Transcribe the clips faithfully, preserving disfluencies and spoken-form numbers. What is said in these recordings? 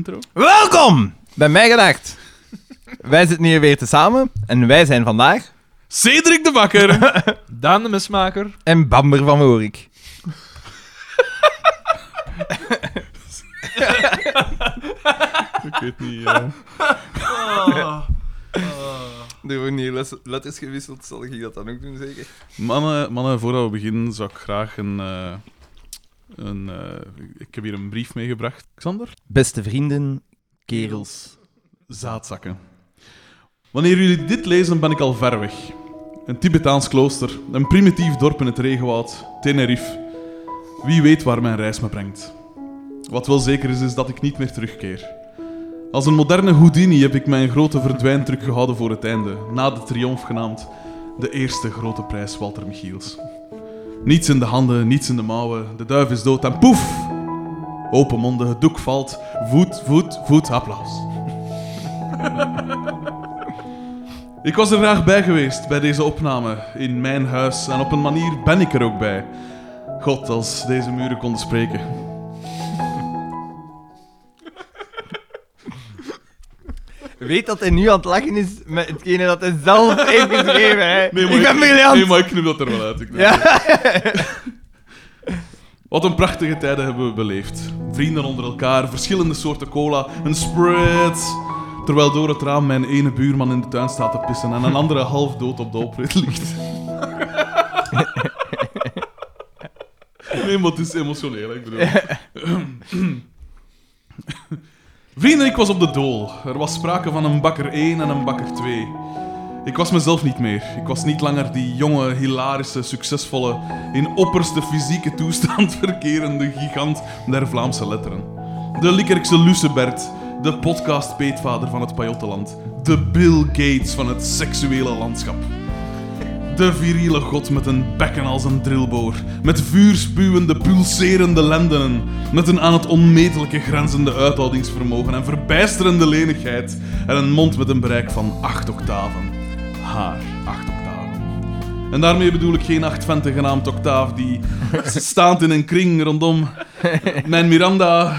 intro. Welkom bij Mij Gedacht. Wij zitten hier weer tezamen en wij zijn vandaag... Cedric de Bakker. Daan de Mesmaker. En Bamber van Moorik. Ik weet niet... Uh... Oh. Er worden hier letters gewisseld, zal ik dat dan ook doen, zeker? Mannen, mannen, voordat we beginnen zou ik graag een... Uh, een uh, ik heb hier een brief meegebracht. Xander? Beste vrienden, kerels. Zaadzakken. Wanneer jullie dit lezen, ben ik al ver weg. Een Tibetaans klooster, een primitief dorp in het regenwoud, Tenerife. Wie weet waar mijn reis me brengt. Wat wel zeker is, is dat ik niet meer terugkeer. Als een moderne Houdini heb ik mijn grote verdwijn teruggehouden voor het einde, na de triomf genaamd, de eerste grote prijs Walter Michiels. Niets in de handen, niets in de mouwen, de duif is dood en poef! Open monden, het doek valt, voet, voet, voet, applaus. Ik was er graag bij geweest bij deze opname, in mijn huis, en op een manier ben ik er ook bij. God, als deze muren konden spreken. Weet dat hij nu aan het lachen is met hetgene dat hij zelf heeft geschreven, hè? Nee, ik ben briljant! Nee, maar ik knip dat er wel uit. Ik Ja. Wat een prachtige tijden hebben we beleefd. Vrienden onder elkaar, verschillende soorten cola, een spread. Terwijl door het raam mijn ene buurman in de tuin staat te pissen en een andere half dood op de oprit ligt. Nee, maar het is emotioneel, hè, ik bedoel. Vrienden, ik was op de dool. Er was sprake van een bakker één en een bakker twee. Ik was mezelf niet meer. Ik was niet langer die jonge, hilarische, succesvolle, in opperste fysieke toestand verkerende gigant der Vlaamse letteren. De Likkerkse Lucebert, de podcast-peetvader van het Pajottenland. De Bill Gates van het seksuele landschap. De viriele god met een bekken als een drillboor. Met vuurspuwende, pulserende lendenen. Met een aan het onmetelijke grenzende uithoudingsvermogen en verbijsterende lenigheid. En een mond met een bereik van acht octaven. Haar, acht octaven. En daarmee bedoel ik geen acht venten genaamd octaaf die staand in een kring rondom mijn Miranda...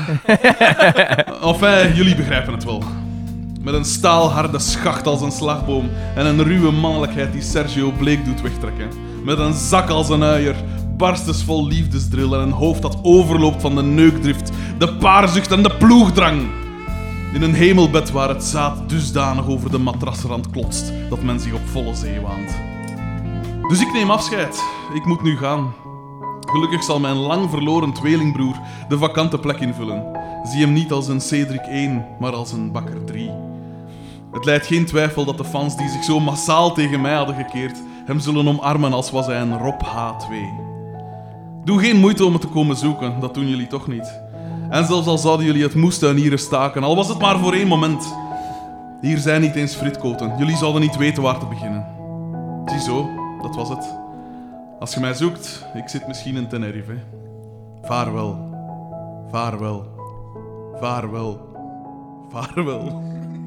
Enfin, jullie begrijpen het wel. Met een staalharde schacht als een slagboom en een ruwe mannelijkheid die Sergio Bleek doet wegtrekken. Met een zak als een uier, barstensvol liefdesdrill en een hoofd dat overloopt van de neukdrift, de paarzucht en de ploegdrang. In een hemelbed waar het zaad dusdanig over de matrasrand klotst dat men zich op volle zee waant. Dus ik neem afscheid. Ik moet nu gaan. Gelukkig zal mijn lang verloren tweelingbroer de vakante plek invullen. Zie hem niet als een Cedric één, maar als een Bakker drie. Het lijdt geen twijfel dat de fans die zich zo massaal tegen mij hadden gekeerd, hem zullen omarmen als was hij een Rob H twee. Doe geen moeite om het te komen zoeken, dat doen jullie toch niet. En zelfs al zouden jullie het moestuinieren staken, al was het maar voor één moment. Hier zijn niet eens fritkoten, jullie zouden niet weten waar te beginnen. Ziezo, dat was het. Als je mij zoekt, ik zit misschien in Tenerife. Vaarwel. Vaarwel. Vaarwel. Vaarwel.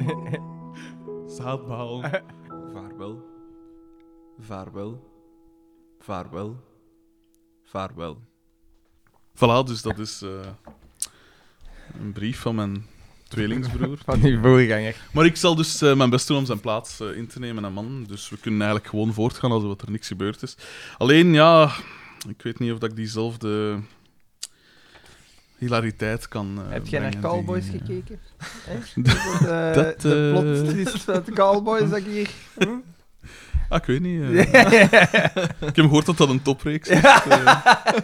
Zaadbaal. Vaarwel. Vaarwel. Vaarwel. Vaarwel. Voilà, dus dat is uh, een brief van mijn tweelingsbroer. Van die voorganger. Maar ik zal dus uh, mijn best doen om zijn plaats uh, in te nemen, en man. Dus we kunnen eigenlijk gewoon voortgaan alsof er niks gebeurd is. Alleen, ja, ik weet niet of dat ik diezelfde hilariteit kan uh, Heb jij naar brengen Cowboys die, uh, gekeken? Hè? De, Dat, de uh, plot-twist van de Cowboys dat ik hier... Hm? Ah, ik weet niet. Uh, ik heb gehoord dat dat een topreeks is. Uh.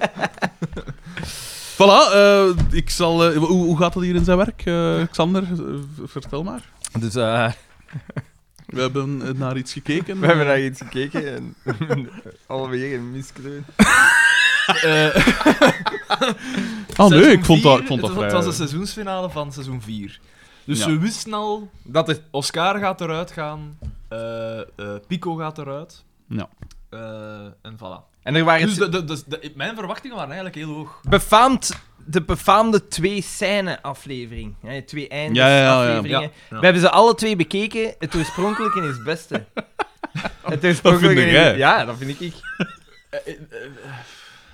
Voilà, uh, ik zal... Uh, hoe, hoe gaat dat hier in zijn werk, uh, Xander? Uh, vertel maar. Dus uh, We hebben uh, naar iets gekeken. we hebben naar iets gekeken en alweer een miskleun. Uh, Oh nee, ik vond dat, ik vier, vond dat het, vrij... het was de seizoensfinale van seizoen vier. Dus Ja. we wisten al, Dat is... Oscar gaat eruit gaan, uh, uh, Pico gaat eruit, Ja. uh, en voilà. En er waren Dus t- de, de, de, de- mijn verwachtingen waren eigenlijk heel hoog. befaamd, de befaamde twee-scène-aflevering. Hè, twee Ja, ja, ja, ja. eindes-afleveringen. Ja, ja. We hebben ze alle twee bekeken. Het oorspronkelijke is het beste. Het Dat vind oorspronkelijke jij. is... Ja, dat vind ik. Uh, uh, uh,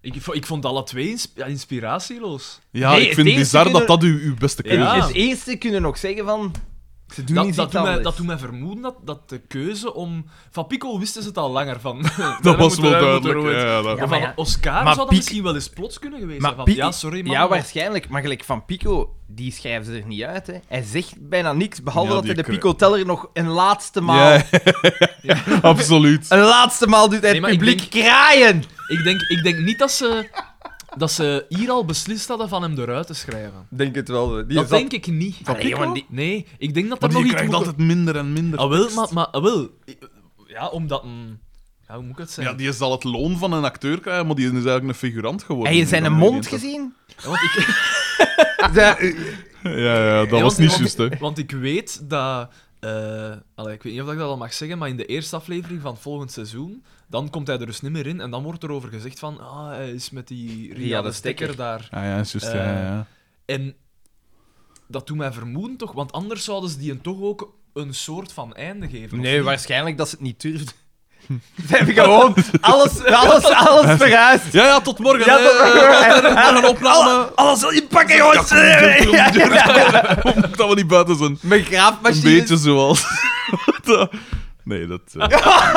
Ik, vo- ik vond alle twee ins- ja, inspiratieloos. Ja, Nee, ik het vind eerste bizar kunnen- dat dat uw, uw beste En keuze Ja. is. het eerste kunnen nog zeggen van... Ze doen Dat, iets dat, doet mij, anders. dat doet mij vermoeden dat, dat de keuze om... Van Pico wisten ze het al langer van. Dat was wel Moeten- duidelijk. moeten we Ja, het- ja, dat- Ja, Maar maar van ja. Oscar Maar zou dat Pic- misschien wel eens plots kunnen geweest Maar zijn. Van, Pic- ja, sorry man. Ja, maar- waarschijnlijk. Maar gelijk van Pico, die schrijven ze er niet uit. Hè. Hij zegt bijna niks, behalve Ja, dat die hij de kru- Pico-teller nog een laatste maal... Ja, absoluut. Een laatste maal doet hij Nee, het maar ik publiek denk- kraaien. Ik denk, ik denk niet dat ze, dat ze hier al beslist hadden van hem eruit te schrijven. Denk het wel. Die Dat zat- denk ik niet. Allee, jongen, die- Nee, ik denk dat Maar er die nog iets krijgt moet... altijd minder en minder Ah, wel, tekst. maar, maar ah, wel. Ja, omdat een... Ja, hoe moet ik het Ja, zeggen? die zal het loon van een acteur krijgen, maar die is eigenlijk een figurant geworden. Heb je zijn Dan mond begint gezien? Ja, want ik, De- dat- Ja, ja, dat Nee, was want- niet want- juist, hè. Want ik weet dat... eh, allee, ik weet niet of ik dat al mag zeggen, maar in de eerste aflevering van het volgend seizoen, dan komt hij er dus niet meer in en dan wordt er over gezegd van ah, hij is met die Ria, Ria de de Stekker Stekker. daar. Ah ja, is juist, Eh, ja, ja, ja. En dat doet mij vermoeden toch, want anders zouden ze die een toch ook een soort van einde geven. of Nee, niet? waarschijnlijk dat ze het niet durfden. Ze hebben gewoon alles, alles, alles verhuisd. Ja, ja, tot morgen. Ja, hè. tot morgen. Eh, Nog een opname. Alles wil je pakken, jongens. Dat we niet buiten zijn. Mijn Een graafmachine. beetje zoals... Dat- Nee, dat... eh.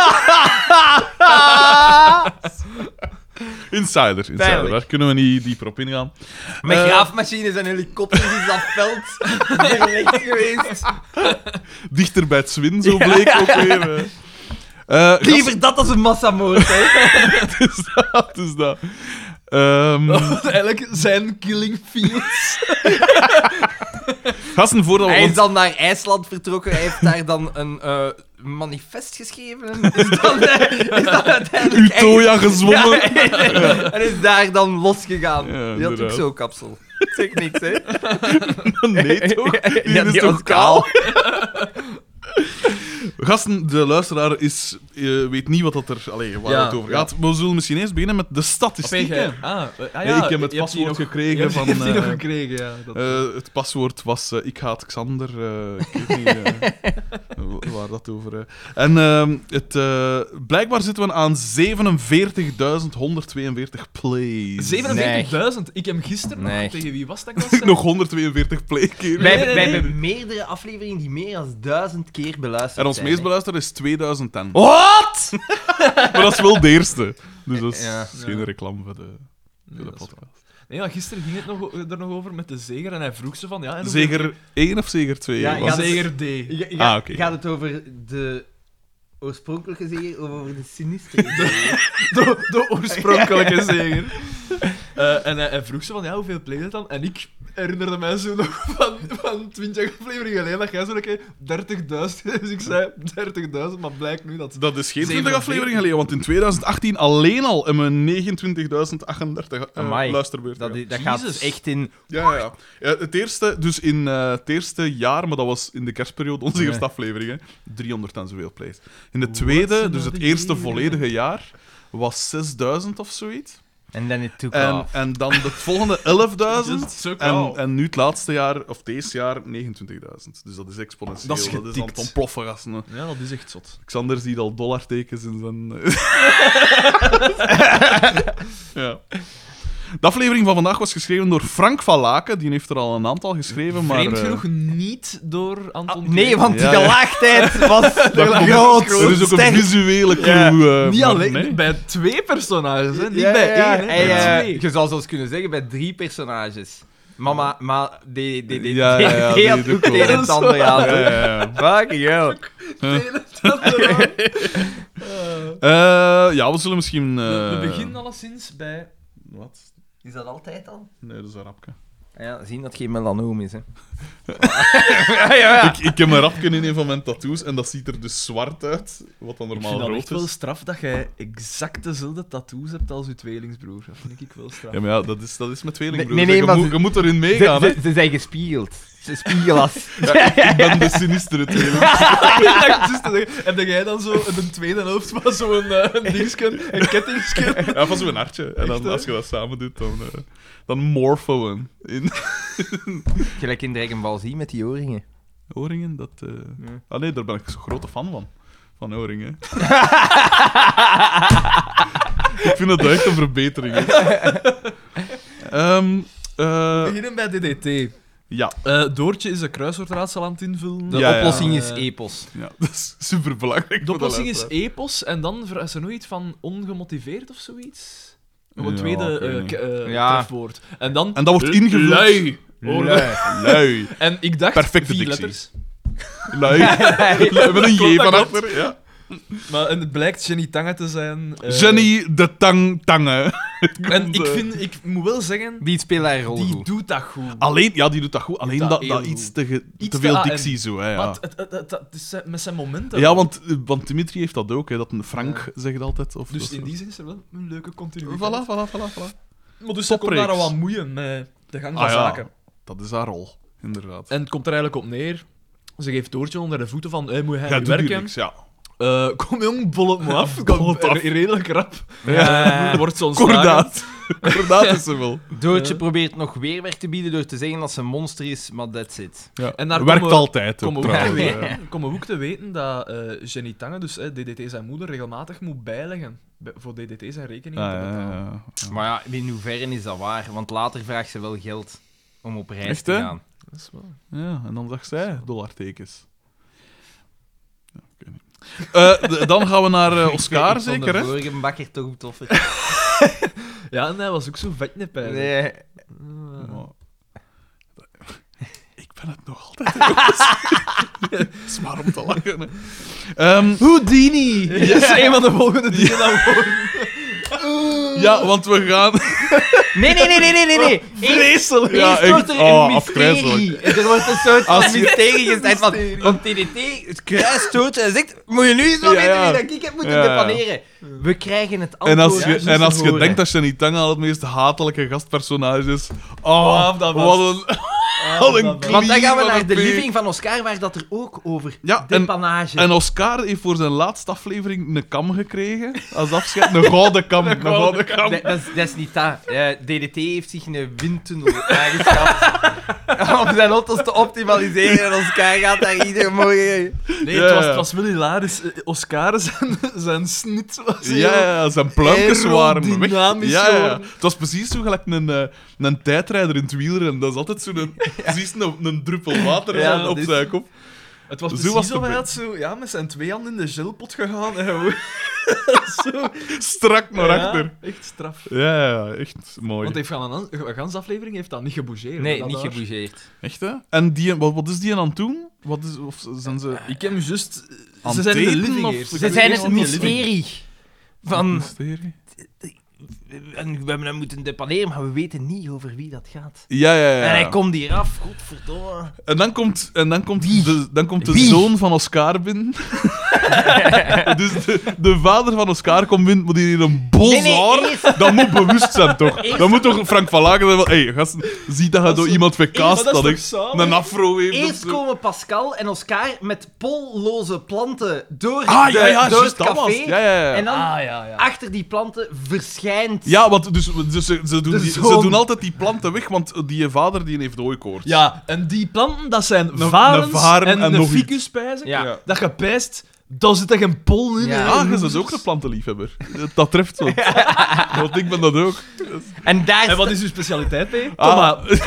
Insider, insider. Pijnlijk. Daar kunnen we niet dieper op ingaan. Mijn Eh, graafmachine zijn helikopters in dat veld verlegd geweest. Dichter bij het Zwin, zo bleek ook weer. eh. Eh, gast- Liever dat als een massamoord, hè. Het is dat, het is dat. Ehm, Eigenlijk zijn killing fields. gasten, voordat we... Hij is want- dan naar IJsland vertrokken. Hij heeft daar dan een eh, manifest geschreven. Is dan, eh, is dan uiteindelijk... Utoya gezwommen. Ja, en is daar dan losgegaan. Ja, die had ook inderdaad. zo kapsel. Zeg niks, hè? Nee, toch? Die Ja, is die toch was kaal? Gasten, de luisteraar is, eh, weet niet wat dat er, allee, waar Ja, het over ja. gaat. Maar we zullen misschien eerst beginnen met de statistieken. Ah, eh, ah, Ja, ik heb het je hebt die paswoord nog- gekregen je hebt- van, Je hebt die nog eh, gekregen, ja. Dat, Eh, het paswoord was eh, ik haat Xander. eh, ik weet niet eh, waar dat over... eh. En ehm, het, eh, blijkbaar zitten we aan zevenenveertigduizend honderdtweeënveertig plays. zevenenveertigduizend. Ik heb gisteren nog... Nee. Tegen wie was dat? Ik was, Nog honderdtweeënveertig play keer. Wij, nee, nee, wij nee. hebben meerdere afleveringen die meer dan duizend keer beluisterd En ons zijn. meest hè. beluisterd is tweeduizend tien. Wat? Maar dat is wel de eerste. Dus dat is, Ja. dat is geen Ja. reclame voor de, voor Nee, de dat is podcast. Nee, maar gisteren ging het nog, er nog over met de zeger en hij vroeg ze van... Ja, en hoeveel- Zeger één of zeger twee? Ja, Was ja, het- Zeger D. Je, je, Ah, oké. Gaat het over de oorspronkelijke zeger of over de sinistere zeger? De, de oorspronkelijke zeger. Eh, en hij, hij vroeg ze van, ja, hoeveel play het dan? En ik herinnerde mij zo nog van, van twintig afleveringen geleden dat jij zo een keer dertigduizend... Dus ik zei dertigduizend, maar blijkt nu dat... Dat is geen twintig zevenenveertig. afleveringen geleden, want in tweeduizend achttien alleen al hebben we negenentwintigduizend achtendertig uh, Amai. luisterbeurten. Dat, gehad. dat gaat Jezus. echt in... Ja, ja. ja het, eerste, dus in eh, het eerste jaar, maar dat was in de kerstperiode, onze Ja. eerste aflevering, hè, driehonderd en zoveel plays. In het tweede, dus het eerste volledige jaar, was zesduizend of zoiets. En dan it took En, off. en dan het volgende elfduizend. Just so En, cool. en nu het laatste jaar, of deze jaar, negenentwintigduizend. Dus dat is exponentieel. Dat is dat is aan het getikt. ontploffen, gasten. Ja, dat is echt zot. Xander ziet al dollartekens in zijn... ja. De aflevering van vandaag was geschreven door Frank van Laken. Die heeft er al een aantal geschreven, maar... Vreemd eh, genoeg niet door Anton Ah, nee, Klein. want Ja, die ja. gelaagdheid was dat komt- groot. Er is ook een sterk. visuele clue. Ja. eh, Niet maar alleen, nee. bij twee personages, hè. Niet Ja, bij ja, één, hè. en, bij eh, twee. je zou zelfs kunnen zeggen bij drie personages. Mama, maar die, die, die, Ja, ja, ja, die die had doet ook het wel. een en het ander Ja, aan. ja, ja. Fucking hell. Eh, ja, we zullen misschien... eh, We beginnen alleszins bij... Wat? Is dat altijd al? Nee, dat is een rapje. Ja, zien dat het geen melanoom is, hè. ja, ja, ja. Ik, ik heb een rapje in een van mijn tattoos en dat ziet er dus zwart uit, wat dan Ik normaal vind dat rood echt wel is. straf dat jij exact dezelfde tattoos hebt als je tweelingsbroer. Dat vind ik wel straf. Ja, maar ja, dat is, dat is met tweelingbroers. Nee, nee, je, maar moet, ze- je moet erin Ze, meegaan, hè. ze, ze zijn gespiegeld. Ze spiegelas. Ik ben de sinistere tweeling. En dat jij dan zo in de tweede helft van zo'n uh, een dingetje, een kettingsje. Ja, van zo'n hartje. En dan, Echt, hè? als je dat samen doet, dan, uh, dan morphoen. In Gelijk in Dragon Ball Z met die oorringen. oorringen, dat... Uh... Ja. Ah nee, daar ben ik zo'n grote fan van. Van oorringen. Ik vind dat echt een verbetering is. Ehm, We eh, beginnen bij D D T. ja. Eh, Doortje is een kruiswoordraadsel aan het invullen. De Ja, ja. oplossing is Eh, epos. ja, dat is superbelangrijk. De oplossing is epos en dan vra- is er nog iets van ongemotiveerd of zoiets. Nog een Ja, tweede ik weet eh, niet. k- eh, Ja. trefwoord. En dan... En dat wordt ingevuld. Lui. Hoorde. Lui. Lui. En ik dacht Perfecte vier dictie. letters. Lui. Lui met een Klopt, J dat van klopt. achter. Ja. Maar en het blijkt Jenny Tange te zijn. eh, Jenny de Tang Tange. En ik, eh, vind, ik moet wel zeggen, Die speelt haar rol die goed. doet dat goed. Alleen, ja, die doet dat goed. Alleen dat dat, heel dat goed. iets te, ge- Iets te te veel A M. dictie zo, hè, Maar ja. het, het, het, het- het is zijn- met zijn momenten. Ja, want, eh, want Dimitri heeft dat ook, hè, dat een Frank Ja. zegt altijd. Of, Dus of- in die zin is er wel een leuke continuïteit. Voilà, voilà, voilà, voilà. Maar dus ze komt Topreeks. daar al wat moeien met de gang van Ah, ja. zaken. Dat is haar rol, inderdaad. En het komt er eigenlijk op neer. Ze geeft Doortje onder de voeten van, hey, moet jij Ja, niet doe die werken? niks, ja. Eh, kom jong, bol het me af. Bol Kom, het af. redelijk rap. Ja. Eh, wordt zo'n slagen. Kordaat. Kordaat is ze wel. Doortje Ja. probeert nog weerwerk te bieden door te zeggen dat ze een monster is, maar that's it. Ja. En daar Werkt komen- altijd, ook, Kom ook, te trouwens. weten, ja. kom ook te weten dat eh, Jenny Tange, dus eh, D D T zijn moeder, regelmatig moet bijleggen bij- voor D D T zijn rekening Ah, te ja, betalen. ja, ja. Maar ja, in hoeverre is dat waar? Want later vraagt ze wel geld om op reis Echt, te hè? gaan. Dat is wel... Ja, en dan zag zij dollartekens. Ja, ik weet niet. Eh, d- dan gaan we naar eh, Oscar, Ik vond zeker, de hè? vorige bakker toch toffer. Ja, en hij was ook zo vetnip bij. Nee. Eh, Maar- Ik ben het nog altijd, hè, jongens. Het is maar om te lachen, hè. Ehm, Houdini! Dat is een van de volgende dingen dan worden. ja, want we gaan... Nee, nee, nee, nee, nee, nee. nee. Vreselijk! Eerst Ja, echt. wordt er een Oh, mysterie. afgrijzelijk. Er wordt een soort Als van je- mysterie gezet van, van T D T, het kruistoot en zegt, moet je nu eens wel Ja, weten ja. wie dat ik heb moeten Ja, ja. depaneren. We krijgen het En antwoord. als je, juist en als te je horen. denkt dat Jenny Tang al het meest hatelijke gastpersonage is... Oh, Oh, dat was- wat een... Wat een dat was- Want dan gaan we klier naar van de een P. living van Oscar, waar dat er ook over Ja, en, depanage... en Oscar heeft voor zijn laatste aflevering een kam gekregen. Als afscheid. Een gouden kam. Een gouden kam. Nee, dat, is, dat is niet dat. Eh, D D T heeft zich een windtunnel aangeschaft om zijn auto's te optimaliseren en Oscar gaat daar iedere morgen... Nee, Ja, het, was, ja. het was wel hilarisch. Eh, Oscar, zijn, zijn snit was heel... Ja, ja, zijn pluimpjes waren weg. Aerodynamisch Ja, ja. geworden. Het was precies zo gelijk een, eh, een tijdrijder in het wielrennen. Dat is altijd zo'n precies een, een druppel water Ja, zo dat op is- zijn kop. Het was Zo precies was het of hij erbij. had zo, ja, met zijn twee handen in de gelpot gegaan en gewoon... zo... Strak naar Ja, achter. echt straf. Ja, ja, echt mooi. Want hij heeft gaan een, een ganse aflevering heeft dat niet gebougeerd. Nee, dat niet daar. gebougeerd. Echt, hè? En die, wat, wat is die aan het doen? Wat is, of zijn ze... Ik heb hem juist... Aan Ze zijn in de het eten, living of- eerst. Ze Ze weet zijn niet het wat die mysterie van... Mysterie? En we hebben hem moeten depaneren, maar we weten niet over wie dat gaat. Ja, ja, ja. En hij komt hier af, godverdomme. En dan komt, en dan komt, de, dan komt de Wie? zoon van Oscar binnen. Dus de, de vader van Oscar komt binnen, maar die heeft een bos Nee, nee, haar. eerst- Dat moet bewust zijn, toch? Eerst- Dan moet toch Frank van Laken zijn van... Hé, hey, gast, zie dat je door is- iemand verkaast Maar dat is ik toch samen? een afro heeft of Eerst zo. komen Pascal en Oscar met polloze planten door, Ah, de, ja, ja, door juist, het dat café. was. Ja, ja, ja. En dan Ah, ja, ja. achter die planten verschijnt... Ja, want dus, dus ze, ze, doen De die, ze zoon. doen altijd die planten weg, want die vader die heeft hooikoorts. Ja, en die planten, dat zijn Een- varens een varen en, en een nog iets. ficuspijzen. Ja. Ja. Dat je pijst, daar zit er geen pol in. Ja. hè. Ah, je bent ook een plantenliefhebber. Dat treft zo. Want ik ben dat ook. En daar En wat sta- is uw specialiteit, P? Ah. Tomaat.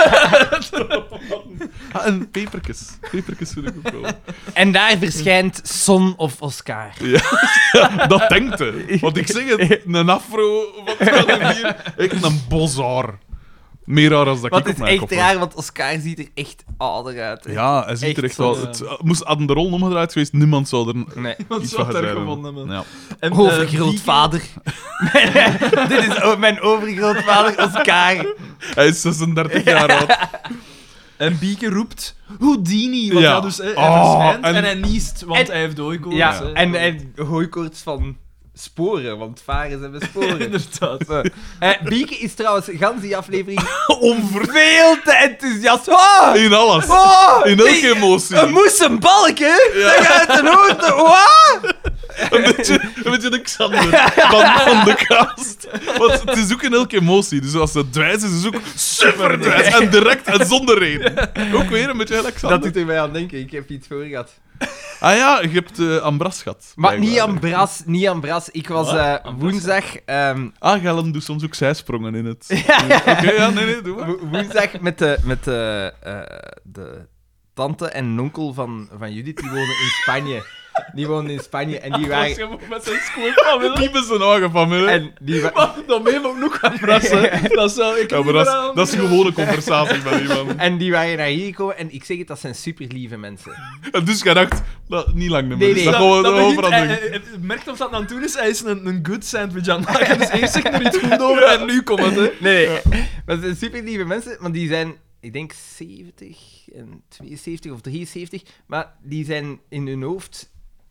Ah, en peperkes. Peperkes vind ik ook wel. En daar verschijnt Son of Oscar. Dat denkt hij. Want ik zeg het, een afro, wat gaat er hier? Echt een boshaar. Meer raar als dat Wat ik op is mijn echt kop heb. raar, want Oscar ziet er echt ouder uit. hè. Ja, hij ziet Echt er echt zo, wel... ja. Het, uh, moest, hadden de rol omgedraaid geweest, niemand zou er Nee. Wat iets zou van daar gezegd gevonden hebben? Ja. En, eh, Overgrootvader. Dit is o- mijn overgrootvader Oscar. Hij is zesendertig jaar oud. En Bieke roept Houdini, want Ja. ja. dus, hè, hij Oh, verschijnt en, en- hij niest, want En- hij heeft hooikoorts. Ja, hè. en, en hooikoorts van sporen, want varen hebben sporen. Inderdaad. Eh, Bieke is trouwens gans die aflevering veel te enthousiast. Oh, In alles. oh, In elke die- emotie. Een moesenbalk, hè? Ja. Dat gaat een hoogte. Wat? Een beetje, een beetje de Xander van, van de cast. Want het is ook in elke emotie. Dus als ze dwijs is, is het ook super dwijs. En direct en zonder reden. Ook weer een beetje gelijk Dat Xander. doet er mij aan denken. Ik heb iets voor gehad. Ah ja, je hebt uh, Ambras gehad. Maar niet blijkbaar. Ambras, niet Ambras. Ik was Wat? eh, Ambras? woensdag... ehm, Ah, Gellen doet soms ook zijsprongen in het. ja, Oké, ja, nee, nee, doe maar. wo- woensdag met de, met de, eh, de tante en onkel van, van Judith, die wonen in Spanje. Die woonden in Spanje en die waren... met zijn schoolfamilie. Die met zijn eigen familie. En die wa- Maar dan ben je me ook nog gaan verrassen. Dat zou ik Ja, maar dat, is, dat is gewoon een conversatie met iemand. En die waren naar hier gekomen en ik zeg het, dat zijn super lieve mensen. En dus jij dacht, dat, niet lang meer. Nee, Dus nee. dat gewoon dat een begint- verandering. hij- hij- hij merkt of dat aan het doen is, hij is een, een good sandwich aan het maken. Dus eerst zegt er iets goed over en nu komt het, hè. Nee, nee. Maar het zijn super lieve mensen, want die zijn, ik denk, zeventig en tweeënzeventig of drieënzeventig, maar die zijn in hun hoofd...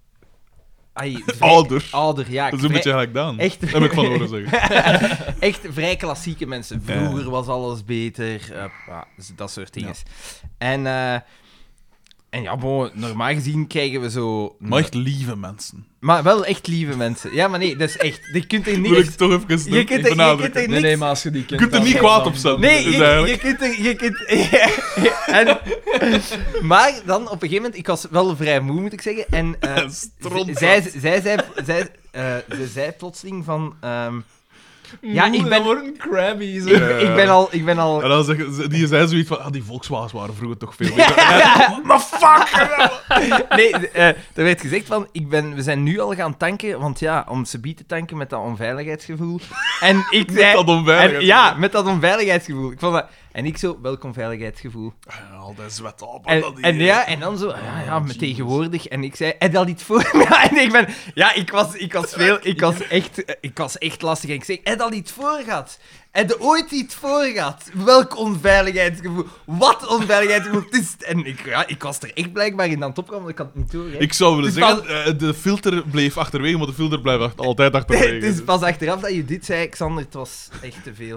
Ai, vrij- Ouder. Ouder, ja. Dat is een vrij- beetje gelijk Daan. Echt. Heb ik van horen zeggen. Echt vrij klassieke mensen. Vroeger was alles beter. eh, ja, dus dat soort dingen. En, eh, en ja, bon, normaal gezien krijgen we zo... Maar echt lieve mensen. Maar wel echt lieve mensen. Ja, maar nee, dat is echt... Je kunt er Wil ik niks... toch even Je kunt er- je kunt benadrukken. er Nee, nee, niks- maar als je die kent... Je kunt er dan- niet kwaad dan- op zijn. dan- Nee, is je, eigenlijk- je kunt er... Je kunt, en, maar dan, op een gegeven moment... Ik was wel vrij moe, moet ik zeggen. En eh, Stront. zij, zij, zij, zij, eh, zij zei plotseling van... ehm, Ja, Moe, ik ben- dan worden crabby, zo. ik, Ja. ik ben al... Ik ben al En dan zeggen ze, die zei zoiets van, ah, die Volkswagens waren vroeger toch veel beter. En hij, maar fuck! Nee, eh, er werd gezegd van, ik ben, we zijn nu al gaan tanken, want ja, om ze te tanken met dat onveiligheidsgevoel. En ik zei... dat onveiligheidsgevoel. en, ja, met dat onveiligheidsgevoel. Ik vond dat, en ik zo, welk onveiligheidsgevoel? Ja, Altijd zwet op. En, dat die- en ja, en dan zo, ja, ja, met tegenwoordig. En ik zei, en dat iets voor... Ja, en ik ben... Ja, ik was, ik was veel... Ik was echt, ik was echt lastig. En ik zeg, en dat iets voor gehad? En er ooit iets voor gehad? Welk onveiligheidsgevoel? Wat onveiligheidsgevoel? Het is... En ik, ja, ik was er echt blijkbaar in aan het opkomen, want ik had het niet door. Hè. Ik zou willen Het is zeggen, eh, de filter bleef achterwege, maar de filter blijft acht- altijd Het achterwege. is pas achteraf dat je dit zei, Xander, het was echt te veel.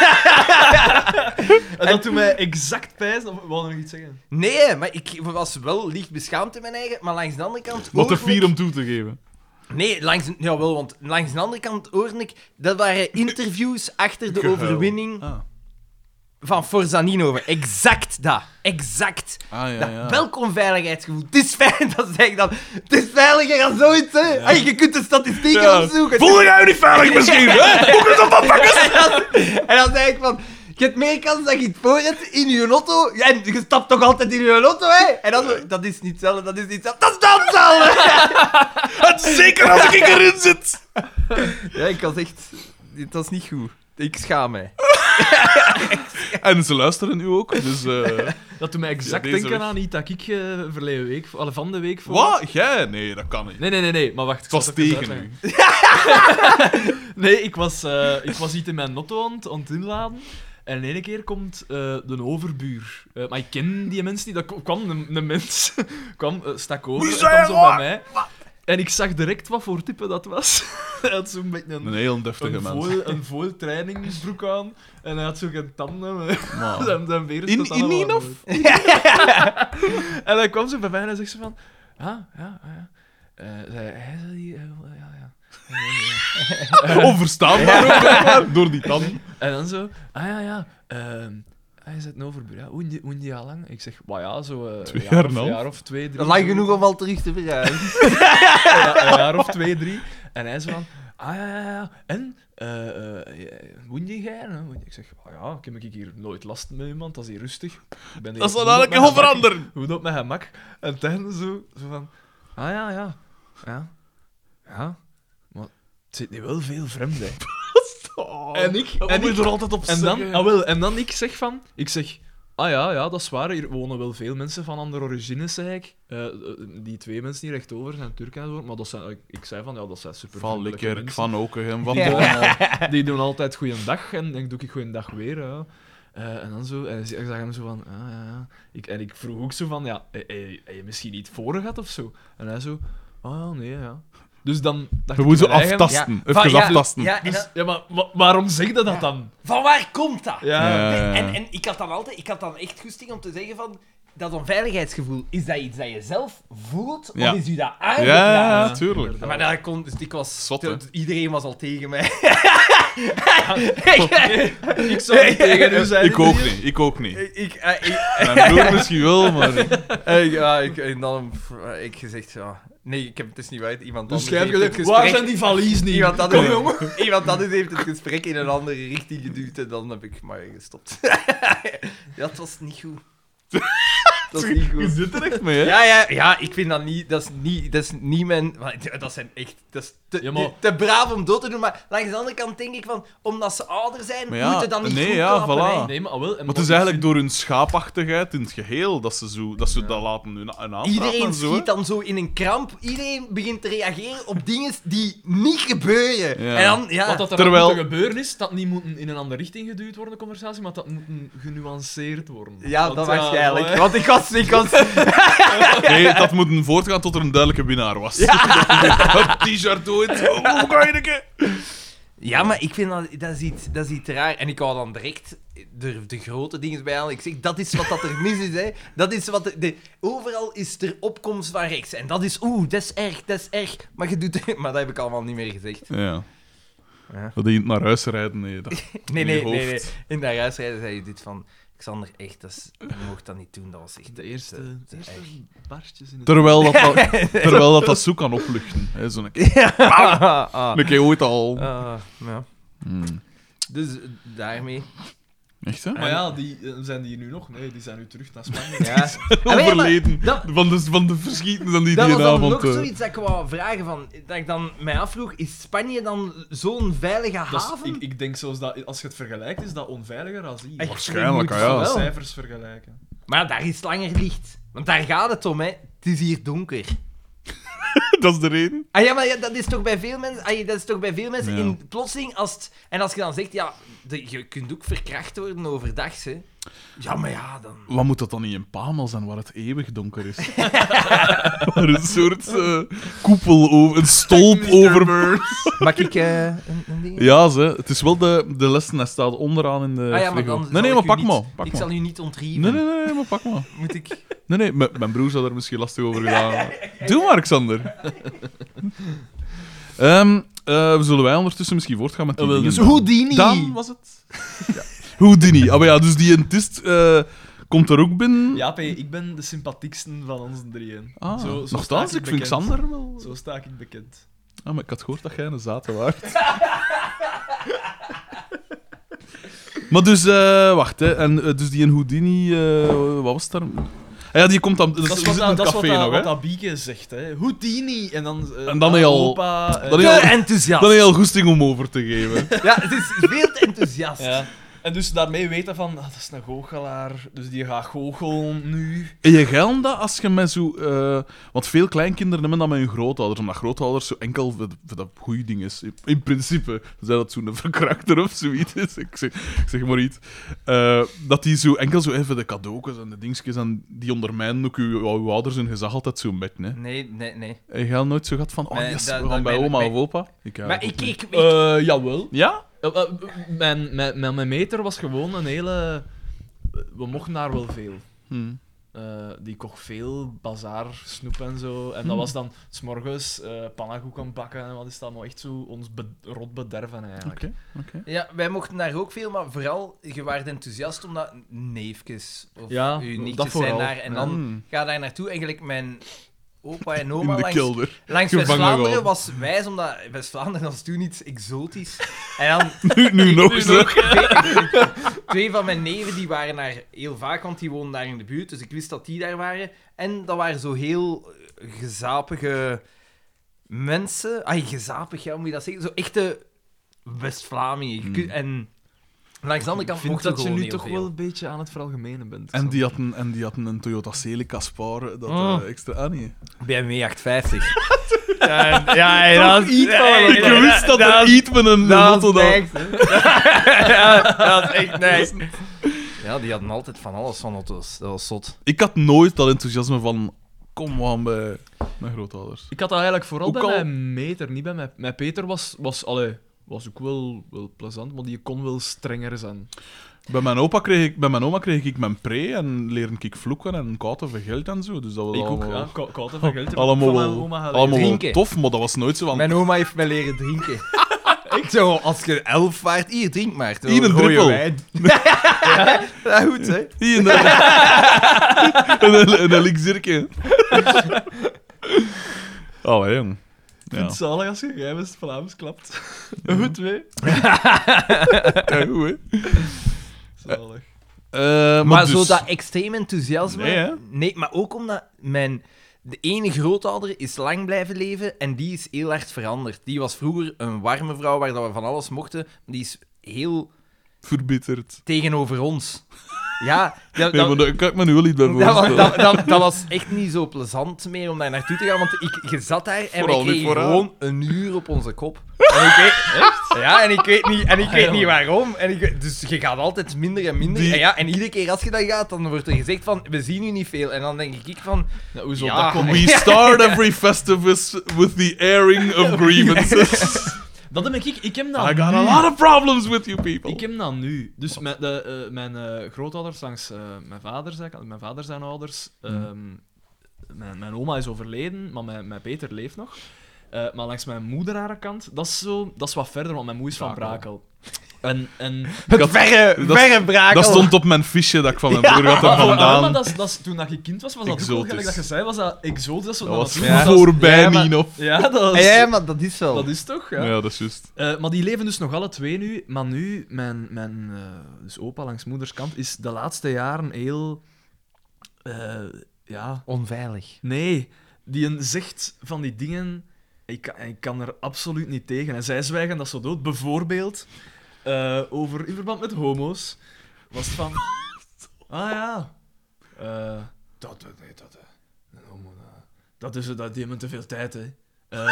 En dat doet mij exact pijn. Of wou je nog iets zeggen? Nee, maar ik was wel licht beschaamd in mijn eigen, maar langs de andere kant... Wat te hoorde ik- vier om toe te geven. Nee, langs, jawel, want langs de andere kant hoorde ik... Dat waren interviews achter de Gehuil. overwinning Ah, van Forza Ninove. Exact dat. Exact. ah ja, dat. ja. Welk onveiligheidsgevoel. Het is fijn, dat zeg ik dan. Het is veiliger dan zoiets, hè. Hey, je kunt de statistieken Ja. opzoeken. Voel jij je niet veilig misschien? Hè? Hoe kun je dat pakken? En dan, en dan zeg ik van... Je hebt meer kans dat je het voor hebt in je auto. Ja, en je stapt toch altijd in je auto, hè? En dan zo, dat is niet hetzelfde, dat is niet hetzelfde. Dat is dan hetzelfde! Zeker als ik erin zit. Ja, ik was echt... Het was niet goed. Ik schaam mij. En ze luisteren nu ook, dus... eh Dat doet mij exact Ja, deze denken weg. aan iets dat ik uh, verleden week, of van de week voor. Wat? Jij? Nee, dat kan niet. Nee, nee, nee, nee, maar wacht. Ik Het zal was het even tegen uitleggen. u. Nee, ik was, uh, ik was iets in mijn auto aan het, aan het inladen. En in ene keer komt uh, de overbuur. Uh, maar ik ken die mensen niet. Dat kwam een, een mens, kwam, uh, stak over en kwam zo bij mij. En ik zag direct wat voor type dat was. Hij had zo'n beetje een, Een heel deftige een, mens. voil, een voil trainingsbroek aan. En hij had zo geen tanden. Maar- zijn, zijn veren In- tot in allemaal Ninov? bloot. En hij kwam zo bij mij en hij zegt zo van... Ah, ja, ah, ja. Uh, zei, hij zei die... Uh, ja, ja. Ja, ja. Onverstaanbaar ook, blijkbaar, door die tanden. En dan zo... Ah, ja, ja. Uh, hij zit een overbuur. Ja. Hoe hoe die al lang? Ik zeg, maar ja, zo... Uh, Twee een jaar en of, een half. jaar of twee, drie. Lang zo. genoeg om al terug te verhuizen. Ja, een jaar of twee, drie. En hij zo van... Ah, ja, ja, ja. En... Uh, uh, woon je jij? Ik zeg, oh ja, ik heb hier nooit last met iemand, dat is hier rustig. Ik ben hier Dat zal goed op dadelijk mijn heel gemak. veranderen. Goed op mijn gemak. En tegen zo, zo van... Ah ja, ja. Ja. Ja. Maar het zit nu wel veel vreemd, hè. Oh, En ik- dat en moet ik- je er altijd op En zeggen. dan, ah, wel, en dan ik zeg van... Ik zeg... Ah ja, ja, dat is waar. Hier wonen wel veel mensen van andere origines, zei ik. Uh, die twee mensen die rechtover zijn Turken en zo. Maar dat zijn, ik, ik zei van, ja, dat zijn super Van vriendelijke Likkerk, mensen. van Oken, van Ja. Donald. Die doen altijd goeiedag en dan doe ik goeiedag weer. Ja. Uh, en dan zo, en ik zag hem zo van, ah ja, ja. Ik, en ik vroeg ook zo van, ja, heb je, heb je misschien niet voor gehad of zo? En hij zo, ah ja, nee, ja. Dus dan dacht Je ik moet zo bij mijn eigen- aftasten. Ja. Van- Even ja, aftasten. Ja, en Dus, dan- ja, maar wa- waarom zeg je dat dan? van waar komt dat? Ja. Ja, ja, ja. En, en ik had dan altijd, ik had dan echt goesting om te zeggen van, dat onveiligheidsgevoel, is dat iets dat je zelf voelt, Ja. of is u dat Ja, aangedragen? ja, tuurlijk. Maar daar kon, dus ik was, Zot, hè? iedereen was al tegen mij. Ik zou niet tegen u zijn. Ik ook niet, ik ook niet. ik, eh, ik, Mijn broer misschien wel, maar... eh, ja, ik, en dan heb ik gezegd, ja... Nee, ik heb het dus niet uit. Iemand Dus anders jij hebt heeft het gezegd, waar gesprek... zijn die valies niet? Iemand Kom, anders, jongen. iemand anders heeft het gesprek in een andere richting geduwd en dan heb ik maar gestopt. Ja, het was niet goed. Dat is niet Je goed. zit er echt mee, hè? Ja, ja, ja, ik vind dat niet... Dat is niet, dat is niet mijn... maar Dat zijn echt... Dat is te, Ja, maar- te braaf om dood te doen, maar langs de andere kant denk ik van... Omdat ze ouder zijn, Maar ja, moeten dan niet nee, goed ja, klappen, voilà. hè. Nee, maar, ah, wel, en Maar het wat is ik eigenlijk vind- door hun schaapachtigheid in het geheel dat ze, zo, dat, ze Ja. dat laten hun, hun aanpraten Iedereen en zo. hè. schiet dan zo in een kramp. Iedereen begint te reageren op dingen die niet gebeuren. Ja. En dan, ja... Wat dat er Terwijl- moet gebeuren is, dat niet moet in een andere richting geduwd worden, de conversatie, maar dat moet genuanceerd worden. Ja, Want, dat ja, waarschijnlijk. wel, Want ik was... Ik was Nee, dat moet voortgaan tot er een duidelijke winnaar was. Ja. T-shirt ooit. Oh, hoe kan je een keer? ja, maar ik vind dat, dat, is iets, dat is iets raar. En ik wou dan direct de, de grote dingen bij halen. Ik zeg, dat is wat dat er mis is, hè. Dat is wat... De, de- overal is er opkomst van rechts. En dat is... Oeh, dat is erg, dat is erg. Maar je doet... Maar dat heb ik allemaal niet meer gezegd. Ja. Ja. Dat je naar huis rijden, nee. Dat, Nee, in nee, je nee, nee. hoofd. In dat huisrijden zei je dit van... Xander, echt, dat is, je mocht dat niet doen. Dat was echt De eerste, te- de te eerste erg. barstjes in het... Terwijl dat, dat, terwijl dat, dat zo kan opluchten. Hè, zo'n keer. Ah, ah. Een keer ooit al. Ah, ja. Hmm. Dus eh, daarmee... Echt, hè? Maar ja, die, eh, zijn die nu nog? Nee, die zijn nu terug naar Spanje. Ja. Ah, maar ja, maar Overleden. dat- Van, de, van de verschieten van die Dat die was dan avond. nog eh. zoiets dat ik wou vragen van... Dat ik dan mij afvroeg, is Spanje dan zo'n veilige Dat is- haven? ik, ik denk zelfs dat, als je het vergelijkt, is dat onveiliger als hier. Echt? Waarschijnlijk, Je moet ah, ja. de Wel. cijfers vergelijken. Maar daar is langer licht. Want daar gaat het om, hè. Het is hier donker. Dat is de reden. Ah ja, maar ja, dat is toch bij veel mensen... Ah, ja, dat is toch bij veel mensen Ja. in plotseling als het... En als je dan zegt, ja, de- je kunt ook verkracht worden overdag, hè. Ja, maar ja, dan... Wat moet dat dan niet in Pamel zijn, waar het eeuwig donker is? Waar een soort eh, koepel, over, een stolp over... Mag ik eh, een, een ding? Ja, ze. Het is wel de, de lessen, hij staat onderaan in de Ah ja, maar frigo. dan Nee, zal nee, ik maar u pak niet- maar. Pak Ik maar. zal u niet ontrieven. Nee, nee, nee, nee, maar pak maar. Moet ik... Nee, nee, m- mijn broer zou daar misschien lastig over gedaan hebben. Doe maar, Xander. Ehm, eh, zullen wij ondertussen misschien voortgaan met die Eh, wel, dingen? dus Houdini. Dan was het. Ja. Houdini. Ah, maar ja, dus die entist eh komt er ook binnen. Ja, P, ik ben de sympathiekste van ons drieën. Ah, Zo- zo nogthans, sta ik vind bekend. Xander wel... Zo sta ik bekend. Ah, maar ik had gehoord dat jij een zaten waard. Maar dus, eh, wacht, hè. En, eh, dus die in Houdini, eh, wat was het daar? Ah ja, die komt dan... Dus, Dat is we wat, zitten in dat, het dat, is wat, café dat, nog, wat hè. dat Bieke zegt, hè. Houdini! En dan... eh, En dan heel- Opa, eh, dan Te heel- enthousiast. Dan heb je al goesting om over te geven. Ja, het is veel te enthousiast. Ja. En dus daarmee weten van, ah, dat is een goochelaar, dus die gaat goochelen nu. En je geldt dat als je met zo... eh, want veel kleinkinderen hebben dat met hun grootouders, omdat grootouders zo enkel voor, voor dat goede ding is. In, in principe, zij dat zo'n verkrachter of zoiets is, ik zeg, ik zeg maar iets. Eh, dat die zo enkel zo even de cadeautjes en de dingetjes en die ondermijnen ook uw, uw ouders hun gezag altijd zo'n beetje, hè. Nee, nee, nee. En je geldt nooit zo gehad van, oh Nee, yes, dat- we dat gaan bij ben- oma ben- of opa. Ik, ja, Maar dat ik, niet. ik, ik, Eh, jawel. Ja? Eh, eh, mijn, mijn, mijn, mijn meter was gewoon een hele... We mochten daar wel veel. Hm. Eh, die kocht veel bazaar, snoep en zo. En dat was dan s'morgens uh, pannenkoeken bakken en wat is dat nou echt zo ons be- rot bederven eigenlijk. Oké, oké. ja, wij mochten daar ook veel, maar vooral, je waart enthousiast omdat neefjes of Ja, uw dat nichtjes zijn vooral. daar. En dan Hmm. ga daar naartoe. Eigenlijk mijn opa en In oma de langs, kelder. langs Gevangen West-Vlaanderen gehouden. was wijs, omdat West-Vlaanderen was toen iets exotisch. En dan... Nu, nu nog Nu zo. nog. Twee, twee van mijn neven die waren daar heel vaak, want die woonden daar in de buurt. Dus ik wist dat die daar waren. En dat waren zo heel eh, gezapige mensen. Ah, gezapig, ja, hoe moet je dat zeggen? Zo echte West-Vlamingen. Je kun- En langs de andere Ik kant vind mocht er dat je gewoon nu heel toch veel. wel een beetje aan het veralgemenen bent. En die hadden, en die hadden een Toyota Celica Spar, dat Oh. eh, extra... Ah, nee. B M W achthonderdvijftig. ja, ja, Toch iets van een- Ik wist dat er iets met een Dat motto is dat... nice, hè. ja, dat is echt nice. Ja, die hadden altijd van alles van auto's. Dat was zot. Ik had nooit dat enthousiasme van... Kom aan bij mijn grootouders. Ik had dat eigenlijk vooral Ook bij al- mijn meter, niet bij mijn... Mijn Peter was, was, allee, was ook wel, wel plezant, maar die kon wel strenger zijn. Bij mijn, opa kreeg ik, bij mijn oma kreeg ik mijn pre en leerde ik vloeken en koud over geld en zo. Dus dat was Ik ook, allemaal, ja. Ko- Koud even geld. allemaal, Van mijn wel, oma geleerd. allemaal wel Drinken. tof, maar dat was nooit zo van... Mijn oma heeft mij leren drinken. Echt zo, als je elf waard, hier, drink maar. Zo, Hier een rode druppel. wijn. ja, ja, goed, hè. Hier, een, een, een elixiertje. Oh, hè, jong. Ik vind Ja. het zalig als je geheimens Vlaams klapt. Goed, twee. Ja, goed, hè. Zalig. Eh, maar Maar dus... zo dat extreem enthousiasme... Nee, hè? Nee, maar ook omdat mijn... De ene grootouder is lang blijven leven en die is heel hard veranderd. Die was vroeger een warme vrouw waar dat we van alles mochten, maar die is heel Verbitterd. tegenover ons. Ja, dat, Nee, dat, maar daar kan ik me nu wel niet bij dat, was- voorstellen. dat, dat, dat was echt niet zo plezant meer om daar naartoe te gaan, want ik, je zat daar en Vooral we niet kregen voor haar. gewoon een uur op onze kop. En ik weet, echt? Ja, en ik weet niet, en ik Ah, weet joh. niet waarom. En ik, weet- dus je gaat altijd minder en minder. Die- En, ja, en iedere keer als je dat gaat, dan wordt er gezegd van, we zien u niet veel. En dan denk ik van, Ja, hoezo Ja. dat komt? We start every Festivus with the airing of grievances. Dat heb ik. Ik heb dat I got nu. a lot of problems with you people. Ik heb dat nu. Dus mijn, de, eh, mijn eh, grootouders langs eh, mijn vader, zei ik, mijn vader zijn ouders. ehm, mijn, mijn oma is overleden, maar mijn, mijn Peter leeft nog. Eh, maar langs mijn moeder haar kant, dat is, zo, dat is wat verder, want mijn moe is van Brakel. Brakel. En, en het had- verre, dat- verre brakel. Dat stond op mijn fiche dat ik van mijn broer had er maar, maar, vandaan. maar dat is, dat is, toen dat ik kind was, was dat ook wel, Exotisch. gelijk dat je zei, was dat exotisch. Dat was toen- Ja. voorbij Ja, maar- Nino. Ja, dat is, Ja, maar dat is wel. dat is toch? Ja. Ja, dat is juist. Eh, maar die leven dus nog alle twee nu. Maar nu, mijn, mijn eh, dus opa langs moeders kant, is de laatste jaren heel... eh, ja, Onveilig. nee. Die een zegt van die dingen... Ik kan, ik kan er absoluut niet tegen. En zij zwijgen dat zo dood. Bijvoorbeeld, eh, over, in verband met homo's, was het van... Ah ja... eh, dat, nee, dat... eh, een homo, dat, dat is... Dat, die hebben te veel tijd, hè. Eh,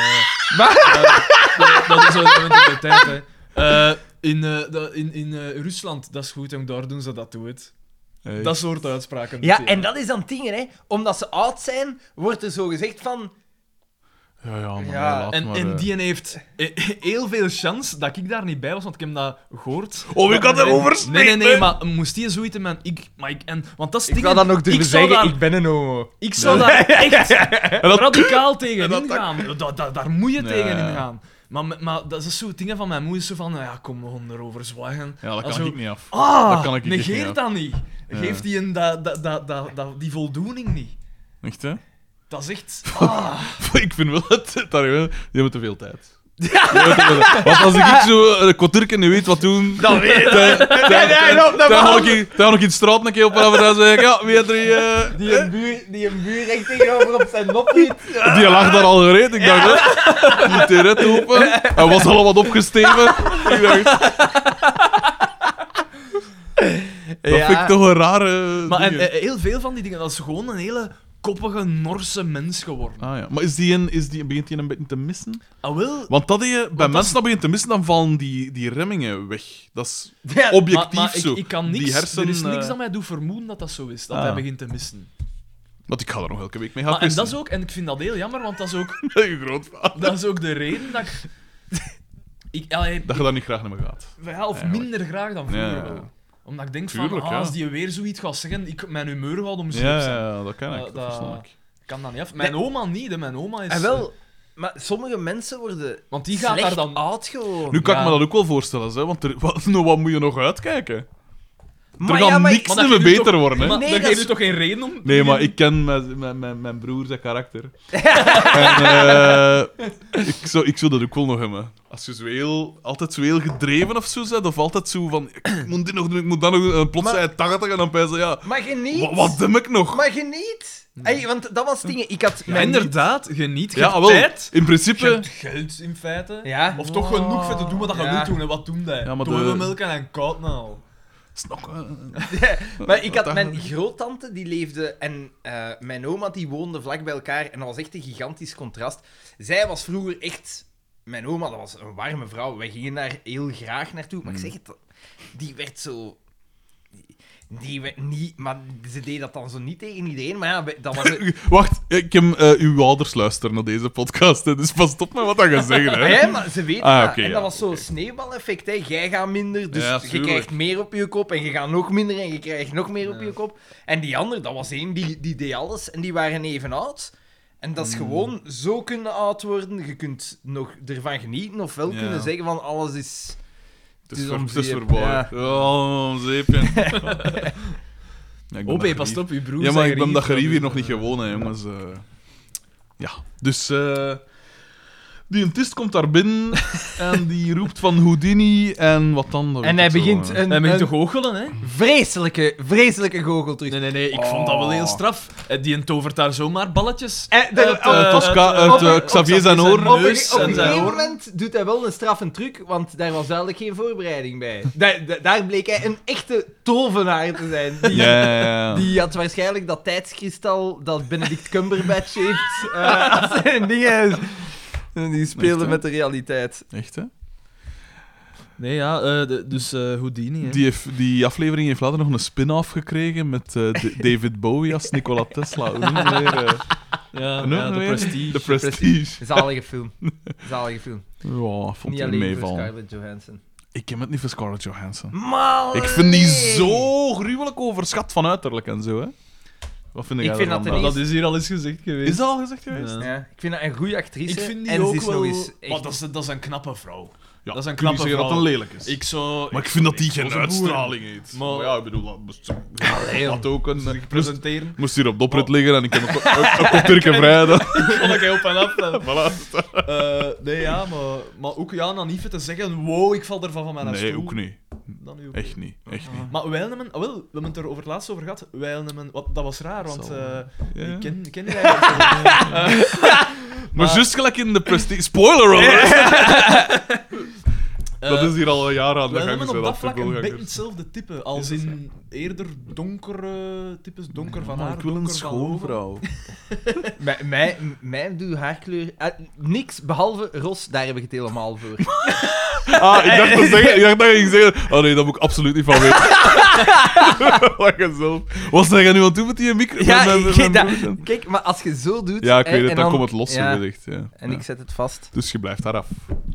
eh, dat is een te veel tijd, hè. Eh, in, eh, dat- in, in eh, Rusland, dat is goed, en daar doen ze dat toe, het. Hey. Dat soort uitspraken. Ja, doet en hij. dat is dan dingen, hè. Omdat ze oud zijn, wordt er zo gezegd van... Ja, ja, maar Ja, nee, laat En, maar, en eh. die heeft eh, heel veel kans dat ik daar niet bij was, want ik heb dat gehoord. Oh, ik had Nee, erover Nee, nee, nee, hè? maar moest die zoiets in mijn... Ik, maar ik, en, want dat is Ik dingen- zou dan nog durven ik zou zeggen, daar- ik ben een homo. Ik zou daar echt En dat- radicaal tegen en dat- ingaan. Da, da, daar moet je Ja, tegen ja. ingaan. Maar, maar dat is zo dingen van mijn moeder, zo van, ja, kom, we gaan erover zwijgen. Ja, dat Als kan zo- ik niet af. Ah, Dat kan ik echt niet negeer af. dat niet. Ja. Geef die, een, dat, dat, dat, dat, dat- die voldoening niet. Echt, hè? Dat is echt... Ah. Ik vind wel dat het daar, die hebben te veel tijd. Die hebben te veel tijd. Want als ik zo een kwartiertje niet weet wat doen... Dat weet je. Dan Ja, ja, op de dan bal. nog een- dan nog in de straat een keer op en dan zeg ik, ja, wie heeft er hier, eh, Die een buur, die een buur echt tegenover op zijn noppiet. die lag daar al gereed. Ik dacht, hè, die terret open. Hij was al wat opgesteven. Ik dacht, dat vind ik toch een rare Maar en, dingen. eh, heel veel van die dingen, dat is gewoon een hele koppige, Norse mens geworden. Ah ja, maar is die een, is die, begint die een beetje te missen? Ah, wel... Want dat je bij dat mensen is- dat begint te missen, dan vallen die, die remmingen weg. Dat is Ja, objectief maar, maar zo. ik, ik kan niks, die hersen, er is niks eh, dat mij doet vermoeden dat dat zo is, dat Ah. hij begint te missen. Want ik ga er nog elke week mee gaan Maar, en pissen. dat is ook, en ik vind dat heel jammer, want dat is ook, Je grootvader. dat is ook de reden dat ik... ik allee, Dat je daar niet graag naar me gaat. ja, of Eigenlijk. minder graag dan vroeger Ja. wel. Omdat ik denk Tuurlijk, van, ah, ja. als die weer zoiets gaat zeggen, ik, mijn humeur gaat om zeep Ja, ja, zijn. ja, dat kan ik. Eh, dat dat- verstaan ik. Ik kan dat niet af. Mijn oma niet, hè. Mijn oma is... En wel, maar sommige mensen worden Want die gaat slecht daar dan... oud gewoon. Nu kan ja. ik me dat ook wel voorstellen, hè, want er, wat, nou, wat moet je nog uitkijken? Maar er ja, gaat maar- niks Maar niet dat meer geeft u beter toch- worden, hè? Maar Nee, daar dat geef is- je toch geen reden om? Nee, maar ik ken mijn, mijn, mijn, mijn broer zijn karakter. en eh, ik, zou, ik zou dat ook wel nog hebben. Als je zo heel, altijd zo heel gedreven of zo bent, of altijd zo van, ik moet dit nog doen, ik moet dat nog doen, en plots Maar- zei hij tachtig en dan bij ze, ja, Maar geniet. wat, wat heb ik nog? Maar geniet. Hey, want dat was dingen. Ik had Ja, mijn inderdaad, geniet. Je Ja, hebt wel, tijd. in Je principe... hebt geld in feite. Ja. Of toch genoeg voor te doen wat je Ja. wilt doen. En wat doen die? Ja, maar Door de- melk en koud nou. Snok, eh, Maar ik had Wat mijn dan? groottante, die leefde... En eh, mijn oma, die woonde vlak bij elkaar. En dat was echt een gigantisch contrast. Zij was vroeger echt... Mijn oma, dat was een warme vrouw. Wij gingen daar heel graag naartoe. Maar ik zeg het, die werd zo... Die werd niet... Maar ze deed dat dan zo niet tegen iedereen. Maar ja, dat was... het- Wacht, ik heb eh, uw ouders luisteren naar deze podcast, hè, dus pas op met wat dat je zegt, hè. Ah, ja, maar ze weten Ah, dat. oké, en ja, dat was zo'n oké. sneeuwbaleffect. Hè. Jij gaat minder, dus Ja, je tuurlijk. krijgt meer op je kop. En je gaat nog minder en je krijgt nog meer op je kop. En die ander, dat was één, die, die deed alles. En die waren even oud. En dat is gewoon zo kunnen oud worden. Je kunt nog ervan genieten, ofwel Ja. kunnen zeggen van alles is... Het Het is, is ver, om het is zeep, verborgen. Oh, om zeepje. Ja, ik ben Ope, dat pas gerief- op, je broer Ja, maar zijn ik ben dat gerief, gerief hier dus, nog niet eh, gewoon, hè, jongens. eh. Ja, dus... eh die intist komt daar binnen en die roept van Houdini en wat dan? Dat weet En hij ik zo, begint hè. een, Hij begint een te goochelen, hè? vreselijke, vreselijke goocheltruc. Nee, nee, nee, ik vond dat wel heel straf. Eh, Die tovert daar zomaar balletjes. En de- uit, oh, eh, Uit Tosca- uit, uit, eh, eh, op Xavier zijn oor. Op een, neus op en een zijn gegeven oor. moment doet hij wel een straffe truc, want daar was duidelijk geen voorbereiding bij. Da- da- daar bleek hij een echte tovenaar te zijn. Die, Ja, ja, ja. die had waarschijnlijk dat tijdskristal dat Benedict Cumberbatch heeft uh, als zijn dingen. En die speelde Echt, hè? met de realiteit. Echt, hè? Nee, ja, eh, de- dus eh Houdini, hè. Die, heeft, die aflevering heeft later nog een spin-off gekregen met eh, D- David Bowie als Nikola Tesla. Hoe noem je het weer? eh? Ja, Hoe noem je ja, het de weer? Prestige. De Prestige. Zalige film. Zalige film. Ja, vond Niet ik alleen voor meevallen. Scarlett Johansson. Ik ken het niet voor Scarlett Johansson. Man, Ik vind die nee. zo gruwelijk overschat van uiterlijk en zo, hè. Wat vind Ik jij vind ervan, dat Daan? ten Dat is hier al eens gezegd geweest. Is dat al gezegd geweest? Ja. Ja, ik vind dat een goede actrice. Ik vind die en ook ze is wel... nog eens echt... Maar dat is, dat is een knappe vrouw. Ja, Dat is een kun je knappe zeggen dat vrouw. het een lelijk is. Ik zou... Maar ik vind dat die ik geen zou ze boeren. uitstraling heeft. Maar- Maar ja, ik bedoel, dat moest, Allee, joh. dat ook een... Zich presenteren. Moest hier op de oprit liggen en ik heb een, een, een kwartiertje vrij. Dan. Kon ik op en af. dan. Voilà. Eh, nee, ja, maar, maar ook ja, aan Yves te zeggen, wow, ik val ervan van mijn Nee, stoel. ook niet. Dan nu ook Echt niet. Echt niet. Maar wij nemen... ah, wel, we hebben het er over het laatst over gehad. Wij nemen... Wat, dat was raar, want... Zal- eh Ja. ik ken, ik ken die eigenlijk zo. Maar, Maar- juist gelijk in de prestige... Spoiler alert! Eh, Dat is hier al een jaar aan de wij gang. nemen zo, op dat vlak een dubbelgangers. beetje hetzelfde type. Als Is dat in eerder donkere types. Donker van Maar haar, ik wil een donker van ogen. schoonvrouw. Mij, mij, mij doet haarkleur... eh, niks, behalve Ros, daar heb ik het helemaal voor. Ah, ik dacht, te zeggen, ik dacht dat je ging zeggen... Oh nee, daar moet ik absoluut niet van weten. Wat je zelf... Wat zeg je nu aan het doen met die micro? Ja, met- met- ik- met- dat- met- kijk, maar als je zo doet... Ja, ik hè, weet het, en dan komt het los, ja, zo gezegd. Ja. En Ja. ik zet het vast. Dus je blijft daar af.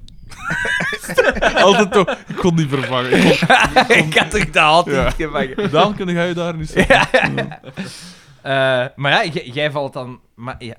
Altijd toch... Ik kon die vervangen. Ik kon- ik had toch de hand Ja. niet gevangen. Daan, kun jij je daar niet zetten? Ja. Eh, maar ja, jij- jij valt dan... Maar, ja.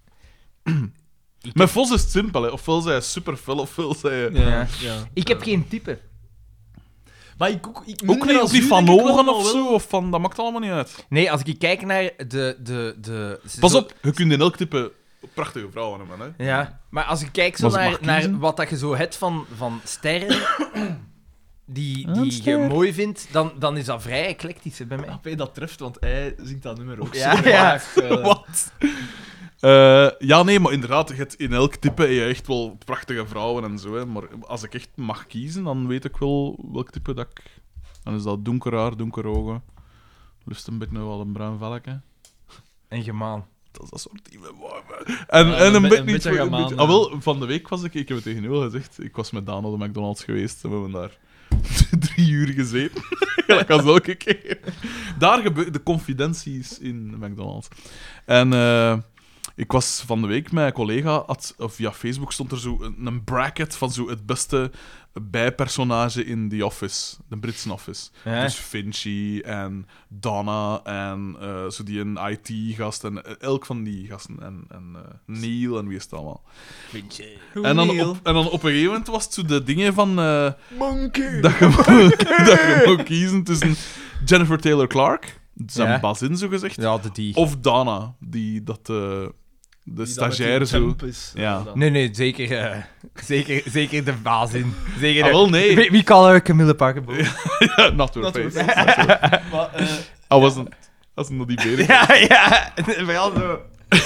Met Vos is het simpel, hè. Ofwel zij is super fel, ofwel zij... je- Ja, Ja. ja. Ik heb geen type. Maar ik ook... Ik, Ook minder niet, als of niet u, van denk ik wel, ogen maar of wel- zo, of van... Dat maakt allemaal niet uit. Nee, als ik kijk naar de... de, de Pas zo- op, je kunt in elk type prachtige vrouwen hebben, hè. Ja, maar als ik kijk zo Maar ze naar, mag kiezen. naar wat dat je zo hebt van, van sterren die, Een die je ster. mooi vindt, dan, dan is dat vrij eclectisch hè, bij mij. Ah, P, dat treft, want hij zingt dat nummer ook Ja, zo ja. vaak, eh. Wat? Eh, ja, nee, maar inderdaad, je hebt in elk type heb je echt wel prachtige vrouwen en zo. Hè. Maar als ik echt mag kiezen, dan weet ik wel welk type dat ik... Dan is dat donker haar, donker ogen. Lust een beetje wel een bruin velkje. En gemaan. Dat is dat soort type. En, Ja, en een een be- beetje een niet... beetje een gamaan, beetje- ja. ah, wel, van de week was ik... Ik heb het tegen u al gezegd. Ik was met Daan op de McDonald's geweest en we hebben daar drie uur gezeten. Gelijk als elke keer. Daar gebeurt de confidenties in de McDonald's. En eh, ik was van de week met een collega... Had, of via Facebook stond er zo een, een bracket van zo het beste bijpersonage in The Office. De Britse Office. Ja. Dus Finchy en Donna en eh, zo die een I T-gast en eh, elk van die gasten. En, en eh, Neil en wie is het allemaal. En dan, op, en dan op een gegeven moment was het zo de dingen van... eh, Monkey! dat je moet, dat je moet kiezen tussen Jennifer Taylor Clark, zijn Ja. bazin zo gezegd, Ja, de die. of Donna, die dat... eh, de stagiaire zo... Ja. Ja. Nee, nee, zeker, eh, zeker, zeker de baas in. Zeker Ah, de... wel, nee. Wie, wie kan er Camille Parker boven? Ja, not your Not your face. Maar, eh, I wasn't... Als een die beren. Ja, ja. Vooral zo.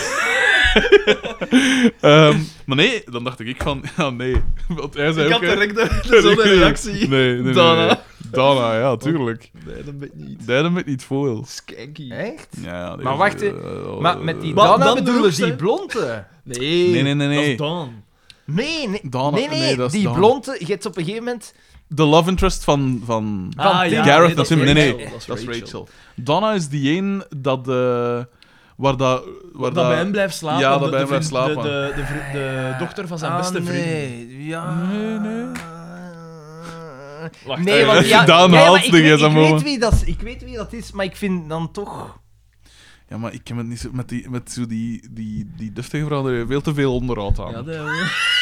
Ehm, maar nee, dan dacht ik van... Ja, nee. Want hij zei ik ook... had hè, direct de- dezelfde reactie. Nee, nee, nee. Donna. nee. Donna, ja, tuurlijk. Nee, dat ben ik niet. Die hebben het niet veel. Skanky. Echt? Ja, ja, die Maar is, wacht, eh, hè. Maar met die Maar Donna dan bedoelen bedoel die ze- blonde. Nee. Nee, nee, nee, nee. Dat is Dawn. Nee, nee, Donna- nee, nee, nee, dat is die Donna. blonde, je hebt op een gegeven moment... De love interest van... van Van Ah, Tim. ja, Gareth nee, dat en is Tim. Nee, Rachel. nee. Dat is Dat is Rachel. Rachel. Donna is die een dat... eh waar dat... Waar Dat bij hem blijft slapen. Ja, dat de- bij hem de blijft vriend- slapen. De, de, de, vri- de dochter van zijn Ah, beste vriend. nee, ja... Nee, nee. Wacht, Nee, eh, want ja, Daan ja, ja, haalt maar ik, dingen, weet, zeg ik, maar. weet wie dat is, ik weet wie dat is, maar ik vind dan toch... Ja, maar ik heb het niet zo... Met, die, met zo die, die, die deftige vrouw, daar heb je veel te veel onderhoud aan. Ja, dat wel.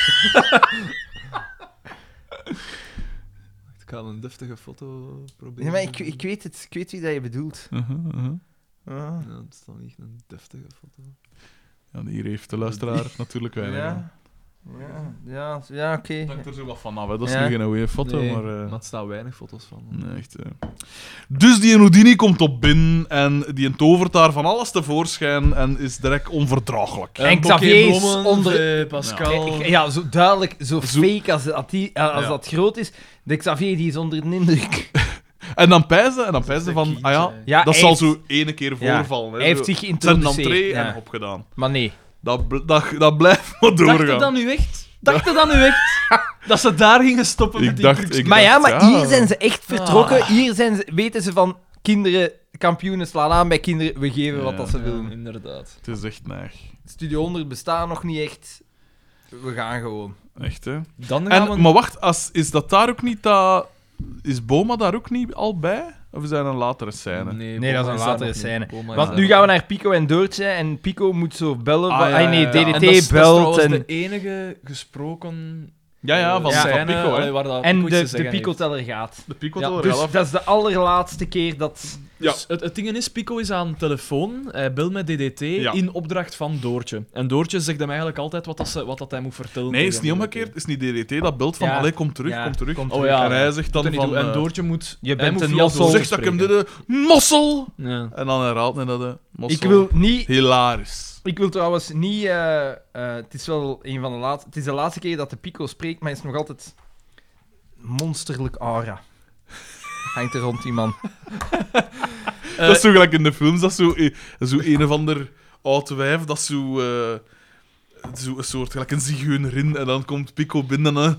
Ik ga een deftige foto proberen. Ja, maar ik, ik, weet het, ik weet wie dat je bedoelt. Uh-huh, uh-huh. Ah. Ja, het is dan niet een deftige foto. Ja, hier heeft de luisteraar natuurlijk weinig aan. Ja, ja, ja, ja oké. Het hangt er zo wat van af, hè. Dat is Ja. nu geen goede foto, Nee, maar... eh, maar het staan weinig foto's van. nee, echt, eh. Dus die Houdini komt op binnen en die tovert daar van alles tevoorschijn en is direct onverdraaglijk. En Xavier is Pokémon, onder- eh, Pascal. Ja, zo duidelijk, zo Zo- fake als, dat, die, als Ja. dat groot is. De Xavier die is onder de indruk. En dan pijzen, en dan pijzen een van, kindje, ah ja, hè. Ja, dat hij zal heeft- zo ene keer Ja. voorvallen. Hè. Hij heeft Zo, zich zijn geïntroduceerd. entree Ja. en opgedaan. Maar nee. Dat, bl- dat, dat blijft maar Dacht je doorgaan. dat nu echt? Dacht je dat nu echt? Dat ze daar gingen stoppen Ik met die dacht- trucs? ik Maar ja, maar ja. hier zijn ze echt vertrokken. Ah. Hier zijn ze, weten ze van kinderen, kampioenen slaan aan bij kinderen. We geven wat Ja. dat ze Ja, willen. inderdaad. Het is echt neig. Studio honderd bestaat nog niet echt. We gaan gewoon. Echt, hè. Dan gaan En, we... maar wacht, als, is dat daar ook niet dat... Is Boma daar ook niet al bij? Of is dat een latere scène? Nee, dat is Boma een daar latere nog scène. niet. Boma is Want daar nu nog gaan we niet. naar Pico en Doortje. En Pico moet zo bellen. Ah, van, ja, ah, nee, ja, ja. En D D T dat is, dat is belt. trouwens En, de enige gesproken... Ja, ja, van, eh, van scène, Pico, hè. allee, waar dat en Pico iets de, te de zeggen heeft. Pico-teller gaat. De Pico Ja, ja, Dus dat is de allerlaatste keer dat... Ja. Dus het, het ding is, Pico is aan de telefoon, hij belt met D D T Ja. in opdracht van Doortje. En Doortje zegt hem eigenlijk altijd wat, dat ze, wat dat hij moet vertellen. Nee, is tegen niet D D T. omgekeerd. Het is niet D D T dat beeld van, Ja. allee, kom terug, Ja, kom terug. kom Oh ja. En hij zegt dan Dat niet van... doen. En eh, Doortje moet... Je hij bent moet een via mossel. Doortje zegt dat ik hem spreken. de mossel! Ja. En dan herhaalt hij dat de mossel. Ik wil niet... Hilarisch. Ik wil trouwens niet... eh, eh, het is wel een van de laatste... Het is de laatste keer dat de Pico spreekt, maar hij is nog altijd... monsterlijk aura. Hangt er rond die man. Dat is zo gelijk in de films, dat zo, eh, zo een of ander oud wijf, dat zo... eh, zo een soort, gelijk een zigeunerin, en dan komt Pico binnen en...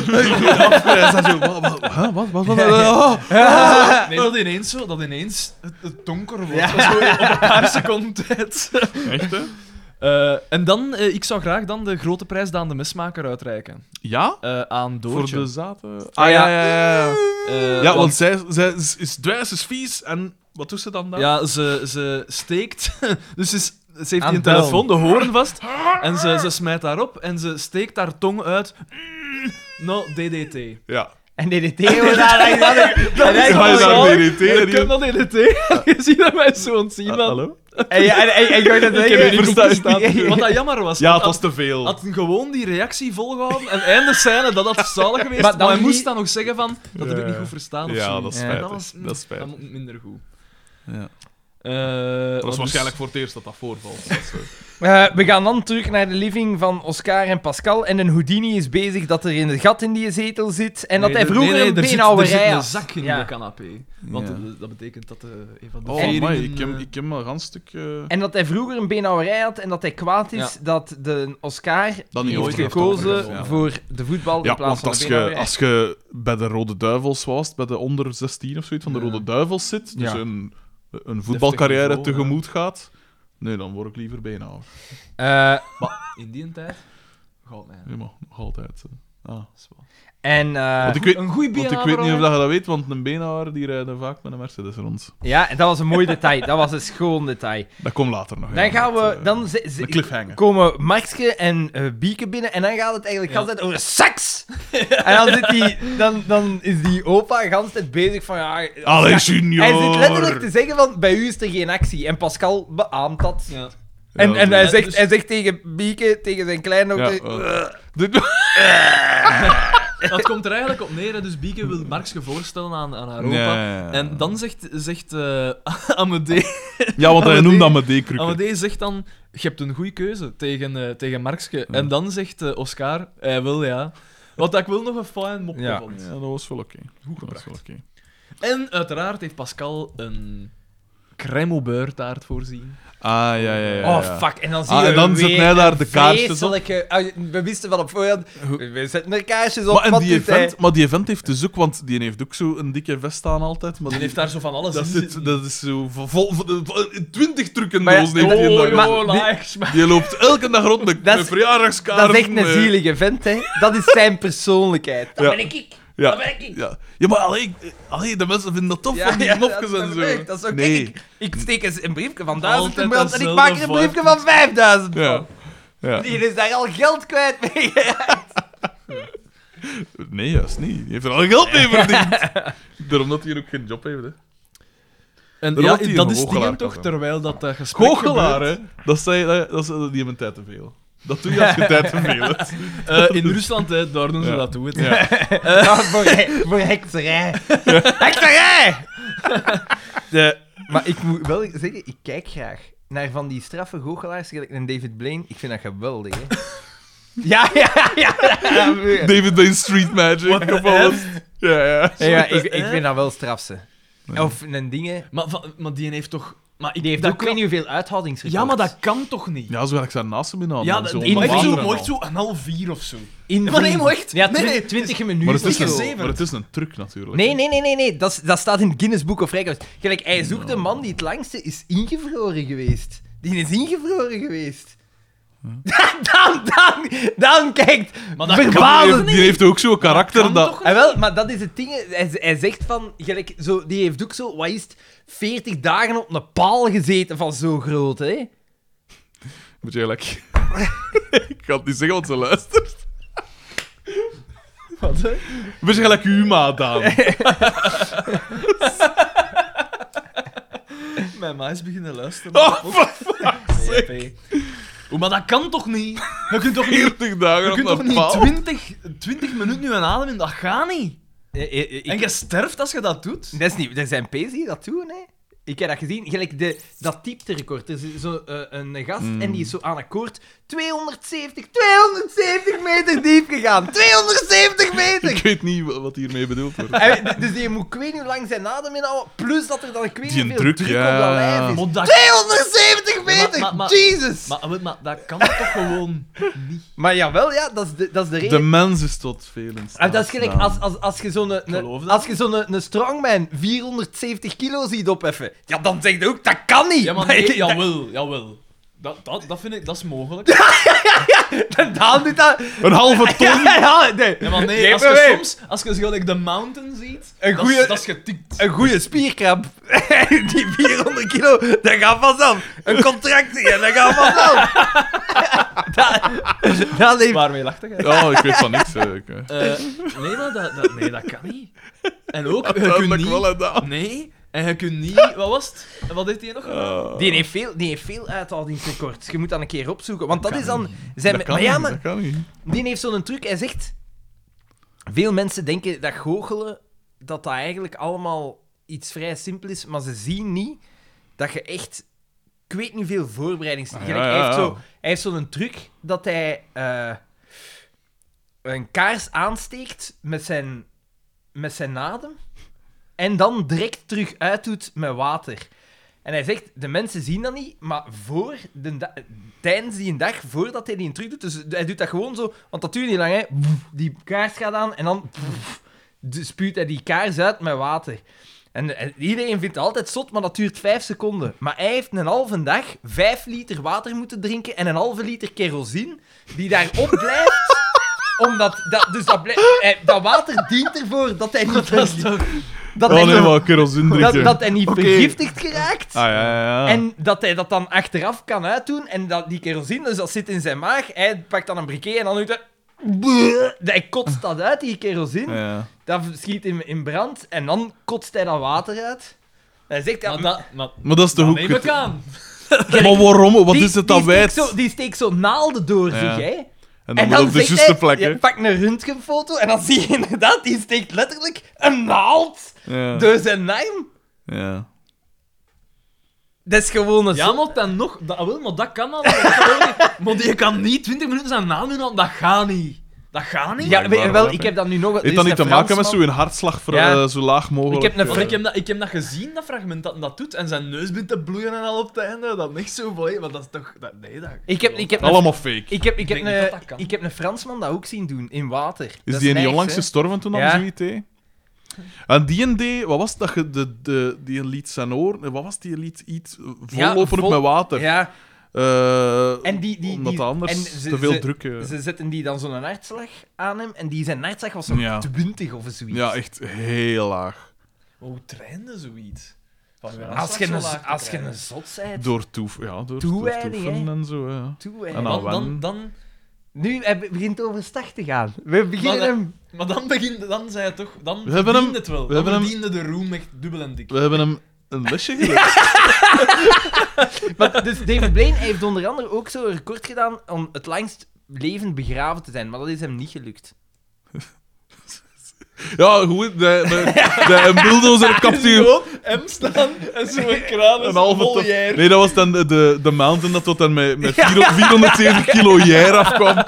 eh, hij zegt zo, wat, wat, huh, wat, wat, wat, ah, ah. Nee, dat ineens zo, dat ineens het, het donker wordt. Ja. Zo op een paar seconden tijd. Echt, hè? Eh, en dan, eh, ik zou graag dan de grote prijs Daan de Mesmaker uitreiken. Ja? Eh, aan Doortje. Voor de zaten... Ah, ja, ja, ja. Ja, Eh, ja want zij, zij is, is dwijs, is vies, en wat doet ze dan daar? Ja, ze, ze steekt. Dus ze, is, ze heeft Aan die bellen. telefoon, de hoorn vast. En ze, ze smijt daarop en ze steekt haar tong uit. Mm, no, D D T. Ja. En D D T wordt daar... En hij Ga je zo- daar D D T Ja, en ik ken dat D D T. Je ziet dat mij zo ontzien. Ah, man. hallo? En je en- en- en je gaat dat Ik heb zeggen. je niet verstaan. verstaan. Wat dat jammer was. Ja, want het was te veel. had, had gewoon die reactie volgehouden en einde scène, dat had zalig geweest. Maar Maar, dan hij niet- moest dan nog zeggen van, dat heb ik Ja. niet goed verstaan of Ja, zo. dat is Ja. spijtig. Dat was mm, Dat is spijtig. dat moet minder goed. Ja. Eh, Dat is dus- waarschijnlijk voor het eerst dat dat voorvalt. Dat is, eh, Eh, we gaan dan terug naar de living van Oscar en Pascal. En een Houdini is bezig dat er in het gat in die zetel zit. En dat Nee, hij er- vroeger nee, nee, een er zit- beenhouwerij Er zit een had. zak in Ja. de canapé. Want Ja. eh, dat betekent dat eh, een van de Oh, veringen, amai, ik heb, eh, ik heb maar een ganz stuk... eh, En dat hij vroeger een beenhouwerij had en dat hij kwaad is Ja. dat de Oscar Dat die niet heeft heeft gekozen overgenomen. voor de voetbal in Ja, plaats want van als de je, beenhouwerij. als je bij de Rode Duivels was, bij de onder zestien of zoiets van de Ja. Rode Duivels zit, dus Ja. een, een voetbalcarrière niveau, tegemoet gaat, nee, dan word ik liever beenhouwer. Eh, Maar in die tijd gaat mij. Ja, maar nog altijd. eh. Ah. Dat is waar. en eh, Want ik weet, Een goeie want ik weet niet of dat je dat weet, want een beenhouwer die rijden vaak met een Mercedes rond. ja, dat was een mooi detail. Dat was een schoon detail. Dat komt later nog. Dan ja, gaan we... met, eh, Dan ze- ze- de cliffhanger. komen Markske en eh, Bieke binnen en dan gaat het eigenlijk de hele tijd over seks. En dan, zit die, dan, dan is die opa de hele tijd bezig van... Ja, Allee, ja, junior! hij zit letterlijk te zeggen van, bij u is er geen actie. En Pascal beaamt dat. Ja. En, Ja, en hij, ja, zegt, dus- hij zegt tegen Bieke, tegen zijn kleindochter... Ja, eh. Dit- Dat komt er eigenlijk op neer. Hè. Dus Bieke wil Markske voorstellen aan, aan haar opa. Ja, ja, ja. En dan zegt, zegt uh, Amédée... Ja, want hij Amédée- noemt dat met D-krukken. Amédée zegt dan... Je hebt een goede keuze tegen, uh, tegen Markske. En dan zegt uh, Oscar... Hij wil, ja. Want ik wil nog een fijn mopje Ja. vond. Ja, dat was wel oké. Goed Dat was gebracht. wel oké. En uiteraard heeft Pascal een crème au beurre taart voorzien. Ah, ja, ja, ja. ja. Oh, fuck. En dan zie Ah, je en dan weer zet hij daar een de kaarsjes op. vreselijke... Ah, we wisten van op voorhand... We zetten er kaarsjes op, Maar, en wat die doet hij? event, maar die event heeft dus ook, want die heeft ook zo een dikke vest aan altijd. Maar Die heeft daar zo van alles dat, in zit, zitten. dat is zo vol, vol, vol- vol- twintig trucken Maar ja, doos neemt hij in oh, dag. maar- oh, die- likes, maar- Die loopt elke dag rond met, Dat is- met verjaardagskaarten. Dat is echt een met- zielige vent, hè. Dat is zijn persoonlijkheid. Dat Ja. ben ik. ik. Ja. Dat ben ik. Ja, ja maar alleen, alleen, de mensen vinden dat tof Ja, van die ja, mopjes dat is en toch zo. leuk? Dat is ook Nee. ik. Ik steek eens een briefje van duizend in Altijd brand en ik dezelfde maak er een briefje vibe. van vijfduizend Ja. van. Ja. Die is daar al geld kwijt mee geraakt. Nee, juist niet. Die heeft er al geld mee verdiend. Daarom dat hij hier ook geen job heeft. Hè. En Daarom ja, dat hij dat een is goochelaar dingen kan toch, zijn. terwijl dat uh, gesprek Goochelaar, gebeurt. hè. Dat zei, dat, dat is, die hebben tijd te veel. Dat doe je als je tijd te veel hebt. Uh, in Rusland, hè, daar doen ze Ja. dat toe. het. Ja. Ja, voor, he- voor hekserij. Hekserij! De, maar ik moet wel zeggen, ik kijk graag naar van die straffe goochelaars, gelijk een David Blaine. Ik vind dat geweldig, hè. Ja, ja, ja. ja, ja. David Blaine Street Magic. What the of alles. Ja, ja. Ja, ja, ik, What the ik F? vind dat wel strafse. Of een dingen... Maar, va- maar die heeft toch... Maar ik, Die heeft dat ook, ik weet kan- niet hoeveel uithoudingsrecords. Ja, maar dat kan toch niet? Ja, zo werkt zijn naast hem in aan. Ja, dan dat- zo in maar echt water zo, en maar al. echt zo een half vier of zo. In Ja, maar nee, vriend. maar echt. Ja, Nee, twintig, nee, het is- twintig Maar minuten. het, is of een, zo. zeven. maar het is een truc natuurlijk. Nee, nee, nee, nee, nee. Dat, is- dat staat in Guinness Book of Records. Gelijk, hij zoekt een man die het langste is ingevroren geweest. Die is ingevroren geweest. dan, dan, dan kijkt. Maar dat Die verbazend. heeft, die heeft ook zo'n karakter kan dat... toch Ah, wel, maar dat is het ding. hè. Hij, hij zegt van, gelijk, zo, die heeft ook zo, wat is het, veertig dagen op een paal gezeten van zo groot, hè? Moet je gelijk... Ik ga het niet zeggen, want ze luistert. Wat, hè? Moet je gelijk uw maat aan. Mijn ma is beginnen luisteren. Oh, fuck. Nee, P. Oeh, maar dat kan toch niet? Je kunt toch niet, veertig dagen je op kunt een toch niet paal. twintig, twintig minuten nu aan in? Dat gaat niet. Eh, eh, eh, ik- En je sterft als je dat doet. Dat is niet... Er zijn P's die dat doen, hè. Ik heb dat gezien. Gelijk de, dat diepterecord. Er is zo eh, een gast Mm. en die is zo aan akkoord tweehonderdzeventig, tweehonderdzeventig meter diep gegaan. tweehonderdzeventig meter! Ik weet niet wa- wat hiermee bedoeld wordt. En, dus die moet ik weet niet hoe lang zijn adem inhouden, plus dat er dan ik weet Die niet hoeveel druk, druk, ja. op dat lijf is. Maar dat, tweehonderdzeventig maar- meter! maar- maar- Jesus! Maar, maar, maar, maar dat kan toch gewoon niet? jawel, ja, dat is de, dat is de De reden. mens is tot veel in staat. Ah, dat is gelijk Nou. als, als, als je zo'n een, Geloof dat? als je zo'n een, een strongman vierhonderdzeventig kilo ziet opheffen, ja, dan zeg je ook, dat kan niet! Ja, maar Maar- nee, jawel, jawel. Dat, dat, dat vind ik, dat is mogelijk. En Daan doet dat... Een halve ton. Ja, ja, nee. Ja, maar nee, Geef als me je mee. soms, als je zo like The Mountain ziet, Een dat, goeie- is, dat is getikt. Een goede spierkrab. Die vierhonderd kilo, dat gaat vanzelf. Een contractie, dat gaat vanzelf. dat, dat heeft... Waarmee lachte jij? Oh, ik weet van niks. eh, ik, eh. Eh, nee, maar dat, dat, nee, dat kan niet. En ook, je Dat kunt heb ik wel niet... gedaan. Nee, en je kunt niet... Wat was het? En wat heeft hij nog gedaan? Ah. Die heeft veel, die heeft veel uithoudingsrecords. Je moet dat een keer opzoeken. Want dat Kan is dan... niet. Zijn, Dat kan maar ja, niet, maar dat kan niet. die heeft zo'n truc. Hij zegt... Veel mensen denken dat goochelen, dat dat eigenlijk allemaal iets vrij simpel is, maar ze zien niet dat je echt... Ik weet niet veel voorbereiding... Ah, ja, Gelijk, ja, hij heeft ja. zo- hij heeft zo'n truc dat hij eh, een kaars aansteekt met zijn, met zijn adem en dan direct terug uitdoet met water. En hij zegt, de mensen zien dat niet, maar voor de da- tijdens die dag, voordat hij die truc doet, dus hij doet dat gewoon zo, want dat duurt niet lang, hè. Die kaars gaat aan en dan spuut hij die kaars uit met water. En, en iedereen vindt het altijd zot, maar dat duurt vijf seconden. Maar hij heeft een halve dag vijf liter water moeten drinken en een halve liter kerosine, die daarop blijft. Omdat, dat, dus dat, blijft, hij- dat water dient ervoor dat hij niet, Dat is toch... dat Oh hij nee, niet- maar kerosine dat, drinken. dat hij niet Oké. vergiftigd geraakt. Ah, ja, ja, ja. En dat hij dat dan achteraf kan uitdoen. En dat die kerosine, dus dat zit in zijn maag. Hij pakt dan een briquet en dan doet hij... Hij kotst dat uit, die kerosine. Ja. Dat schiet in, in brand. En dan kotst hij dat water uit. Hij zegt... Ja, Maar dat... Maar, Maar dat is toch dat ook... neem ik het- aan. Maar waarom? Wat die- is het die dan wijd? steekt zo, Die steekt zo naalden door Ja. zich, hè. En dan, moet op de zegt juiste hij- plek, hè. Je pakt een röntgenfoto en dan zie je inderdaad, die steekt letterlijk een naald Ja. door zijn naam. Ja. Dat is gewoon een... Ja, zo- maar dan nog... Dat, wel, maar dat kan al. Dat geloof ik. Maar die kan niet twintig minuten zijn naam doen, dat gaat niet. Dat gaat niet. Ja, maar weet je wel, wel, ik hè. heb dat nu nog... er Heeft is dat niet een te maken met Fransman- zo'n hartslag voor, Ja. eh, zo laag mogelijk? Ik heb een Want Fr- ik heb, dat, ik heb dat gezien, dat fragment, dat hij dat doet. En zijn neus begint te bloeien en al op het einde. Dat is echt zo volledig. Maar dat is toch... Dat, nee, dat... Ik heb, ik heb een- Allemaal fake. Ik heb, ik, heb denk niet dat een, dat kan. ik heb een Fransman dat ook zien doen, in water. Is Dat die niet nice, onlangs hè. gestorven toen Ja. aan zoiets, hè? En die en die, wat was het dat je de, de, die liet zijn oor, wat was die liet iets Ja, vollopen vol- met water? Ja, Uh, En die, die, omdat die, anders en ze, te veel ze, druk... uh, Ze zetten die dan zo'n hartslag aan hem en die zijn hartslag was nog Ja. twintig of zoiets. ja, echt heel laag. Hoe trainde zoiets? Van uw Als je hartslag een, zo laag te als je krijgen. een zot bent, Door toef, ja, door, door Toewijding, toeven hè. en zo, ja. toe, hè. En dan- Dan, dan, dan, Nu, hij begint over stag te gaan. We beginnen Maar dat- hem... maar dan begint, dan zei het toch, dan We hebben verdiende hem- het wel. we Dan hebben hem- verdiende de roem echt dubbel en dik. We hebben hem een lesje geleerd. Maar, dus David Blaine heeft onder andere ook zo'n record gedaan om het langst levend begraven te zijn, maar dat is hem niet gelukt. Ja, goed, de, de, de, een bulldozer kapt u Gewoon M staan en zo'n kraan en een zo'n halve vol top. jaar. Nee, dat was dan de, de, de mountain dat tot dan met, met Ja. vierhonderdzeventig kilo jaar afkwam.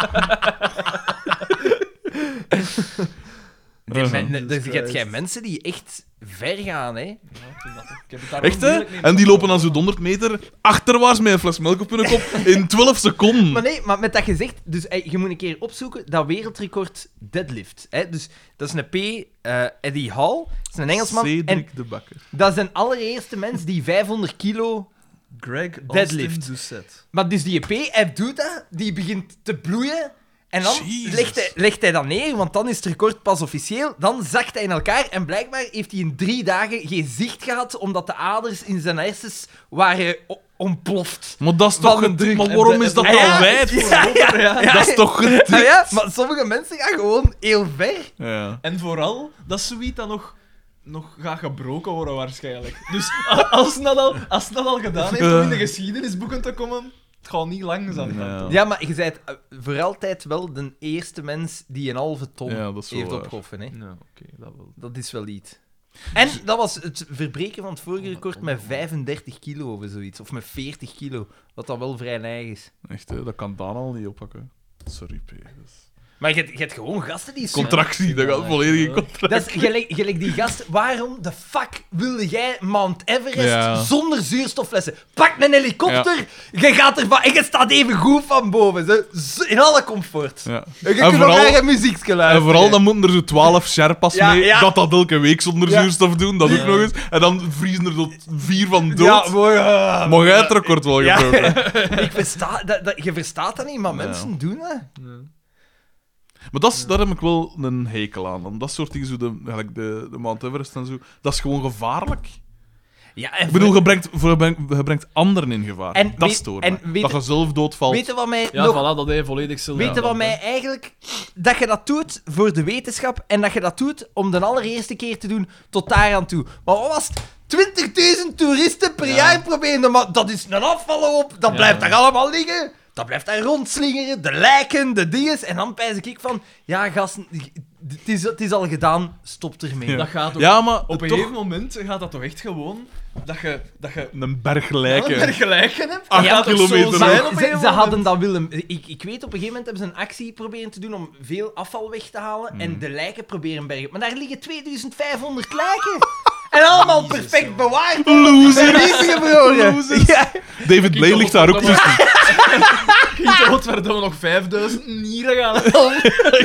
Die Uh-huh. men- dus je hebt Christ. jij mensen die echt ver gaan, hè. Ja, ik vind dat ook. Ik heb het daar Echt, wel hè? moeilijk mee En die gehad. lopen dan zo'n honderd meter achterwaarts met een fles melk op hun kop in twaalf seconden. Maar nee, maar met dat gezegd, dus eh, je moet een keer opzoeken dat wereldrecord deadlift. Hè? Dus dat is een P. eh, Eddie Hall, dat is een Engelsman. En Cedric de Bakker. dat is een allereerste mens die vijfhonderd kilo. Greg Deadlift. Austin Doucet. Maar dus die P, hij doet dat, die begint te bloeien. En dan Jezus. legt hij, legt hij dat neer, want dan is het record pas officieel. Dan zakt hij in elkaar en blijkbaar heeft hij in drie dagen geen zicht gehad, omdat de aders in zijn hersens waren o- ontploft. Maar dat is Van toch... de het- druk. Maar waarom En is dat de- al Ja, wijd? ja, ja, ja. Dat is toch getikt? Ja, ja, maar sommige mensen gaan gewoon heel ver. Ja. En vooral, dat is zoiets dat nog, nog gaat gebroken worden waarschijnlijk. Dus a- als dat al, als dat al gedaan heeft om in de geschiedenisboeken te komen, het gaat niet lang zijn. Ja. Ja, maar je bent eh, voor altijd wel de eerste mens die een halve ton Ja, dat is wel heeft waar. opgehoffen. Hè. Nou, oké, dat wel. Dat is wel iets. En dat was het verbreken van het vorige record met vijfendertig kilo of zoiets. Of met veertig kilo. Wat dan wel vrij neig is. Echt, hè? Dat kan Daan al niet oppakken. Sorry, P. Dat is- Maar je, hebt- je hebt gewoon gasten die... Contractie, dat gaat volledig in contractie. Dat is gelijk, gelijk die gast. Waarom de fuck wilde jij Mount Everest Ja. zonder zuurstofflessen? Pak een helikopter, je gaat ervan en je staat even goed van boven. Zo, zo- in alle comfort. Ja. En je En kunt nog vooral- naar een muziekje En luisteren. vooral dan moeten er zo twaalf Sherpas Ja, mee, ja. dat dat elke week zonder Ja. zuurstof doen, dat ook nog eens. En dan vriezen er tot vier van dood. Ja, mooi. ah. Mag jij het record wel Ja. gebroken? Ik versta, dat, dat, je verstaat dat niet, maar Ja. mensen doen dat. Maar dat is, daar heb ik wel een hekel aan. Want dat soort dingen, zo de, gelijk de, de Mount Everest en zo, dat is gewoon gevaarlijk. Ja, en Ik bedoel, je brengt, je brengt, je brengt anderen in gevaar. En dat weet- stoort en mij. weet- Dat je zelf doodvalt. weet je wat mij Ja, nog... voilà, dat hij volledig zelf. Weet je wat mij eigenlijk... Dat je dat doet voor de wetenschap en dat je dat doet om de allereerste keer te doen tot daar aan toe. Maar wat was het? twintigduizend toeristen per Ja. jaar proberen, maar dat is een afvallen op. Dat Ja. blijft daar allemaal liggen. Dat blijft daar rondslingeren, de lijken, de dinges. En dan pijs ik van, ja, gasten, het is, het is al gedaan, stop ermee. Ja. Dat gaat ook, Ja, maar op een toch gegeven moment gaat dat toch echt gewoon dat je, dat je een berg ja, lijken. een gelijken hebt. Acht Dat gaat toch kilometer zo Maar zijn hè? op een ze, gegeven ze moment? hadden dat willen... Ik, ik weet, op een gegeven moment hebben ze een actie proberen te doen om veel afval weg te halen Hmm. en de lijken proberen bergen. Maar daar liggen tweeduizend vijfhonderd lijken. En allemaal Jezus, perfect jongen. bewaard. Loser. En niet gebroken. Losers. Ja. David Blaine ligt daar ook tussen. Ging toch wat we nog vijfduizend nieren gaan halen?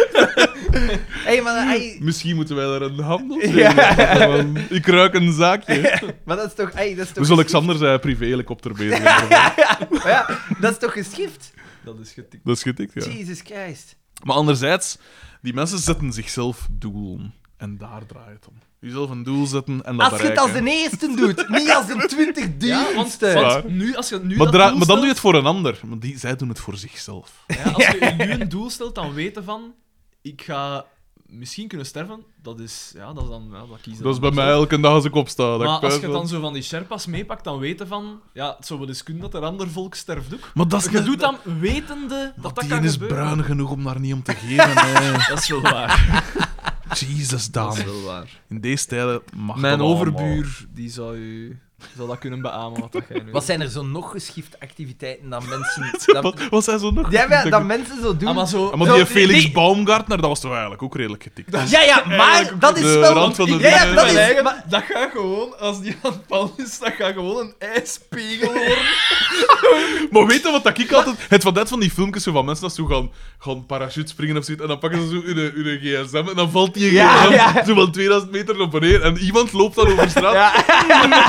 Hey, maar, hey, Misschien moeten wij daar een handel Ja. van, ik ruik een zaakje. maar dat is toch... Hey, dat is toch Dus Alexander zijn privé-helikopter bezig. is. Maar ja, dat is toch geschift? Dat is getikt. Dat is getikt, ja. Jesus Christ. Maar anderzijds, die mensen zetten zichzelf doelen. En daar draait het om. Jezelf een doel zetten en dat Als je het als bereiken. de eerste doet, niet als een twintigduizendste. want- Want nu, als je nu Maar, dat dra- doel maar dan doe je stelt- het voor een ander. Maar die, zij doen het voor zichzelf. Ja, als je nu een doel stelt, dan weten van... Ik ga misschien kunnen sterven. Dat is... Ja, dat is dan... Ja, dat kiezen Dat is dan bij mij zelf. elke dag als ik opsta. Dat Maar ik als thuis je ben. dan zo van die Sherpas meepakt, dan weten van... Ja, het zou wel eens kunnen dat er ander volk sterft ook. Maar dat is Je een- doet dan wetende Maar dat dat die kan is gebeuren. bruin genoeg om daar niet om te geven. hè. Dat is wel waar. Jesus, Dat is Daan. wel waar. In deze tijden mag Mijn dat overbuur, die zou, u, zou dat kunnen beamen wat dat jij nu Wat zijn er zo nog geschifte activiteiten dat mensen... allemaal. dat, Wat, wat zijn zo nog? ja, maar dat mensen zo doen. Ah, maar zo... Ah, maar Zo, die Felix die- Baumgartner, dat was toch eigenlijk ook redelijk getikt. Ja, ja, maar dat is de wel... rand van de ja, ja, dingen. dat is... Eigen, maar- dat gaat gewoon, als die aan het vallen is, dat gaat gewoon een ijspegel worden. Maar weet je wat dat ik altijd... Het van net van die filmpjes zo van mensen dat zo gaan, gaan parachute springen of zoiets, en dan pakken ze zo hun, hun gsm en dan valt die Ja, gsm ja. zo van tweeduizend meter naar beneden en iemand loopt dan over straat. Ja.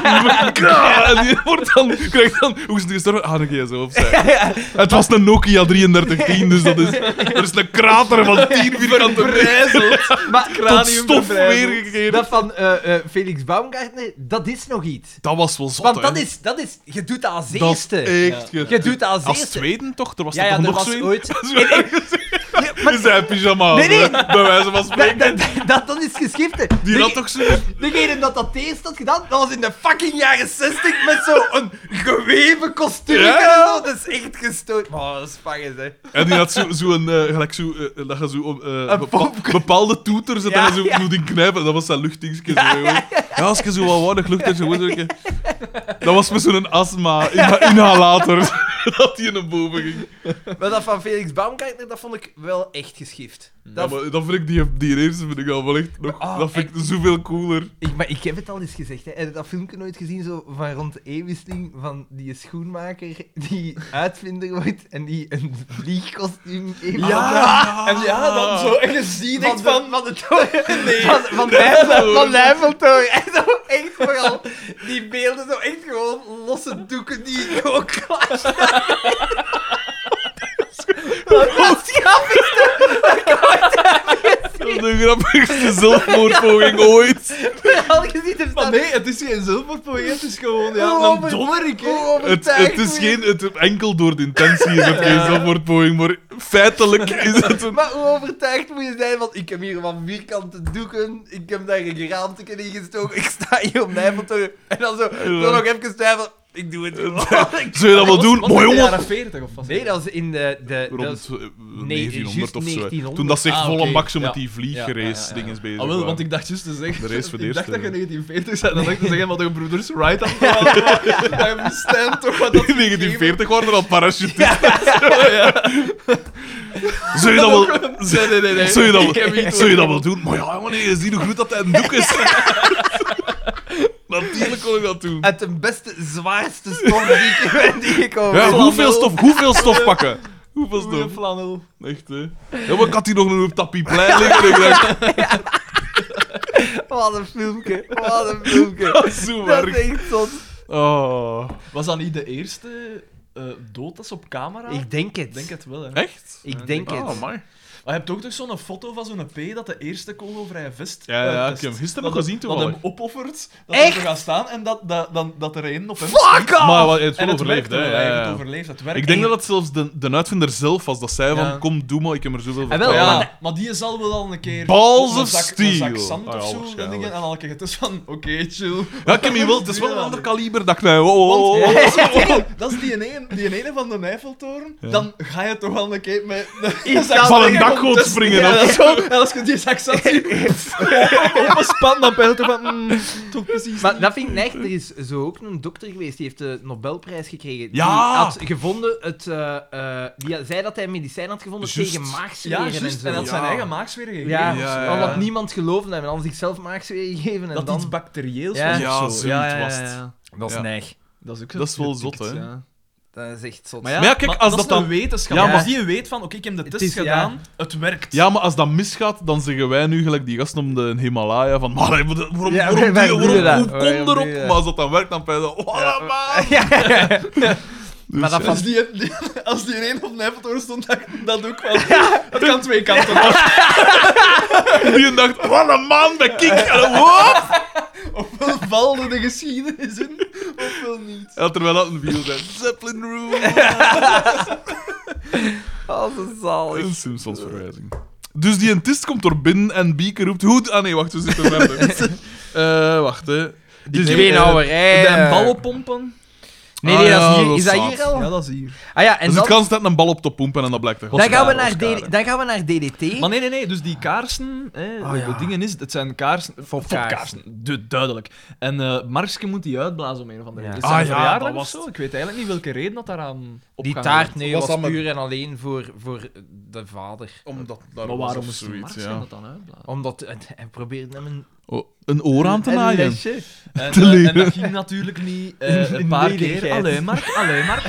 Ja, en die wordt dan, krijgt dan... Hoe is het gestorven? Ah, een gsm opzij. Het was een Nokia drieëndertig tien, dus dat is... Er is een krater van tien vierkante meter. Maar Tot stof weergegeven. dat van eh, eh, Felix Baumgartner, dat is nog iets. Dat was wel zot, Want hè. dat is, dat is... Je doet dat als Dat is eerste. echt... Ja. Je doet dat als, Als eerste. Zweden toch? Er was Ja, toch ja, er nog was Zweden? ooit... Dat is Nee, wel nee, gezegd. nee, maar- In zijn pyjama, Nee, nee. hè, bij wijze van dat, spreken. dat, dat, dat is geschifte. Die De- had toch zo... Degene dat dat eerst had gedaan, dat was in de fucking jaren zestig met zo'n geweven kostuum. Ja. En zo. Dat is echt gestoord. Maar dat is fucking, hè. En die had zo'n... Zo een, eh, gelijk zo... eh, dat je zo... eh, Een bepa- popke. bepaalde toeters dat Ja, je zo ja. moet in knijpen. Dat was zijn luchtingsje. Zo, joh. Ja, als je zo wat weinig lucht hebt, zo goed. zo- Dat was met zo'n astma-inhalator dat die naar boven ging. Maar dat van Felix Baumgartner, dat vond ik wel echt geschift. Ja, Dat, maar dan vind ik die, die eerste vind ik al wel echt nog... Ah, dat vind ik echt. zoveel cooler. ik, maar ik heb het al eens gezegd, hè. Heb je dat filmpje nooit gezien, zo van rond de eeuwwisseling, van die schoenmaker die uitvinder wordt en die een vliegkostuum heeft? Ja, en ja, dan zo, en je ziet echt van... van de toren. Nee. Van, van, de Eiffel- van de Eiffeltoren. En zo echt vooral die beelden, zo echt gewoon losse doeken die gewoon klatschen. Dat is het grappigste dat ik ooit heb gezien. De grappigste zelfmoordpoging ooit. Al gezien heb Maar staan. nee, het is geen zilverpoging, het is gewoon ja, Hoe een over- dommerik, hè. hoe Het, overtuigd het is moet je- geen... Het, enkel door de intentie is het geen zelfmoordpoging, maar feitelijk is het een... Maar hoe overtuigd moet je zijn? Want ik heb hier wat vierkante doeken. Ik heb daar een geraamte in gestoken. Ik sta hier op de Eiffeltoren. En dan zo, zo nog even twijfelen. Ik doe het gewoon. Ik- Zou je dat wel doen? Was Maar het in de jongen... jaren veertig of was Nee, dat was in de... de dat Rond is- eh, nee, negentienhonderd juist of zo. negentienhonderd. Toen dat zich Ah, volle oké. max met Ja. die Ja, vliegrace ja, ja, ja. dinges bezig Ah, wel, waren. want ik dacht juist te zeggen... De race voor de ik dacht eerste. dat je negentien veertig zei, dan dacht ik te zeggen, wat de broeders Wright aan het verhalen waren. Dat je bestemd toch wat dat... In negentien veertig waren er al parachutisten. Ja. Zou je dat wel... Nee, nee, nee. nee. Zou je dat Ik heb wel, niet zou je dat wel doen? Maar ja, wanneer je ziet hoe goed dat hij een doek is. Natuurlijk kon ik dat doen. Uit de beste, zwaarste stof die ik, die ik over. Ja, flanel. hoeveel stof, hoeveel stof pakken? Hoeveel Goeie stof? flanel. Echt, hè? Ja, maar ik had hier nog een tapiplein liggen. Ik dacht, Wat een filmpje. Wat een filmpje. dat is zo Dat is erg. echt zot. Oh. Was dat niet de eerste uh, dood dat ze op camera? Ik denk het. Ik denk het wel, hè. Echt? Ik denk het. Oh, man. Maar je hebt ook toch zo'n foto van zo'n P dat de eerste kogelvrije vest. Ja, eh, ja, test. ik heb hem gisteren Dat nog hem- gezien Dat toevallig. hem opoffert, dat Echt? hij er gaat staan en dat, dat, dat, dat er een op hem Fuck schiet. off! Maar wat, hij heeft En wel het overleefd, werkt hè? wel, hij Ja, heeft ja. het overleefd, het werkt. Ik denk dat het zelfs de, de uitvinder zelf was, dat zei van, Ja. kom, doe maar, ik heb er zoveel Ah, wel, vertrouwen Ja, in. maar- maar die zal wel al een keer Balls op een of zak, steel. een zak zand Ah, ja, of zo, waarschijnlijk. en dingen, en dan krijg je het van, oké, chill. Ja, ik heb hier wel, het is wel een Ja. ander kaliber, dat ik nou... Oh, oh, oh, Want, oh. dat is, die- dat is die ene, die ene van de Eiffeltoren, Ja. dan ga je toch wel een keer met Iets zak van een dingen dakgoot om te- springen, Ja, of dat is zo. En als je die zak zand ziet, op een span, dan ben je toch van, mm, toch precies Maar niet. dat vind ik echt. Er is zo ook een dokter geweest die heeft de Nobelprijs gekregen. Ja! Die had gevonden het. eh, eh, die zei dat hij een medicijn had gevonden Juist. tegen Ja, maagzweren en juist. zo. En dat zijn Ja. eigen maagsferen gegeven. Ja, of zo. Ja, ja, omdat ja. niemand geloofde hem en dan zichzelf maagsferen gegeven en Dat dan... iets bacterieels Ja. was Ja, of zo. zoiets was het. Dat is Ja. neig. Dat is ook Dat is wel getikt, zot, hè. ja. Dat is echt zot. Maar ja, Maar ja, kijk, als dat, dat is dan- een wetenschap. Ja, Ja, maar- als die weet van, oké, ik heb de Het test is- ja. gedaan, het werkt. Ja, maar als dat misgaat, dan zeggen wij nu gelijk die gasten om de Himalaya van, maar waarom, waarom, Ja, waarom, wij die- doen waarom, dat. hoe Wij kom doen erop? dat. Maar als dat dan werkt, dan ben je zo, oh, man. Ja, ja, ja. Dus, Maar dat ja. van- Als die, die- als die een op de Eiffeltoren stond, dacht ik dat ook wel. Het kan twee kanten op. Die dacht, wat een man, ben ik. En wat? Ofwel valde de geschiedenis in, ofwel niet. Ja, terwijl dat een video zijn. Zeppelin Room. Oh, dat is zalig. Een Simpsons verwijzing. Dus die entist komt er binnen en Bieke roept, goed. Ah nee, wacht, we zitten verder. Eh, wacht, hè. Die Dus, twee eh, nauwerij. De ballen pompen. Nee, Ah, nee, dat is ja, hier. dat Is dat staat. hier al? Ja, dat is hier. Ah ja, en Dus dan, het kan steeds een bal op te pompen en dat blijkt er. dan, gaan we Oscar, naar Oscar, D- dan gaan we naar D D T. Maar nee, nee, nee. Dus die kaarsen, hè, Oh, de, ja. de dingen is, het zijn kaarsen... Fopkaarsen. Fopkaarsen, du- duidelijk. En eh Markske moet die uitblazen om een of andere Ja. reden. Het is Ah, zijn ja, verjaardag dat of was zo. Ik weet eigenlijk niet welke reden dat daaraan op Die gaat taart, worden. nee, Was was, dat met- puur en alleen voor, voor de vader. Omdat daar Maar was waarom of moest zoiets, Markske ja. dat dan uitblazen? Omdat het- hij probeerde hem een, Oh, een oor aan te een naaien. lesje. En, Te eh, leren. en dat ging natuurlijk niet eh, In- een in paar nederigheid. keer. Allee, Mark, allee, Mark.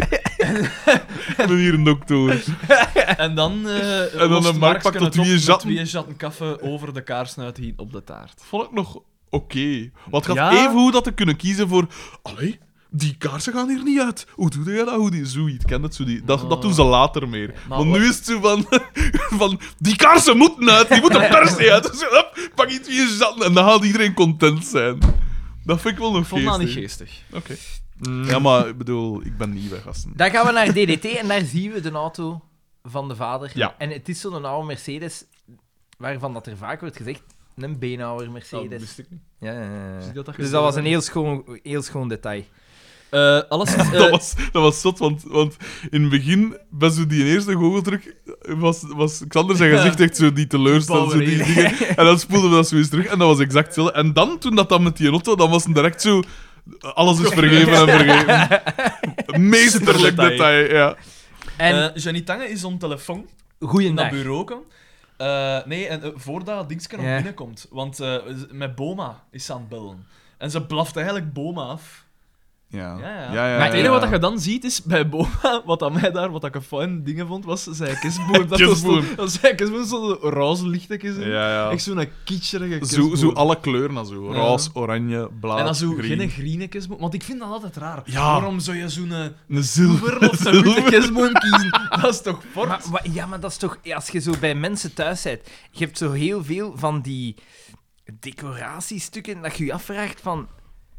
En hier een dokter. En dan, eh dan lost een Mark Markske pakt het tot twee op met jatten. twee jatten kaffe over de kaarsnuit hier op de taart. Vond ik nog oké. Want het Ja. gaat even goed dat te kunnen kiezen voor... Allee, die kaarsen gaan hier niet uit. Hoe doe je dat? Hoe die, zoiets, ken het zo die. Dat, Oh. dat doen ze later meer. Maar Maar, wat- nu is het zo van, van... Die kaarsen moeten uit, die moeten per se uit. Dus hop, pak iets wie je zat en dan gaat iedereen content zijn. Dat vind ik wel nog Ik vond dat niet geestig. geestig. Oké. Ja, maar ik bedoel, ik ben niet weg, gasten. Dan gaan we naar D D T en daar zien we de auto van de vader. Ja. En het is zo'n oude Mercedes, waarvan dat er vaak wordt gezegd, een beenhouwer Dat Mercedes. wist ik niet. Ja, ja, ja. Wist ik dat dat Dus gezegd dat was werd? een heel schoon, heel schoon detail. Eh, alles is... Dat was, dat was zot, want, want in het begin, bij zo die eerste goocheltruc, was, was Xander zijn gezicht echt zo die teleurstellend, zo die Power, dingen. En dan spoelden we dat zo eens terug en dat was exact hetzelfde. En dan, toen dat dan met die auto, dan was het direct zo... Alles is vergeven en vergeven. Meesterlijk detail. detail, ja. En Eh, Johnny Tange is on telefoon naar goeiedag. bureau. Uh, nee, en uh, voordat dat dingetje nog Ja. binnenkomt. Want uh, met Boma is ze aan het bellen. En ze blaft eigenlijk Boma af. Ja, Ja, ja. ja, ja, maar het ja, enige ja. wat je dan ziet is bij Boma, wat aan mij daar, wat ik een fijn dingen vond, was zijn kistboom. Dat Kistboom. was dat zijn kistboom zo'n roze lichtjes in. Ja, ja. Echt zo'n kitscherige Zo, kistboom. zo alle kleuren, dan zo. Ja. Roze, oranje, blauw, En dan zo groen. geen groene kistboom. Want ik vind dat altijd raar. Ja. Waarom zou je zo'n uh, Een zilver zilver. of een witte kistboom kiezen? Dat is toch fort? Maar, wa- ja, maar dat is toch... Als je zo bij mensen thuis bent, je hebt zo heel veel van die decoratiestukken dat je je afvraagt van...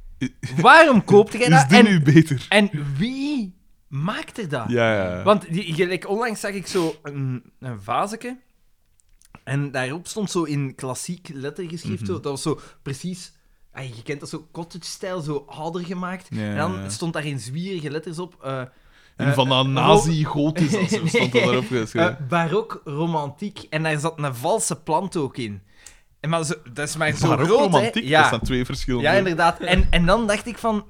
Waarom koopt jij Is dat? dit En, nu beter? en wie maakt er dat? Ja, ja, ja. Want die, gelijk, onlangs zag ik zo een, een vazeke. En daarop stond zo in klassiek lettergeschrift, zo, Mhm. dat was zo precies... ah, je kent dat zo cottage-stijl, zo ouder gemaakt. Ja, En dan ja. stond daar in zwierige letters op... eh, In eh, van dat ro- nazi-gotisch, als zo stond dat daarop geschreven. eh, barok, romantiek. En daar zat een valse plant ook in. En maar zo, dat is maar zo Maar ook groot, romantiek, hè. dat Ja, zijn twee verschillende... ja, inderdaad. En, en dan dacht ik van...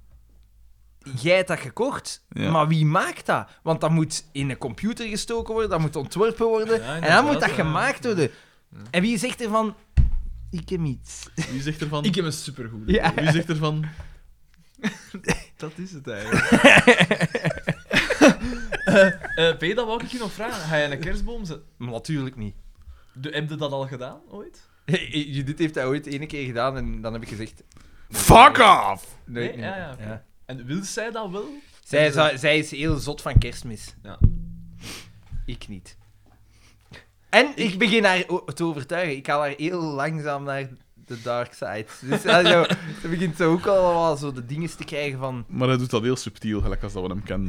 Jij hebt dat gekocht, Ja. maar wie maakt dat? Want dat moet in een computer gestoken worden, dat moet ontworpen worden, Ja, en dan moet dat inderdaad, ja. gemaakt worden. En wie zegt er van... Ik heb iets. Wie zegt ervan? Ik heb een supergoed. Ja. Wie zegt ervan? Dat is het eigenlijk. uh, P, dat wou ik je nog vragen. Ga je een kerstboom zetten? Maar natuurlijk niet. De- Heb je dat al gedaan, ooit? Judith heeft dat ooit ene keer gedaan en dan heb ik gezegd... Fuck off! Nee, Nee? Ja, ja, oké. ja. En wil zij dat wel? Zij, zou- zij is heel zot van kerstmis. Ja. Ik niet. En ik begin haar o- te overtuigen. Ik ga haar heel langzaam naar de dark side. Dus ja, zo, ze begint zo ook al wel zo de dingen te krijgen van... Maar hij doet dat heel subtiel, gelijk als dat we hem kennen.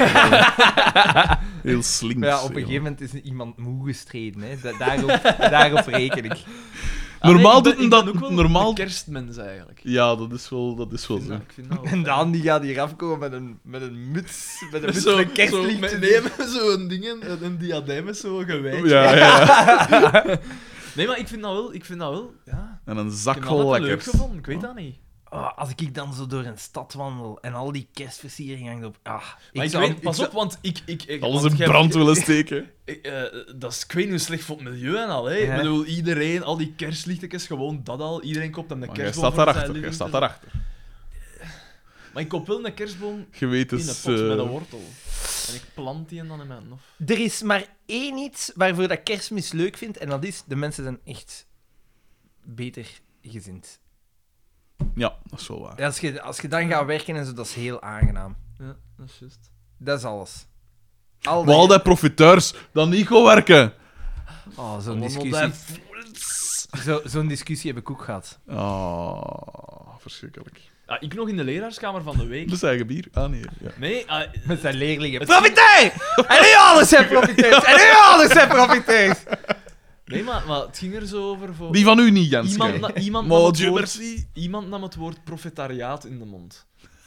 Heel slinks. Maar ja, op een gegeven moment is iemand moe gestreden. Hè. Da- daarop, daarop reken ik. Normaal Ah, nee, doet ik men ben- dat... ik ben ook wel Normaal... een kerstmens, eigenlijk. Ja, dat is wel, dat is wel Ik vind zo. dat- ik vind dat wel En fijn. Daan die gaat hier afkomen met een, met een muts. Met een muts Zo, met zo, kerstlichtjes. met, nee, met zo'n ding, een, een diadeem met zo'n gewijtje. Ja, ja. Nee, maar ik vind dat wel... Ik vind dat wel ja, En een ik zak heb vol dat altijd leuk lekkers. gevonden. Ik weet dat niet. Oh, als ik dan zo door een stad wandel en al die kerstversiering hangt op... Ah, Maar ik, zou- weet... Pas zou- op, want ik... ik, ik Alles want in jij- brand willen steken. Ik, eh, dat is, ik weet niet hoe slecht voor het milieu en al. Hè. Ja. Ik bedoel, iedereen, al die kerstlichtjes, gewoon dat al. Iedereen koopt dan de Maar jij kerstboom. staat voor daarachter, zijn jij living staat te- daarachter. Maar ik koop wel een kerstboom Je weet in een dus... pot eh, met een wortel. En ik plant die dan in mijn hof. Er is maar één iets waarvoor dat kerstmis leuk vindt, en dat is, de mensen zijn echt beter gezind. Ja, dat is wel waar. Als je, als je dan gaat werken en zo, dat is heel aangenaam. Ja, dat is juist. Dat is alles. Al Maar al die profiteurs dan niet gaan werken. Oh, zo'n Allemaal discussie. dat- Zo, zo'n discussie heb ik ook gehad. Oh, verschrikkelijk. Ah, ik nog in de leraarskamer van de week. Dat is eigen bier. Ah, nee. Ja. Nee, ah, Met zijn leerlingen. Het- Profiteur! En nu alles zijn profiteurs! En nu alles zijn profiteurs! nee maar, maar het ging er zo over... Voor... Die van u niet, Jens. Iemand, na- iemand, Maar nam het Dieu woord, merci. iemand nam het woord profetariaat in de mond.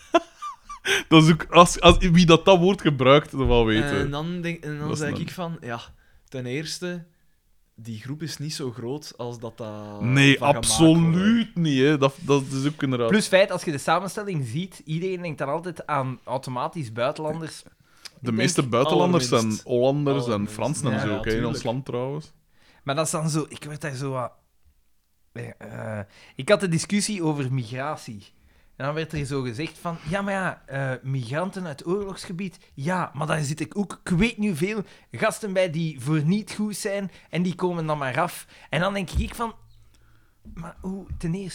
Dat is ook... Als, als, wie dat, dat woord gebruikt, dat wel weten. En dan, denk, en dan Dat is zei dan- ik van... Ja, ten eerste... Die groep is niet zo groot als dat dat... Nee, van gemaakt wordt. absoluut niet. Hè. Dat, dat is ook inderdaad... Plus feit, als je de samenstelling ziet, iedereen denkt dan altijd aan automatisch buitenlanders. de Ik meeste denk- buitenlanders zijn allerminst. Hollanders en Allerminst. Fransen en Ja, zo, ja, ook, hè, in ons tuurlijk. land trouwens. Maar dat is dan zo... Ik werd daar zo wat... eh, eh, ik had de discussie over migratie. En dan werd er zo gezegd van... Ja, maar ja, eh, migranten uit oorlogsgebied... Ja, maar daar zit ik ook... Ik weet nu veel gasten bij die voor niet goed zijn. En die komen dan maar af. En dan denk ik van... Maar hoe... Ten eerste...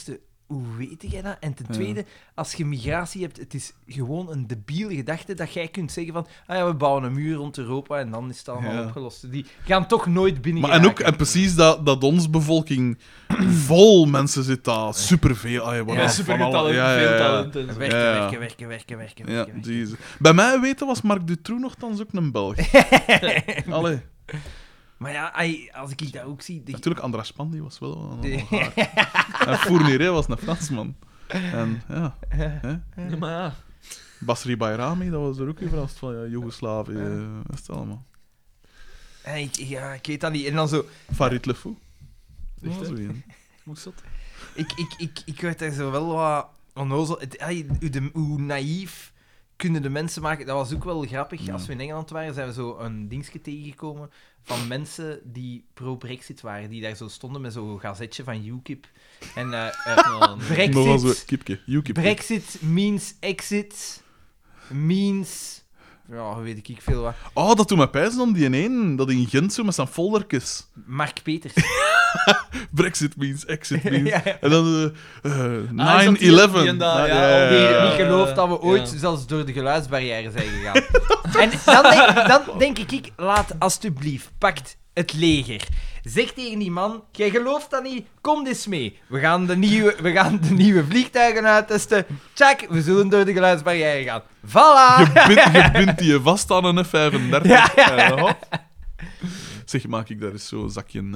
hoe weet jij dat? En ten Ja. tweede, als je migratie hebt, het is gewoon een debiele gedachte dat jij kunt zeggen van ah ja, we bouwen een muur rond Europa en dan is het allemaal Ja. opgelost. Die gaan toch nooit binnen Maar en ook en precies dat, dat onze bevolking vol mensen zit daar, superveel. Ah, ja, wat Ja, al super van alle- talent, ja, ja, veel ja. talent. En zo. Werken, Ja, ja. werken, werken, werken, werken, Ja, werken, werken. jezus. Bij mij weten was Marc Dutroux nogthans ook een Belg. Allee. Maar ja, ai, als ik dat ook zie... de- Natuurlijk, Andras Pan, die was wel een de- haar. En Fourniret was een Fransman. En ja, hè? Ja, maar ja. Basri Bayrami, dat was er ook even als van ja, Joegoslavië. eh, Dat is het allemaal. Ai, ik, ja, ik weet dat niet. En dan zo... Farid Lefou. Echt, Ja, hè? zo een. Moest dat? Ik, ik, ik, ik werd daar zo wel wat onnozel... Het, ai, hoe, de, hoe naïef kunnen de mensen maken... Dat was ook wel grappig. Ja. Als we in Engeland waren, zijn we zo een dingetje tegengekomen van mensen die pro-Brexit waren. Die daar zo stonden met zo'n gazetje van U K I P. En eh eh, Nou, Nogal zo, Brexit... kipke. UKIP. Brexit means exit... Means... Ja, weet ik veel wat. Oh, dat doet mij pijzen om die een, dat in Gent zo met zijn foldertjes. Mark Peters. Brexit means, exit means. Ja, ja. En dan eh, eh, Ah, is nine dat die- eleven. die en dat, Nou, ja, Die ja, niet gelooft dat we ja. ooit zelfs door de geluidsbarrière zijn gegaan. En dan denk, dan denk ik, ik, laat alsjeblieft, pakt het leger. Zeg tegen die man, jij gelooft dat niet, kom eens mee. We gaan de nieuwe, we gaan de nieuwe vliegtuigen uittesten. Tjak, we zullen door de geluidsbarrière gaan. Voilà! Je bindt, je bindt die vast aan een F vijfendertig. Ja, ja. Eh, hop. Zeg, maak ik daar eens zo'n zakje eh,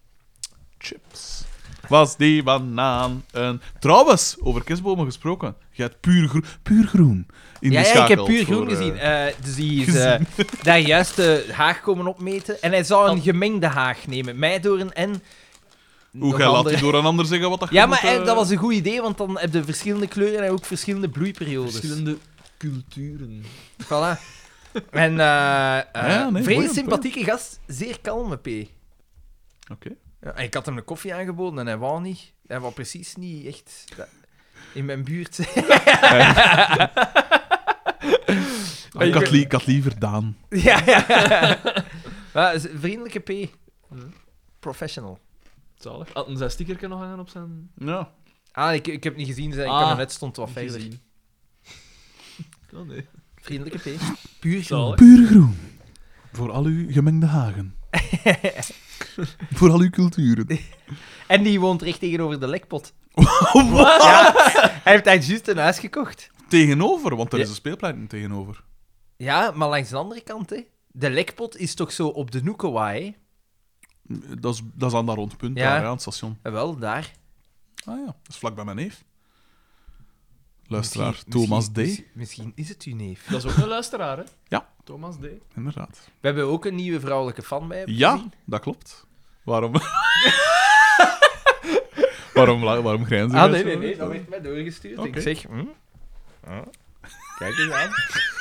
chips. Was die banaan een... Trouwens, over kerstbomen gesproken. Je hebt puur, gro puur groen Ja, ja, ik heb ingeschakeld puur voor, groen eh, gezien. Eh, dus die is eh, daar juist de haag komen opmeten. En hij zou een Oh. gemengde haag nemen. Meidoorn en... Hoe nog jij laat andere- die door een ander zeggen wat dat je Ja, maar moet, eh, eh, dat was een goed idee, want dan heb je verschillende kleuren en ook verschillende bloeiperiodes. Verschillende culturen. Voilà. En eh eh Ja, nee, vrij boeiend, sympathieke gast, zeer kalme P. Oké. Ja, en ik had hem een koffie aangeboden en hij wou niet. Hij wou precies niet echt dat- in mijn buurt zijn. Ah, ik, had li- ik had liever Daan. Ja, ja. Maar, is- vriendelijke P. Professional. Zalig. Had een zijn stickertje nog hangen op zijn... Ja. Ah, ik, ik heb niet gezien, zijn Ah, kabinet stond wat niet verder. gezien. Oh nee. Vriendelijke P. Puur Zalig. groen. Puur groen. Voor al uw gemengde hagen. Voor al uw culturen. En die woont recht tegenover de lekpot. Wat? Ja, hij heeft daar juist een huis gekocht. Tegenover, want er Ja. is een speelplein tegenover. Ja, maar langs de andere kant, hè. De lekpot is toch zo op de Noekewa, hè? Dat is, dat is aan dat rondpunt, Ja. daar, ja, aan het station. Eh, Wel, daar. Ah ja, dat is vlak bij mijn neef. Luisteraar, Misschien- Thomas D. misschien- Misschien is het uw neef. Dat is ook een luisteraar, hè? Ja. Thomas D. Inderdaad. We hebben ook een nieuwe vrouwelijke fan bij hem Ja, gezien. dat klopt. Waarom... waarom, la- waarom grijnzen Ah, jij nee, zo? nee, nee. Dat werd mij doorgestuurd. Oké. Ik zeg... Hm? Ah, kijk eens aan.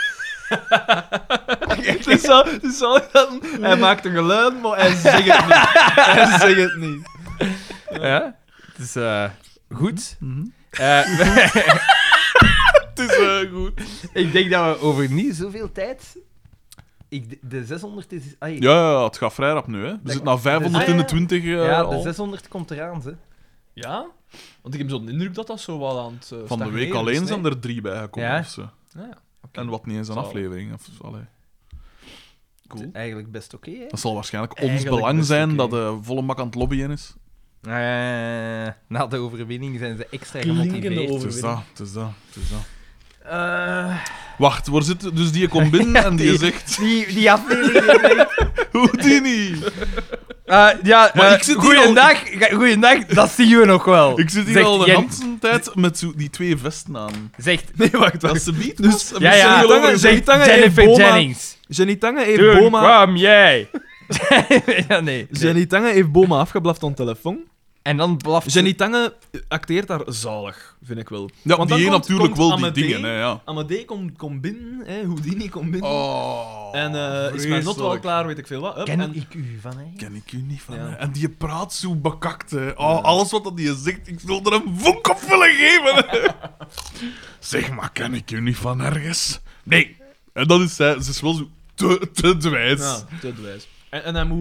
Het is zo, het is zo dat hij maakt een geluid, maar hij zegt het niet. Hij zegt het niet. Ja, het is eh, goed. Mhm. Eh, Het is eh, goed. ik denk dat we over niet zoveel tijd... Ik, de zeshonderd is... Ai, Ja, ja, het gaat vrij rap nu, hè. We Dat- zitten na vijfhonderdtwintig eh ja, de al. zeshonderd komt eraan, ze. Ja? Want ik heb zo'n indruk dat dat zo wel aan het uh, Van de week alleen zijn er drie bijgekomen Ja. of zo. Ah, ja. En wat niet eens een Zalig. aflevering. Of, allee. Cool. Eigenlijk best oké, hè? Dat zal waarschijnlijk ons Eigenlijk belang best zijn oké. dat de volle bak aan het lobbyen is. Eh, na de overwinning zijn ze extra Klinkende gemotiveerd. over- Het is dat, het is dat, het is dat. Eh, Wacht, waar zit... Dus die komt binnen en die die- zegt... die, die aflevering... Hoe die niet? Eh, ja, Maar eh, ik zit hier goeiedag, ga- goeiedag, dat zien we nog wel. Ik zit hier Zegt al de Jen- hele tijd met zo die twee vesten aan. Zegt... Nee, wacht, Dat wacht. ze biedt Dus- was. Ja, ja, Jenny Tange- zegt Jenny Tange heeft Jennifer Boma- Jennings. Jenny Tange heeft Toen Boma... kwam jij. ja, nee. Jenny Tange heeft Boma afgeblaft aan de telefoon. En dan blaft ze- Jenny Tange acteert daar zalig, vind ik wel. Ja, Want die dan een komt- natuurlijk komt wel die Amadee. dingen, hè, ja. Amadee komt komt binnen, hè, Houdini komt binnen. Oh, en eh, is mijn not wel vreselijk. klaar, weet ik veel wat. Hup, Ken en, ik u van, hè? Ken ik u niet van, Ja. hè. En die praat zo bekakt, hè. Oh, alles wat dat die zegt, ik wil er een vonk op willen geven. Hè. Zeg maar, ken ik u niet van ergens? Nee. En dan is zij, ze is wel zo te, te dwijs. ja, te dwijs. En, en hij moet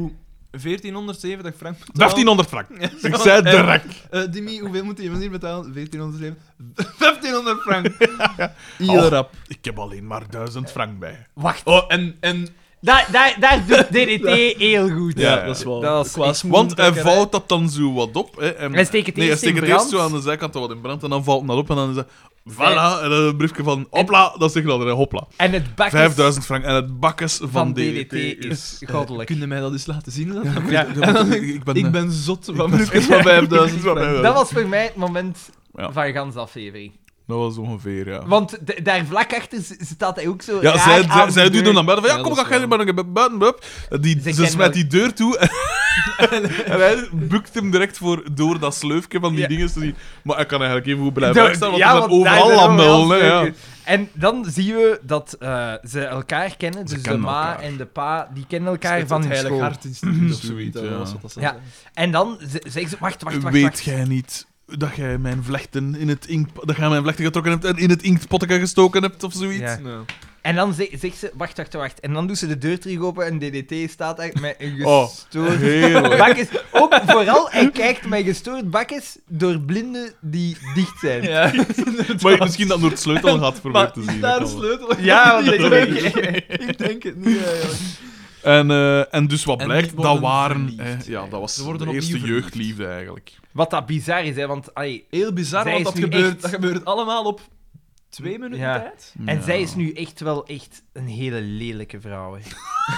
veertienhonderdzeventig frank betalen. vijftienhonderd frank. Ik zei direct. Uh, Dimi, hoeveel moet die meneer betalen? veertienhonderdzeventig vijftienhonderd frank. Heel Oh. rap. Ik heb alleen maar duizend frank bij. Wacht, Oh, en... en daar, daar, daar doet D D T heel goed. ja, Ja, dat is wel... dat is qua echt- smoel Want hij trekkerij. vouwt dat dan zo wat op. Hè, en Hij steekt het nee, hij eerst in steekt het eerst brand. zo aan de zijkant wat in brand en dan valt hij dat op en dan is hij... Voilà, en dan een briefje van hopla, dat zegt dat er, hopla. En het bakjes vijfduizend frank en het bakkes van, van D D T is Uh, goddelijk. kun je mij dat eens laten zien? Dat Ja. ik ben... ik ben zot van ben- briefjes van vijfduizend van frank. Dat was voor mij het moment Ja. van gans aflevering. Dat was ongeveer, ja. Want d- daar vlak achter z- staat hij ook zo Ja, raar zij, aan zij, de zij deur. doet dan naar buiten van, ja, Ja, kom, dat ga is jij waar. maar naar buiten, buiten. Die, Ze ze kennen smijt ook- die deur toe en, en hij bukt hem direct voor, door dat sleufje van die Ja. dingen te zien. Maar hij kan eigenlijk even goed blijven Door- wegstaan, want ja, hij is want daar overal zijn aan overal melden. Ja. stukken. En dan zien we dat eh, ze elkaar kennen. Dus de kennen ma elkaar. en de pa, die kennen elkaar Het van hun Heilig school. Hart Instituut of Zoiets, zoiets. dat ja. was wat dat Ja. zou En dan ze- zeggen ze, wacht, wacht, wacht, Weet wacht. jij niet dat jij mijn vlechten in het inkt... Dat jij mijn vlechten getrokken hebt en in het inktpotje gestoken hebt of zoiets? Ja. zijn. Ja. En dan ze- zegt ze, wacht, wacht, wacht. En dan doet ze de deur terug open en D D T staat daar met een Oh, gestoord heerlijk. bakjes. Ook vooral, hij kijkt met gestoord bakjes door blinden die dicht zijn. Ja, Maar misschien dat door het sleutelgat probeert maar te is zien. daar dat een kan wel. sleutel? Ja, want ik, ik denk, denk- ik denk het niet eigenlijk. En, eh, en dus wat En blijkt, die dat worden waren... verliefd. eh, ja, dat was Ze worden de eerste opnieuw verliefd. jeugdliefde eigenlijk. Wat dat bizar is, hè, want... Allee, Heel bizar, Zij want is dat nu gebeurt, echt- dat gebeurt allemaal op twee minuten Ja. tijd. en Ja. zij is nu echt wel echt een hele lelijke vrouw, hè.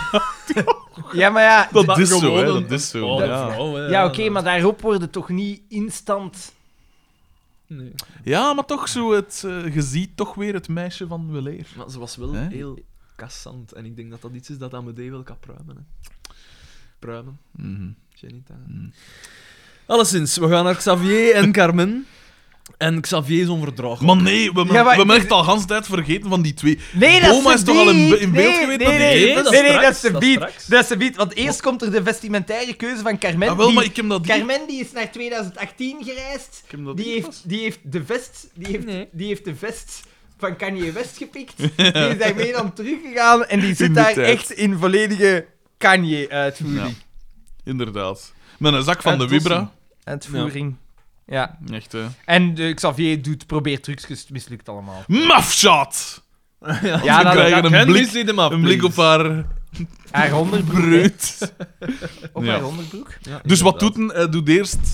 Ja, maar ja... Dat Maar is zo, gewoon hè. een- Dat is zo. Oh, ja. vrouw, hè, Ja, oké, maar daarop worden toch niet instant... Nee. Ja, maar toch zo, het, eh, je ziet toch weer het meisje van weleer. Maar ze was wel Hè? heel kassant. En ik denk dat dat iets is dat Amadee wel kan pruimen. Hè. Pruimen, Mhm. genitaan. Mhm. Alleszins, we gaan naar Xavier en Carmen. En Xavier is onverdraaglijk. Maar nee, we, Ja, we maar- hebben echt al gans tijd vergeten van die twee. Nee, dat Boma is is de toch al in beat. be- in beeld Nee, geweest nee, met die nee, twee? nee, Dat is nee, dat is straks, de dat is beat. straks. Dat is de beat, want eerst komt er de vestimentaire keuze van Carmen. Ah, wel, die- maar ik heb dat niet... Carmen die is naar twintig achttien gereisd. Ik heb dat Die niet heeft, vast. die heeft de vest... Die heeft, Nee. die heeft de vest van Kanye West gepikt. Die is daarmee dan teruggegaan en die zit de daar tijd. echt in volledige Kanye-uitvoering. Ja. Inderdaad. Met een zak van En de tossen. Vibra. Uitvoering. Ja. Echt, hè. En de Xavier doet, probeert trucjes, mislukt allemaal. Mafshot! ja, Ja, Ze dan- krijgen dan- een Can blik, we see them up, een blik op please? haar Haar onderbroek. hè. breut. Op Ja. haar onderbroek. Ja, Dus wat inderdaad. doet hij? Hij doet eerst...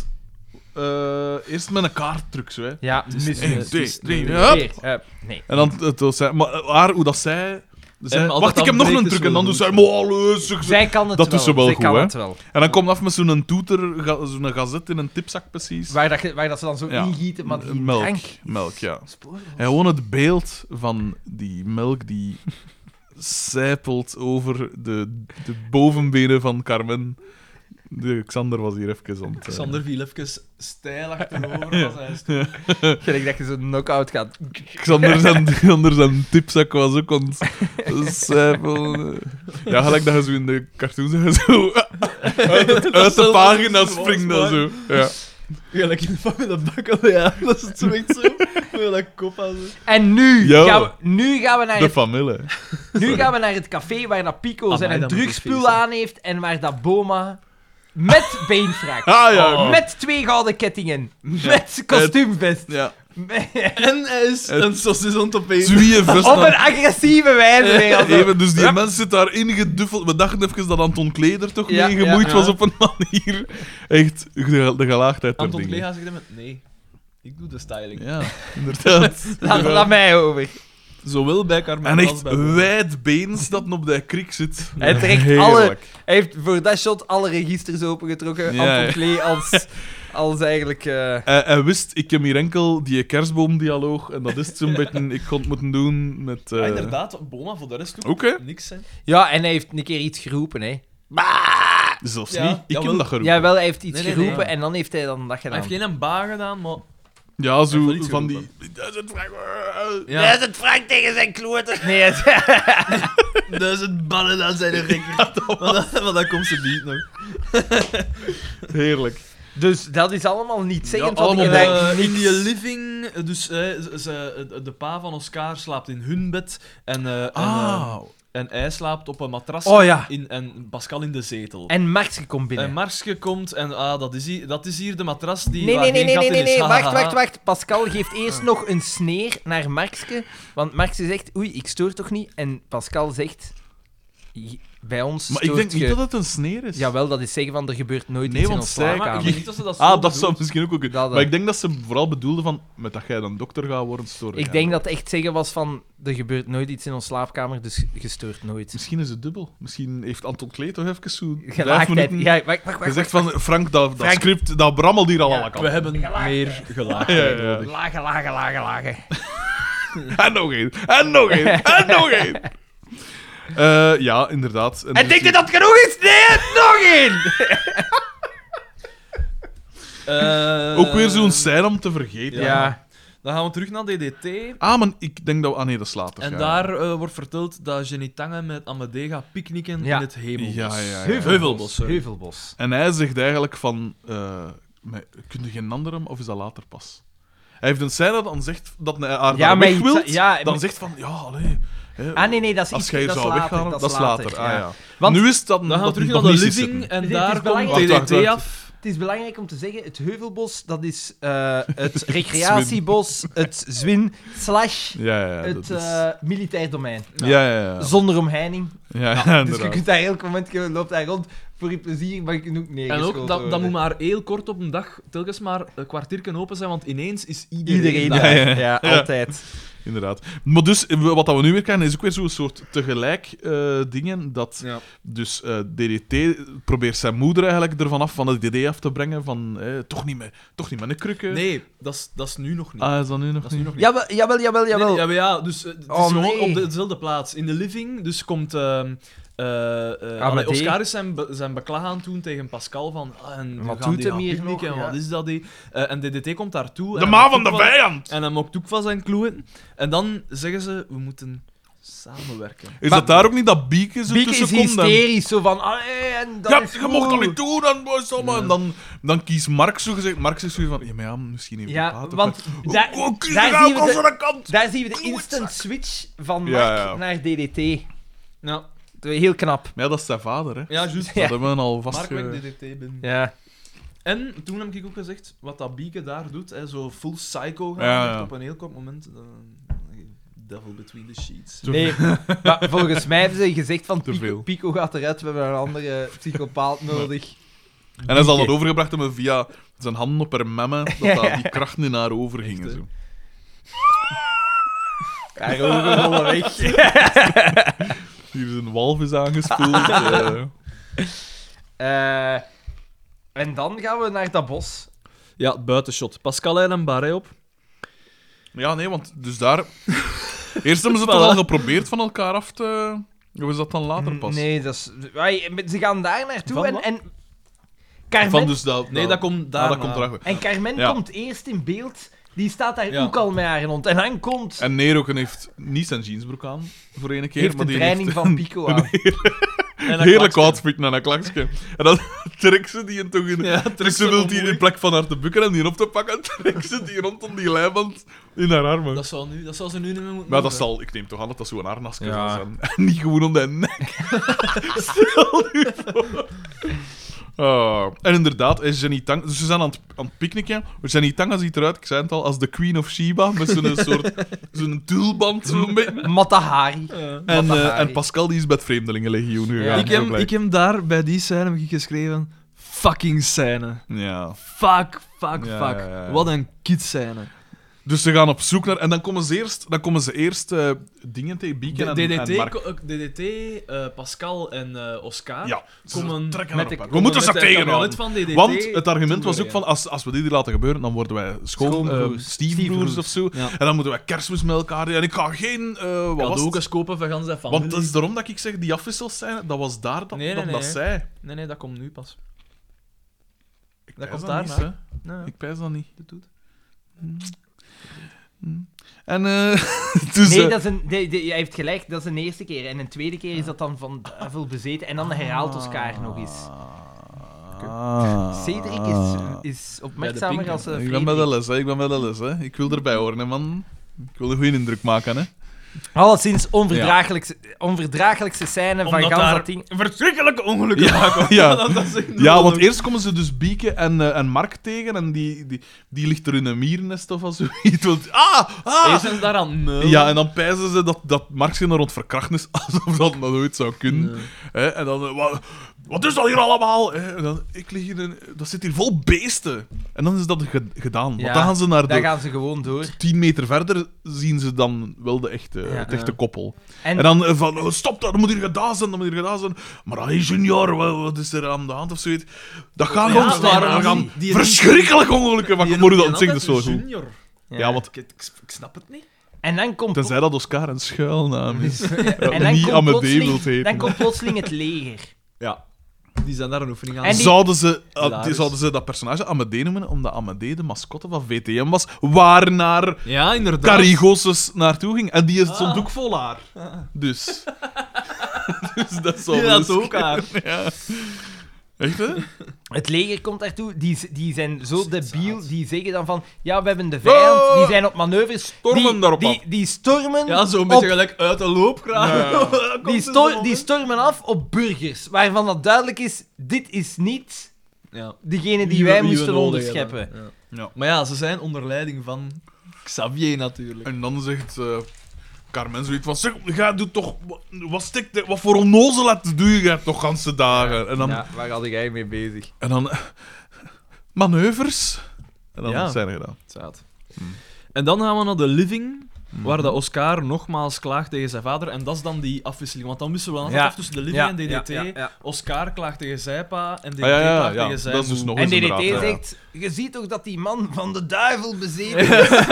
eh, eerst met een kaarttruc, zo, hè. Ja, is- mislukt. Eén, twee, is- drie, nee, hup. Weer, eh, nee. En dan het was zij, maar eh, haar, hoe dat zij... zij altijd wacht, ik heb nog afbreken een is truc. wel En dan doet goed. zij... Maar alles, zeg, Zij kan het Dat wel. doet ze wel zij goed, kan hè. het wel. En dan komt af met zo'n toeter, ga- zo'n gazet in een tipzak precies. Waar dat, je- waar dat ze dan zo Ja. ingieten, maar die melk, drank... melk, ja. Spoorloos. En gewoon het beeld van die melk die sijpelt over de, de bovenbenen van Carmen. De Xander was hier even aan het... eh, Xander viel even stijl achterover als hij stond. Gelijk dat je zo'n knock-out gaat. Xander zijn, Xander zijn tipzak was ook aan het sijpelen. Ja, gelijk dat je zo in de cartoon zegt, zo uit, het- uit de pagina springt dat zo. Ja. Gelijk in de van met de bakkel, ja. Dat is het zo echt zo. Met dat kop aan zo. En nu, Ja. gaan we, nu, gaan we naar De het, familie. nu gaan we naar het café waar dat Pico Amai, zijn een dat moet drugspul een feest zijn. aan heeft en waar dat Boma met beenfrak, Ah ja. met twee gouden kettingen, met kostuumvest, Ja. met- En hij is Het- een saucis ontopeen. Zwieën vest op aan- een agressieve wijze. weer, also. Even, dus die mens zit daar ingeduffeld. We dachten even dat Anton Kleder toch Ja, mee gemoeid ja, was ja. op een manier. Echt, de, de gelaagdheid der Anton dingen. Klega zegt hem, nee, ik doe de styling. Ja, inderdaad. Laat, laat mij over. Zowel bij Carmen En als echt bij Boma. wijd beens dat op die krik zit. Hij trekt Heerlijk. alle- Hij heeft voor dat shot alle registers opengetrokken. Ja, Anton ja. Klee als, als eigenlijk... eh, Hij, hij wist, ik heb hier enkel die kerstboomdialoog en dat is het zo'n beetje, ik kon het moeten doen met... eh, Ja, inderdaad, Boma voor de rest ook Oké. niks, hè. Ja, en hij heeft een keer iets geroepen, hè. Zelfs Ja, niet, ik jawel. heb dat geroepen. Jawel, hij heeft iets Nee, nee, geroepen nee. en dan heeft hij dan dat Hij gedaan. heeft geen ba gedaan, maar... Ja, Hij zo heeft wel iets van die... geroepen. Duizend frank. Ja. Dat is het Frank tegen zijn kloten. Nee, het... Duizend ballen aan zijn rekker. Maar dat, maar dat komt ze niet nog. Heerlijk. Dus dat is allemaal niet zeggend. Ja, want ik allemaal heb wel, eigenlijk Eh, in niks- die living, dus eh, ze, ze- de pa van Oscar slaapt in hun bed. En, eh, en, Ah, eh, En hij slaapt op een matras Oh ja. in, en Pascal in de zetel. En Markske komt binnen. En Marsje komt en ah, dat, is hier, dat is hier de matras die Nee, waar nee, nee, geen nee, gat nee, in nee, is. nee. Ha, ha, Wacht, ha. wacht, wacht. Pascal geeft eerst nog een sneer naar Markske. Want Markske zegt, oei, ik stoor toch niet? En Pascal zegt, "J- bij ons Maar ik stoort denk niet ge-" dat het een sneer is. Jawel, dat is zeggen van, er gebeurt nooit Nee, iets in want ons zij- Maar ik slaapkamer. weet niet dat ze dat zo Ah, dat bedoelt. zou misschien ook kunnen. Dat, Maar eh. ik denk dat ze vooral bedoelden van... Met dat jij dan dokter gaat worden, storen. Ik denk dat het echt zeggen was van, er gebeurt nooit iets in ons slaapkamer, dus je stoort nooit. Misschien is het dubbel. Misschien heeft Anton Kleed toch even zo... vijf Gelaagdheid. minuten Ja, wacht, wacht, wacht. gezegd wacht. van... Frank, dat, dat Frank. script, dat brammelt hier al Ja, alle We kanten. hebben meer gelaagd. Ja, ja, ja. nodig. Lagen, lagen, lagen, lagen. En nog één. En nog één. En nog één. Eh, ja, inderdaad. En dus denk je die- dat het genoeg is? Nee, nog één! Eh, Ook weer zo'n scène om te vergeten. Ja. Dan gaan we terug naar D D T. Ah, maar ik denk dat... Ah nee, dat is later. En ja. daar eh, wordt verteld dat Jenny Tange met Amadee gaat picknicken Ja. in het Hemelbos. Ja, ja, ja. Heuvelbos, sorry. Heuvelbos. En hij zegt eigenlijk van... eh maar kun je geen ander hem, of is dat later pas? Hij heeft een scène dat dan zegt dat hij haar Ja, daar maar weg iets- wilt. ja, dan maar- zegt van... Ja, allee... hè, Ah, nee, nee, dat is Als iets jij je dat is zou later, weggaan, dat dat is later. Ah, ja. ja. Want Nu is dat... Dan gaan we dat terug nog naar de niet living zitten. en Dit daar is komt belangrijk. Wacht, D D T wacht, wacht. af. het is belangrijk om te zeggen, het Heuvelbos, dat is eh, het recreatiebos, het Zwin, slash Ja, ja, ja. dat het is- eh, militair domein. ja, ja, ja. Zonder omheining. Ja, ja, Dus je inderdaad. kunt daar elk moment, je loopt daar rond voor je plezier, maar je kunt ook En neergeschoten ook, dat, dat worden. moet maar heel kort op een dag, telkens maar een kwartiertje open zijn, want ineens is iedereen, Iedereen daar. daar. Ja, Ja, ja. altijd. Inderdaad. Maar dus, wat dat we nu weer krijgen, is ook weer zo'n soort tegelijk eh, dingen. Dat Ja. dus eh, D D T probeert zijn moeder eigenlijk ervan af, van het idee af te brengen van eh, toch, niet met, toch niet met een krukken. Nee, dat is, dat is nu nog niet. Ah, is dat nu nog dat is nu niet? nog niet. Jawel, jawel, jawel, jawel. Nee, ja, maar ja, dus eh, het is Oh, gewoon nee. op dezelfde plaats. In de living, dus komt... ehm eh, eh, Amadee. allee, Oscar is zijn, be- zijn beklag aan het doen tegen Pascal van... Ah, en Wat we gaan doet die hem gaan hier picknicken, nog, en ja. wat is dat die? Eh, en D D T komt daartoe. De en maan hij van de mokt ook vijand! En hij mokt ook van zijn kloeien. En dan zeggen ze, we moeten samenwerken. Is Maar- dat daar ook niet dat Bieke zo Bieke is tussen komt? en- hysterisch, zo van, allee, en dat Ja, is je goed. mocht dat niet doen, dan was dat maar. Ja. En dan, dan kiest Mark zo gezegd. Mark zegt zo van, ja, maar ja, misschien even Ja, praten. want Hoe- daar, hoe kies daar je nou zien we aan de- zo'n kant? daar zien we de instant switch van Mark Ja, ja. naar D D T. Ja, Heel knap. Maar ja, dat is zijn vader, hè. ja juist. Dat hebben we al Mark vast... werkt D D T binnen. Ja. En toen heb ik ook gezegd, wat dat Bieke daar doet, hè, zo full psycho gaan, Ja, echt ja. op een heel kort moment... eh, devil between the sheets. Nee, maar volgens mij hebben ze gezegd van Te Pico, veel. Pico gaat eruit, we hebben een andere psychopaat nodig. En hij zal dat overgebracht hebben via zijn handen op haar memme, dat, dat die krachten in haar overgingen. Echt, hè? Zo. Haar ogen rollen weg. Hier is een walvis aangespoeld. eh. Eh, en dan gaan we naar dat bos. Ja, het buitenshot. Pascal en een barret op. Ja, nee, want dus daar... Eerst hebben ze het Voilà. toch al geprobeerd van elkaar af te... Of is dat dan later pas? Nee, dat is... Wij- Ze gaan daar naartoe Van en... wat? en Carmen, Van dus dat... Nee, dat komt ah, daarna. dat komt erachter. en Carmen Ja. komt eerst in beeld. Die staat daar Ja. ook al met haar hond. En dan komt... En Neroken heeft niet zijn jeansbroek aan, voor ene keer. heeft maar de die training heeft van Pico aan. En een heerlijk klaksje. outfit naar een klaksje. En dan trekt ze die en toch in... Ja, trekt dus ze ze wil wel die in moeilijk. plek van haar te bukken en die op te pakken, trekt ze die rondom die leiband in haar armen. Dat zou, nu, dat zou ze nu niet meer moeten Maar dat doen, zal... Ik neem toch aan dat dat zo'n harnasje Ja. zal zijn. En niet gewoon om de nek. Stel je voor. Ah. En inderdaad, is Jenny Tang... Dus ze zijn aan het, aan het picknicken. Jenny Tang ziet eruit, ik zei het al, als de Queen of Sheba. Met zo'n soort... Zo'n tulband, zo'n beetje. Matahari. Ja. En, Matahari. eh, en Pascal die is bij het Vreemdelingenlegioen nu Ja. gegaan. Ik heb, zo blijkt. ik heb daar bij die scène heb ik geschreven: fucking scène. Ja. Fuck, fuck, Ja, fuck. ja, ja. Wat een kid scène. Dus ze gaan op zoek naar... En dan komen ze eerst, dan komen ze eerst eh, dingen tegen Bieken en, en D D T, Mark. ko- ook D D T eh, Pascal en eh, Oscar. Ja, ze komen trekken met erop de- uit. We komen moeten ze met het tegenhouden. kabinet van D D T Want het argument was ook toegereden. van, als, als we dit hier laten gebeuren, dan worden wij schoon, Schoonbroers. eh, stiefbroers Stiefbroers. of zo. Ja. En dan moeten wij kerstmis met elkaar doen. En ik ga geen... eh wat was het? Cadeautjes kopen van gans zijn familie. Want dat is daarom dat ik zeg, die afwissels zijn, dat was daar dat, Nee, nee, dat, nee. dat zij. Nee, nee, dat komt nu pas. Ik Dat pijs komt niet, daarna. hè. Nee, Ik pijs dat niet. dat doet. En eh dus... Nee, eh, dat is een, de, de, hij heeft gelijk, dat is de eerste keer. En een tweede keer is dat dan van duivel bezeten. En dan herhaalt Oscar nog eens. Ah. Cedric is, is opmerkzamer pinken. als uh, Ik ben bij de les, hè. Ik ben bij de les, hè. Ik wil erbij horen, hè, man. Ik wil een goede indruk maken, hè. Alleszins onverdraaglijkste, onverdraaglijkste scène van Omdat gans daar dat ding. verschrikkelijke ongelukken Ja, maken. ja. Dat, dat is echt Ja, want nodig. eerst komen ze dus Bieke en, uh, en Mark tegen en die, die, die ligt er in een mierennest of zoiets. Want, ah, ah! Eerst zijn ze daar aan het meulen. Ja, en dan pijzen ze dat, dat Mark zich er rond verkrachten is, alsof dat nog nooit zou kunnen. Nee. Hè? En dan, uh, wat, wat is dat hier allemaal? Hè? En dan, ik lig hier in, dat zit hier vol beesten. En dan is dat ge- gedaan. Want Ja, dan gaan ze naar Daar de gaan ze gewoon door. tien meter verder, zien ze dan wel de echte, Ja. het echte Ja. koppel. En, En dan uh, van, oh, stop dat, dat moet hier gedaan zijn, dat moet hier gedaan zijn. Maar hey, junior, wat, wat is er aan de hand of zoiets? Dat gaan Ja, ons maar daar, die- we gaan die- die- verschrikkelijke ongelukken van Die worden noemt dan die zeggen, dat is wel altijd goed. junior. Ja, want Ik, ik, ik snap het niet. en dan komt... tenzij dat Oscar een schuilnaam is. en dan niet komt Amadee plotseling- wilt heten. Dan komt plotseling het leger. Ja. Die zijn daar een oefening aan. En die- Zouden ze, uh, Hilarisch. die, zouden ze dat personage Amadee noemen, omdat Amadee de mascotte van V T M was, waarnaar Ja, inderdaad. Carigoses naartoe ging. En die is Ah. stond ook vol haar. Dus. dus dat zou Die wel had eens ook haar. Ja. Echt, hè? Het leger komt daartoe, die, z- die zijn zo debiel, die zeggen dan van, ja, we hebben de vijand, Oh! die zijn op manoeuvres. Stormen die, daarop die, af. die stormen Ja, zo'n op- beetje gelijk uit de loopgraaf. Ja, ja. Komt die, er sto- zo'n die moment. stormen af op burgers, waarvan dat duidelijk is, dit is niet Ja. degene die Wie we- wij wie we moesten nodig onderscheppen. hebben. Ja. Ja. Maar ja, ze zijn onder leiding van Xavier natuurlijk. En dan zegt uh, Carmen zoiets van, zeg, jij doet toch... Wat, wat, stikt, dit- wat voor onnozelheid doe je toch ganse dagen? En dan... Ja, waar had jij mee bezig? En dan eh, manoeuvres. En dan Ja. zijn er gedaan. Zaad. En dan gaan we naar de living, Mhm. waar de Oscar nogmaals klaagt tegen zijn vader. En dat is dan die afwisseling. Want dan wisselen we altijd Ja. af tussen de living Ja, en D D T. ja, ja, ja. Oscar klaagt tegen zijn pa en D D T Ah, ja, ja, klaagt ja. tegen zijn Dat is dus moe. nog En eens D D inderdaad, T ja. zegt, je ziet toch dat die man van de duivel bezeten is?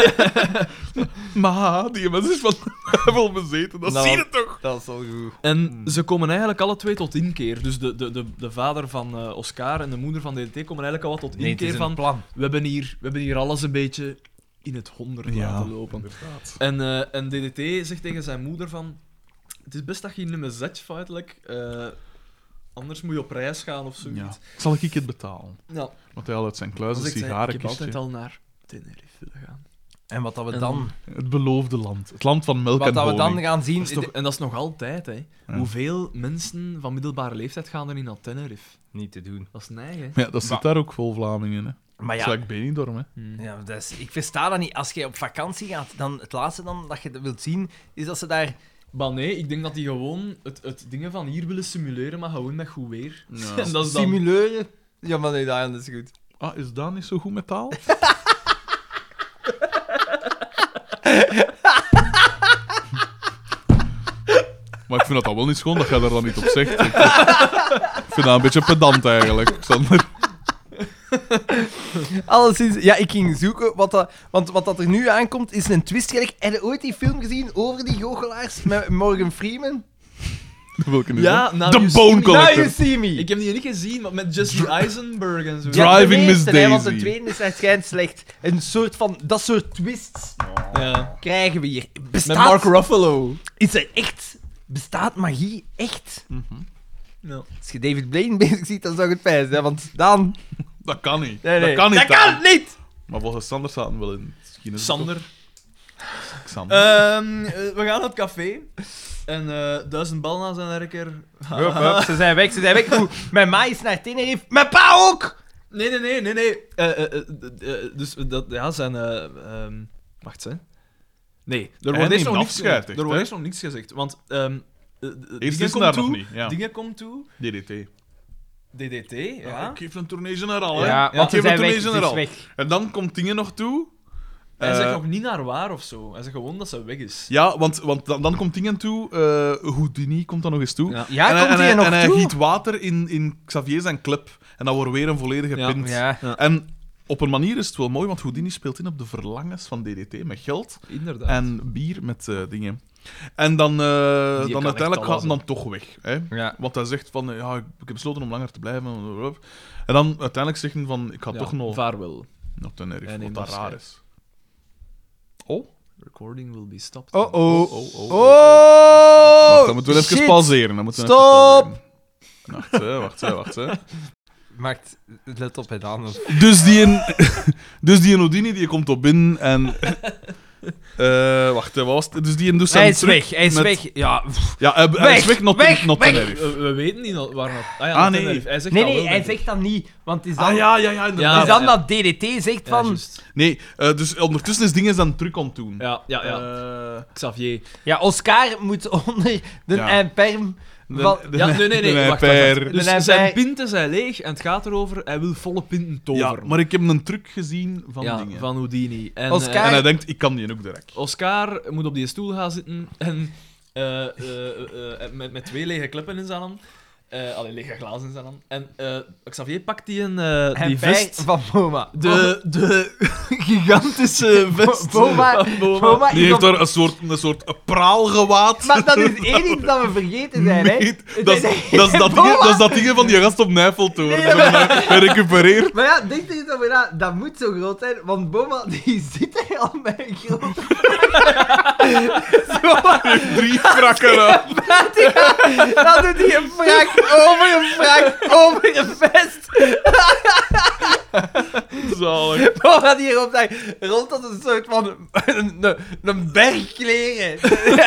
Maar die mens is van de duivel bezeten. Dat Nou. zie je toch? Dat is wel goed. En ze komen eigenlijk alle twee tot inkeer. Dus de, de, de, de vader van eh, Oscar en de moeder van D D T komen eigenlijk al wat tot Nee, het is inkeer een van... plan. We hebben, hier, we hebben hier alles een beetje in het honderd laten lopen. inderdaad. En, eh, en D D T zegt tegen zijn moeder van... Het is best dat je niet meer zet, feitelijk. Eh, anders moet je op reis gaan of zoiets. Ja. Zal ik het betalen? Ja. Want hij had uit zijn Dan kluis een zegt zij, ik heb sigarenkistje. altijd al naar Tenerife willen gaan. En wat dat we En- dan, Het beloofde land. Het land van melk wat en dat we dan honing. gaan zien... Dat is toch, en dat is nog altijd, hè. Ja. Hoeveel mensen van middelbare leeftijd gaan er niet naar Tenerife? Niet te doen. Dat is neig, hè. Ja, dat zit Maar- daar ook vol Vlamingen. Hè. Maar Ja. ja, Zoals Benidorm, hè. Hmm. ja dat is, ik versta dat niet. Als je op vakantie gaat, dan het laatste dan dat je dat wilt zien, is dat ze daar... Maar nee, ik denk dat die gewoon het, het dingen van hier willen simuleren, maar gewoon met goed weer. Ja. En dat is dan... Simuleren? Ja, maar nee, dat is goed. Ah, is dat niet zo goed met taal? Maar ik vind dat al wel niet schoon dat jij daar dan niet op zegt. Ik, ik vind dat een beetje pedant eigenlijk, Xander. Alleszins, ja, ik ging zoeken, wat dat, want wat dat er nu aankomt is een twist. Gelijk. Heb je ooit die film gezien over die goochelaars met Morgan Freeman? Welke is Ja, dat? nou, The you Bone see me. Now Collector. you see me! Ik heb die niet gezien, maar met Jesse Eisenberg en zo. Dra- Driving de Miss eerste, hè, want de Daisy. tweede is waarschijnlijk slecht. Een soort van... Dat soort twists Ja. krijgen we hier. Met Bestaat... Mark Ruffalo. Is er echt... Bestaat magie echt? Mhm. Ja. Als je David Blaine bezig ziet, dan zou ik het pijzen, hè, want dan... Dat kan niet. Nee, nee. Dat kan niet. Dat kan Dan. niet! Maar volgens Sander zaten we wel in. Misschien is het Sander. toch- Xander. Ehm, eh, we gaan naar het café. En eh, duizend ballen aan zijn erker. Hup, hup, ze zijn weg, ze zijn weg. Oeh, mijn ma is naar Tenerife. Mijn pa ook! Nee, nee, nee, nee, nee. Eh, eh, eh, eh, dus dat, ja, zijn... eh, ehm, wacht, hè. Nee, er Hij wordt eerst neemt nog niks afscheid, gezegd. echt, Er wordt hè? eerst nog niks gezegd. Want... ehm eh, eh, Eerst dingen is het komt daar toe, nog niet. Ja. Dingen komt toe. D D T. D D T, ja. Ja, ik geef een tournee generaal, hè. Ja, Ik want ze geef een zijn weg, tournee ze is generaal. weg. En dan komt dingen nog toe. Hij Eh, zegt nog niet naar waar of zo. Hij zegt gewoon dat ze weg is. Ja, want, want dan, dan komt dingen toe. eh Houdini komt dan nog eens toe. Ja. Ja, en, komt en, hij hij- nog en hij toe? giet water in, in Xavier zijn clip. En dat wordt weer een volledige Ja. pint. Ja. En op een manier is het wel mooi, want Houdini speelt in op de verlangens van D D T met geld Inderdaad. en bier met eh, dingen. En dan, eh, dan echt uiteindelijk alles, gaat hij hè. dan toch weg. Hè? Ja. Want hij zegt van, eh, ja, ik ik heb besloten om langer te blijven. En dan uiteindelijk zegt hij van, ik ga Ja, toch nog vaarwel. naar Tenerife, Hij wat neemt dat raar afscheid. is. Oh? Recording will be stopped. Oh oh. Oh, oh, oh. Oh! Wacht, dan moeten we even shit. pauzeren. Dan moeten we Stop! even pauzeren. Wacht, hè, wacht, hè, wacht. Hè. Maakt... Let op, het aan. Dus die, een, dus die een Houdini die komt op binnen en Uh, wacht, wat was het? Dus die dus Hij is terug weg, hij is met- weg. Ja. Ja, hij, hij Weg, is weg, not, weg, not weg. Tenerife. We, we weten niet nog waar dat... Ah, ja, Ah, dat nee. Tenerife. Hij zegt Nee, dat nee, wel, hij denk ik. zegt dat niet. Want het is dan, Ah ja, ja, ja, het inderdaad. is dan ja. dat D D T zegt Ja, van... juist. Nee, uh, dus ondertussen is dingen aan het truc aan het doen. Ja, ja, ja. Uh, Xavier. Ja, Oscar moet onder de Ja. imperm de- van... de- Ja, nee, nee, nee. de Wacht, wacht, wacht. per. Dus De zijn per- pinten zijn leeg en het gaat erover, hij wil volle pinten Ja, toveren. maar ik heb een truc gezien van Ja, dingen. van Houdini. En, Oscar- eh, En hij denkt, ik kan die ook direct. Oscar moet op die stoel gaan zitten en eh, eh, eh, eh, met, met twee lege kleppen in zijn hand. Eh alleen lege glazen in zijn hand. En eh, Xavier pakt die, een, eh, die imper vest. van Boma. De, de gigantische vest Boma- van Boma. Boma Die is heeft op- daar een soort, een soort praalgewaad. Maar dat is één iets dat we vergeten zijn, hè. Nee, dat, is, dat, is dat, Boma- ding, dat is dat ding van die gast op Nijfeltoren. Nee, Zo maar- Hij recupereert. Maar ja, denk er eens over na. Dat moet zo groot zijn, want Boma die zit er al met een grote zo, Drie frakken aan. dan doet hij een frak over een frak over een vest. Zalig. Boma die erop daar rond als een soort van een, een, een berg kleren.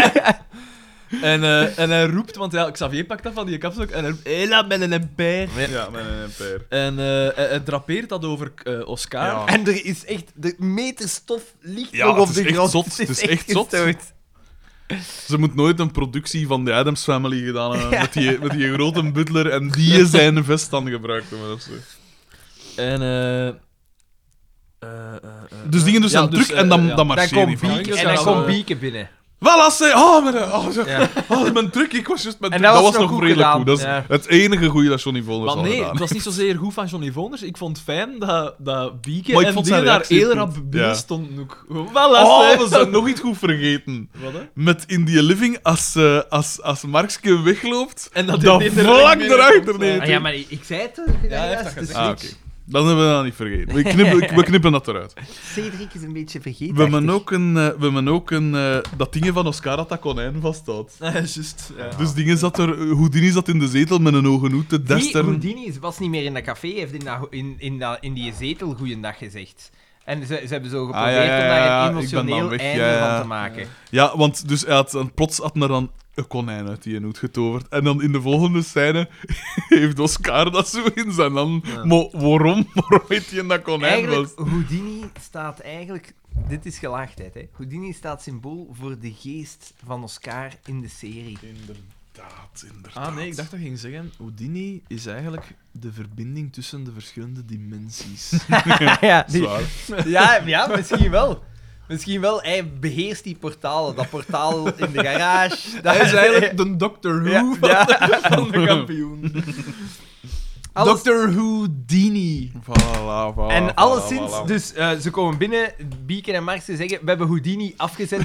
En, eh, en hij roept, want ja, Xavier pakt dat van die kapstok en hij roept, hé, laat met een imper. Ja, met een imper. En eh, hij, hij drapeert dat over eh, Oscar. Ja. En er is echt, de meter stof ligt Ja, nog het op is de echt grond. zot. Het is echt zot. gestoord. Ze moet nooit een productie van de Addams Family gedaan hebben. Met, die, met die grote butler en die zijn vest dan gebruikt hebben. Of zo. En eh... eh, eh, eh, Dus dingen dus ja, aan dus, truc en dan, eh, dan ja. marcheer Dan je komt van. Bieke, Ja, en dan zo, komt eh. Bieke binnen. Voilà, zeg. Oh, mijn, oh, zo. Ja. oh, mijn truc. Ik was juist met En truc. dat Dat was was nog nog goed redelijk gedaan. goed. Dat is Ja. het enige goede dat Johnny Voners Maar al nee, gedaan het was niet zozeer goed van Johnny Voners. Ik vond het fijn dat, dat Bieke Maar ik en vond die zijn daar reactie heel goed. rap binnen Ja. stonden ook. Voilà, Oh, zeg. we zijn nog iets goed vergeten. Wat, hè? Met in die living, als, uh, als, als Markske wegloopt, En dat dat hij niet er vlak meer erachter komt, neemt. Ah, ja, maar ik zei het toch? Ja, hij heeft dat de gezegd. Ah, oké. switch. Dan hebben we dat niet vergeten. We knippen, we knippen dat eruit. Cedric is een beetje vergeten. We hebben ook een... eh, we hebben ook een uh, dat ding van Oscar dat dat konijn vasthoudt. Ja, juist. Ja. Dus dingen zat er... Houdini zat in de zetel met een ogen hoed te Die desteren. Houdini was niet meer in dat café, heeft in, dat, in, in, dat, in die zetel goeiedag gezegd. En ze, ze hebben zo geprobeerd Ah, ja, ja, om daar ja, een ik ben dan emotioneel weg, einde ja, ja. van te maken. Ja, want dus hij had, en plots had er dan een konijn uit die hoed getoverd. En dan in de volgende scène heeft Oscar dat zo in zijn hand. Ja. Maar waarom? Waarom heeft hij dat konijn Eigenlijk, vast? Houdini staat eigenlijk... Dit is gelaagdheid, hè. Houdini staat symbool voor de geest van Oscar in de serie. Inderdaad, inderdaad. Ah nee, ik dacht dat je ging zeggen, Houdini is eigenlijk de verbinding tussen de verschillende dimensies. ja, die- Zwaar. ja, ja, misschien wel. Misschien wel. Hij beheerst die portalen. Dat portaal in de garage. Dat Hij is eigenlijk de Doctor Who Ja, van, ja. De, van de kampioen. Alles- Doctor Houdini. Voilà, voilà, En voilà, alleszins, voilà. dus eh, ze komen binnen, Bieke en Marx zeggen, we hebben Houdini afgezet.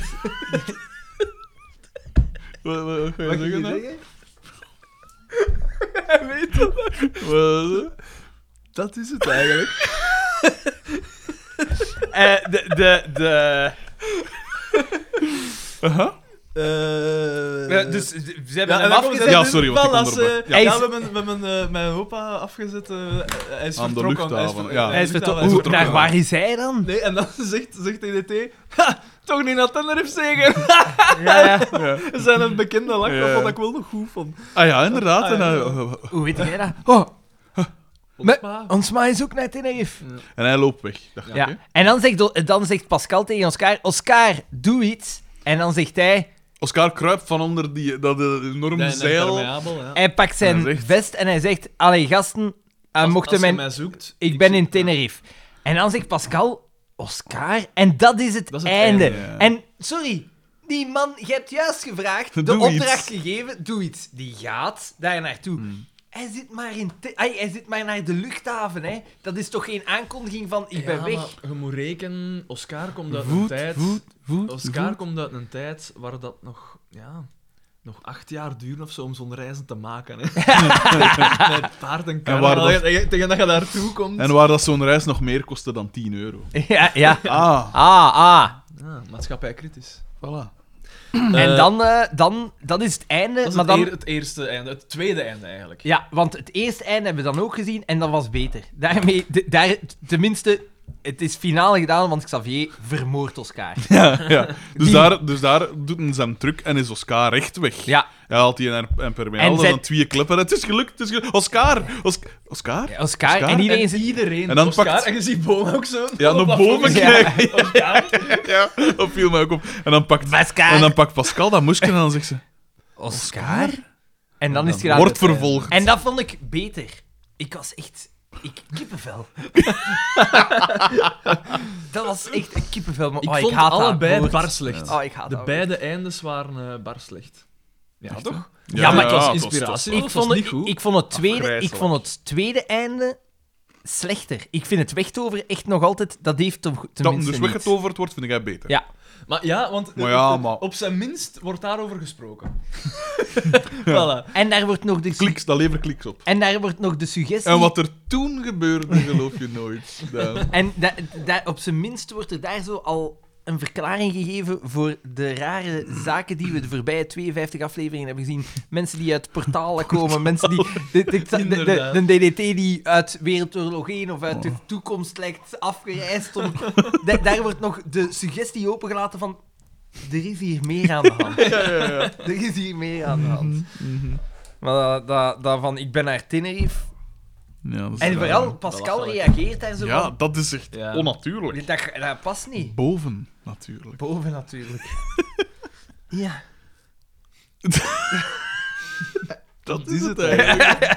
Wat, wat ga je Wat zeggen je dan? zeggen? Hij weet dat. Wat? Dat is het eigenlijk. Eh, de, de, de... Aha. Eh, eh, dus ze ze hebben Ja, hem en dan komen afgezet. ze- Ja, sorry, want ik Wel, als, onderbrak. eh, Ja. ja, Hij is- we hebben, we hebben eh, mijn opa afgezet. eh, hij is Aan de vertrokken. Hij is luchthaven, ver- ja. Hij is vertrokken. hij is Hoe, vertrokken. naar waar is hij dan? Nee, en dan zegt, zegt D D T... Ha, toch niet naar Tenerife zeker? Ja, ja. Ja. Dat zijn een bekende lach, Ja. wat ik wel nog goed vond. Ah ja, inderdaad. Ah, En, ja. hij, eh, Hoe weet jij dat? Oh, Ons Me- pa. ons ma is ook naar Tenerife. en hij loopt weg. Dacht ik, Ja. hè. En dan zegt, dan zegt Pascal tegen Oscar, Oscar, doe iets. En dan zegt hij, Oscar kruipt van onder die, dat eh, enorme Nee, nee, zeil. permeabel, ja. hij pakt zijn En hij zegt- vest en hij zegt, allee gasten, uh, Als- mochten als je mijn... mij zoekt... Ik ben in zoek- Tenerife. En dan zegt Pascal, Oscar? En dat is het, Dat is het einde. einde, ja. En, sorry, die man, je hebt juist gevraagd, de Doe opdracht iets. gegeven, doe iets. Die gaat daar naartoe. Hmm. Hij zit maar in... te- Ai, hij zit maar naar de luchthaven, hè. Dat is toch geen aankondiging van, ik ben Ja, weg. maar je moet rekenen, Oscar komt uit een Voet, tijd... voet, voet, Oscar voet. komt uit een tijd waar dat nog... Ja, nog acht jaar duurde of zo om zo'n reizen te maken. Hè. Met paard en kar. En waar En dat- tegen, tegen dat je daartoe komt... En waar dat zo'n reis nog meer kostte dan tien euro. Ja, ja. Ah, Ah, ah. Ja, maatschappij kritisch. voilà. En Eh, dan, eh, dan, dat is het einde. Dat is maar het, dan, eer- het eerste einde, het tweede einde eigenlijk. ja, want het eerste einde hebben we dan ook gezien en dat was beter. Daarmee, de- daar, tenminste, het is finale gedaan, want Xavier vermoordt Oscar. Ja, ja. Dus, Die- daar, dus daar doet hij zijn truc en is Oscar recht weg. Ja, Hij haalt hij een, een permanent, En dat zij- zijn twee klippen. Het is gelukt, het is gelukt. Oscar! Os- Oscar? ja, Oscar. En iedereen En zit... iedereen. En dan Oscar, pakt- En je ziet Boom ook zo. Ja, op naar dat boven foto. kijken. Oscar. Ja, dat viel mij ook op. En dan pakt, Oscar. en dan pakt Pascal dat moesje en dan zegt ze... Oscar? En dan is het gedaan. Wordt vervolgd. En dat vond ik beter. Ik was echt... Ik kippenvel. Dat was echt een kippenvel. Maar, Ik oh, vond ik haat dat allebei woord. bar slecht. Oh, ik haat De dat beide eindes waren uh, bar slecht. Ja, toch? Ja, maar het was het inspiratie. woord. dat Ik was vond, niet het, goed. ik, vond het tweede, ik Afgrijzelijk. vond het tweede einde slechter. Ik vind het wegtover echt nog altijd... Dat heeft toch Dat tenminste dus niet. weggetoverd wordt, vind jij beter. Ja. Maar ja, want Maar eh, ja, eh, maar- op zijn minst wordt daarover gesproken. Voilà. En daar wordt nog de... su- Kliks, dat levert kliks op. En daar wordt nog de suggestie... En wat er toen gebeurde, geloof je nooit. Daan. En da- da- op zijn minst wordt er daar zo al een verklaring gegeven voor de rare zaken die we de voorbije tweeënvijftig afleveringen hebben gezien. Mensen die uit portalen komen, mensen die... De, de, de, de, Inderdaad. de D D T die uit Wereldoorlog één of uit de toekomst lijkt afgereisd. Om, da- daar wordt nog de suggestie opengelaten van... Er is hier meer aan de hand. Ja, ja, ja. Er is hier meer aan de hand. Maar dat, dat, dat van, ik ben naar Tenerife... Ja, dat is En raar. vooral, Pascal belachelijk. reageert daar zo Ja, van... dat is echt Ja. onnatuurlijk. Dat, dat past niet. Boven, natuurlijk. Boven natuurlijk. Ja. Dat is het eigenlijk.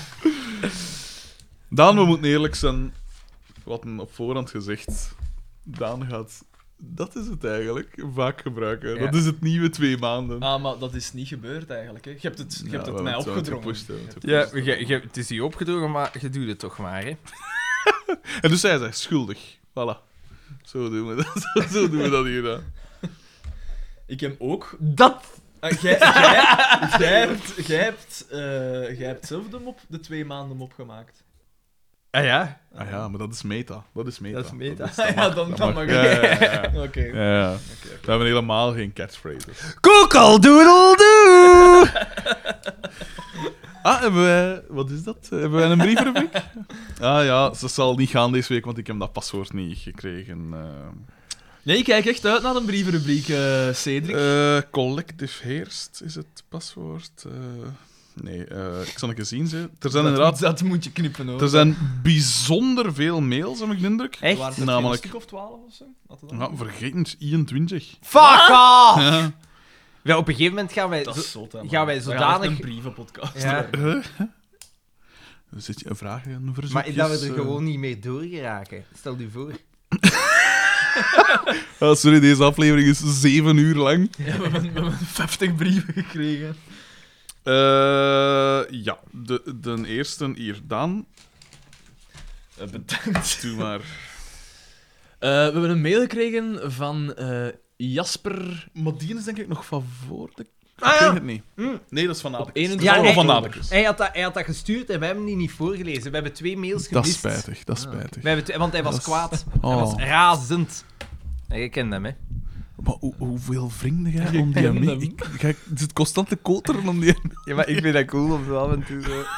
Daan, we moeten eerlijk zijn. Wat een op voorhand gezegd. Daan gaat... Dat is het eigenlijk. Vaak gebruiken. Ja. Dat is het nieuwe twee maanden. Ah, maar dat is niet gebeurd eigenlijk. Hè. Je hebt het, je Ja, hebt het we mij hebben het zo opgedrongen. gepusht, hè, we hebben het Ja, gepusht. je, je, het is hier opgedrogen, maar je doet het toch maar, hè. En dus zij zegt schuldig. Voilà. Zo doen we dat, zo, zo doen we dat hier dan. Ik heb ook... Dat... Ah, jij, jij, jij hebt, jij, hebt, eh, jij hebt zelf de mop, de twee maanden mop gemaakt. Ah ja? Ah ja, maar dat is meta. Dat is meta. Dat is meta. dat Ja, mag- dan- dat dan mag. mag Ja, ik. ja, ja, ja. Oké. Ja, ja. We hebben helemaal geen catchphrases. Koekeldoedeldoe! Ah, hebben wij... Wat is dat? Hebben wij een brievenrubriek? Ah ja, dat zal niet gaan deze week, want ik heb dat paswoord niet gekregen. eh. Nee, ik kijk echt uit naar een brievenrubriek, eh Cedric. Eh, collective heerst is het paswoord. Eh, nee, eh, ik zal het eens zien. Ze. Er zijn dat, inderdaad... dat moet je knippen, hoor. Er zijn bijzonder veel mails, heb ik de indruk. Echt? Waren het namelijk- een stuk of twaalf of zo? Had het dan? Ja, vergeet eens, eenentwintig. Fuck off! Ja. Ja, op een gegeven moment gaan wij... Dat zo- is zot, hè, man. gaan wij We gaan zodanig- echt een brievenpodcast Ja. worden. Huh? Zit je een vraag en een verzoekjes? Maar dat we er eh? gewoon niet meer doorgeraken. Stel je voor. Ah, sorry, deze aflevering is zeven uur lang. Ja, we hebben, we hebben vijftig brieven gekregen. Eh, ja, de, de eerste hier. Daan, Eh, bedankt. doe maar. Eh, we hebben een mail gekregen van eh, Jasper. Maar die is denk ik nog van voor de... Ah, ik ja. weet het niet. Hm. Nee, dat is van Op Adekes. eenentwintig Ja, hij- van oktober. Adekes. Hij had, dat, hij had dat gestuurd en wij hebben die niet voorgelezen. We hebben twee mails Dat is gemist. spijtig, dat is spijtig. We hebben twee- want hij was Dat is- kwaad. Hij Oh. was razend. Ja, je kent hem, hè. Maar hoe, hoeveel vrienden jij om die ken mee? hem. Ik, ik, ik zit constant te koteren om die... Ja, maar ik vind dat cool om zo af en toe zo...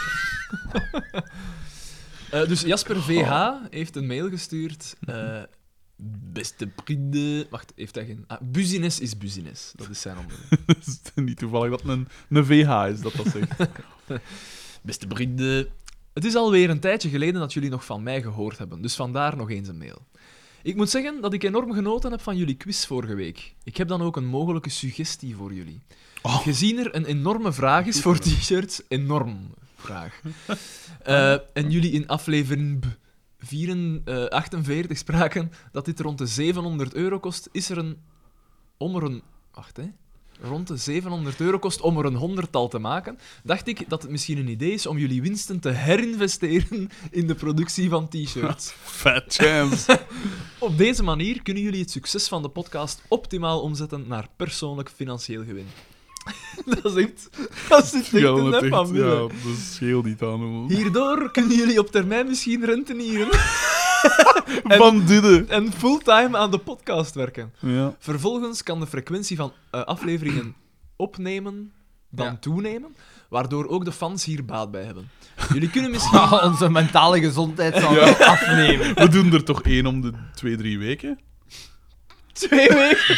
Eh, dus Jasper V H heeft een mail gestuurd. eh, beste vrienden. Wacht, heeft hij geen. Ah, Buzines is Buzines. Dat is zijn onderdeel. Het is niet toevallig dat het een, een V H is dat dat zegt. Beste vrienden. Het is alweer een tijdje geleden dat jullie nog van mij gehoord hebben, dus vandaar nog eens een mail. Ik moet zeggen dat ik enorm genoten heb van jullie quiz vorige week. Ik heb dan ook een mogelijke suggestie voor jullie. Oh. Gezien er een enorme vraag is voor t-shirts, enorm vraag. Eh, en jullie in aflevering B vier, eh, achtenveertig spraken dat dit rond de zevenhonderd euro kost, is er een... Om er een... Wacht, hè. Rond de zevenhonderd euro kost om er een honderdtal te maken, dacht ik dat het misschien een idee is om jullie winsten te herinvesteren in de productie van t-shirts. Fat chance. Op deze manier kunnen jullie het succes van de podcast optimaal omzetten naar persoonlijk financieel gewin. Dat is echt... Dat is echt Ja, een dat, nep van echt, midden. ja, dat scheelt niet aan hem. Hierdoor kunnen jullie op termijn misschien rentenieren Van Didde. en fulltime aan de podcast werken. Ja. Vervolgens kan de frequentie van eh, afleveringen opnemen dan Ja. toenemen, waardoor ook de fans hier baat bij hebben. Jullie kunnen misschien... Ah, onze mentale gezondheid zal wel afnemen. We doen er toch één om de twee, drie weken? Twee weken...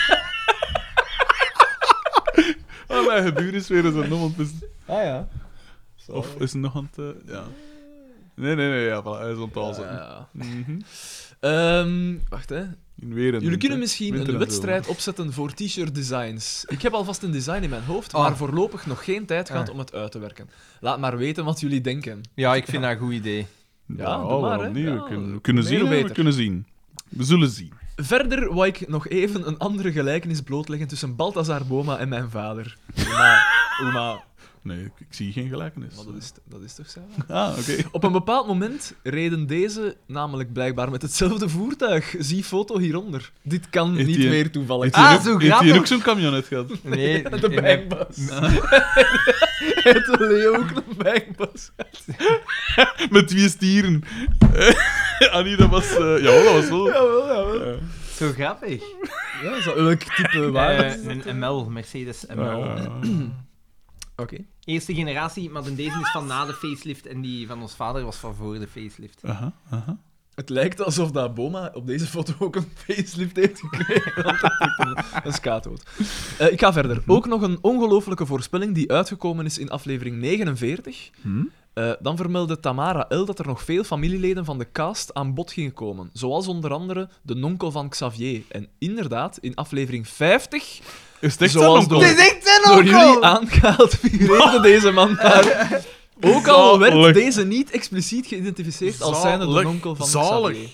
Oh, mijn gebuur is weer eens een nom ontpist. Ah ja. Of is het nog aan het... eh, ja. Nee, nee, nee, ja, voilà, hij is aan het Ja, alzen. ja. Mhm. Ehm, wacht, hè. In weer een Jullie kunnen winter- misschien winter een en wedstrijd opzetten voor t-shirt designs. Ik heb alvast een design in mijn hoofd, maar Oh. voorlopig nog geen tijd gehad Ah. om het uit te werken. Laat maar weten wat jullie denken. Ja, ik vind dat een goed idee. Ja, Ja, doe oh, maar, waarom hè. niet? Ja, we kunnen, we kunnen meer zien, hoe hè, we beter. kunnen zien. We zullen zien. Verder wou ik nog even een andere gelijkenis blootleggen tussen Balthazar Boma en mijn vader. Oma, oma. Nee, ik, ik zie geen gelijkenis. Maar dat is, dat is toch zo? Ah, oké. Op een bepaald moment reden deze namelijk blijkbaar met hetzelfde voertuig. Zie foto hieronder. Dit kan Heeft niet die een- meer toevallig Heeft zijn. hij Ah, ook- zo Heeft hij grappig. ook zo'n camionet gehad? Nee, De in mijn- bangbus. Het de Leo ook een bangbus. Met twee stieren. ah, nee, dat was... eh jawel, dat was wel... Jawel, jawel. Ja. Zo grappig. Ja, zo, welk type wagen? Eh, een M L, Mercedes M L. Ah. Oké. Eerste generatie, maar de deze is van na de facelift en die van ons vader was van voor de facelift. Aha, aha. Het lijkt alsof dat Boma op deze foto ook een facelift heeft gekregen. Want dat is een- een skaathoot. Eh, ik ga verder. Ook nog een ongelofelijke voorspelling die uitgekomen is in aflevering negenenveertig. Hm? Eh, dan vermeldde Tamara L. dat er nog veel familieleden van de cast aan bod gingen komen. Zoals onder andere de nonkel van Xavier. En inderdaad, in aflevering vijftig, Is het echt Zoals zo'n door- onkel? Het is echt zijn door onkel! jullie aangehaald, figureerde deze man daar. Ook al werd Zalig. deze niet expliciet geïdentificeerd als zijnde de Zalig. nonkel van Zalig. Xavier.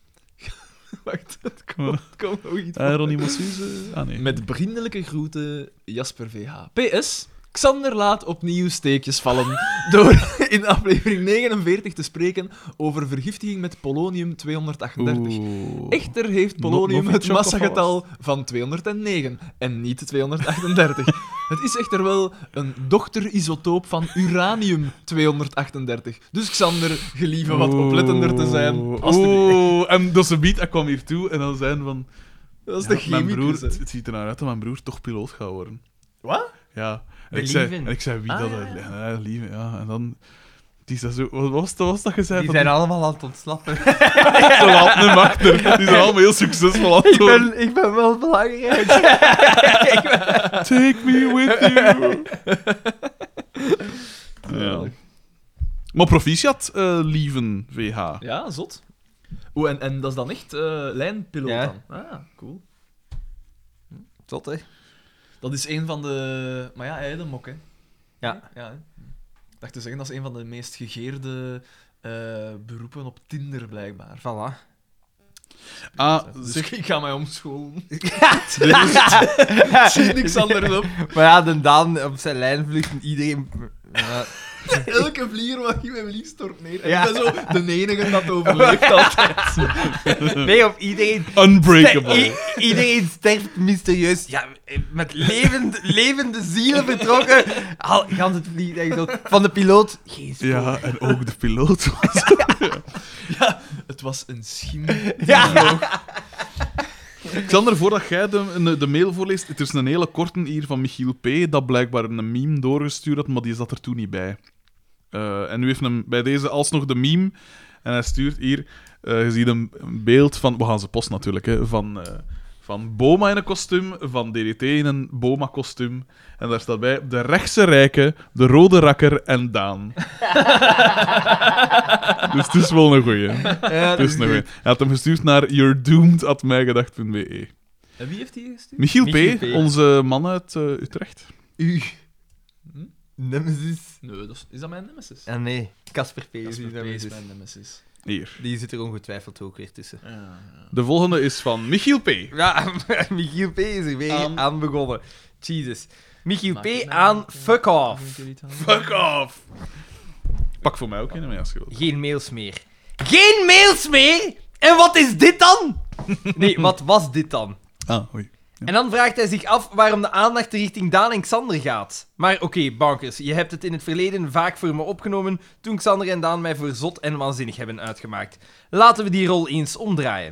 Wacht, het komt, het komt nog iets. Uh, Ronnie Mossuze? Ah, nee. Met vriendelijke groeten, Jasper V H. P S. Xander laat opnieuw steekjes vallen door in aflevering negenenveertig te spreken over vergiftiging met polonium tweehonderdachtendertig. Oeh. Echter heeft Nog- polonium nog het iets massagetal van tweehonderdnegen en niet tweehonderdachtendertig. Het is echter wel een dochterisotoop van uranium tweehonderdachtendertig. Dus Xander, gelieve wat oplettender te zijn. Oeh. Alsjeblieft. Oeh, en dat ze biedt, hij kwam hier toe en dan zijn van... Dat is ja, de mijn broer, chemicus, hè. het, het ziet er naar uit dat mijn broer toch piloot gaat worden. Wat? Ja. En De ik, zei, Lieven. en ik zei, wie Ah, dat... ja, is? ja. Ja, Lieven, ja. En dan... Die is dat zo... Wat was dat, was dat je zei? Die van zijn allemaal aan het ontsnappen. Ze laten hem achter. Die zijn allemaal heel succesvol aan het ik, worden. ben, ik ben wel belangrijk. Take me with you. Ja. Maar proficiat, eh lieven V H. Ja, zot. Oeh, en, en dat is dan echt eh, lijnpiloot Ja. dan? Ah, cool. Tot, hè. Dat is een van de... Maar ja, hij de mok, hè. Ja. Ja, hè. Ik dacht te zeggen, dat is een van de meest gegeerde eh, beroepen op Tinder, blijkbaar. Voilà. Ah, Dus zeg... ik ga mij omscholen. dit- Zie niks anders op. Maar ja, de Daan op zijn lijnvlucht en iedereen... Ja. Elke vlieger mag je mijn liefst stort neer. En Ja. ik ben zo de enige dat overleeft altijd. Nee, op iedereen... Unbreakable. I- iedereen sterft mysterieus. Ja, met levend, levende zielen vertrokken. Al, gans het vliegtuig zo. Van de piloot, geen spoor. Ja, en ook de piloot. Het was een schim. Ja. Xander, voordat jij de, de mail voorleest, het is een hele korte hier van Michiel P. dat blijkbaar een meme doorgestuurd had, maar die zat er toen niet bij. Uh, en nu heeft hem bij deze alsnog de meme. En hij stuurt hier... Uh, je ziet een, een beeld van... We gaan ze post natuurlijk, hè. Van, uh, van Boma in een kostuum, van D D T in een Boma-kostuum. En daar staat bij de rechtse rijke, de rode rakker en Daan. Dus het is wel een goeie. Ja, Het dat is een goeie. Hij had hem gestuurd naar youredoomed at mijgedacht punt b e. En wie heeft die gestuurd? Michiel, Michiel P., P. onze man uit uh, Utrecht. U. Hm? Nemesis. Nee, dat is, is dat mijn nemesis? Ah nee, Casper P. is Casper die P. is nemesis. mijn nemesis. Hier. Die zit er ongetwijfeld ook weer tussen. Ja, ja. De volgende is van Michiel P. Ja, Michiel P. is er weer Aan- aan, begonnen. Jesus. Michiel Maak P. het nou aan niet, fuck off. Moet ik er iets aan doen? Fuck off! Pak voor mij ook in, maar ja, schuld. Geen mails meer. Geen mails meer? En wat is dit dan? Nee, wat was dit dan? Ah, oei. Ja. En dan vraagt hij zich af waarom de aandacht richting Daan en Xander gaat. Maar oké, okay, bankers, je hebt het in het verleden vaak voor me opgenomen toen Xander en Daan mij voor zot en waanzinnig hebben uitgemaakt. Laten we die rol eens omdraaien.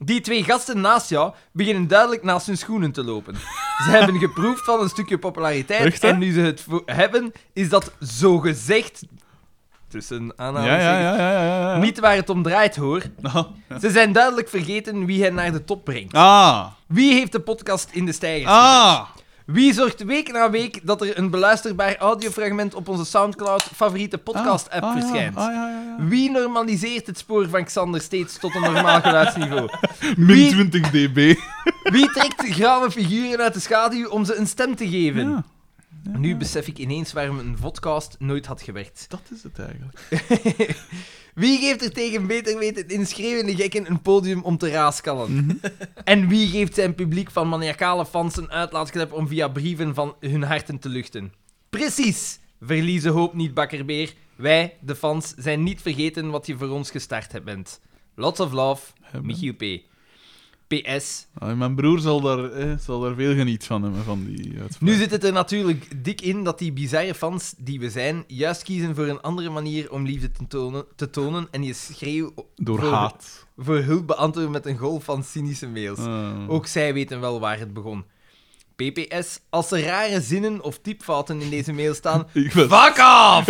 Die twee gasten naast jou beginnen duidelijk naast hun schoenen te lopen. Ze hebben geproefd van een stukje populariteit Echt, hè? en nu ze het vo- hebben, is dat zogezegd, tussen Ja, aanhalingstekens, ja, ja, ja, ja, ja. niet waar het om draait, hoor. Ah. Ze zijn duidelijk vergeten wie hen naar de top brengt. Ah. Wie heeft de podcast in de stijgers gezet? Ah. Wie zorgt week na week dat er een beluisterbaar audiofragment op onze Soundcloud-favoriete podcast-app Ah, ja. verschijnt? Ah, ja, ja, ja. Wie normaliseert het spoor van Xander steeds tot een normaal geluidsniveau? Min Wie- twintig dB. Wie trekt grauwe figuren uit de schaduw om ze een stem te geven? Ja, Nu besef ik ineens waarom een vodcast nooit had gewerkt. dat is het eigenlijk. Wie geeft er tegen beter weten in schreeuwende gekken een podium om te raaskallen? En wie geeft zijn publiek van maniacale fans een uitlaatklep om via brieven van hun harten te luchten? Precies! Verliezen hoop niet, Bakkerbeer. Wij, de fans, zijn niet vergeten wat je voor ons gestart hebt bent. Lots of love, Michiel P. P S. Ah, mijn broer zal daar, eh, zal daar veel geniet van hebben, van die uitspraak. Nu zit het er natuurlijk dik in dat die bizarre fans die we zijn, juist kiezen voor een andere manier om liefde te tonen, te tonen en je schreeuw Door voor, haat. voor hulp beantwoorden met een golf van cynische mails. Ah. Ook zij weten wel waar het begon. P P S, als er rare zinnen of typfouten in deze mail staan, Ik ben... fuck off!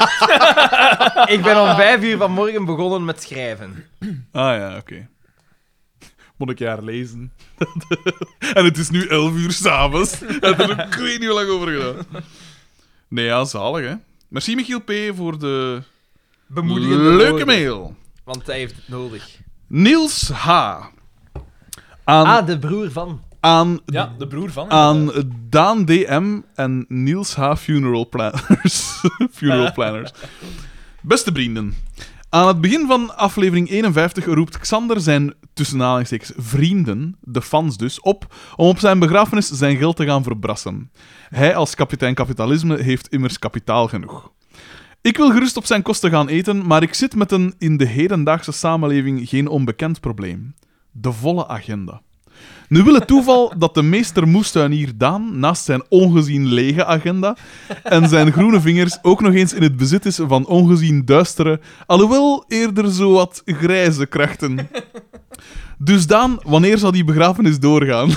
Ik ben om vijf uur vanmorgen begonnen met schrijven. Ah ja, oké. Moet ik jaar lezen. En het is nu elf uur s'avonds. En daar heb ik weet niet hoe lang over gedaan. Nee, ja, zalig, hè. Merci, Michiel P., voor de Bemoedigende leuke woorden, mail. Want hij heeft het nodig. Niels H. Aan, Ah, de broer van. aan, Ja, de broer van. aan Daan D M en Niels H. Funeral Planners. Funeral Planners. Beste vrienden. Aan het begin van aflevering eenenvijftig roept Xander zijn, tussen aanhalingstekens, vrienden, de fans dus, op om op zijn begrafenis zijn geld te gaan verbrassen. Hij als kapitein kapitalisme heeft immers kapitaal genoeg. Ik wil gerust op zijn kosten gaan eten, maar ik zit met een in de hedendaagse samenleving geen onbekend probleem. De volle agenda. Nu wil het toeval dat de meester moestuinier Daan naast zijn ongezien lege agenda en zijn groene vingers ook nog eens in het bezit is van ongezien duistere, alhoewel eerder zo wat grijze krachten. Dus Daan, wanneer zal die begrafenis doorgaan?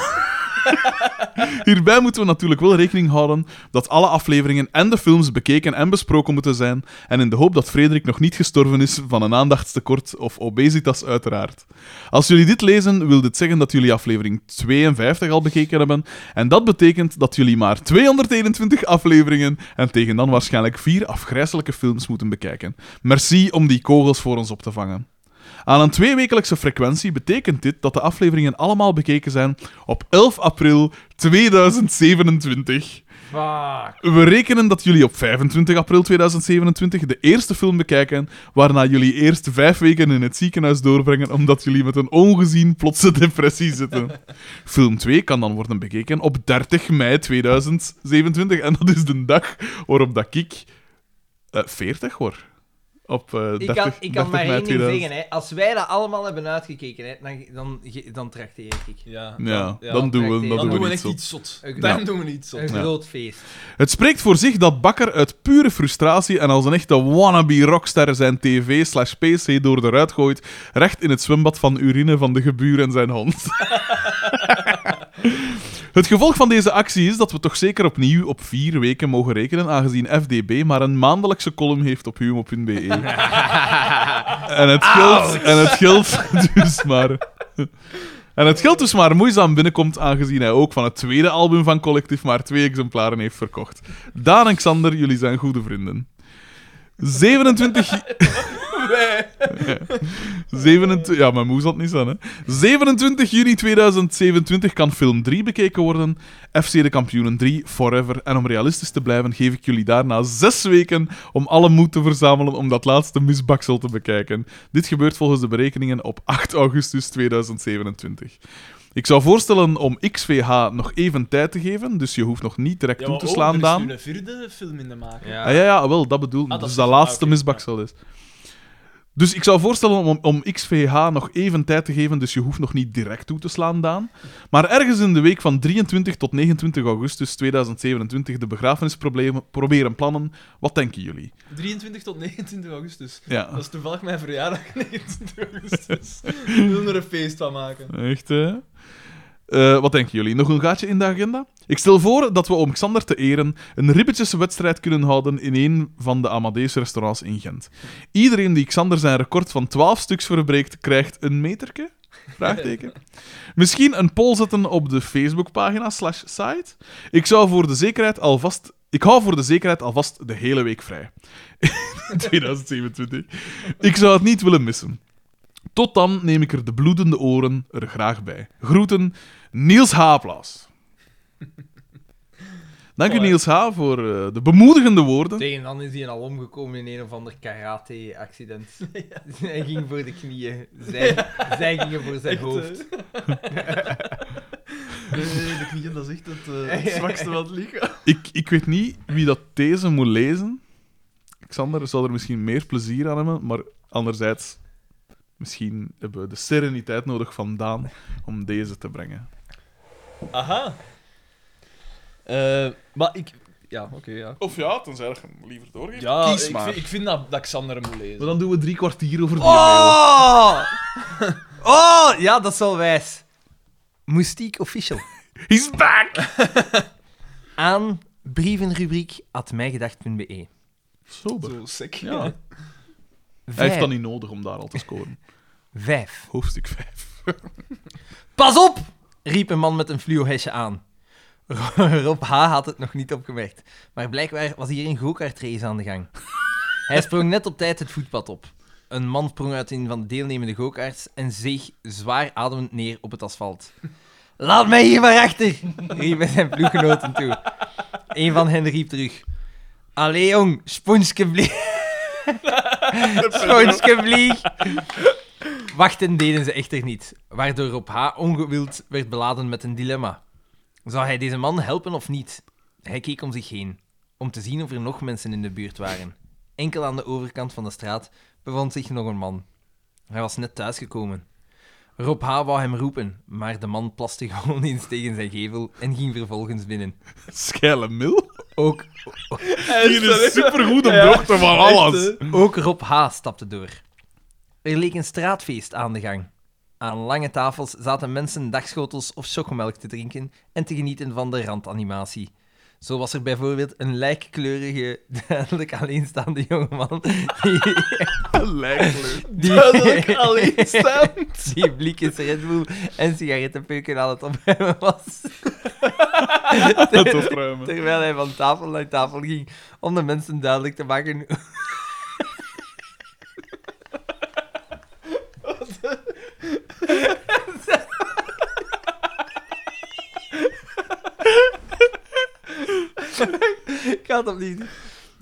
Hierbij moeten we natuurlijk wel rekening houden dat alle afleveringen en de films bekeken en besproken moeten zijn, en in de hoop dat Frederik nog niet gestorven is van een aandachtstekort of obesitas uiteraard. Als jullie dit lezen, wil dit zeggen dat jullie aflevering tweeënvijftig al bekeken hebben, en dat betekent dat jullie maar tweehonderdeenentwintig afleveringen en tegen dan waarschijnlijk vier afgrijselijke films moeten bekijken. Merci om die kogels voor ons op te vangen. Aan een tweewekelijkse frequentie betekent dit dat de afleveringen allemaal bekeken zijn op elf april tweeduizend zevenentwintig. Fuck. We rekenen dat jullie op vijfentwintig april tweeduizend zevenentwintig de eerste film bekijken, waarna jullie eerst vijf weken in het ziekenhuis doorbrengen omdat jullie met een ongezien plotse depressie zitten. Film twee kan dan worden bekeken op dertig mei tweeduizend zevenentwintig en dat is de dag waarop dat ik uh, veertig word. Op, uh, Ik dertig, kan, ik kan maar mei één ding tweeduizend. zeggen. Hè. Als wij dat allemaal hebben uitgekeken, hè, dan, dan, dan trakteer ik. Ja, Ja, ja. dan doen we, Dan dan Dan doen doen we we niet echt zo. iets zot. Een- Dan Ja. doen we niet zot. Een Ja. groot feest. Het spreekt voor zich dat Bakker uit pure frustratie en als een echte wannabe rockstar zijn tv slash pc door de ruit gooit, recht in het zwembad van urine van de gebuur en zijn hond. Het gevolg van deze actie is dat we toch zeker opnieuw op vier weken mogen rekenen, aangezien F D B maar een maandelijkse column heeft op humo punt b e. En het geld, en het geld dus maar... En het geld dus maar moeizaam binnenkomt, aangezien hij ook van het tweede album van Collectief maar twee exemplaren heeft verkocht. Daan en Xander, jullie zijn goede vrienden. zevenentwintig... zevenentwintig... Ja, mijn moe zat niet aan, hè. zevenentwintig juni tweeduizend zevenentwintig kan film drie bekeken worden. F C de Kampioenen drie, Forever. En om realistisch te blijven, geef ik jullie daarna zes weken om alle moed te verzamelen om dat laatste misbaksel te bekijken. Dit gebeurt volgens de berekeningen op acht augustus tweeduizend zevenentwintig. Ik zou voorstellen om X V H nog even tijd te geven, dus je hoeft nog niet direct Ja, toe maar te oh, slaan, Daan. er is nu een vierde film in de maak. Ja. Ah, ja, ja, wel, dat bedoel ik. Ah, dat dus is- dat ah, laatste oké. misbaksel is. Dus ik zou voorstellen om, om X V H nog even tijd te geven, dus je hoeft nog niet direct toe te slaan, Daan. Maar ergens in de week van drieëntwintig tot negenentwintig augustus tweeduizend zevenentwintig de begrafenis proberen plannen. Wat denken jullie? drieëntwintig tot negenentwintig augustus. Ja. Dat is toevallig mijn verjaardag, negenentwintig augustus. We willen er een feest van maken. Echt, hè? Uh, wat denken jullie? Nog een gaatje in de agenda? Ik stel voor dat we om Xander te eren een ribbetjeswedstrijd kunnen houden in een van de Amadeus restaurants in Gent. Iedereen die Xander zijn record van twaalf stuks verbreekt, krijgt een meterke? Vraagteken. Misschien een poll zetten op de Facebookpagina slash site. Ik zou voor de zekerheid alvast... Ik hou voor de zekerheid alvast de hele week vrij. tweeduizend zevenentwintig. Ik zou het niet willen missen. Tot dan neem ik er de bloedende oren er graag bij. Groeten, Niels Haplas. Dank u, Niels H., voor uh, de bemoedigende woorden. Tegen dan is hij al omgekomen in een of ander karate-accident. Hij ging voor de knieën. Zij, zij gingen voor zijn Echt, hoofd. Nee, nee, de knieën, dat is echt het, uh, het zwakste wat lichaam. Ik, ik weet niet wie dat deze moet lezen. Xander zou er misschien meer plezier aan hebben, maar anderzijds... Misschien hebben we de sereniteit nodig van Daan om deze te brengen. Aha. Uh, maar ik... Ja, oké, okay, ja. Of ja, tenzij dat je hem liever doorgeeft. Ja, Kies ik, maar. vind, ik vind dat, dat Xander hem moet lezen. Maar dan doen we drie kwartier over die Oh! Oh! Ja, dat is wel wijs. Moestiek Official. He's back! Aan brievenrubriek at mijgedacht punt b e. Sober. Zo sec. Ja. Hij Vijf. heeft dat niet nodig om daar al te scoren. Vijf. Hoofdstuk vijf. Pas op! Riep een man met een fluo-hesje aan. Rob H. had het nog niet opgemerkt, maar blijkbaar was hier een go-kartrace aan de gang. Hij sprong net op tijd het voetpad op. Een man sprong uit een van de deelnemende go-karts en zeeg zwaar ademend neer op het asfalt. Laat mij hier maar achter! Riep hij zijn ploeggenoten toe. Een van hen riep terug. Allee jong, sponsje vlieg. Sponsje vlieg. Wachten deden ze echter niet, waardoor Rob H. ongewild werd beladen met een dilemma. Zou hij deze man helpen of niet? Hij keek om zich heen, om te zien of er nog mensen in de buurt waren. Enkel aan de overkant van de straat bevond zich nog een man. Hij was net thuisgekomen. Rob H. wou hem roepen, maar de man plaste gewoon eens tegen zijn gevel en ging vervolgens binnen. Scheile mil? Ook, Die is supergoed op de Ja, hoogte van alles. echt, hè. ook Rob H. stapte door. Er leek een straatfeest aan de gang. Aan lange tafels zaten mensen dagschotels of chocomelk te drinken en te genieten van de randanimatie. Zo was er bijvoorbeeld een lijkkleurige, duidelijk alleenstaande jongeman die, Lijkelijk. die, Duidelijk alleenstaand. die blikjes Red Bull en sigarettenpeuken aan het opruimen was. Het opruimen. Terwijl hij van tafel naar tafel ging om de mensen duidelijk te maken ik ga het opnieuw doen.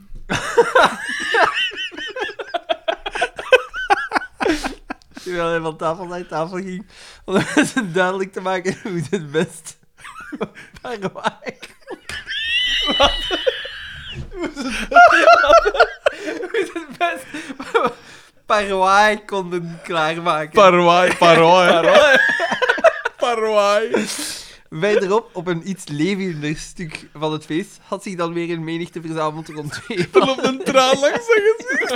Terwijl hij van tafel naar tafel ging om de mensen duidelijk te maken hoe het best Paraguay hoe het best Paraguay konden klaarmaken. Paraguay, Paraguay. Paraguay. Verderop, op een iets levendiger stuk van het feest, had zich dan weer een menigte verzameld rond twee Er loopt een traan langs zijn gezicht.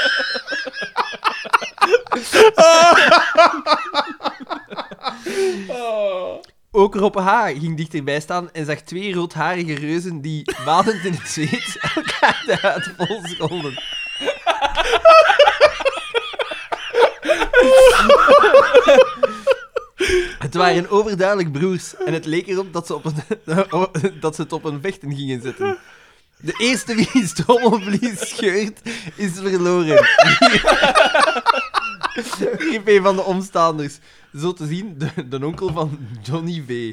Oh. Ook Rob H. ging dichterbij staan en zag twee roodharige reuzen die, badend in het zweet, elkaar de huid vol scholden. Het waren overduidelijk broers en het leek erop dat ze, op een, dat ze het op een vechten gingen zetten. De eerste wie strommelvlies scheurt, is verloren. Riep een van de omstaanders. Zo te zien, de, de onkel van Johnny V.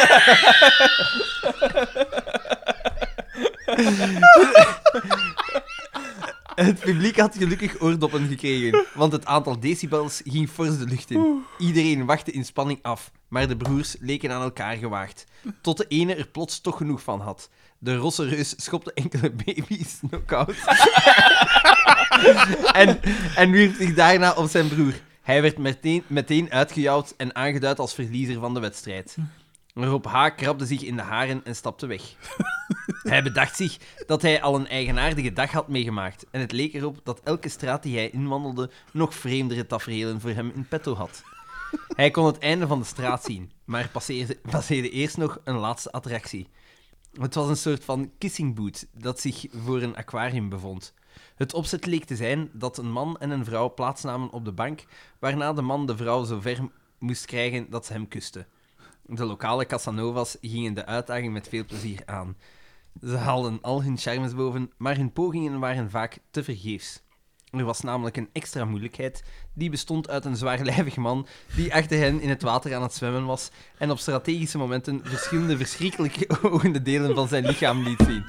Het publiek had gelukkig oordoppen gekregen, want het aantal decibels ging fors de lucht in. Iedereen wachtte in spanning af, maar de broers leken aan elkaar gewaagd. Tot de ene er plots toch genoeg van had. De rosse reus schopte enkele baby's knock-out. en, en wierp zich daarna op zijn broer. Hij werd meteen, meteen uitgejouwd en aangeduid als verliezer van de wedstrijd. Rob H. krabde zich in de haren en stapte weg. Hij bedacht zich dat hij al een eigenaardige dag had meegemaakt en het leek erop dat elke straat die hij inwandelde nog vreemdere taferelen voor hem in petto had. Hij kon het einde van de straat zien, maar passeerde, passeerde eerst nog een laatste attractie. Het was een soort van kissing boot dat zich voor een aquarium bevond. Het opzet leek te zijn dat een man en een vrouw plaatsnamen op de bank, waarna de man de vrouw zo ver moest krijgen dat ze hem kuste. De lokale Casanova's gingen de uitdaging met veel plezier aan. Ze haalden al hun charmes boven, maar hun pogingen waren vaak tevergeefs. Er was namelijk een extra moeilijkheid, die bestond uit een zwaarlijvig man die achter hen in het water aan het zwemmen was en op strategische momenten verschillende verschrikkelijk ogende delen van zijn lichaam liet zien.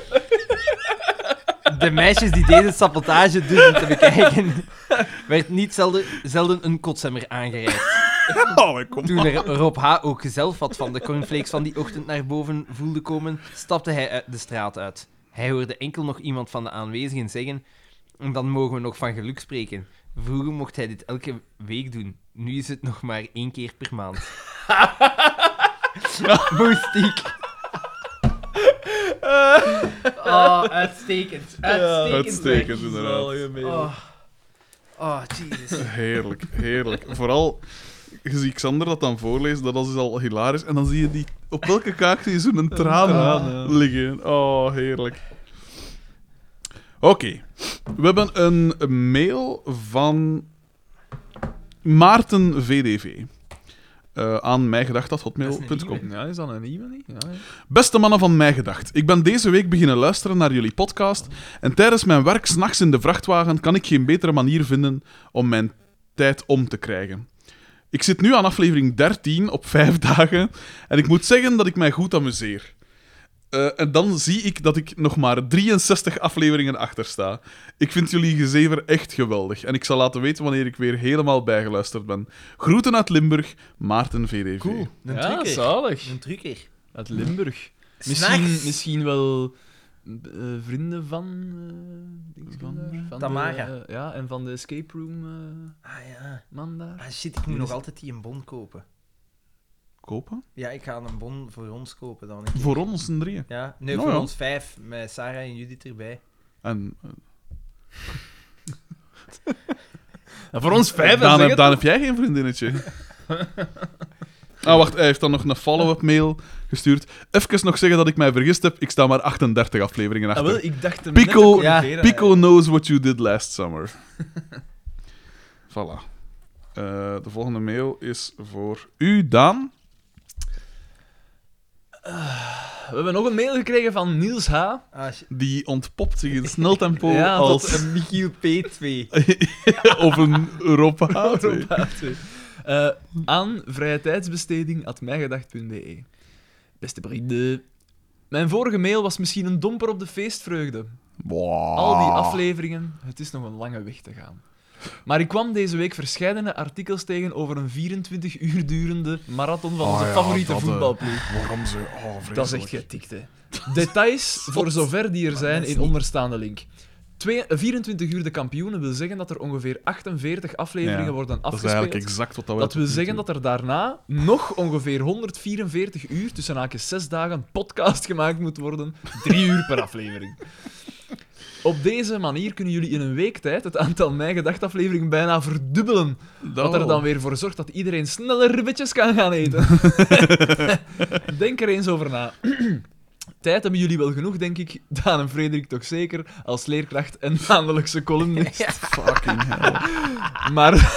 De meisjes die deze sabotage durfden te bekijken, werd niet zelden, zelden een kotsemmer aangereikt. Oh, kom. Toen er Rob H. ook zelf wat van de cornflakes van die ochtend naar boven voelde komen, stapte hij uit de straat uit. Hij hoorde enkel nog iemand van de aanwezigen zeggen: en dan mogen we nog van geluk spreken. Vroeger mocht hij dit elke week doen. Nu is het nog maar één keer per maand. Moestiek. Oh, uitstekend. Uitstekend. Uitstekend, inderdaad. Oh, oh Jesus. Heerlijk, heerlijk. Vooral, je ziet Xander dat dan voorlezen, dat is al hilarisch. En dan zie je die, op welke kaak zie je zo'n traan traan, ja. liggen. Oh, heerlijk. Oké. Okay. We hebben een mail van Maarten V D V. Uh, aan mijgedacht at hotmail punt com. Ja, is dat een e-mail niet? Ja, ja. Beste mannen van Mijgedacht, ik ben deze week beginnen luisteren naar jullie podcast en tijdens mijn werk 's nachts in de vrachtwagen kan ik geen betere manier vinden om mijn tijd om te krijgen. Ik zit nu aan aflevering dertien op vijf dagen en ik moet zeggen dat ik mij goed amuseer. Uh, en dan zie ik dat ik nog maar drieënzestig afleveringen achter sta. Ik vind jullie gezever echt geweldig. En ik zal laten weten wanneer ik weer helemaal bijgeluisterd ben. Groeten uit Limburg, Maarten V D V. Cool. Een Ja, trucker. zalig. Een trucker. Uit Limburg. S'nachts. Misschien, misschien wel uh, vrienden van... Uh, Van- daar, van Tamara. de, uh, ja, en van de escape room uh, Ah ja. man daar. Ah shit, ik moet nog altijd die een bon kopen. Kopen? Ja, ik ga een bon voor ons kopen dan. een keer. Voor ons een drieën. Ja, nee, Nou voor ja. ons vijf, met Sarah en Judith erbij. En uh, Ja, voor ons vijf, Daan, zeg heb, het Daan, toch? heb jij geen vriendinnetje? Ah, wacht, hij heeft dan nog een follow-up mail gestuurd. Even nog zeggen dat ik mij vergist heb. Ik sta maar achtendertig afleveringen Ah, achter. wel, ik dacht hem Pico, net te ja, corrigeren, Pico knows what you did last summer. Voilà. Uh, de volgende mail is voor u, Daan. We hebben nog een mail gekregen van Niels H. Ah, shit. Die ontpopt zich in snel tempo Ja, als... Tot een Michiel P twee. of een Europa. Europa twee. Uh, aan vrije tijdsbesteding at mijgedacht punt be. Beste vrienden, mijn vorige mail was misschien een domper op de feestvreugde. Wow. Al die afleveringen, het is nog een lange weg te gaan. Maar ik kwam deze week verscheidene artikels tegen over een vierentwintig uur durende marathon van Oh onze ja, favoriete dat, eh, voetbalploeg. Waarom zo? Oh, vreselijk. Dat is echt getikt, hè. Details voor zover die er zijn in onderstaande link. Twee, vierentwintig uur de kampioenen wil zeggen dat er ongeveer achtenveertig afleveringen Ja, worden Dat is afgespeeld. eigenlijk exact wat dat we Dat wil tot nu zeggen toe- dat er daarna nog ongeveer honderdvierenveertig uur, tussen haakjes zes dagen, podcast gemaakt moet worden. Drie uur per aflevering. Op deze manier kunnen jullie in een week tijd het aantal mijgedacht-afleveringen bijna verdubbelen. Wat er dan weer voor zorgt dat iedereen sneller ribbetjes kan gaan eten. Denk er eens over na. Tijd hebben jullie wel genoeg, denk ik. Daan en Frederik toch zeker, als leerkracht en maandelijkse columnist. Fucking hell. Maar...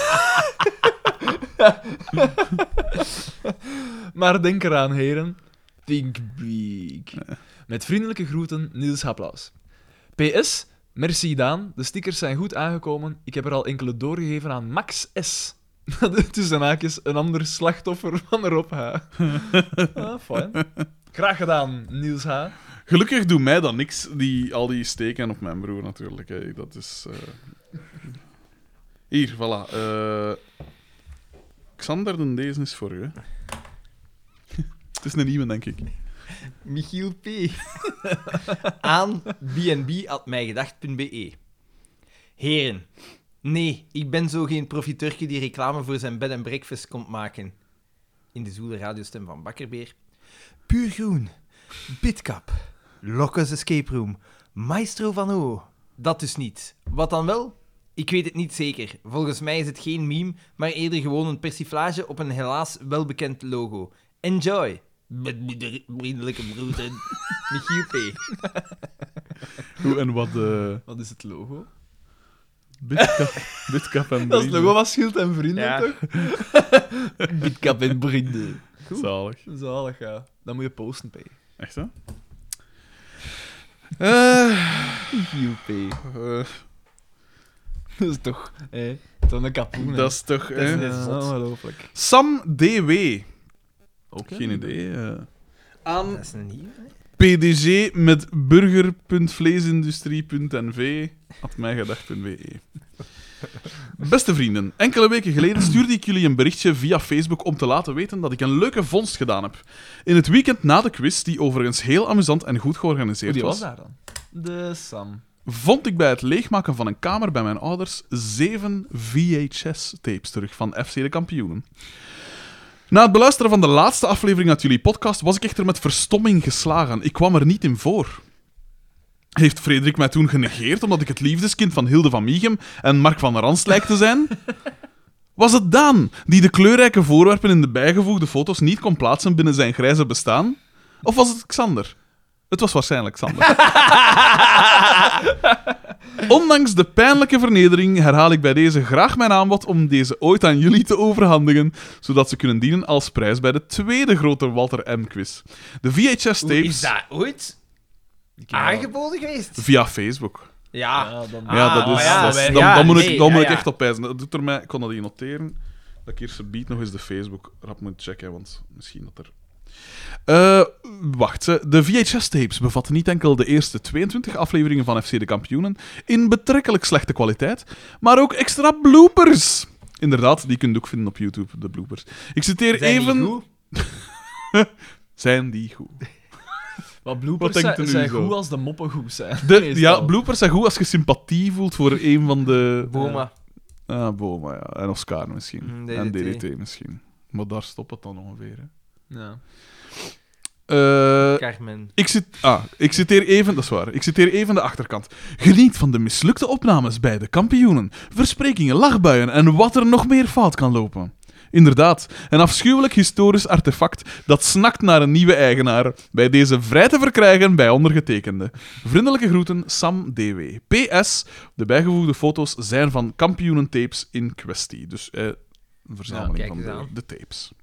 maar denk eraan, heren. Think big. Met vriendelijke groeten, Niels Haplaus. P S. Merci Daan. De stickers zijn goed aangekomen. Ik heb er al enkele doorgegeven aan Max S. Tussen haakjes een ander slachtoffer van Rob H. Ah, fijn. Graag gedaan, Niels H. Gelukkig doet mij dan niks, die, al die steken op mijn broer natuurlijk. Hè. Dat is... eh, Hier, voilà. Eh, Xander, de deze is voor u. Hè. Het is een nieuwe, denk ik. Michiel P. aan b n b at mijgedacht punt be. Heren, nee, ik ben zo geen profiturkje die reclame voor zijn bed en breakfast komt maken. In de zoele radiostem van Bakkerbeer. Puur groen, Bitcap, Lokkes Escape Room, Maestro van O. Dat dus niet. Wat dan wel? Ik weet het niet zeker. Volgens mij is het geen meme, maar eerder gewoon een persiflage op een helaas welbekend logo. Enjoy! Met mijn vriendelijke broeder, Michiel P. Hoe en wat... eh Wat is het logo? Bitcap, Bitcap en Dat is het Vrienden. logo van Schild en Vrienden, Ja. toch? Bitcap en Vrienden. Goed. Zalig. Zalig, ja. Dan moet je posten, P. Echt, hè? Eh, Michiel P. eh, Dat is toch... Eh, dan een kapoen, hè. dat is toch... Dat is eh. net zot. ongelooflijk. Sam D W. Ook Geen idee. eh. Aan Dat is een nieuwe, hè? P D G met burger punt vleesindustrie punt n v at mijgedacht punt b e. Beste vrienden, enkele weken geleden stuurde ik jullie een berichtje via Facebook om te laten weten dat ik een leuke vondst gedaan heb. In het weekend na de quiz, die overigens heel amusant en goed georganiseerd Die was was, daar dan? De Sam. vond ik bij het leegmaken van een kamer bij mijn ouders zeven V H S-tapes terug van F C de Kampioenen. Na het beluisteren van de laatste aflevering uit jullie podcast was ik echter met verstomming geslagen. Ik kwam er niet in voor. Heeft Frederik mij toen genegeerd omdat ik het liefdeskind van Hilde van Mieghem en Mark van der Ranst lijkt te zijn? Was het Daan die de kleurrijke voorwerpen in de bijgevoegde foto's niet kon plaatsen binnen zijn grijze bestaan? Of was het Xander? Het was waarschijnlijk Xander. Ondanks de pijnlijke vernedering herhaal ik bij deze graag mijn aanbod om deze ooit aan jullie te overhandigen, zodat ze kunnen dienen als prijs bij de tweede grote Walter M-quiz. De V H Hoe is S-tapes dat ooit Ik heb aangeboden geweest? via Facebook. Ja. Ja, dan... Ah, Ja, dat is... ja, dat is- wij- dan, ja, dan moet ik, nee, dan ja, moet ik ja. echt opwijzen. Dat doet er mij... Ik kon dat hier noteren. Dat ik eerst verbied nog eens de Facebook rap moet checken, want misschien dat er... Eh, wacht, hè. De V H S-tapes bevatten niet enkel de eerste tweeëntwintig afleveringen van F C de Kampioenen in betrekkelijk slechte kwaliteit, maar ook extra bloopers. Inderdaad, die kun je ook vinden op YouTube, de bloopers. Ik citeer Zijn die even... goed? Zijn die goed? Maar bloopers Wat denkt zijn, u zijn zo? goed als de moppen goed zijn. De, Meestal. ja, bloopers zijn goed als je sympathie voelt voor een van de... Boma. Ah, Boma, ja. En Oscar misschien. Mm, En D D T. D D T misschien. Maar daar stopt het dan ongeveer. Hè. Ja. Eh, Carmen. ik, cit ah, ik citeer even, dat is waar, ik citeer even de achterkant. Geniet van de mislukte opnames bij de kampioenen, versprekingen, lachbuien en wat er nog meer fout kan lopen. Inderdaad, een afschuwelijk historisch artefact dat snakt naar een nieuwe eigenaar, bij deze vrij te verkrijgen bij ondergetekende. Vriendelijke groeten, Sam D W. P S. De bijgevoegde foto's zijn van kampioenentapes in kwestie. Dus eh, een verzameling Ja, kijk van eens de, aan. de tapes.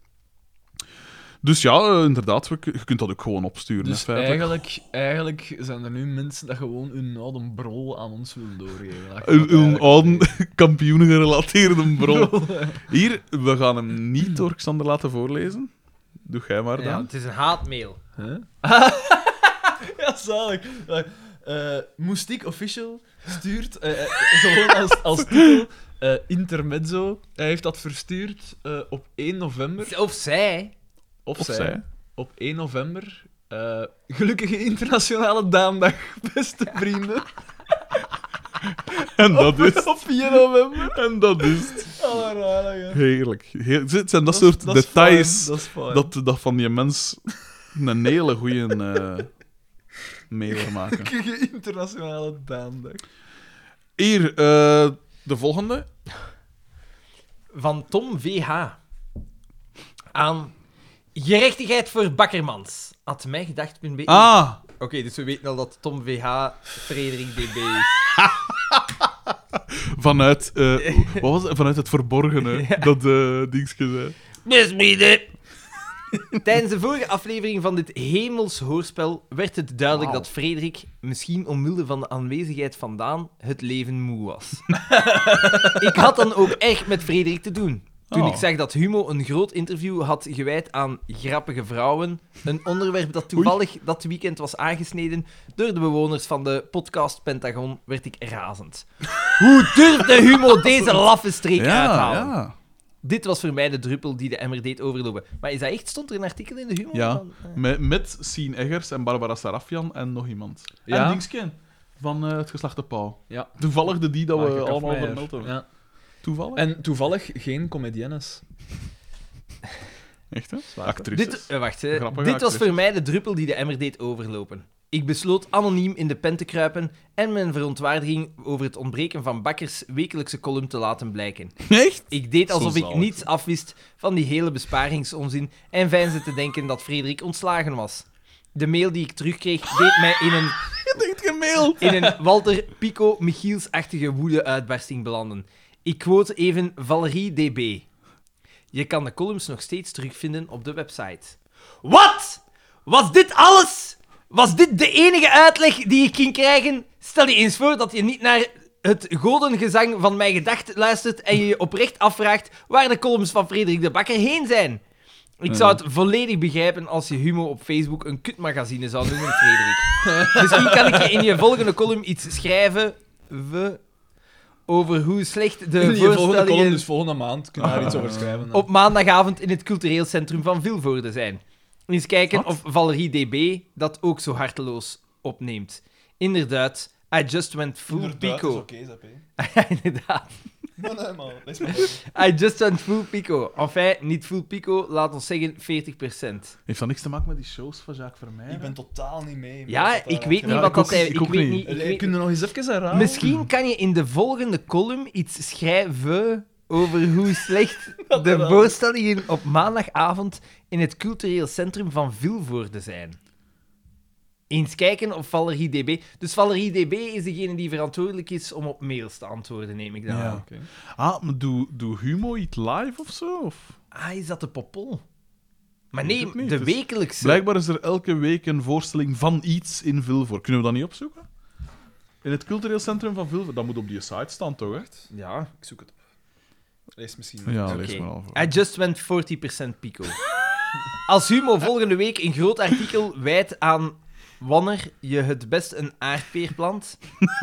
Dus ja, eh, inderdaad, we, je kunt dat ook gewoon opsturen. Dus hè, feitelijk. eigenlijk, eigenlijk zijn er nu mensen dat gewoon hun oude brol aan ons willen doorgeven. Dat Een, gaat een eigenlijk oude niet. kampioenen gerelateerde bro. Hier, we gaan hem niet door Xander laten voorlezen. Doe jij maar Ja, dan. het is een haatmail. Huh? Ja, zalig. Uh, Moestiek Official stuurt uh, uh, gewoon als, als titel uh, Intermezzo. Hij heeft dat verstuurd uh, op één november. Of zij. Of, Of zij. zij. Op één november. Uh, gelukkige Internationale Daamdag, beste vrienden. En dat is... Op vier november. En dat is het. Allerheilige. Heerlijk. Heel, het zijn dat, is- soort is details fijn, Dat is fijn. dat, dat van die mens een hele goeie uh, mailer maken. Gelukkige Internationale Daamdag. Hier, uh, de volgende. Van Tom V H. Aan gerechtigheid voor Bakkermans. Had mij gedacht. Oké, Ah, dus we weten al dat Tom V H Frederik D B is. vanuit, uh, wat was het? Vanuit het verborgene, Ja. dat uh, dingetje zei. Misbieden! Tijdens de vorige aflevering van dit hemels hoorspel werd het duidelijk Wauw. dat Frederik, misschien omwille van de aanwezigheid van Daan, het leven moe was. Ik had dan ook echt met Frederik te doen. Toen Oh. ik zag dat Humo een groot interview had gewijd aan grappige vrouwen, een onderwerp dat toevallig dat weekend was aangesneden door de bewoners van de podcast Pentagon, werd ik razend. Hoe durfde Humo deze laffe streek uithalen? ja. Dit was voor mij de druppel die de emmer deed overlopen. Maar is dat echt? Stond er een artikel in de Humo? Ja. Van, eh, Met, met Sien Eggers en Barbara Sarafian en nog iemand. Ja. En Dingsken. van uh, het geslacht de Pauw. Ja. Toevallig de die dat we Maaike allemaal Kafmeijer. vermeld hebben. Ja. Toevallig? En toevallig geen comediennes. Echt, hè? Zwaar. Actrices. Dit, eh, wacht, hè. Grappige Dit was actrice. voor mij de druppel die de emmer deed overlopen. Ik besloot anoniem in de pen te kruipen en mijn verontwaardiging over het ontbreken van Bakkers wekelijkse column te laten blijken. Echt? Ik deed alsof Zo ik zalig. niets afwist van die hele besparingsonzin en veinsde te denken dat Frederik ontslagen was. De mail die ik terugkreeg deed mij in een, Je denkt gemaild. in een Walter Pico Michiels-achtige woede-uitbarsting belanden. Ik quote even Valerie D B. Je kan de columns nog steeds terugvinden op de website. Wat? Was dit alles? Was dit de enige uitleg die ik ging krijgen? Stel je eens voor dat je niet naar het godengezang van mijn gedacht luistert en je je oprecht afvraagt waar de columns van Frederik de Bakker heen zijn. Ik zou het volledig begrijpen als je Humo op Facebook een kutmagazine zou noemen, Frederik. Misschien kan ik je in je volgende column iets schrijven we, over hoe slecht de In je volgende column, voorstellingen dus volgende maand, kun je daar iets over schrijven. dan. op maandagavond in het cultureel centrum van Vilvoorde zijn. Eens kijken Wat? of Valerie D B dat ook zo harteloos opneemt. Inderdaad, I just went full Inderdaad, Pico. is oké, Zap, hè. Inderdaad. Nee, nee, maar lees maar voor. I just went full Pico. Enfin, niet full Pico, laat ons zeggen veertig procent. Heeft dat niks te maken met die shows van Jacques Vermeijden? Ik ben totaal niet mee. met Ja, wat daar ik aan weet het niet Ja, wat ik dat ook- hij... ik Ik ook weet niet. niet... ik Eh, weet- Kun je nog eens even herhalen? Misschien kan je in de volgende column iets schrijven over hoe slecht de voorstellingen op maandagavond in het cultureel centrum van Vilvoorde zijn. Eens kijken of Valerie D B... Dus Valerie D B is degene die verantwoordelijk is om op mails te antwoorden, neem ik dan Ja. aan. Oké. Ah, maar doe, doe Humo iets live of zo? Of? Ah, is dat de Popol? Maar Weet nee, ik niet, de dus wekelijkse. Blijkbaar is er elke week een voorstelling van iets in Vilvoorde. Kunnen we dat niet opzoeken? In het cultureel centrum van Vilvoorde? Dat moet op die site staan, toch? Hè? Ja. Ik zoek het op. Lees misschien. Ja, Oké. lees maar al. voor. I just went forty percent Pico. Als Humo volgende week een groot artikel wijdt aan wanneer je het best een aardpeer plant.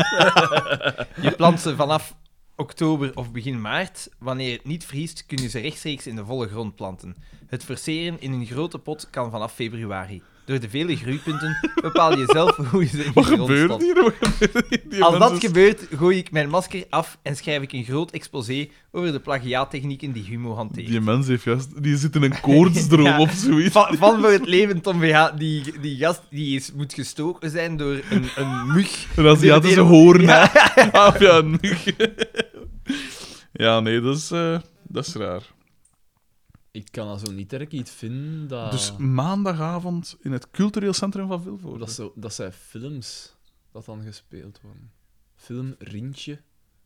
Je plant ze vanaf oktober of begin maart. Wanneer het niet vriest, kun je ze rechtstreeks in de volle grond planten. Het verseren in een grote pot kan vanaf februari. Door de vele groeipunten bepaal je zelf hoe je ze in de Wat grond gebeurt stopt. hier? Wat gebeurt hier? Die Als dat mensen- gebeurt, gooi ik mijn masker af en schrijf ik een groot exposé over de plagiaattechnieken die Humo hanteert. Die mens heeft juist... Die zit in een koortsdroom Ja. of zoiets. Van, van voor het leven, Tom V H, die, die gast die is, moet gestoken zijn door een, een mug. Een Aziatische Die- die- hoorn. Ja. Ah, ja, een mug. Ja, nee, dat is, eh, dat is raar. Ik kan al zo niet direct iets vinden dat... Dus maandagavond in het cultureel centrum van Vilvoorde. dat, zo, dat zijn films dat dan gespeeld worden. Film Rintje.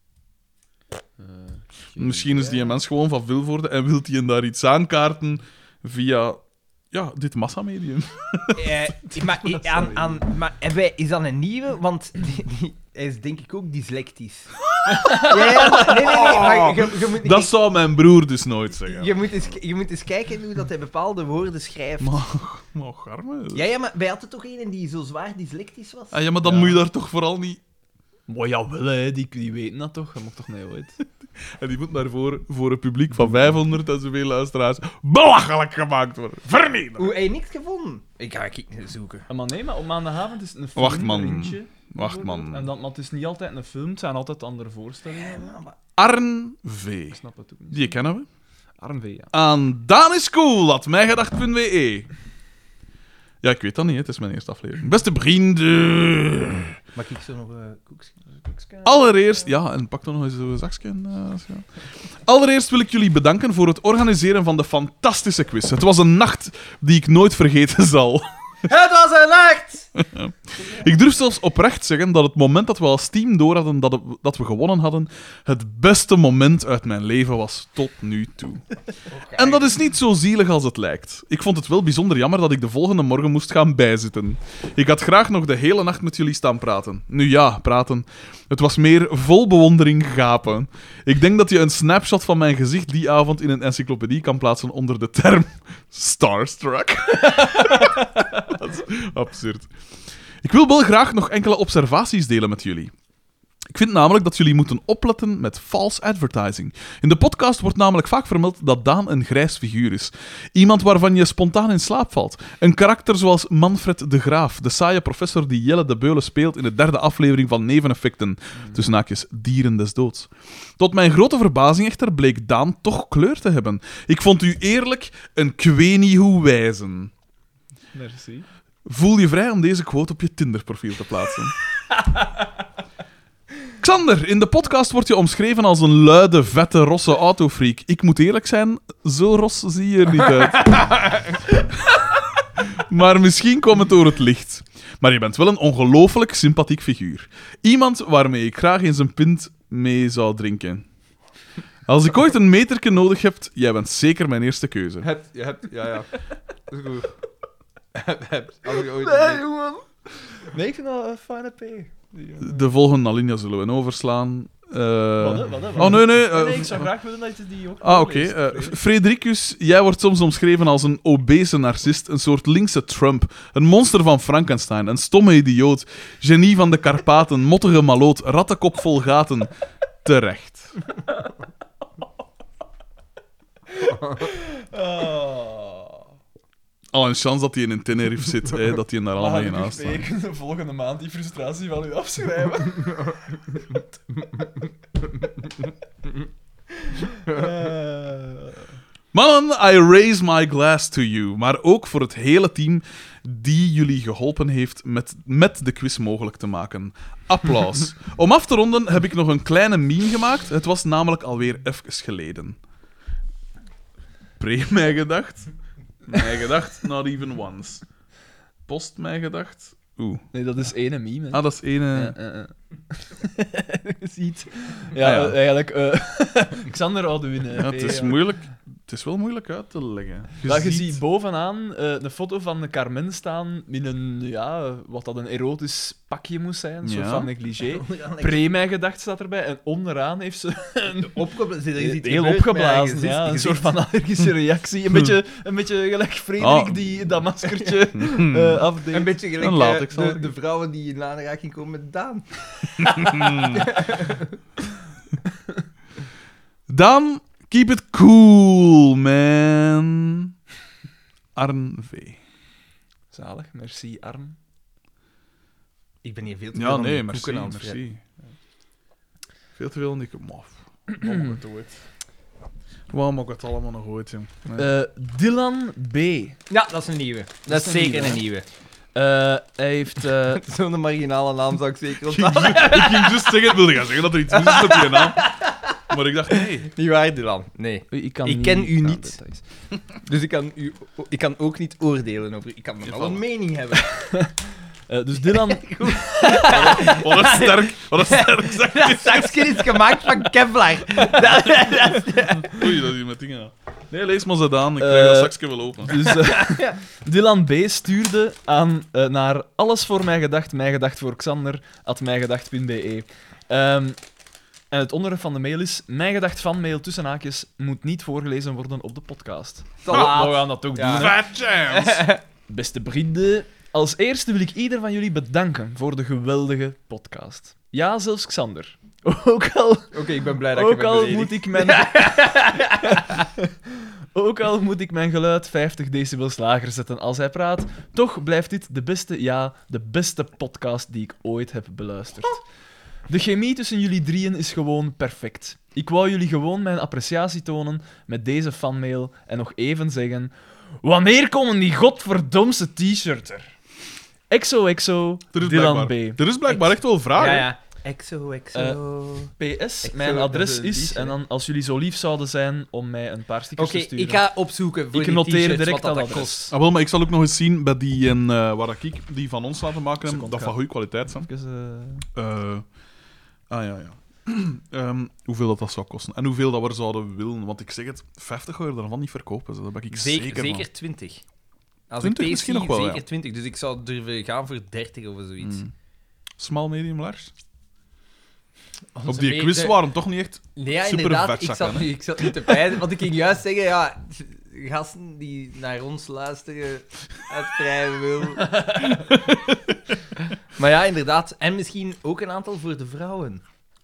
Eh, geen Misschien is die idee. een mens gewoon van Vilvoorde en wil hij daar iets aankaarten via ja, dit massamedium. Eh, maar, eh, aan, aan, maar hebben wij- is dat een nieuwe? Want die, die- hij is denk ik ook dyslectisch. ja, ja, maar- nee, nee, nee. Maar je, je, moet, Dat zou mijn broer dus nooit zeggen. je, moet eens, je moet eens kijken hoe dat hij bepaalde woorden schrijft. Maar, maar garme. Ja, ja, maar wij hadden toch een die zo zwaar dyslectisch was? Ah, ja, maar dan Ja. moet je daar toch vooral niet... Maar jawel, hè, die, die weten dat toch? Dat mag toch niet ooit? En die moet maar voor, voor een publiek van vijfhonderd en zoveel luisteraars belachelijk gemaakt worden. Vernederd. Hoe, heb je niks gevonden? Ik ga ik zoeken. Ah, maar nee, maar op maandagavond is het een film. Wacht, man. Rintje, Wacht, man. bijvoorbeeld. En dan, maar het is niet altijd een film, het zijn altijd andere voorstellingen. Arn V. Ik snap het ook niet. Die kennen we. Arm V, ja. Aan daniscool, at mijgedacht punt b e. Ja, ik weet dat niet, hè. Het is mijn eerste aflevering. Beste vrienden. Mag ik zo nog een koekje? Allereerst... Ja, en pak dan nog eens zo'n zakje. eh, als je- Allereerst wil ik jullie bedanken voor het organiseren van de fantastische quiz. Het was een nacht die ik nooit vergeten zal. Het was een nacht! Ik durf zelfs oprecht zeggen dat het moment dat we als team door hadden dat, het- dat we gewonnen hadden, het beste moment uit mijn leven was tot nu toe. En dat is niet zo zielig als het lijkt. Ik vond het wel bijzonder jammer dat ik de volgende morgen moest gaan bijzitten. Ik had graag nog de hele nacht met jullie staan praten. Nu ja, praten. Het was meer vol bewondering gapen. Ik denk dat je een snapshot van mijn gezicht die avond in een encyclopedie kan plaatsen onder de term Starstruck. Dat is absurd. Ik wil wel graag nog enkele observaties delen met jullie. Ik vind namelijk dat jullie moeten opletten met false advertising. In de podcast wordt namelijk vaak vermeld dat Daan een grijs figuur is. Iemand waarvan je spontaan in slaap valt. Een karakter zoals Manfred de Graaf, de saaie professor die Jelle de Beulen speelt in de derde aflevering van Neveneffecten. Tussen haakjes Dieren des Doods. Tot mijn grote verbazing echter bleek Daan toch kleur te hebben. Ik vond u eerlijk een kwenie hoe wijzen. Merci. Voel je vrij om deze quote op je Tinder-profiel te plaatsen. Xander, in de podcast wordt je omschreven als een luide, vette, rosse autofreak. Ik moet eerlijk zijn, zo ros zie je er niet uit. Maar misschien kwam het door het licht. Maar je bent wel een ongelooflijk sympathiek figuur. Iemand waarmee ik graag eens een pint mee zou drinken. Als ik ooit een meterke nodig heb, jij bent zeker mijn eerste keuze. Heb, je hebt, ja, ja. Dat is goed. Heb, heb, als ik ooit Nee, jongen. Nee, ik vind dat een fijne P. Die, uh... De volgende alinea zullen we overslaan. Uh... Wat, hè? Wat, hè? Oh, nee, nee. Nee, uh, nee, ik zou graag willen dat je die ook Ah, oké. voorleest, Uh, Frederik. Fredericus, jij wordt soms omschreven als een obese narcist, een soort linkse Trump, een monster van Frankenstein, een stomme idioot, genie van de Karpaten, mottige maloot, rattenkop vol gaten. Terecht. Oh. Al een chance dat hij in een Tenerife zit, hè, dat hij daar allemaal Mag in ik naast staat. weken de volgende maand die frustratie van u afschrijven? uh... Mannen, I raise my glass to you. Maar ook voor het hele team die jullie geholpen heeft met, met de quiz mogelijk te maken. Applaus. Om af te ronden heb ik nog een kleine meme gemaakt. Het was namelijk alweer even geleden. Pre mij gedacht. Mij gedacht, not even once. Post mij gedacht. Oeh. Nee, dat is ene meme. hè. Ah, dat is ene... Ja, ja, ja. Je ziet. Ja, Ah, ja. eh, eigenlijk. eh Xander hadden winnen. Ja, het is moeilijk... Het is wel moeilijk uit te leggen. Dat je ziet bovenaan eh, een foto van de Carmen staan in een, ja, wat dat een erotisch pakje moest zijn, een soort Ja. van negligé. Pre mij gedacht staat erbij en onderaan heeft ze een opgeblazen. Zit er iets heel gebeurd met haar opgeblazen. gezicht? Ja, Je een soort gezicht. van allergische reactie. Een beetje, een beetje gelijk Frederik Ah. die dat maskertje eh afdeed. Een beetje gelijk Een latex eh, de, allergie. de vrouwen die in aanraking komen met Daan. Dan, keep it cool, man. Arn V. Zalig, merci Arm. Ik ben hier veel te veel Ja, aan nee, die merci, koeken aan het merci. Veel te veel niet. Mof. Waarom heb ik het ooit? Waarom heb ik het allemaal nog ooit, jong? Nee. Eh, Dylan B. Ja, dat is een nieuwe. Dat, is een zeker nieuwe, een hè? nieuwe. Eh, hij heeft... eh, Zo'n marginale naam zou ik zeker Ik ging onthouden. ju- ik ging juist zeggen, wilde gaan zeggen dat er iets mis is met die naam. Maar ik dacht, nee. Niet waar, Dylan. Nee. ik kan Ik ken u aan niet. details. Dus ik kan, u, ik kan ook niet oordelen over u. Ik kan nog wel een mening hebben. Eh, dus Dylan... Wat een sterk, wat een sterk zeg. Dat zakje is gemaakt van Kevlar. Dat, dat, dat- Oei, dat is hier met dingen aan. Nee, lees maar ze aan. Ik krijg Eh, dat zakje wel open. Dus eh, Dylan B. stuurde aan, eh, naar alles voor mij gedacht, mij gedacht voor Xander, at mijgedacht punt be. Ehm, en het onderwerp van de mail is: mijn gedacht van mail tussen haakjes moet niet voorgelezen worden op de podcast. Te laat. We gaan dat ook Ja. doen. Hè. Fat chance. Beste vrienden, als eerste wil ik ieder van jullie bedanken voor de geweldige podcast. Ja, zelfs Xander. Ook al, Oké, ik ben blij dat je ook me al beledigt. moet ik mijn... Ook al moet ik mijn geluid vijftig decibels lager zetten als hij praat, toch blijft dit de beste, ja, de beste podcast die ik ooit heb beluisterd. De chemie tussen jullie drieën is gewoon perfect. Ik wou jullie gewoon mijn appreciatie tonen met deze fanmail en nog even zeggen: wanneer komen die godverdomse t-shirts er? Exo exo, Er is, Dylan blijkbaar, B. er is blijkbaar echt wel vragen. Ja, ja. Exo, exo. P S, Exo, mijn dat adres is een is, liedje, en dan als jullie zo lief zouden zijn om mij een paar stickers Oké, te sturen. ik ga opzoeken voor Ik die noteer t-shirts direct wat dat dat adres. kost. Ah, wel, maar ik zal ook nog eens zien bij die en, uh, waar ik die van ons laten maken, Seconde, dat ja. van goede kwaliteit zijn. Even, eh, Uh, ah ja, ja. Ehm, hoeveel dat, dat zou kosten. En hoeveel dat we zouden willen. Want ik zeg het, vijftig euro daarvan niet verkopen. Zo. Daar ben ik zeker, Zeker, van. zeker twintig. Als twintig ik misschien P C, nog wel, zeker ja. twintig. Dus ik zou durven gaan voor dertig of zoiets. Mm. Small, medium, large. Onze Op die me- quiz de- waren toch niet echt... Nee, ja, super inderdaad. Ik vetzakken, zat, hè? nu, ik zat nu te pijzen, want ik ging juist zeggen, ja, gasten die naar ons luisteren uit vrije wil. Maar ja, inderdaad. En misschien ook een aantal voor de vrouwen.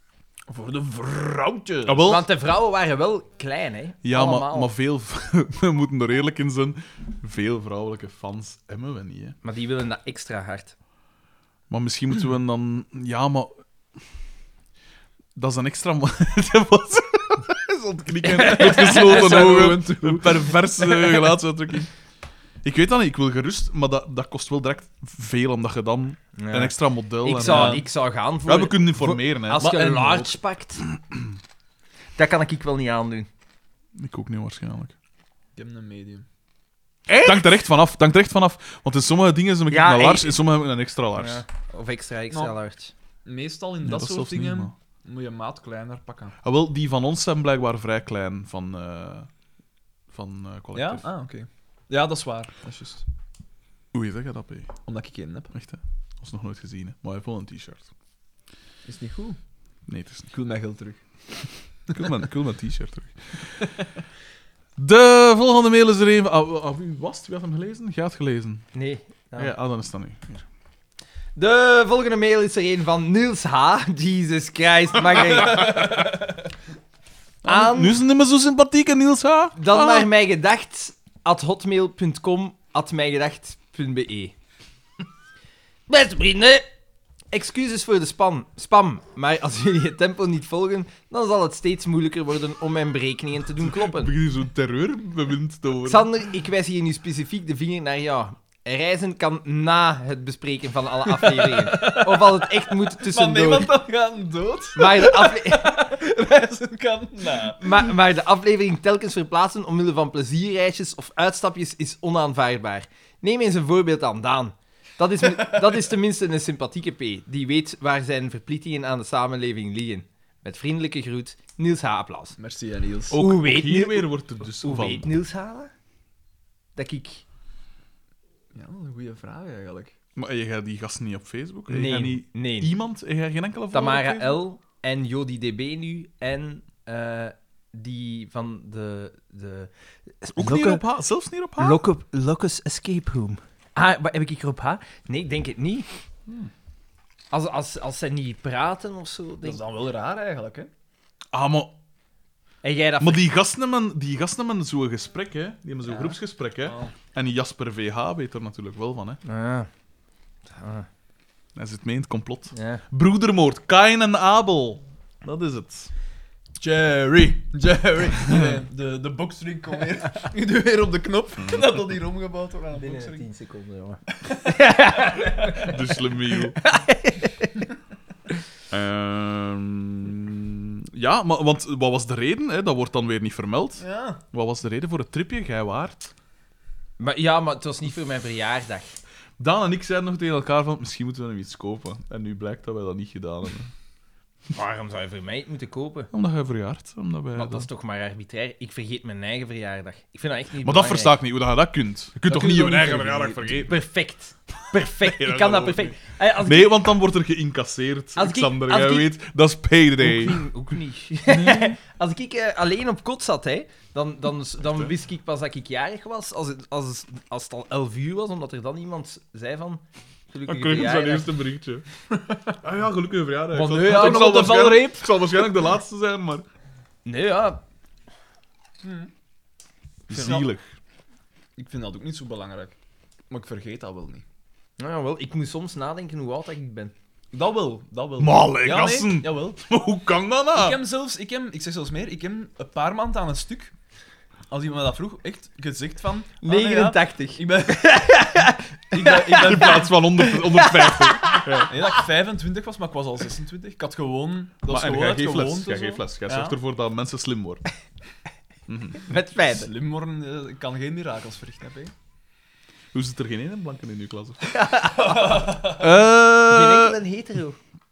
Voor de vrouwtjes. Ah, wel, Want de vrouwen waren wel klein, hè? ja, Allemaal. maar, maar veel... we moeten er eerlijk in zijn. Veel vrouwelijke fans hebben we niet, hè. Maar die willen dat extra hard. Maar misschien moeten we dan... Ja, maar... Dat is een extra... mo- Dat was... Hij is ontknikken met gesloten Zijn ogen. ogen toe. Een perverse gelaatsuitdrukking. Ik weet dat niet, ik wil gerust, maar dat, dat kost wel direct veel, omdat je dan Ja. een extra model... Ik en, zou, ja. ik zou gaan voor... Ja, we kunnen informeren, hè. Als Maar je een en large pakt... Dat kan ik wel niet aandoen. Ik ook niet, waarschijnlijk. Ik heb een medium. Het hangt er echt vanaf, dankt er echt vanaf. Want in sommige dingen heb ik Ja, een ik- large, in sommige heb ik een extra large. Ja. Of extra, extra Nou. large. Meestal in Ja, dat, dat soort zelfs niet, dingen maar- moet je maat kleiner pakken. Ah, wel, die van ons zijn blijkbaar vrij klein, van, eh van eh Ja? collectief. Ah, oké. Ja, dat is waar. Dat is juist. Hoe zeg je dat, P? Omdat ik één heb. Echt, hè? Dat is nog nooit gezien, hè. Maar hij heeft wel een t-shirt. Is het niet goed? Nee, het is niet. Ik wil mijn geld terug. Ik wil mijn, ik wil mijn t-shirt terug. De volgende mail is er een van... Ah, ah, wie was het? Wie had hem gelezen? Jij had gelezen. Nee. Ah, ja, ah, dan is dat nu. Hier. De volgende mail is er een van Niels H. Jesus Christ, mag ik... Aan... Nu is het niet meer zo sympathiek, hè, Niels H. Dan Ah. naar mijgedacht at hotmail punt com at mijgedacht punt be. Beste vrienden, excuses voor de spam, spam, maar als jullie het tempo niet volgen, dan zal het steeds moeilijker worden om mijn berekeningen te doen Ik kloppen. begin hier zo'n terreurbewind te horen. Sander, ik wijs hier nu specifiek de vinger naar jou. Reizen kan na het bespreken van alle afleveringen. Of als het echt moet Maar tussendoor. niemand dan gaan dood. Maar de, afle- Wijzen kan na. maar, maar de aflevering telkens verplaatsen omwille van plezierreisjes of uitstapjes is onaanvaardbaar. Neem eens een voorbeeld aan Daan. Dat is, dat is tenminste een sympathieke P, die weet waar zijn verplichtingen aan de samenleving liggen. Met vriendelijke groet, Niels H. Applaus. Merci, hè, Niels. Ook, Hoe ook weet hier Niel- weer wordt er dus Hoe van... weet Niels H. dat ik... Ja, dat is een goede vraag eigenlijk. Maar je gaat die gasten niet op Facebook? Je gaat Nee, niet... nee. Iemand? Je gaat geen enkele volger op Tamara Facebook? L. en Jody D B nu en eh, die van de... de Ook Lokke- niet op H? Zelfs niet op H? Lock-up, Locus Escape Room. Ah, wat, heb ik hier op H? Nee, ik denk het niet. Als, als, als ze niet praten of zo. Dat Denk... is dan wel raar eigenlijk, hè? Ah, maar... En jij dat... Maar die gasten hebben, die gasten hebben zo'n gesprek, hè. Die hebben zo'n Ja. groepsgesprek, hè. Oh. En die Jasper V H weet er natuurlijk wel van, hè. Ah. Ah, Hij zit mee in het complot. ja. Broedermoord, Kain en Abel. Dat is het. Jerry, Jerry. Nee, de, de boxring komt weer. Ik doe weer op de knop. Dat dat hier omgebouwd wordt aan de Binnen boxring. tien seconden, jongen. De slemiel. Ehm ja, maar, want wat was de reden? Hè? Dat wordt dan weer niet vermeld. Ja. Wat was de reden voor het tripje? Gij waart. Maar, ja, maar het was niet voor mijn verjaardag. Daan en ik zeiden nog tegen elkaar van, misschien moeten we hem iets kopen. En nu blijkt dat wij dat niet gedaan hebben. Waarom zou je voor mij het moeten kopen? Omdat jij verjaart. Omdat wij Maar dat is toch maar arbitrair. Ik vergeet mijn eigen verjaardag. Ik vind dat echt niet Maar dat belangrijk. versta ik niet, hoe dat je dat kunt. Je kunt toch kun niet je je toch eigen niet verjaardag vergeten? vergeten? Perfect. Perfect. Nee, Ik dat kan dat geloof ik perfect. Eh, Als ik- Nee, want dan wordt er geïncasseerd. Als ik- Xander, als jij ik- weet, dat is payday. Ook niet. Ook niet. Als ik eh, alleen op kot zat, hè, dan, dan, dan wist ik pas dat ik jarig was als het, als, als het al elf uur was, omdat er dan iemand zei van... Dan Gelukkige kreeg ik zijn verjaardag. eerste berichtje. Ah ja, gelukkige verjaardag. Maar Ik zal- nee, ja, ik nog zal op de waarschijnlijk- valreep. Ik zal waarschijnlijk de laatste zijn, maar... Nee, ja. Zielig. Ik vind dat ook niet zo belangrijk. Maar ik vergeet dat wel niet. Nou ja, wel. Ik moet soms nadenken hoe oud dat ik ben. Dat wel, dat wel. Maar allee, ja, gasten. nee, jawel. Hoe kan dat nou? Ik heb zelfs, ik, heb, ik zeg zelfs meer, ik heb een paar maanden aan een stuk, als iemand me dat vroeg, echt gezegd van... ah, nee, ja, negenentachtig. ik ben... ik ben, ik ben In plaats van honderd, honderdvijftig. Nee, dat ik vijfentwintig was, maar ik was al zesentwintig. Ik had gewoon... Dat was Maar, en gewoon jij uit geeft les. gewoonte Jij zo. geeft les. Jij Ja. zorgt ervoor dat mensen slim worden. Met feiten. Slim worden, eh, ik kan geen mirakels verrichten, hè. Hoe zit er geen ene blanke in uw klas? of? Geen Eh, enkel een hetero.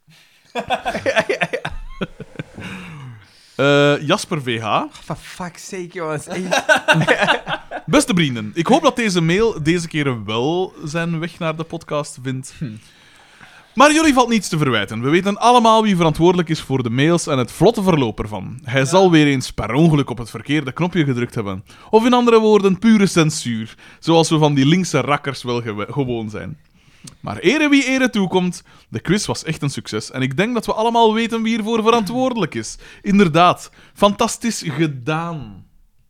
eh, Jasper V H. For fuck's sake, jongens. Echt. Beste vrienden, ik hoop dat deze mail deze keer wel zijn weg naar de podcast vindt. Maar jullie valt niets te verwijten. We weten allemaal wie verantwoordelijk is voor de mails en het vlotte verloop ervan. Hij zal weer eens per ongeluk op het verkeerde knopje gedrukt hebben. Of in andere woorden, pure censuur. Zoals we van die linkse rakkers wel gewe- gewoon zijn. Maar ere wie ere toekomt, de quiz was echt een succes. En ik denk dat we allemaal weten wie ervoor verantwoordelijk is. Inderdaad, fantastisch gedaan.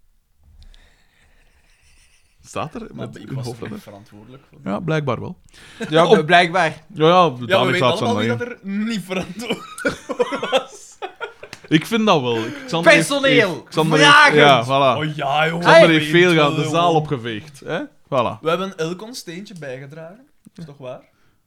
Staat er? Maar Met ik een was hoofdletter? er verantwoordelijk voor. Ja, blijkbaar wel. Ja, Oh. blijkbaar. Ja, ja, Ja, we dadelijk weten staat ze allemaal wie aan dat mij. er niet verantwoordelijk voor was. Ik vind dat wel. Ik- Xander heeft- Personeel, heeft- Xander heeft- vragend. Ja, voilà. Oh ja, jongen. Xander we heeft veel weten gehad, de wel, zaal jongen. opgeveegd. Hè? Voilà. We hebben elk ons steentje bijgedragen. Is toch waar?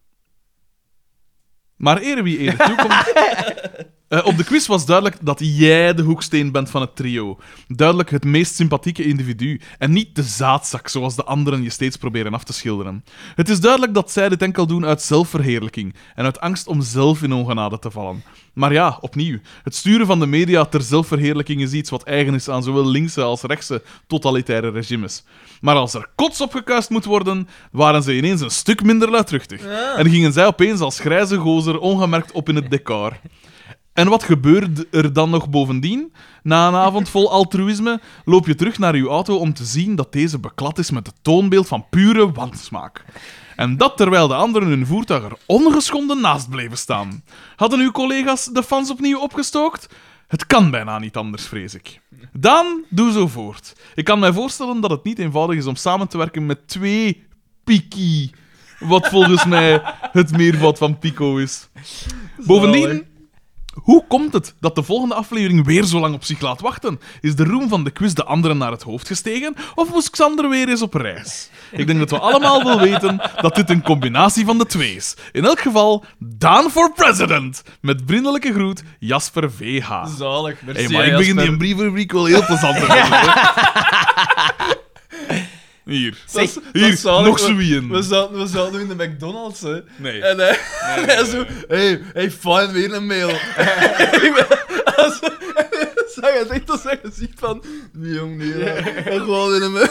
Maar ere wie ere toekomt... Eh, op de quiz was duidelijk dat jij de hoeksteen bent van het trio. Duidelijk het meest sympathieke individu. En niet de zaadzak, zoals de anderen je steeds proberen af te schilderen. Het is duidelijk dat zij dit enkel doen uit zelfverheerlijking. En uit angst om zelf in ongenade te vallen. Maar ja, opnieuw. Het sturen van de media ter zelfverheerlijking is iets wat eigen is aan zowel linkse als rechtse totalitaire regimes. Maar als er kots op gekuist moet worden, waren ze ineens een stuk minder luidruchtig. En gingen zij opeens als grijze gozer ongemerkt op in het decor. En wat gebeurde er dan nog bovendien? Na een avond vol altruïsme loop je terug naar je auto om te zien dat deze beklad is met het toonbeeld van pure wansmaak. En dat terwijl de anderen hun voertuig er ongeschonden naast bleven staan. Hadden uw collega's de fans opnieuw opgestookt? Het kan bijna niet anders, vrees ik. Daan, doe zo voort. Ik kan mij voorstellen dat het niet eenvoudig is om samen te werken met twee Piki. Wat volgens mij het meervoud van Pico is. Bovendien... Hoe komt het dat de volgende aflevering weer zo lang op zich laat wachten? Is de roem van de quiz de anderen naar het hoofd gestegen? Of moest Xander weer eens op reis? Ik denk dat we allemaal wel weten dat dit een combinatie van de twee is. In elk geval, Daan for president! Met vriendelijke groet, Jasper V H. Zalig. Merci, Hey, maar ik begin die brievenrubriek wel heel plezant te vinden. hè. Hier. Dat is- dat Hier, is zalig. nog We- zo een. We zaten, we zaten nu in de McDonald's, hè. Nee. En hij, hij zo... Hey, hey, fijn, weer een mail. Als- Zag je het echt als zijn gezicht van... Nee, jong, nee. Ja. En gewoon weer een mail.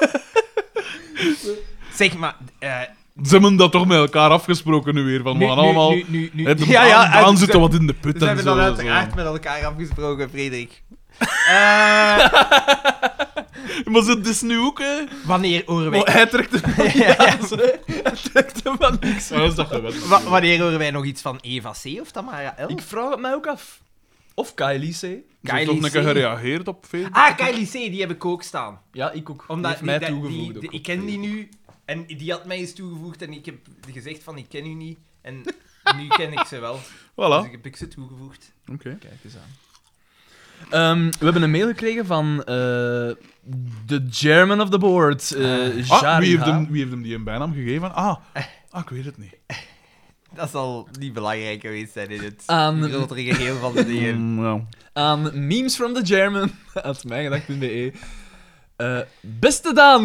Zeg maar... eh, Ze hebben dat toch met elkaar afgesproken nu weer. Van, we nu, gaan nu, allemaal... nu, nu, nu. Hè, de Ja, ja, Daan en zit ze- wat in de put Ze en hebben zo. dan zo. uiteraard met elkaar afgesproken, Frederik. Eh, Maar ze, het is nu ook, hè? wanneer horen Oh, wij... hij trekt er van Ja, ja. niks, hè. Hij trekt er van niks. Ja, dat is dat gewet. Wa- wanneer horen wij nog iets van Eva C. of Tamara L? Ik vraag het mij ook af. Of Kylie C. Ze heeft Kylie toch een keer C. gereageerd op Facebook? Ah, Kylie C, die heb ik ook staan. Ja, ik ook. Omdat Die heeft die- mij die- toegevoegd. die- ook ik op ken die Facebook. nu en die had mij eens toegevoegd en ik heb gezegd van ik ken u niet. En nu ken ik ze wel. Dus Voilà. ik heb ik ze toegevoegd. Oké. Kijk eens aan. Ehm, we hebben een mail gekregen van eh de chairman of the board, eh Ah, Jari wie, heeft H. hem, wie heeft hem die een bijnaam gegeven? Ah, ah, ik weet het niet. Dat zal niet belangrijk geweest zijn in het Aan- grotere geheel van de dingen. Mm, ja. Aan memes from the chairman, at mijgedacht punt be. Eh beste Daan!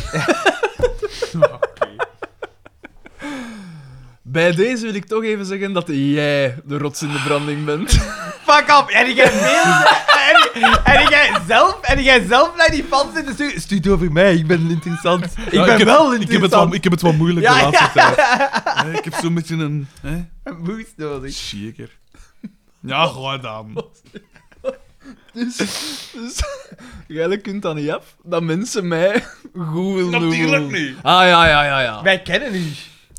Bij deze wil ik toch even zeggen dat jij de rots in de branding bent. Fuck up! En ik heb mails en, en ik heb zelf en ik heb zelf naar die fans zitten sturen. Stuur het over mij, ik ben interessant. Ik Ja, ben heb, wel ik heb, het interessant. wat, ik heb het wat moeilijk de Ja, laatste ja. tijd. Hè, ik heb zo'n beetje een... Hè? Een boost nodig. Shaker. Ja, gooi dan. Dus, dus jij kunt dat niet af, dat mensen mij goed willen doen. Natuurlijk niet. Ah, ja, ja, ja, ja. Wij kennen u.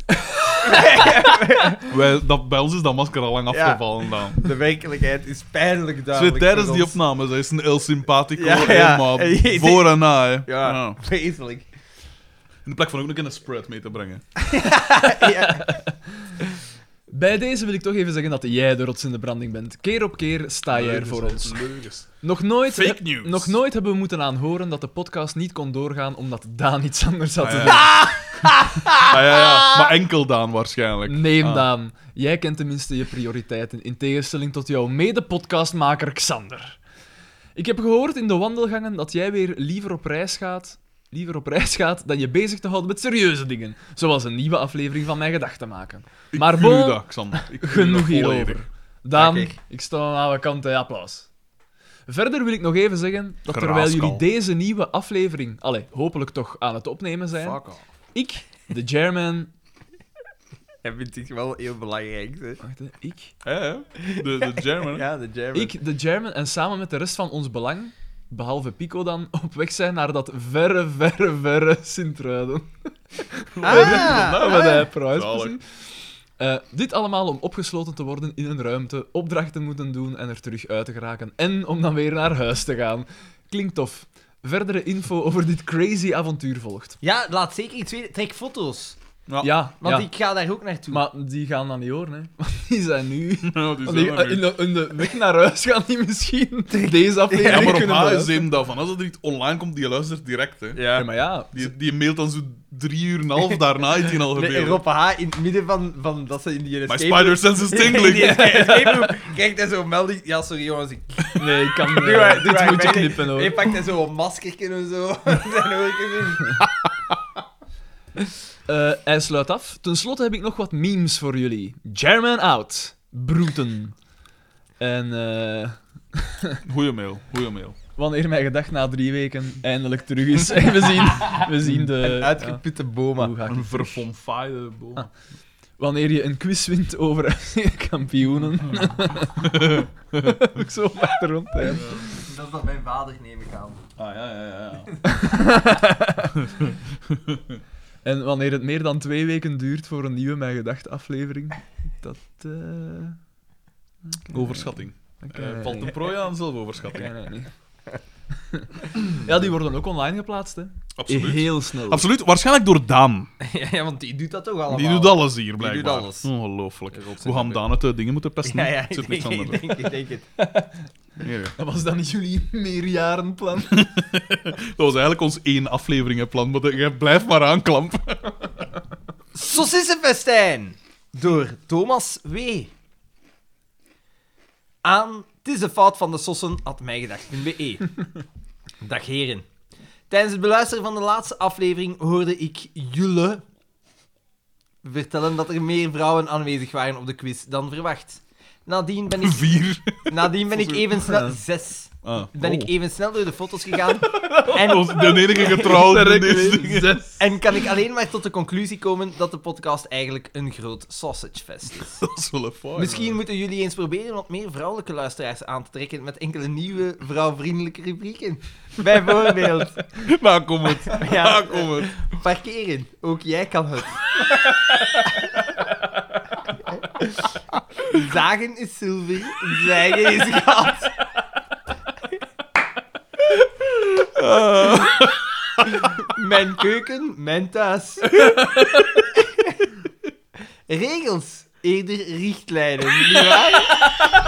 Wij, dat, bij ons is dat masker al lang Ja. afgevallen dan. De werkelijkheid is pijnlijk Zo, duidelijk. tijdens voor die ons. opname, zij is een El Simpatico, Ja, hè, ja. maar En je- voor en na. Hè. Ja, Ja. vreselijk. In de plek van ook nog een spread mee te brengen. Ja. Bij deze wil ik toch even zeggen dat jij de rots in de branding bent. Keer op keer sta jij er voor ons. Leugens. Nog nooit, Fake heb- news. nog nooit hebben we moeten aanhoren dat de podcast niet kon doorgaan omdat Daan iets anders had Ah, te ja. doen. Ah, ja, ja. Maar enkel Daan waarschijnlijk. Neem Ah. Daan. Jij kent tenminste je prioriteiten, in tegenstelling tot jouw mede-podcastmaker Xander. Ik heb gehoord in de wandelgangen dat jij weer liever op reis gaat... Liever op reis gaat dan je bezig te houden met serieuze dingen. Zoals een nieuwe aflevering van Mijn Gedachten maken. Ik Maar voel bon, dat, Xander. Ik voel genoeg dat volledig. hierover. Daan, Oké. ik sta aan alle kanten, applaus. Verder wil ik nog even zeggen dat terwijl Geraaskal. jullie deze nieuwe aflevering, allee, hopelijk toch aan het opnemen zijn, Fuck off. ik, de chairman... Hij vindt zich wel heel belangrijk. Hè. Wacht, hè, ik... Hè, hè? De, de German. Ja, de German. Ik, de chairman, en samen met de rest van ons belang, behalve Pico dan, op weg zijn naar dat verre, verre, verre Sint-Truiden. Ah, nou, wat ah. hij prijs Zalig. precies. Eh, dit allemaal om opgesloten te worden in een ruimte, opdrachten moeten doen en er terug uit te geraken. En om dan weer naar huis te gaan. Klinkt tof. Verdere info over dit crazy avontuur volgt. Ja, laat zeker iets weten. Trek foto's. Ja. Ja, Want ja. ik ga daar ook naartoe. Maar die gaan dan niet horen, hè. Want die zijn nu... Ja, die Want zijn die- er nu. in, de, in de weg naar huis gaan die misschien deze aflevering Ja, maar op kunnen haar is beluisteren. hem dat van als er iets online komt, die luistert direct. Hè. Ja, maar ja... Die, die mailt dan zo drie uur en een half daarna iets in al Nee, gebeurd. Rob H. in het midden van, van dat ze in die My escape spider sense is room- in die tingling. escape room krijgt hij zo'n melding. Ja, sorry jongens, ik... Nee, ik kan... Doe maar- eh, doe dit maar moet je mee. knippen, hoor. Hij pakt hij zo'n maskertje en zo. Zijn oortjes in. Eh, hij sluit af. Ten slotte heb ik nog wat memes voor jullie. German out. Broeten. En eh, Goeie mail, goeie mail. wanneer mijn gedacht na drie weken eindelijk terug is. En we zien, we zien de... Een uitgeputte ja, boma. hoe ga ik Een het- verfonfaaide boom. Ah. Wanneer je een quiz wint over kampioenen. Ook zo maar rond. Hè. Dat is dat mijn vader, neem ik aan. Ah, ja, ja, ja. En wanneer het meer dan twee weken duurt voor een nieuwe Mijn Gedacht aflevering. Dat... eh oké. Overschatting. Oké, Eh, nee, valt nee. een prooi aan zelfoverschatting. Nee, nee, nee. Ja, die worden ook online geplaatst, hè. Absoluut. Heel snel. Absoluut. Waarschijnlijk door Daan. Ja, want die doet dat toch allemaal. Die doet alles hier, blijkbaar. doet alles. Ongelooflijk. Rob Hoe gaan Daan het eh, dingen moeten pesten? Ja, ja, Er ik zit denk, niks ik anders. denk, ik denk het. Hier, ja. Dat was dan niet jullie meerjarenplan. Dat was eigenlijk ons één afleveringenplan, maar jij blijft maar aanklampen. Saucissenfestijn door Thomas W. Aan het is de fout van de sossen at mijgedacht.be. Dag heren. Tijdens het beluisteren van de laatste aflevering hoorde ik Jule vertellen dat er meer vrouwen aanwezig waren op de quiz dan verwacht. Nadien ben ik, Vier. nadien ben ik even snel... Zes. Ah. Ben ik Oh. even snel door de foto's gegaan Dat en, was de enige getrouwde van deze dingen. en kan ik alleen maar tot de conclusie komen dat de podcast eigenlijk een groot sausagefest is. Dat is wel een fout. Misschien moeten jullie eens proberen wat meer vrouwelijke luisteraars aan te trekken met enkele nieuwe vrouwvriendelijke rubrieken. Bijvoorbeeld, Nou, kom het. Ja. Nou, kom het. parkeren. Ook jij kan het. Zagen is zilver, zwijgen is goud. Mijn keuken, mijn thuis. Regels, eerder richtlijnen, nietwaar?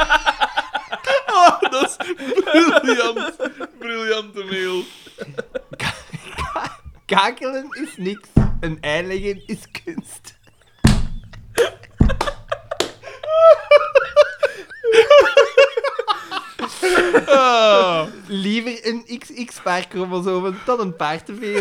Oh, dat is briljant. Briljante mail. Kakelen is niks, een ei leggen is kunst. Ah. Liever een X X-paar chromosomen dan een paar te veel.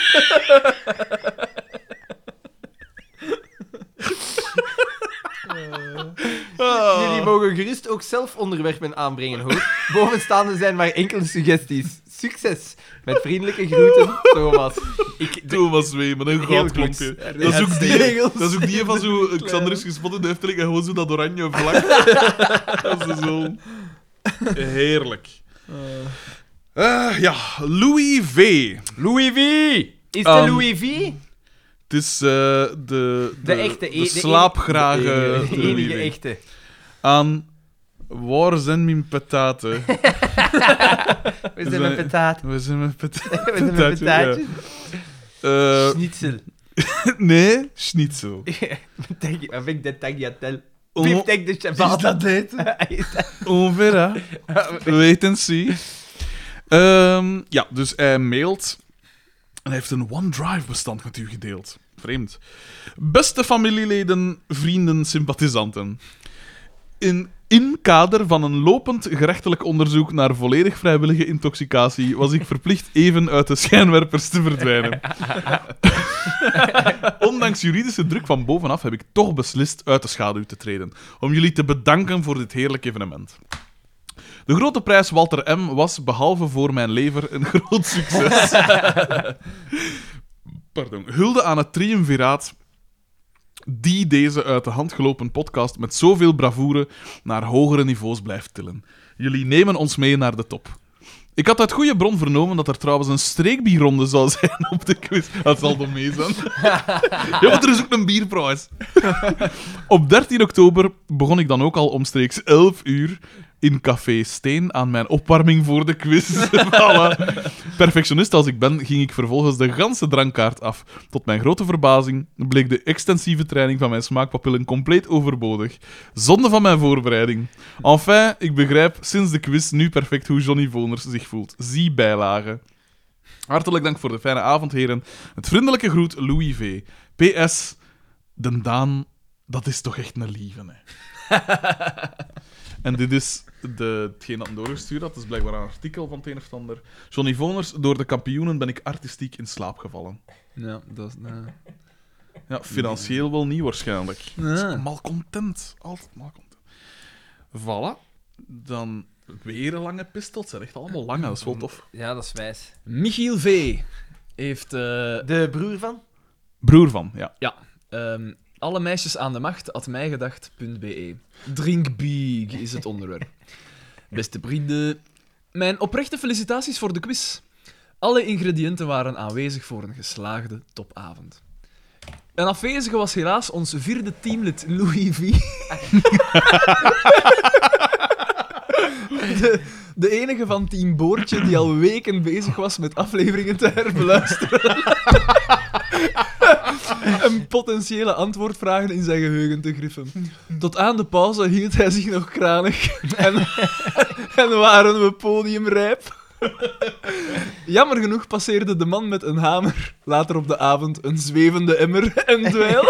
Ah. Jullie mogen gerust ook zelf onderwerpen aanbrengen, hoor. Bovenstaande zijn maar enkele suggesties. Succes! Met vriendelijke groeten, Thomas. Ik, Thomas W. met een Heel goudklokje. goed. Dat is ook die, Regels. dat is ook die van zo... Xander is gespot in de Efteling en gewoon zo dat oranje vlak. Dat is zo... Heerlijk. Eh, ja, Louis V. Louis V! Is de Um, Louis V? Het is eh, de, de, De echte, de de slaapgrage De Louis enige V. echte. Aan... Waar zijn mijn pataten? We zijn met pataat. We zijn mijn pataten. We zijn met pataatjes. Eh, Schnitzel. nee, schnitzel. Avec de tagliatelle. Oh. Biefstek de Shabbat. Is dat dit? Is dat- On verra. Wait and see. Ehm, ja, dus hij mailt. En hij heeft een OneDrive-bestand met u gedeeld. Vreemd. Beste familieleden, vrienden, sympathisanten. In, in kader van een lopend gerechtelijk onderzoek naar volledig vrijwillige intoxicatie was ik verplicht even uit de schijnwerpers te verdwijnen. Ondanks juridische druk van bovenaf heb ik toch beslist uit de schaduw te treden. Om jullie te bedanken voor dit heerlijk evenement. De grote prijs Walter M. was, behalve voor mijn lever, een groot succes. Pardon. Hulde aan het triumviraat die deze uit de hand gelopen podcast met zoveel bravoure naar hogere niveaus blijft tillen. Jullie nemen ons mee naar de top. Ik had uit goede bron vernomen dat er trouwens een streekbierronde zou zijn op de quiz. Dat zal dan mee zijn. Ja, want er is ook een bierprijs. Op dertien oktober begon ik dan ook al omstreeks elf uur in Café Steen aan mijn opwarming voor de quiz. Voilà. Perfectionist als ik ben, ging ik vervolgens de ganse drankkaart af. Tot mijn grote verbazing bleek de extensieve training van mijn smaakpapillen compleet overbodig. Zonde van mijn voorbereiding. Enfin, ik begrijp sinds de quiz nu perfect hoe Johnny Voners zich voelt. Zie bijlage. Hartelijk dank voor de fijne avond, heren. Het vriendelijke groet, Louis V. P S. De Daan, dat is toch echt een lieve, hè. En dit is de, hetgeen dat hem doorgestuurd had. Dat is blijkbaar een artikel van het een of het ander. Johnny Voners, door de kampioenen ben ik artistiek in slaap gevallen. Ja, dat is... nee. Ja, financieel wel niet waarschijnlijk. Nee. Malcontent. Altijd malcontent. Voilà. Dan weer een lange pistool. Het zijn echt allemaal lange, dat is wel tof. Ja, dat is wijs. Michiel V. heeft... eh, De broer van? Broer van, ja. Ja. ehm, alle meisjes aan de macht, at mijgedacht punt be. Drink big is het onderwerp. Beste vrienden, mijn oprechte felicitaties voor de quiz. Alle ingrediënten waren aanwezig voor een geslaagde topavond. Een afwezige was helaas ons vierde teamlid Louis V. De, de enige van Team Boortje die al weken bezig was met afleveringen te herbeluisteren. En potentiële antwoordvragen in zijn geheugen te griffen. Tot aan de pauze hield hij zich nog kranig en, en waren we podiumrijp. Jammer genoeg passeerde de man met een hamer later op de avond een zwevende emmer en dweil.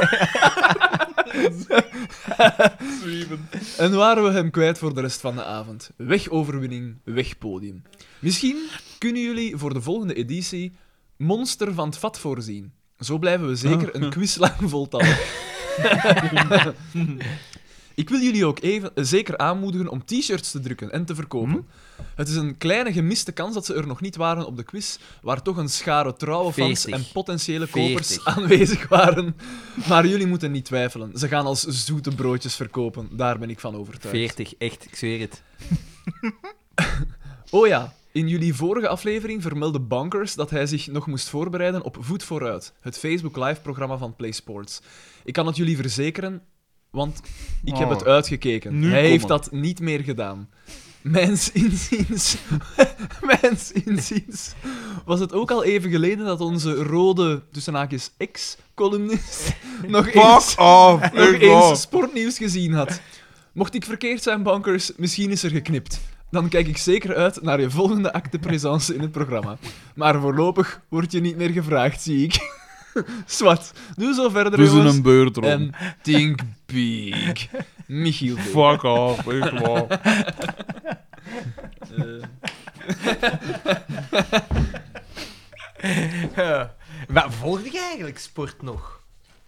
En waren we hem kwijt voor de rest van de avond. Weg overwinning, weg podium. Misschien kunnen jullie voor de volgende editie Monster van het Vat voorzien. Zo blijven we zeker een quiz lang voltallen. Ik wil jullie ook even zeker aanmoedigen om t-shirts te drukken en te verkopen. Hm? Het is een kleine gemiste kans dat ze er nog niet waren op de quiz, waar toch een schare trouwe fans veertig. en potentiële kopers veertig. aanwezig waren. Maar jullie moeten niet twijfelen. Ze gaan als zoete broodjes verkopen. Daar ben ik van overtuigd. veertig, echt, ik zweer het. Oh ja, in jullie vorige aflevering vermeldde Bonkers dat hij zich nog moest voorbereiden op Voet Vooruit, het Facebook Live-programma van PlaySports. Ik kan het jullie verzekeren, want ik heb Oh. het uitgekeken. Nu hij kom heeft er. dat niet meer gedaan. Mijns inziens... Mijns inziens was het ook al even geleden dat onze rode, tussen haakjes, ex-columnist nog eens... Fuck off! nog echt waar. eens sportnieuws gezien had. Mocht ik verkeerd zijn, Bankers, misschien is er geknipt. Dan kijk ik zeker uit naar je volgende acte présence in het programma. Maar voorlopig word je niet meer gevraagd, zie ik. Swat, doe zo verder, We zijn jongens. een beurt rond. En think big. Michiel V. Fuck off, echt waar. Ja. Maar volg je eigenlijk sport nog?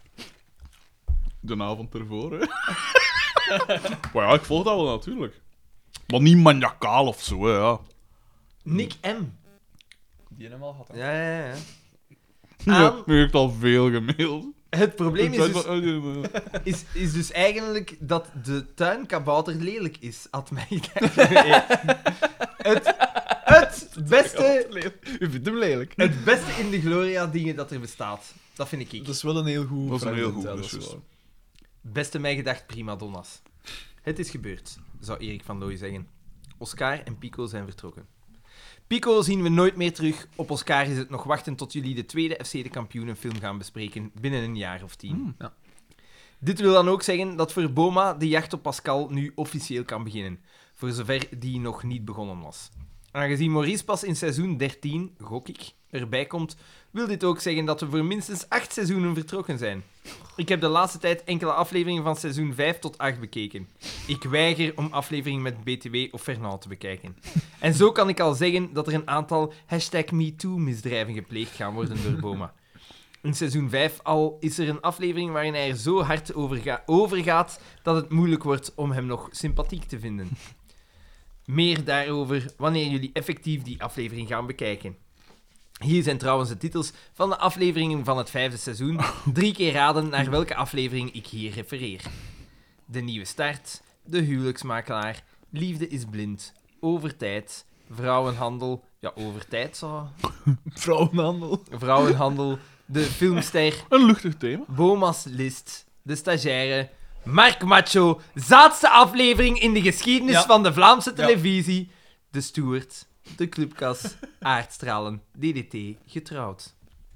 De avond ervoor, hè. Maar ja, ik volg dat wel natuurlijk. Maar niet maniacaal of zo, hè, ja. Nick M. Die helemaal had. Ja, ja, ja. Ja, Aan- nu heb ik al veel gemaild. Het probleem is dus, dus... is, is dus eigenlijk dat de tuinkabouter lelijk is, had mij gedacht. het, het beste... U vindt hem lelijk. Het beste in de Gloria-dingen dat er bestaat. Dat vind ik. Dat is wel een heel goed Dat is een heel fragment, goed, ja, dat is is juist. waar. Beste mij gedacht primadonna's. Het is gebeurd, zou Erik van Looy zeggen. Oscar en Pico zijn vertrokken. Pico zien we nooit meer terug. Op Oscar is het nog wachten tot jullie de tweede F C de Kampioenenfilm gaan bespreken binnen een jaar of tien. Hmm. Ja. Dit wil dan ook zeggen dat voor Boma de jacht op Pascal nu officieel kan beginnen. Voor zover die nog niet begonnen was. Aangezien Maurice pas in seizoen dertien, gok ik, erbij komt, wil dit ook zeggen dat we voor minstens acht seizoenen vertrokken zijn. Ik heb de laatste tijd enkele afleveringen van seizoen vijf tot acht bekeken. Ik weiger om afleveringen met B T W of Fernand te bekijken. En zo kan ik al zeggen dat er een aantal hashtag MeToo-misdrijven gepleegd gaan worden door Boma. In seizoen vijf al is er een aflevering waarin hij er zo hard over, ga- over gaat dat het moeilijk wordt om hem nog sympathiek te vinden. Meer daarover wanneer jullie effectief die aflevering gaan bekijken. Hier zijn trouwens de titels van de afleveringen van het vijfde seizoen. Drie keer raden naar welke aflevering ik hier refereer. De Nieuwe Start, De Huwelijksmakelaar, Liefde is blind, Over tijd, vrouwenhandel, ja, over tijd zou... Vrouwenhandel. Vrouwenhandel, de filmster, Een luchtig thema. Bomas List, de stagiaire, Mark Macho, zaadste aflevering in de geschiedenis Ja. van de Vlaamse Ja. televisie, de Stewart, de Clubkas, Aardstralen, D D T, getrouwd.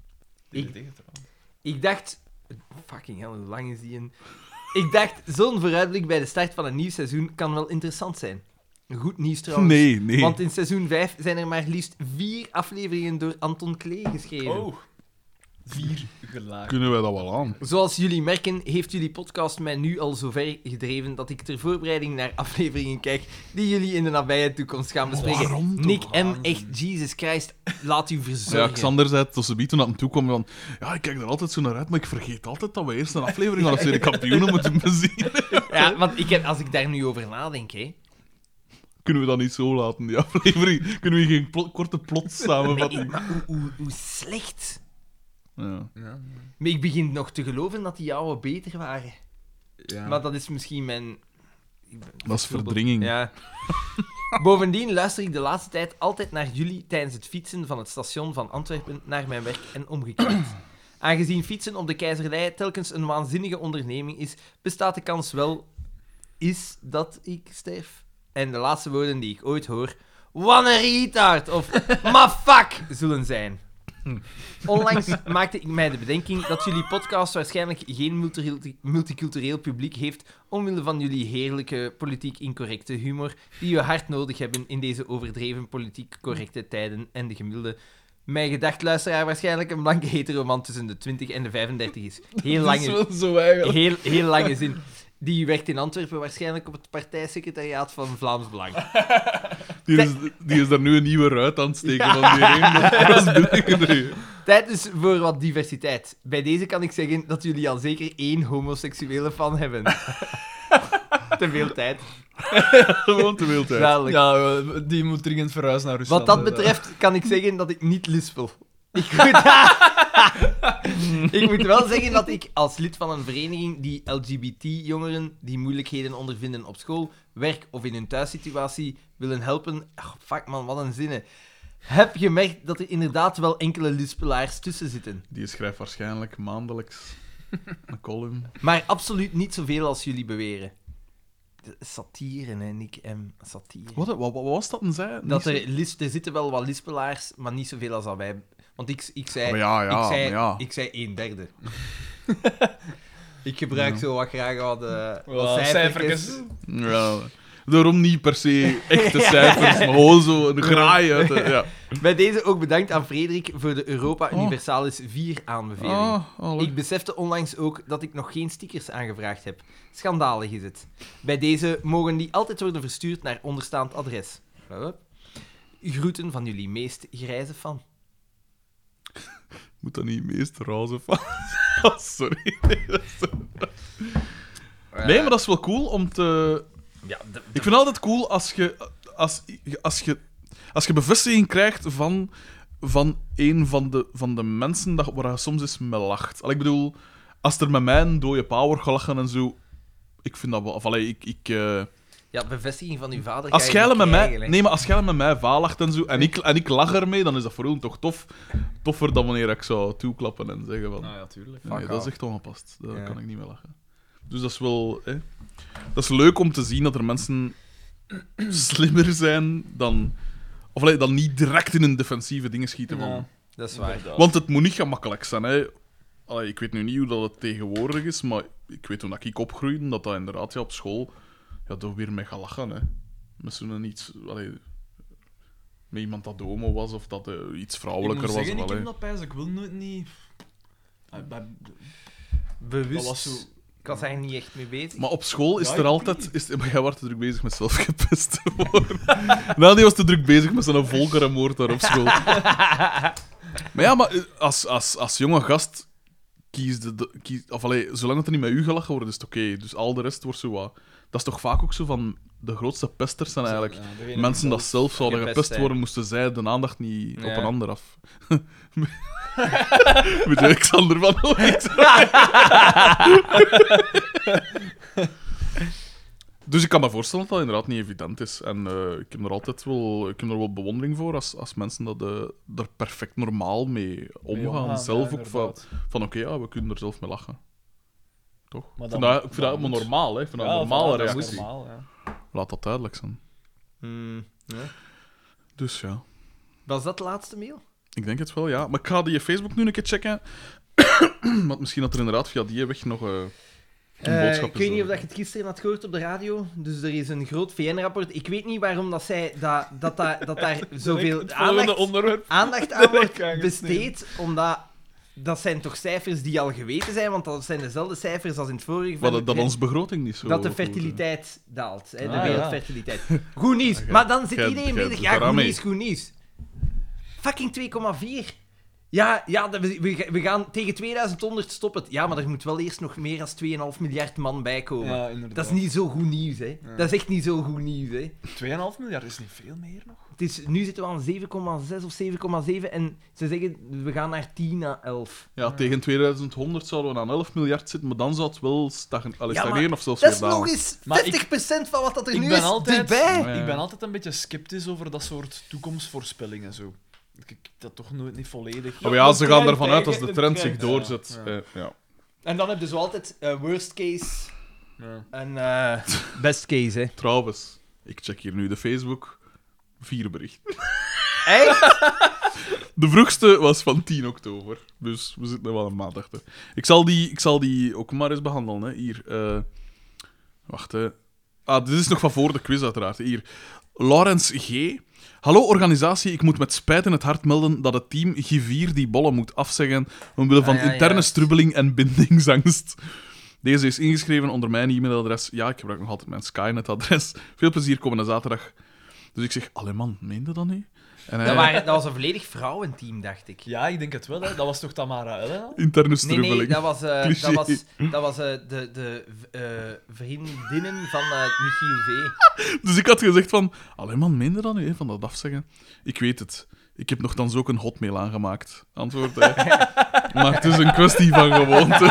Ik, ik dacht... Fucking hell, hoe lang is die een... Ik dacht, zo'n vooruitblik bij de start van een nieuw seizoen kan wel interessant zijn. Goed nieuws trouwens. Nee, nee. Want in seizoen vijf zijn er maar liefst vier afleveringen door Anton Klee geschreven. Oh. Vier gelaagd. Kunnen wij dat wel aan? Zoals jullie merken, heeft jullie podcast mij nu al zover gedreven dat ik ter voorbereiding naar afleveringen kijk die jullie in de nabije toekomst gaan bespreken. Waarom toch? Nick M., echt, Jesus Christ, laat u verzorgen. Ja, Xander zei tussen bieten dat hem toekwam van... Ja, ik kijk er altijd zo naar uit, maar ik vergeet altijd dat we eerst een aflevering van de serie kampioenen moeten bezien. Ja, want ik heb, als ik daar nu over nadenk, hè... Kunnen we dat niet zo laten, die aflevering? Kunnen we geen plo- korte plot samenvatten? Maar hoe, hoe, hoe slecht. Ja. Ja. Maar ik begin nog te geloven dat die jouwe beter waren. Ja. Maar dat is misschien mijn... ik ben- Dat is verdringing. Ja. Bovendien luister ik de laatste tijd altijd naar jullie tijdens het fietsen van het station van Antwerpen naar mijn werk en omgekeerd. Aangezien fietsen op de Keizerlei telkens een waanzinnige onderneming is, bestaat de kans wel is dat ik sterf. En de laatste woorden die ik ooit hoor, what a retard of ma fuck zullen zijn. Onlangs maakte ik mij de bedenking dat jullie podcast waarschijnlijk geen multi- multicultureel publiek heeft omwille van jullie heerlijke politiek incorrecte humor die we hard nodig hebben in deze overdreven politiek correcte tijden en de gemiddelde, mijn gedacht luisteraar waarschijnlijk een blanke heteroman tussen de twintig en de vijfendertig is. Heel Dat is lange, wel zo eigenlijk. heel, heel lange zin. Die werkt in Antwerpen waarschijnlijk op het partijsecretariaat van Vlaams Belang. Die, is, die is daar nu een nieuwe ruit aan het steken van die een. Dat is binnengedreven. Tijd dus voor wat diversiteit. Bij deze kan ik zeggen dat jullie al zeker één homoseksuele fan hebben. Te veel tijd. Gewoon te veel tijd. Duidelijk. Ja, eh, die moet dringend verhuizen naar Rusland. Wat dat hè. betreft kan ik zeggen dat ik niet lispel. Ik moet, ik moet wel zeggen dat ik als lid van een vereniging die L G B T-jongeren die moeilijkheden ondervinden op school, werk of in hun thuissituatie willen helpen... Oh, fuck man, wat een zinnen. Heb gemerkt dat er inderdaad wel enkele lispelaars tussen zitten. Die schrijft waarschijnlijk maandelijks een column. Maar absoluut niet zoveel als jullie beweren. De satire, hè, Nick M. Satire. Wat, wat, wat was dat een zei? Dat Niet er, lis- er zitten wel wat lispelaars, maar niet zoveel als dat wij... Want ik, ik zei... Maar ja, ja, ik, zei maar ja. ik zei een derde. Ik gebruik Ja. zo wat graag wat, uh, wat Wat cijfertjes. cijfertjes. Ja. Daarom niet per se echte cijfers, maar gewoon zo een graai uit. de- Ja. Bij deze ook bedankt aan Frederik voor de Europa Universalis vier aanbeveling. Ah, allee. Ik besefte onlangs ook dat ik nog geen stickers aangevraagd heb. Schandalig is het. Bij deze mogen die altijd worden verstuurd naar onderstaand adres. Hup. Groeten van jullie meest grijze fan. Moet dat niet meest roze van. Oh, sorry. Nee, dat is zo- nee, maar dat is wel cool om te. Ja, de- de- Ik vind het altijd cool als je, als, als je, als je bevestiging krijgt van, van een van de, van de mensen dat, waar je soms eens mee lacht. Allee, ik bedoel, als er met mij een dode pauw wordt gelachen en zo, ik vind dat wel... Of, allee, ik... ik eh, ja, bevestiging van uw vader. als ga je jij niet met mij... krijgen, hè. Nee, maar als jij met mij vaalacht en zo, en ik, en ik lach ermee, dan is dat voor hun toch tof. Toffer dan wanneer ik zou toeklappen en zeggen van... Nou ja, tuurlijk. Nee, Fuck dat off. is echt ongepast. Daar Ja. kan ik niet mee lachen. Dus dat is wel... Hè. Dat is leuk om te zien dat er mensen slimmer zijn dan... Of allee, dan niet direct in een defensieve dingen schieten. Van. Ja. Dat is waar. Want het moet niet gemakkelijk zijn. Hè. Allee, ik weet nu niet hoe dat het tegenwoordig is, maar ik weet toen dat ik opgroeide, dat dat inderdaad ja, op school... Ja, toch weer mee gaan lachen, hè. Met zo'n iets... Allee, met iemand dat homo was, of dat eh, iets Ik vrouwelijker moet was. zeggen, of, ik allee. heb dat pijs, ik wil nooit niet... Ah, bij- Bewust. Dat was zo... Ik was daar niet echt mee bezig. Maar op school is Ja, er ik altijd... Is, maar jij was te druk bezig met zelf gepest te worden. Nou, die was te druk bezig met zijn volkerenmoord daar op school. Maar ja, maar eh, als, als, als jonge gast kies de... de- Kies, of allee, zolang het er niet met u gelachen wordt, is het oké. Dus al de rest wordt zo wat... Dat is toch vaak ook zo van... De grootste pesters zijn eigenlijk... Ja, degene Mensen die dat zelf zouden gepest gepest zijn. worden, moesten zij de aandacht niet op Ja. een ander af. Weet je, Alexander van Ooyek. Dus ik kan me voorstellen dat dat inderdaad niet evident is. En uh, ik heb er altijd wel, ik heb er wel bewondering voor als, als mensen dat, uh, er perfect normaal mee omgaan. omgaan, zelf ja, ook van, inderdaad. van oké, okay, ja, we kunnen er zelf mee lachen. Toch? Maar Ik dan- vind dat, ik vind dan dat helemaal moet- normaal, hè. Ik vind dat Ja, een normale voilà, dat is reactie. normaal, ja. Laat dat duidelijk zijn. Hmm, ja. Dus ja, Was dat de laatste mail? ik denk het wel, ja. Maar ik ga die Facebook nu een keer checken. Want misschien dat er inderdaad via die weg nog uh, een Eh, boodschap ik is. weet niet of uh, dat je het gisteren had gehoord op de radio. Dus er is een groot V N-rapport. Ik weet niet waarom dat, zij, dat, dat, dat, dat daar zoveel Het volgende aandacht, onderwerp. aandacht aan wordt Direct besteed. Omdat dat zijn toch cijfers die al geweten zijn. Want dat zijn dezelfde cijfers als in het vorige. wat, van- dat onze begroting niet zo dat de goed is. fertiliteit daalt. Hè, de Ah, ja. wereldfertiliteit. Goed nieuws. Ja, Maar dan zit jij- iedereen jij bezig. doet Ja, daaraan goed mee. nieuws, goed nieuws. Fucking twee komma vier. Ja, ja dat- we, we, we gaan tegen tweeduizendhonderd stoppen. Ja, maar er moet wel eerst nog meer dan twee komma vijf miljard man bij komen. Ja, inderdaad. Dat is niet zo goed nieuws, hè. Ja. Dat is echt niet zo goed nieuws, hè. twee komma vijf miljard is niet veel meer nog. Het is, nu zitten we aan zeven komma zes of zeven komma zeven en ze zeggen, we gaan naar tien à elf. Ja, tegen tweeduizendhonderd zouden we aan elf miljard zitten, maar dan zou het wel stagn allee, Ja, maar stagneren of zelfs Dat weer is nog dalen. eens Maar ik- vijftig procent van wat dat er Ik nu ben is altijd- erbij. Ja. Ik ben altijd een beetje sceptisch over dat soort toekomstvoorspellingen. Zo. Ik, ik dat toch nooit niet volledig. Maar ja, ze gaan trend, ervan uit hè, als de een trend trend, zich doorzet. ja. eh, ja. En dan heb je zo altijd eh, worst case Ja. en eh, best case, hè. Trouwens, ik check hier nu de Facebook. Vier berichten. Echt? De vroegste was van tien oktober. Dus we zitten er wel een maand achter. Ik zal die, ik zal die ook maar eens behandelen. Hè. Hier. eh, wacht, hè. Ah, dit is nog van voor de quiz, uiteraard. Hier. Laurens G. Hallo organisatie, ik moet met spijt in het hart melden dat het team G vier die bollen moet afzeggen omwille van Ah, ja, interne juist. strubbeling en bindingsangst. Deze is ingeschreven onder mijn e-mailadres. Ja, ik gebruik nog altijd mijn Skynet-adres. Veel plezier komende zaterdag. Dus ik zeg, allee man, meende dat niet? En hij... Dat, waren, dat was een volledig vrouwenteam, dacht ik. Ja, ik denk het wel. Hè. Dat was toch Tamara Ellen al? Interne Nee, strubbeling. nee, dat was, eh, Cliché. dat was, dat was eh, de, de eh, vriendinnen van eh, Michiel V. Dus ik had gezegd van... Allee man, meende dat nu, hè, van dat afzeggen? Ik weet het. Ik heb nogthans ook een hotmail aangemaakt. Antwoord, hè. Maar het is een kwestie van gewoonte.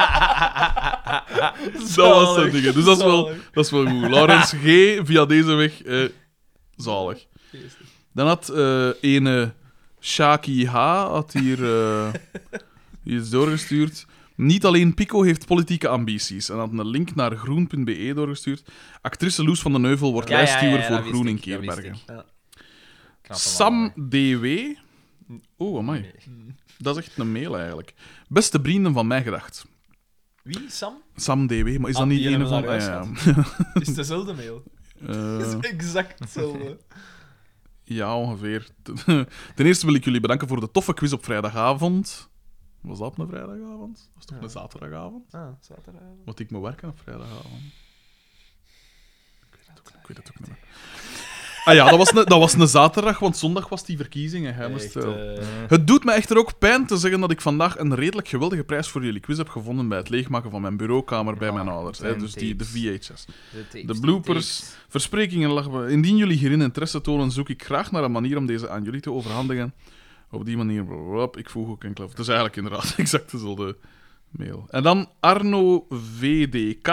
Dat was dat ding. Dus dat is, wel, dat is wel goed. Laurens G. via deze weg. Eh, zalig. Dan had eh ene Shaki H. had hier eh, die is doorgestuurd. Niet alleen Pico heeft politieke ambities. En had een link naar groen punt b e doorgestuurd. Actrice Loes van den Neuvel wordt Ja, ja, ja, lijstduwer ja, voor dat wist Groen in ik, dat wist Keerbergen. ik. Ja. Knappe Sam man, D W. Oh, amai. Dat is echt een mail eigenlijk. Beste vrienden van mij gedacht. Wie? Sam? Sam D W, maar is dat Ah, niet die een hebben van... we Ah, daar ja. Is het dezelfde mail? Eh, Het is exact hetzelfde. ja, ongeveer. Ten eerste wil ik jullie bedanken voor de toffe quiz op vrijdagavond. Was dat op een vrijdagavond? Dat was toch Ja. een zaterdagavond? Ah, zaterdagavond. Want ik moet werken op vrijdagavond. Ik weet het ook, ik weet het ook niet meer. Ah ja, dat was, een, dat was een zaterdag, want zondag was die verkiezingen. Hè, moest, Echt, eh, eh, Het doet me echter ook pijn te zeggen dat ik vandaag een redelijk geweldige prijs voor jullie quiz heb gevonden bij het leegmaken van mijn bureaukamer bij Ja, mijn ouders. Hè, en dus die, de tapes. V H S. De, tapes, De bloopers, tapes. versprekingen lachen. Indien jullie hierin interesse tonen, zoek ik graag naar een manier om deze aan jullie te overhandigen. Op die manier, blablabla. Ik voeg ook enkele. Het is eigenlijk inderdaad exact dezelfde mail. En dan Arno V D K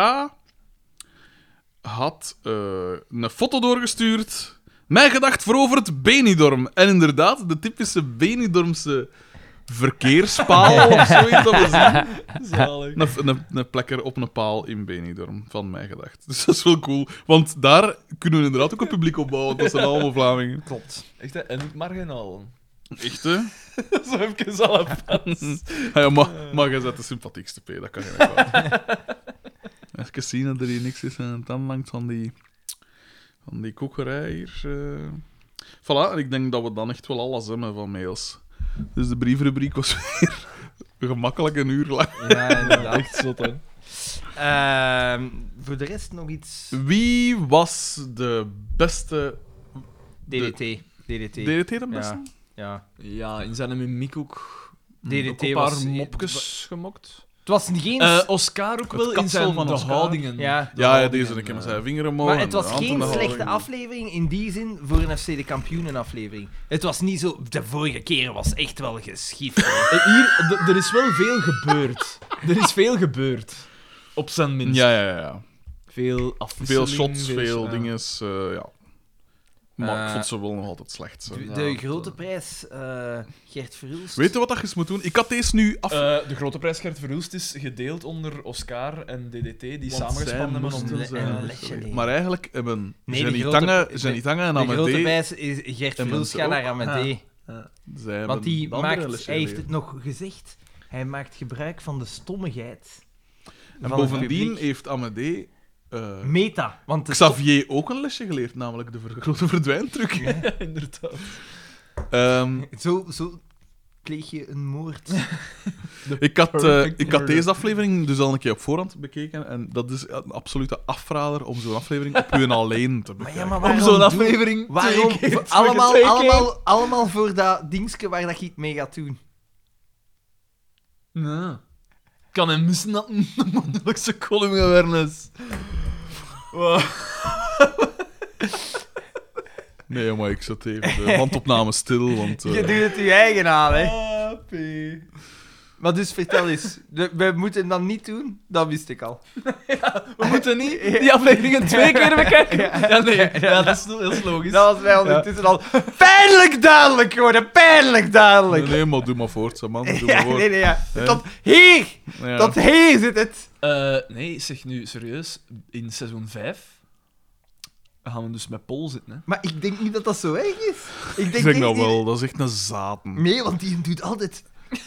had eh, een foto doorgestuurd. Mijn gedacht veroverd Benidorm. En inderdaad, de typische Benidormse verkeerspaal of zoiets dat we zien. Zalig. Een, een, een plekker op een paal in Benidorm, van mij gedacht. Dus dat is wel cool. Want daar kunnen we inderdaad ook een publiek opbouwen. Dat zijn allemaal Vlamingen. Klopt. Echt, hè? En ook marginaal. Echt, hè? Zo even al een Ah ja, maar, maar jij bent de sympathiekste P, dat kan je niet kwaad. Even zien dat er hier niks is en dan langs van die, van die kokerij hier. eh. Voilà, en ik denk dat we dan echt wel alles hebben van mails. Dus de briefrubriek was weer gemakkelijk een uur lang. Ja, inderdaad. Echt zot, hè. Ehm, voor de rest nog iets... Wie was de beste... D D T. D D T. D D T de beste? Ja. Ja, in zijn mimiek ook, D D T ook een was- paar mopjes gemokt. Het was niet geen... Eh, Oscar ook Het wel in kapsel zijn van de Oscar. houdingen. Ja. De Ja, ja, houdingen, deze. Ik heb eh. zijn vinger omhoog. Maar en het de was hand in geen de slechte houding. aflevering in die zin voor een F C de kampioenen aflevering. Het was niet zo... De vorige keer was echt wel geschift. hè. Eh, Hier, d- er is wel veel gebeurd. Er is veel gebeurd. Op zijn minst. Ja, ja, ja. Veel afwisseling. Veel shots, veel ja. dingen. Uh, ja. Maar Uh, ik vond ze wel nog altijd slecht. Zo. De, Ja, de dat, grote uh, prijs, uh, Gert Verhulst. Weet je wat dat je eens moet doen? Ik had deze nu af... Uh, de grote prijs Gert Verhulst is gedeeld onder Oscar en D D T, die Want samengespannen hebben zij om... moesten een zijn. lesje leren. Maar eigenlijk hebben Nee, de Jenny grote- Tange, de- Jenny Tange en De grote Amédée... prijs is Gert En Verhulst mensen gaat naar ook. Amédée. zij hebben Want die de andere maakt, lesje hij heeft geleerd. het nog gezegd, hij maakt gebruik van de stommigheid. En van het bovendien publiek. heeft Amédée... uh, Meta. Want de Xavier ook een lesje geleerd, namelijk de ver- grote verdwijntruc. Ja, inderdaad. Ehm, Zo, zo pleeg je een moord. ik had, uh, Perfect ik had murder. deze aflevering dus al een keer op voorhand bekeken en dat is een absolute afrader om zo'n aflevering op je alleen te Maar bekijken. ja, maar Om waarom zo'n doen- aflevering Waarom? twee keer, allemaal, twee keer. allemaal, allemaal voor dat dingetje waar dat je het mee gaat doen. Ja. Kan hem missen dat een mondelikse column geworden is. Wow. Nee, maar ik zet even de handopname stil, want... uh, Je doet het je eigen aan, hè. Ah, P. Maar dus vertel eens, de- we moeten dat niet doen, dat wist ik al. We moeten niet die afleveringen twee keer bekijken. Ja, nee. Ja, dat is, dat is logisch. Dat was mij ondertussen al pijnlijk duidelijk geworden, pijnlijk duidelijk. Nee, nee, maar doe maar voort, zeg, man. Doe Ja, maar voort. nee, nee, ja. Ja. Tot hier, Ja. tot hier zit het. Uh, nee, zeg nu serieus. In seizoen vijf gaan we dus met Pol zitten. Hè. Maar ik denk niet dat dat zo erg is. Ik denk, Ik denk niet- dat wel, dat is echt een zaten. Nee, want die doet altijd...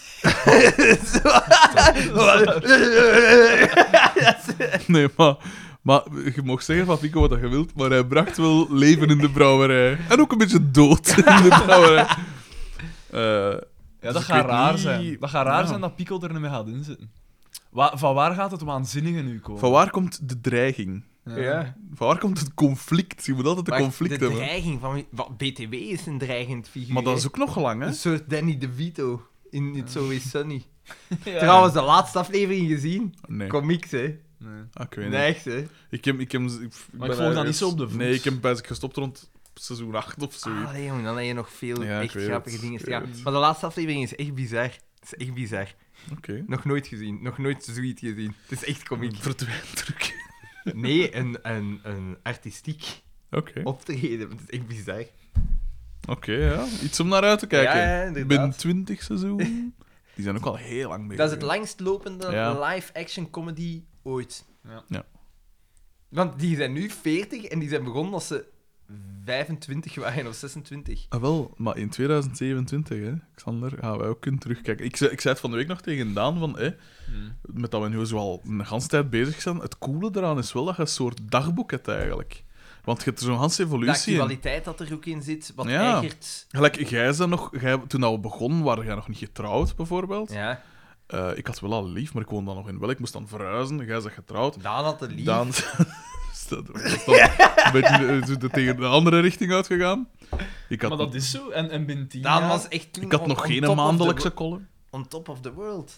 Nee, maar, maar je mag zeggen van Pico wat je wilt, maar hij bracht wel leven in de brouwerij. En ook een beetje dood in de brouwerij. Eh, Ja, dus dat ik gaat weet raar niet- zijn. Dat gaat raar Ja. zijn dat Pico er niet mee gaat inzitten. Wa van waar gaat het waanzinnige nu komen? Van waar komt de dreiging? Ja. Van waar komt het conflict? Je moet altijd een Maar conflict de hebben. dreiging van... wat, B T W is een dreigend figuur. Maar dat hè. is ook nog lang, hè? Een soort Danny DeVito in It's Always Sunny. Ja. Trouwens, de laatste aflevering gezien. Nee. Komieks, hè. Nee. Ah, ik weet Nee, niet. echt, hè. Ik heb... Ik heb ik Maar ik ben volg dat ergens- niet zo op de voet. Nee, ik heb bij gestopt rond seizoen acht of zoiets. Ah, nee, jongen, dan heb je nog veel Ja, ik echt weet grappige het, dingen. ik Ja, weet het. maar de laatste aflevering is echt bizar. Het is echt bizar. Oké. Nog nooit gezien. Nog nooit zoiets gezien. Het is echt komiek. Verdwijntruc. Nee, een, een, een artistiek Oké. optreden. Het is echt bizar. Oké, ja. Iets om naar uit te kijken. Ja, ja, inderdaad. Binnen twintig seizoenen. Die zijn ook al heel lang bezig. Dat is het langstlopende Ja. live-action comedy ooit. Ja. Ja. Want die zijn nu veertig en die zijn begonnen als ze vijfentwintig waren of zesentwintig. Ah, wel, maar in twintig zevenentwintig, hè, Xander, gaan wij ook kunnen terugkijken. Ik zei, ik zei het van de week nog tegen Daan, van, hè, Hmm. met dat we nu zo al een hele tijd bezig zijn. Het coole eraan is wel dat je een soort dagboek hebt, eigenlijk. Want je hebt er zo'n hele De evolutie in. actualiteit dat er ook in zit, wat Ja. eigert... Gelijk, jij zei nog, jij, toen dat we begonnen, waren jij nog niet getrouwd, bijvoorbeeld. Ja, Eh, ik had wel al lief, maar ik woonde dan nog in Wel. Ik moest dan verhuizen. Jij bent getrouwd. Daan had het lief. Daan is dat, dat is dan een beetje eh, zo de- tegen de andere richting uitgegaan. Ik had, Maar dat is zo. En, en binnen tien Daan jaar... was echt toen ik had on- nog on geen top of the maandelijkse wo- column. On top of the world.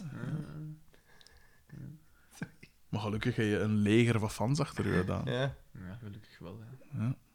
Maar gelukkig heb je een leger van fans achter je gedaan. Ja. Ja, gelukkig wel. Ja. Ja,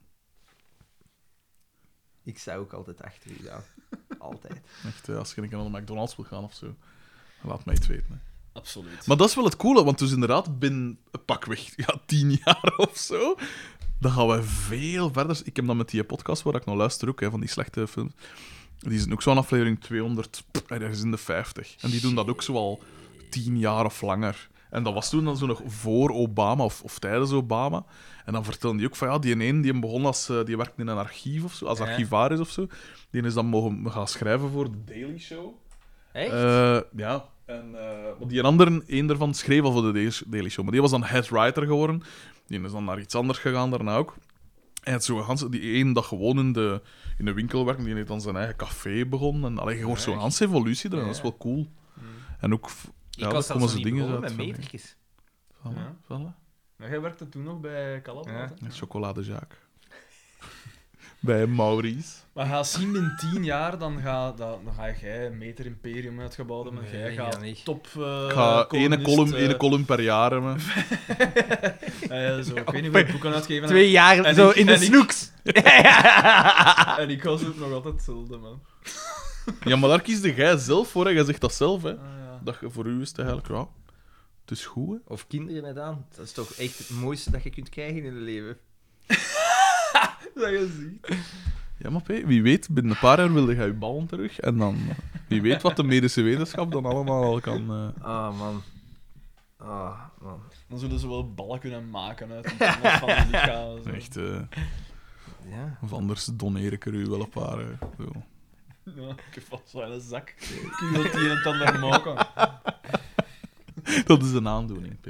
Ik zou ook altijd achter u, Daan. Altijd. echt, eh, als je een keer naar de McDonald's wil gaan of zo, laat mij het weten. Hè. Absoluut. Maar dat is wel het coole, want dus inderdaad, binnen een pakweg ja, tien jaar of zo, dan gaan we veel verder. Ik heb dan met die podcast waar ik nog luister ook, hè, van die slechte films, die zijn ook zo'n aflevering tweehonderd, pff, ergens in de vijftig. En die doen dat ook zo al tien jaar of langer. En dat was toen dan zo nog voor Obama of, of tijdens Obama. En dan vertelde die ook van ja, die ene die begon als eh, die werkte in een archief of zo, als Ja. archivaris of zo. Die is dan mogen gaan schrijven voor The Daily Show. Echt? Eh, ja. En, eh, maar die andere, één daarvan schreef al voor de Daily- Daily Show. Maar die was dan head writer geworden. Die is dan naar iets anders gegaan daarna ook. En het zo gans, die één dag gewoon in de, in de winkel werken, die heeft dan zijn eigen café begonnen. En allee, je hoort zo'n Echt? ganse evolutie erin, Ja. dat is wel cool. En ook, f- ik ja, was daar komen zelfs ze nog niet dingen begonnen uit. met van, metertjes. hè. Ja. Voilà, voilà. Maar jij werkte toen nog bij Calabra. Ja. hè? En Chocolade Jacques. Bij Maurice. Maar ga zien, in tien jaar, dan ga, dan, dan ga jij een meter imperium uitgebouwd hebben. Nee, jij ja, gaat niet. top uh, Ik ga ene column, ene column per jaar hebben. ja, zo, ik weet niet hoeveel boeken uitgeven. Twee jaar En zo ik- in de en ik- snoeks. En ik was het nog altijd hetzelfde, man. Ja, maar daar kiesde jij zelf voor, hè. Jij zegt dat zelf, hè. Ah, ja. Dat je, voor u is het eigenlijk, ja, Het is goed, hè? Of kinderen net aan. Dat is toch echt het mooiste dat je kunt krijgen in het leven. Dat je ziet. Ja, maar P, wie weet, binnen een paar jaar wilde jij je ballen terug. En dan, uh, wie weet wat de medische wetenschap dan allemaal al kan... Uh... Ah, man. Ah, man. Dan zullen ze wel ballen kunnen maken uit iets anders van hun lichaam. zo. Echt, uh, Ja. of anders doneer ik er u wel een paar. Uh, zo. Ja, ik heb vast wel een zak. Ik wil het hier en het ander maken. Dat is een aandoening, P.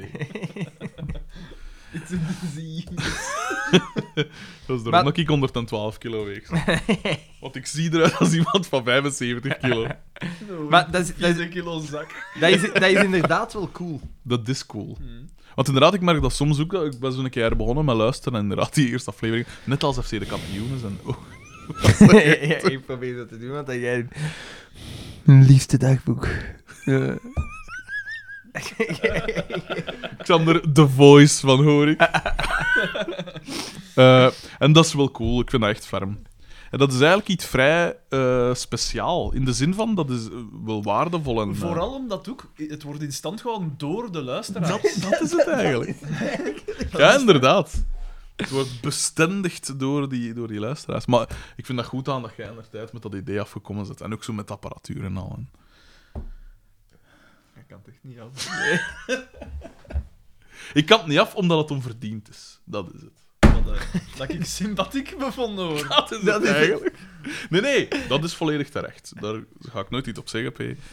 It's a disease. Dat is daarom Maar- dat ik honderdtwaalf kilo weeg. Want ik zie eruit als iemand van vijfenzeventig kilo. Maar dat is, dat, is, een kilo zak. dat, is, dat is inderdaad wel cool. Dat is cool. Hmm. Want inderdaad, ik merk dat soms ook... Ik ben zo'n keer begonnen met luisteren en inderdaad die eerste aflevering, net als F C de kampioenen zijn... Oh. Ja, ik probeer dat te doen, want dat jij... Mijn liefste dagboek. Ja. Xander, The Voice van hoor ik. Eh, en dat is wel cool, ik vind dat echt ferm. En dat is eigenlijk iets vrij eh, speciaal. In de zin van, dat is eh, wel waardevol. En, eh, Vooral omdat ook, het wordt in stand gehouden door de luisteraars. dat, dat is het eigenlijk. Ja, inderdaad. Het wordt bestendigd door die, door die luisteraars. Maar ik vind dat goed aan dat jij in de tijd met dat idee afgekomen bent. En ook zo met apparatuur en al. En... Ik kan het echt niet af. Ik kan het niet af omdat het onverdiend is. Dat is het. Dat, uh, dat ik sympathiek bevonden word. Dat is Dat het is het. eigenlijk. Nee, nee, dat is volledig terecht. Daar ga ik nooit iets op zeggen, P.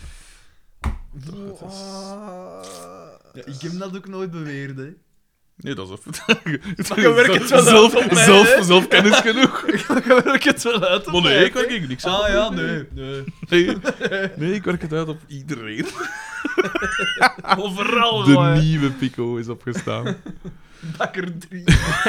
Ja, ik heb dat ook nooit beweerd, hè. Nee, dat is of... Maar je werkt het wel zelf, uit op mij, zelf, hè? zelf kennis genoeg. Ik werk het wel uit op Maar nee, mij, ik werk hè. ik niks Ah uit. ja, nee, nee. Nee, nee, ik werk het uit op iedereen. Overal, De gewoon, hè. nieuwe Pico is opgestaan. Bakker drie.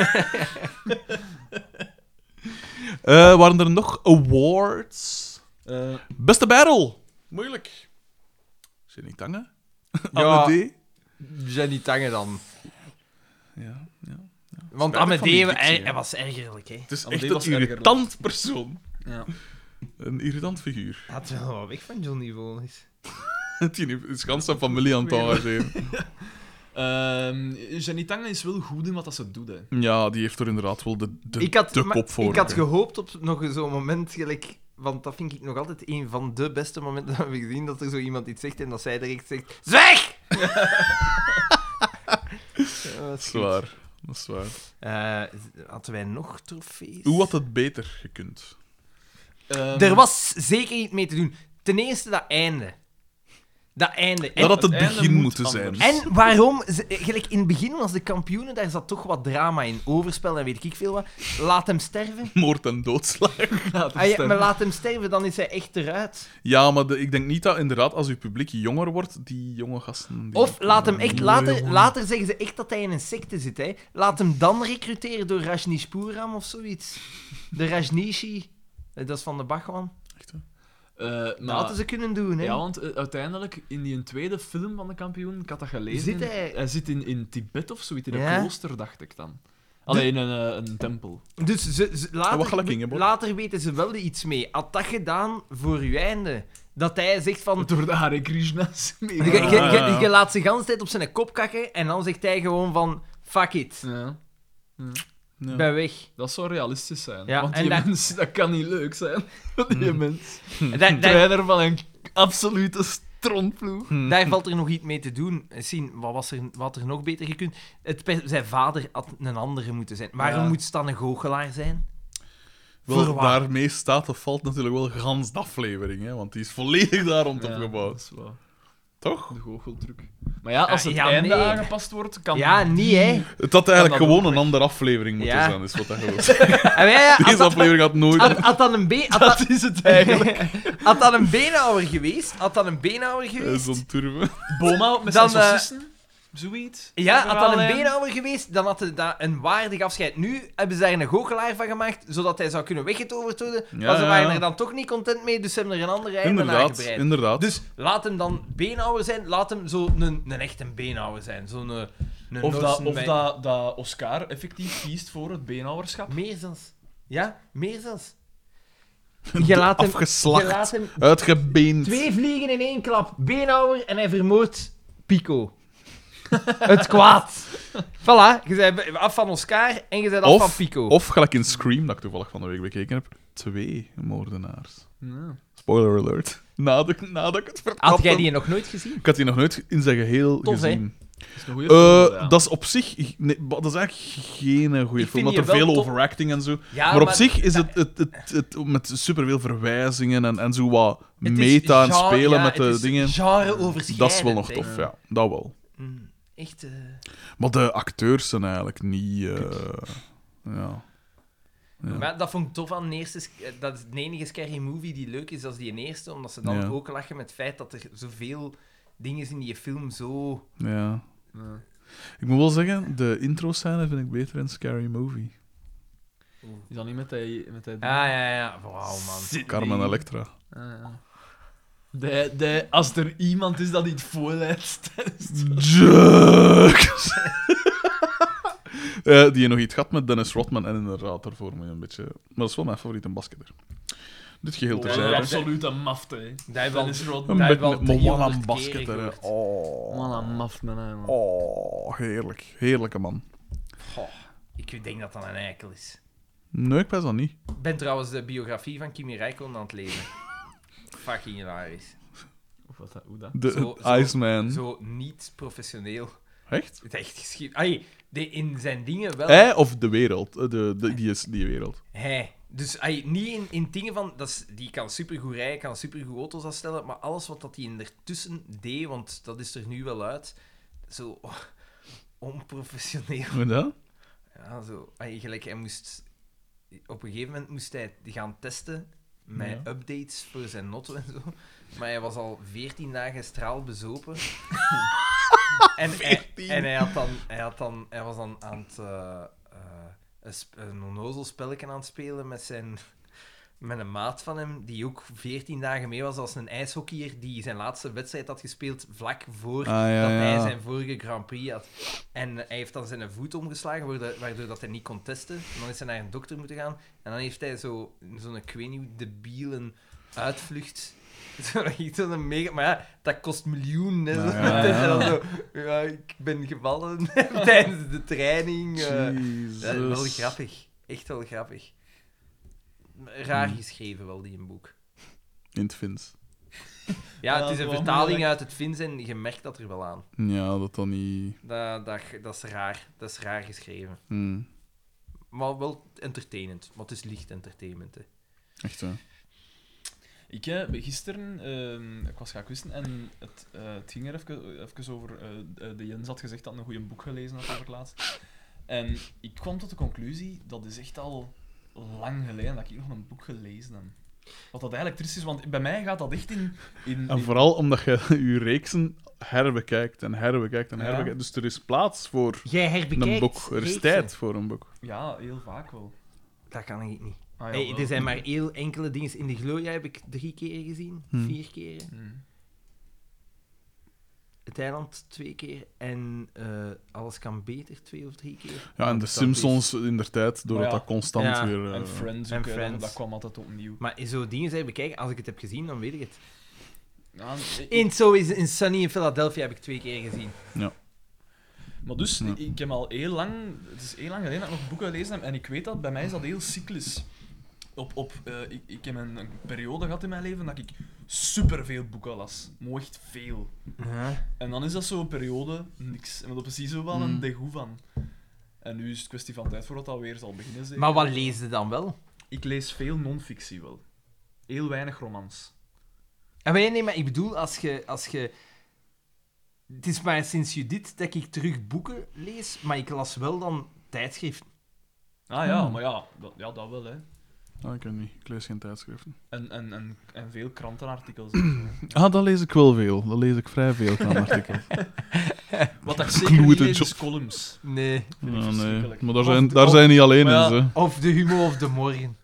Eh, waren er nog awards? Uh, Beste battle. Moeilijk. Jenny Tange? Ja. Amédée? Jenny Tange dan. Ja, ja. Want Spijtig van die Amédée, dictie, hij, hè. hij was ergerlijk, hè. Het is Amédée echt was een ergerlijk. irritant persoon. ja. Een irritant figuur. Hij had wel wat weg van Johnny Voners. Die is gans zijn familie aan het engageren. Ehm, Jenny Tange is wel goed in wat dat ze doet, hè. Ja, die heeft er inderdaad wel de, de, Ik had, de maar kop voor. ik had hè. gehoopt op nog zo'n moment, gelijk, want dat vind ik nog altijd een van de beste momenten dat we hebben gezien, dat er zo iemand iets zegt en dat zij direct zegt, zwijg! Ja, dat is goed. Zwaar. Dat is waar. Eh, hadden wij nog trofees? Hoe had het beter gekund? Ehm, Er was zeker iets mee te doen. Ten eerste dat einde. Dat einde. En, Dat had het het einde begin moet moeten zijn. anders. en waarom? Ze- Gelijk in het begin was de kampioenen, daar zat toch wat drama in. Overspel en weet ik veel wat. Laat hem sterven. Moord en doodslag. laat het Ah, ja, stemmen. maar laat hem sterven, dan is hij echt eruit. Ja, maar de- ik denk niet dat inderdaad, als uw publiek jonger wordt, die jonge gasten... Die Of laat hem echt... Nee, Later, jongen. later zeggen ze echt dat hij in een secte zit. Hè. Laat hem dan recruteren door Rajneeshpuram of zoiets. De Rajneeshi. Eh, Dat is van de Bhagwan. Echt, hè? Eh, Dat maar- hadden ze kunnen doen, hè. Ja, want eh, uiteindelijk, in die tweede film van de kampioen, ik had dat gelezen, Zit in- hij- hij zit in, in Tibet of zoiets, in een Ja. klooster, dacht ik dan. Alleen in een, eh, een tempel. Dus ze, ze- En wat later, gelijk Ingeborg? later weten ze wel iets mee. Had dat gedaan voor uw einde? Dat hij zegt van... Door de Hare Krishna's. Je, je, je, ja, ja. je laat ze de hele tijd op zijn kop kakken en dan zegt hij gewoon van... Fuck it. Ja. Ja. Ben weg. Dat zou realistisch zijn. Ja, want en die dat- mens, dat kan niet leuk zijn. Die mens. En daar, daar, Trainer van een absolute strontploeg. daar valt er nog iets mee te doen. Zien, wat, was er, wat had er nog beter gekund? Het, pe- zijn vader had een andere moeten zijn. Waarom Ja. moet het dan een goochelaar zijn? Wel, Voor wat? daarmee staat of valt natuurlijk wel gans de aflevering, hè, want die is volledig daar rond Ja, dat opgebouwd. is waar. Toch? De goocheltruc. Maar ja, als Ja, het ja, einde nee. aangepast wordt, kan... Ja, niet, hè. Het had eigenlijk dat gewoon ook een weg. andere aflevering moeten Ja. zijn, is wat dat geloof ik. En wij, had, Deze dat, aflevering had nooit... had, had dan een be- had dat, Dat is het eigenlijk. had dat een beenhouwer geweest? Had dat een beenhouwer Eh, geweest? Zo'n turven. Boma met Dan, zijn eh, saucissen. Zoiets. Ja, had dat een Verhaallijn. beenhouwer geweest, dan had hij dat een waardig afscheid. Nu hebben ze daar een goochelaar van gemaakt, zodat hij zou kunnen weggetoverd worden. Ja, maar ze ja, waren ja. er dan toch niet content mee, dus ze hebben er een andere einde Inderdaad, aangebreid. inderdaad. Dus laat hem dan beenhouwer zijn, laat hem zo een, een echte beenhouwer zijn. Zo'n een, een Of, dat, Norsen of bij- dat, dat Oscar effectief kiest voor het beenhouwerschap. Meer zelfs. Ja, meer zelfs. De Je laat hem, afgeslacht. je laat hem Uitgebeend. twee vliegen in één klap. Beenhouwer en hij vermoordt Pico. Het kwaad. Voilà, je bent af van Oscar en je bent af Of- van Pico. Of gelijk in Scream, dat ik toevallig van de week bekeken heb, twee moordenaars. Ja. Spoiler alert. Nadat, nadat ik het verklapt Had jij heb. die nog nooit gezien? Ik had die nog nooit in zijn geheel Tof, hè? gezien. Dat is een goeie Eh, film, ja. Dat is op zich... Nee, dat is eigenlijk geen goede Ik film. vind Dat die er wel veel tof. overacting en zo. Ja, maar op zich is het, het, het, het, met superveel verwijzingen en, en zo wat het is meta en genre- spelen ja, met de het is dingen. genre-overschrijdend, Dat is wel nog hè. tof, ja. Dat wel. Mm, echt... eh, Maar de acteurs zijn eigenlijk niet... eh, ja. Ja. Maar dat vond ik tof aan de eerste... sk- eh, Dat is de enige scary movie die leuk is als die eerste, omdat ze dan Ja. ook lachen met het feit dat er zoveel dingen in die film zo... ja. Ja. Ik moet wel zeggen, de intro-scène vind ik beter in Scary Movie. Is dat niet met die... Met die Ah, ja, ja. Wauw, man. Carmen Electra. Ah, ja. De, de, als er iemand is dat niet voorleidt, dan is het- Jukes! Eh, die je nog iets had met Dennis Rodman en inderdaad, daarvoor moet je een beetje... Maar dat is wel mijn favoriete basketter. Dit geheel Oh, terzijde. absoluut een mafte, hè. Dat heeft wel- Dennis Rodman. Een dat heeft beetje wel met man aan driehonderd basketter. keren hè. gehoord. Oh. Man, een maft, man. hè, man. Oh, heerlijk. Heerlijke man. Goh, ik denk dat dat een eikel is. Nee, ik weet dat niet. Ik ben trouwens de biografie van Kimi Räikkönen aan het lezen. Fucking hilarisch. Of wat dat, hoe dat? De Zo- zo- Iceman. Zo niet professioneel. Echt? Het echt geschreven. Ai, de, in zijn dingen wel. Hij of de wereld? Eh, De, de, die is die wereld. Hij. Dus ai, niet in, in dingen van... Dat is, die kan supergoed rijden, kan supergoed auto's afstellen, maar alles wat dat hij in ertussen deed, want dat is er nu wel uit, zo oh, onprofessioneel. Hoe dat? Ja, zo. Ai, gelijk, hij moest... Op een gegeven moment moest hij gaan testen met Ja. updates voor zijn auto en zo. Maar hij was al veertien dagen straalbezopen. en, hij, en hij had dan... Hij, had dan, hij was dan aan het... eh, eh, een, sp- een onnozel spelletje aan het spelen met zijn... Met een maat van hem, die ook veertien dagen mee was als een ijshockeyer die zijn laatste wedstrijd had gespeeld vlak voor Ah, ja, dat hij ja. zijn vorige Grand Prix had. En hij heeft dan zijn voet omgeslagen, waardoor, waardoor dat hij niet kon testen. En dan is hij naar een dokter moeten gaan. En dan heeft hij zo, zo'n, ik weet niet hoe debiele uitvlucht. Zo, zo'n mega... Maar ja, dat kost miljoenen. Hè, zo. Ja, ja, En dan ja. zo, ja, ik ben gevallen tijdens de training. eh. Jezus. Dat is wel grappig. Echt wel grappig. Raar geschreven wel, die een boek. In het Fins. Ja, Ja, het is een wel vertaling moeilijk. uit het Fins en je merkt dat er wel aan. Ja, dat dan niet... Dat, dat, dat, is, raar. Dat is raar geschreven. Hmm. Maar wel entertainend. Maar het is licht entertainment. Hè. Echt, hè? Ik heb gisteren, ehm, ik was gaan quizzen en het, eh, het ging er even, even over. eh, de Jens had gezegd dat hij een goed boek gelezen had over het laatst. En ik kwam tot de conclusie dat is echt al lang geleden dat ik nog een boek gelezen heb. Wat dat eigenlijk triest is, want bij mij gaat dat echt in. in, En in- vooral omdat je je reeksen herbekijkt en herbekijkt en Ja. herbekijkt. Dus er is plaats voor Jij herbekijkt een boek. Er is reeksen. tijd voor een boek. Ja, heel vaak wel. Dat kan ik niet. Ah, Hey, wel. er zijn maar heel enkele dingen. In de Gloria heb ik drie keer gezien. Hmm. Vier keer. Hmm. Het eiland twee keer. En eh, Alles kan beter twee of drie keer. Ja, en Want de dat Simpsons in der tijd, doordat Maar ja. dat constant Ja. weer... eh, En Friends en ook, hè, dat- Friends. Dat, kwam altijd opnieuw. Maar zo dingen zijn bekijken. Als ik het heb gezien, dan weet ik het. Ja, ik- In So is in Sunny in Philadelphia heb ik twee keer gezien. Maar dus, Ja. ik, ik heb al heel lang... Het is heel lang geleden dat ik nog boeken gelezen heb. En ik weet dat, bij mij is dat heel cyclisch. Op, op, eh, ik, ik heb een, een periode gehad in mijn leven dat ik superveel boeken las. Maar echt veel. En dan is dat zo'n periode, niks. En dat is precies zo wel een Mm. degoe van. En nu is het kwestie van tijd voordat dat weer zal beginnen. Zeker. Maar wat lees je dan wel? Ik lees veel non-fictie wel. Heel weinig romans. Ah, maar nee, maar ik bedoel, als je, als je... Het is maar sinds Judith dat ik terug boeken lees, maar ik las wel dan tijdschriften. Ah ja, Hmm. maar ja dat, ja, dat wel, hè. Ah, ik weet niet. Ik lees geen tijdschriften. En, en, en, en veel krantenartikels. en zo. Ah, dat lees ik wel veel. Dat lees ik vrij veel van artikelen. Wat ik zeker niet Klote lees, job. is columns. Nee. Vind ik Ja, nee. verschrikkelijk. Maar daar Of zijn, de- daar of- zijn niet alleen maar ja, in, ze. Of de Humo of de Morgen.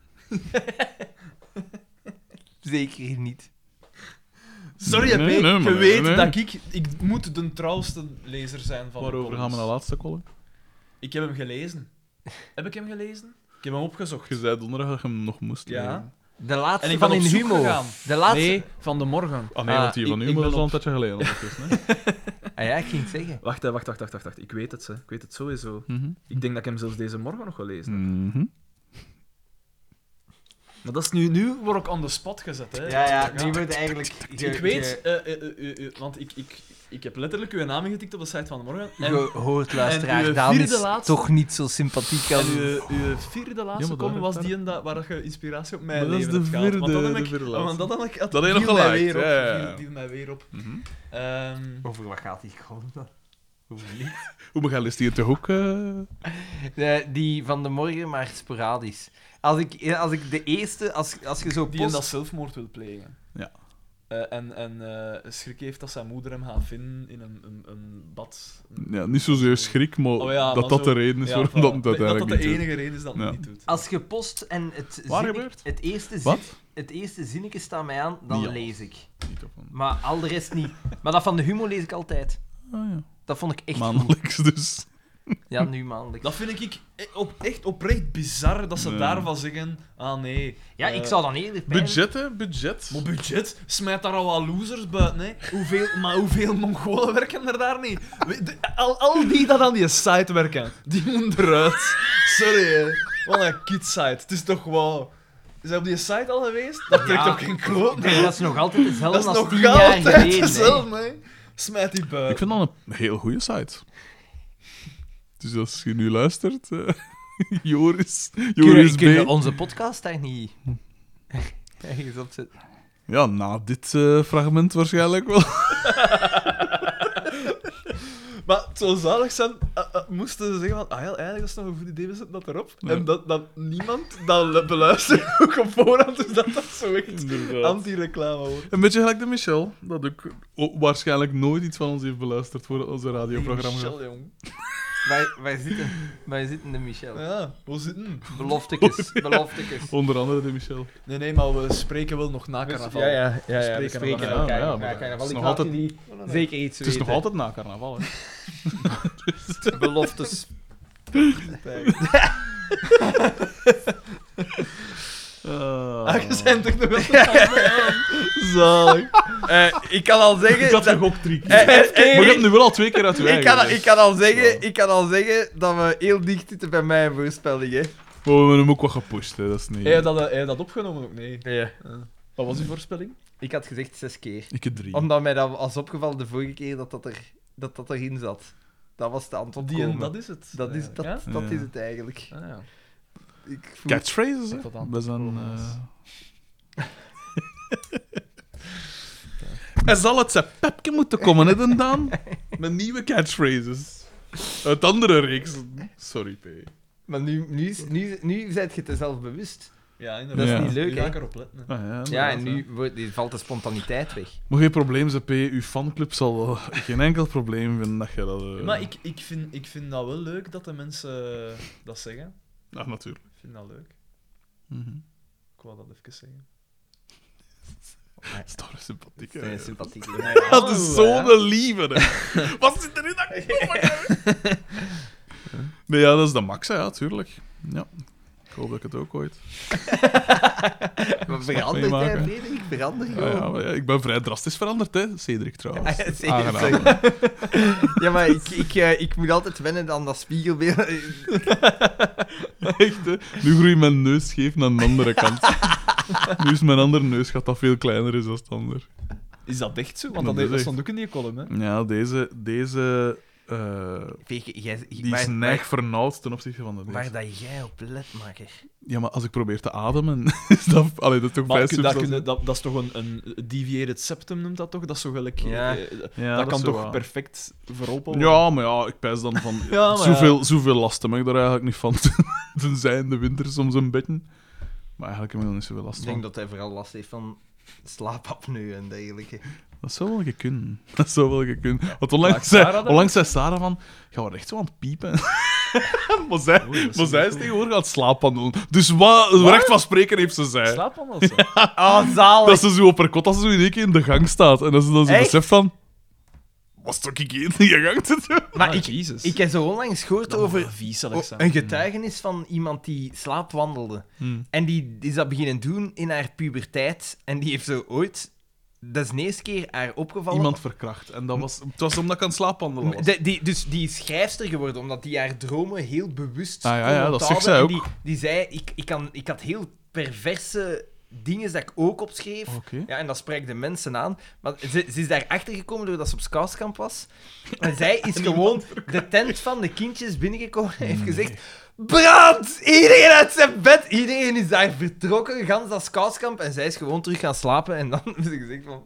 Zeker niet. Sorry, Nee, P. nee, maar je nee, weet nee. dat ik... Ik moet de trouwste lezer zijn van de Waarover gaan we columns. naar de laatste column? Ik heb hem gelezen. Heb ik hem gelezen? Ik heb hem opgezocht. Je zei donderdag dat je hem nog moest Ja. lezen. De laatste En ik van ben op in zoek Humo. gegaan. De laatste... Nee, van de morgen. Ah nee, Ah, want die van ik- nu ik moet ben al een op- tijdje geleden ondertussen. Hè? Ah ja, ik ging het zeggen. Wacht, hè, wacht, wacht, wacht, wacht, wacht. Ik weet het, hè. Ik weet het sowieso. Mhm. Ik denk dat ik hem zelfs deze morgen nog gelezen heb. Mhm. Maar dat is nu... Nu word ik on the spot gezet, hè. Ja, ja, nu wordt eigenlijk... ge- Ik weet, ge- eh, eh, eh, eh, want ik, ik, ik heb letterlijk uw naam ingetikt op de site van de morgen. En, ge- hoort, luisteraar, en uw Daan vierde is laatste- toch niet zo sympathiek als... en uw, uw vierde laatste Ja, maar comment daar- was daar- die en dat, waar je inspiratie op mijn Maar dat is leven de hebt gehad. Want vierde- dat heb de ik, vierde want laatste. dat heb ik, dat Dat heb je nog viel mij geliked, weer op. ja, ja, ja. Viel, viel mij weer op. Mhm. Ehm, Over wat gaat die gewoon dan? Over niet? Hoe begaan is die toch ook... eh, De, die van de morgen, maar sporadisch. Als ik, als ik de eerste... Als, als je zo die post... en dat zelfmoord wil plegen. Ja. Eh, en en eh, schrik heeft dat zijn moeder hem gaat vinden in een, een, een bad. Ja, niet zozeer schrik, maar Oh ja, dat maar dat zo- de reden is ja, waarom voilà. dat het dat dat uiteindelijk de niet doet. enige reden is dat het Ja. niet doet. Als je post en het, Waar zinnetje- gebeurt? het, eerste zin, Wat? het eerste zinnetje staat mij aan, dan Niet alles. lees ik. Niet op van- Maar al de rest niet. Maar dat van de humo lees ik altijd. Ah ja. Dat vond ik echt goed. Maandelijks dus. Ja, nu maandelijks. Dat vind ik e- op, echt oprecht bizar dat ze Nee. daarvan zeggen: ah nee. Ja, eh, ik zou dan eerder... pijn- Budget, hè? Budget. Maar budget, smijt daar al wat losers buiten, hè? Hoeveel, maar hoeveel Mongolen werken er daar niet? We- de- al, al die dat aan die site werken, die moeten eruit. Sorry, hè. Wat een kid-site. Het is toch wel... Is hij op die site al geweest? Dat trekt Ja. ook geen kloot. Nee, dat is nog altijd hetzelfde Dat is als nog tien jaar altijd geleden. hè. hetzelfde, hè? Smijt die buiten. Ik vind dat een heel goede site. Dus als je nu luistert, eh, Joris, Kunnen, Joris kunnen B. onze podcast daar niet ergens op zetten? Ja, na dit eh, fragment waarschijnlijk wel. Maar het zou zalig zijn, uh, uh, moesten ze zeggen van, ah ja, eigenlijk is het nog een goed idee, we zetten dat erop. Ja. En dat, dat niemand dat beluistert, ook op voorhand, dus dat dat zo echt Inderdaad. anti-reclame wordt. Een beetje gelijk de Michel, dat ook o- waarschijnlijk nooit iets van ons heeft beluisterd voor onze radioprogramma. Michel, jong. Wij, wij, zitten, wij zitten de Michel. Ja, hoe zitten? Beloftekes, beloftekes. Onder andere de Michel. Nee, nee, maar we spreken wel nog na carnaval. Ja, ja, ja, ja, We we spreken spreken nog elkaar ja, nog maar na carnaval. het is Ik nog laat altijd- jullie zeker iets Het is nog weten. altijd na carnaval, hè. Beloftes. Ah. Ah, je bent toch nog wel zalig. Eh, ik kan al zeggen... Ik had dat- een goktrick. Eh, eh, Maar je eh, hebt het nu wel al twee keer uit je ik, eigen kan, gezegd. ik, kan al zeggen, Zo. ik kan al zeggen dat we heel dicht zitten bij mijn voorspelling, hè. Maar we hebben hem ook wat gepusht, hè. Dat is niet... Heb je dat, heb je dat opgenomen ook? Nee. Ja. Wat was uw voorspelling? Ik had gezegd zes keer. Ik heb drie. Omdat mij dat was opgevallen de vorige keer dat dat, er, dat, dat erin zat. Dat was de antwoord. Die en komen. dat is het. Dat is, dat, Ja? dat Ja. is het eigenlijk. Ah, ja. Ik voel... Catchphrases, hè. Dat dat aan We zijn... komen was. eh, Er zal het zijn pepje moeten komen, hè, dan Daan? Met nieuwe catchphrases. Uit andere reeksen. Sorry, P. Maar nu, nu, is- nu, nu zijt je het zelf bewust. Ja, inderdaad. Dat is niet leuk, Nu hè? ga ik erop letten. hè. Ah, ja, Ja, inderdaad, en hè. nu wordt, die valt de spontaniteit weg. Maar geen probleem, ze P. Uw fanclub zal wel geen enkel probleem vinden dat je dat... eh, Maar ik, ik, vind, ik vind dat wel leuk dat de mensen dat zeggen. Ja, natuurlijk. Ik vind dat leuk. Mhm. Ik wou dat even zeggen. Dat is toch een sympathiek, Dat hè. is sympathiek. Dat is zo'n lieve, hè. Wat zit er in dat? Nee, ja, dat is de max, hè, ja, tuurlijk. Ja. Ik hoop dat ik het ook ooit... Maar verandert jij, meemaken. Frederik? Verander Ja, gewoon. ja, maar ja, ik ben vrij drastisch veranderd, hè. Cedric, trouwens. Ah, ja, zeker, Aangenaam. Ja, maar ik, ik, eh, ik moet altijd wennen aan dat spiegelbeeld. Echt, hè. Nu groeit mijn neus scheef naar de andere kant. Nu is mijn andere neus gaat dat veel kleiner is dan het ander. Is dat echt zo? Want Dat dat, is dat echt. stond ook in die column, hè? Ja, deze... deze eh, Veeg, jij, die is waar, neig vernauwd ten opzichte van de waar, waar deze. dat jij op let, makker. Ja, maar als ik probeer te ademen, is dat... Allee, dat is toch Maar vrij kun- dat, substantieel. kun- dat, dat is toch een, een deviated septum, noemt dat toch? Dat is zo gelijk... Ja. eh, Ja, dat kan is toch zo, perfect verholpen worden? Ja, maar ja, ik pijs dan van... Ja, maar zoveel, ja. zoveel lasten heb ik daar eigenlijk niet van. Tenzij in de winter soms een beetje. Maar eigenlijk heb ik er niet zoveel last Ik van. denk dat hij vooral last heeft van slaapapneu en dergelijke. Dat zou wel een keer kunnen. Dat zou wel een keer kunnen. Want Maakt onlangs Sarah zei, dat? onlangs zei Sarah van... Ga we echt zo aan het piepen? maar zij, Oei, dat is maar zij niet is goed. tegenwoordig aan het slapen aan doen. Dus wat, recht van spreken heeft ze zei. Slaap dan of zo? Oh, zalig! Dat ze zo op haar kot, als ze zo in één keer in de gang staat. En dat ze dan zo Echt? beseft van... Was toch ik in die gang te doen? Maar Ah, ik, Jesus. ik heb zo onlangs gehoord Dat over moet wel viezelig o- zijn. een getuigenis van iemand die slaapwandelde. Hmm. En die is dat beginnen doen in haar puberteit. En die heeft zo ooit dat is de eerste keer haar opgevallen. Iemand verkracht. En dat was, het was omdat ik aan het slaapwandelen was. De, die, dus die is schrijfster geworden, omdat die haar dromen heel bewust Ah, ja, kon ja, dat zegt onthouden. zij En Die, die zei, ik, ik, kan, ik had heel perverse dingen dat ik ook opschreef. Oké. Ja, en dat spreekt de mensen aan. Maar ze, ze is daar achter gekomen doordat ze op scoutskamp was. En zij is gewoon de tent van de kindjes binnengekomen en heeft gezegd... Brand! Iedereen uit zijn bed! Iedereen is daar vertrokken, gans dat scoutskamp. En zij is gewoon terug gaan slapen. En dan heeft ze gezegd van...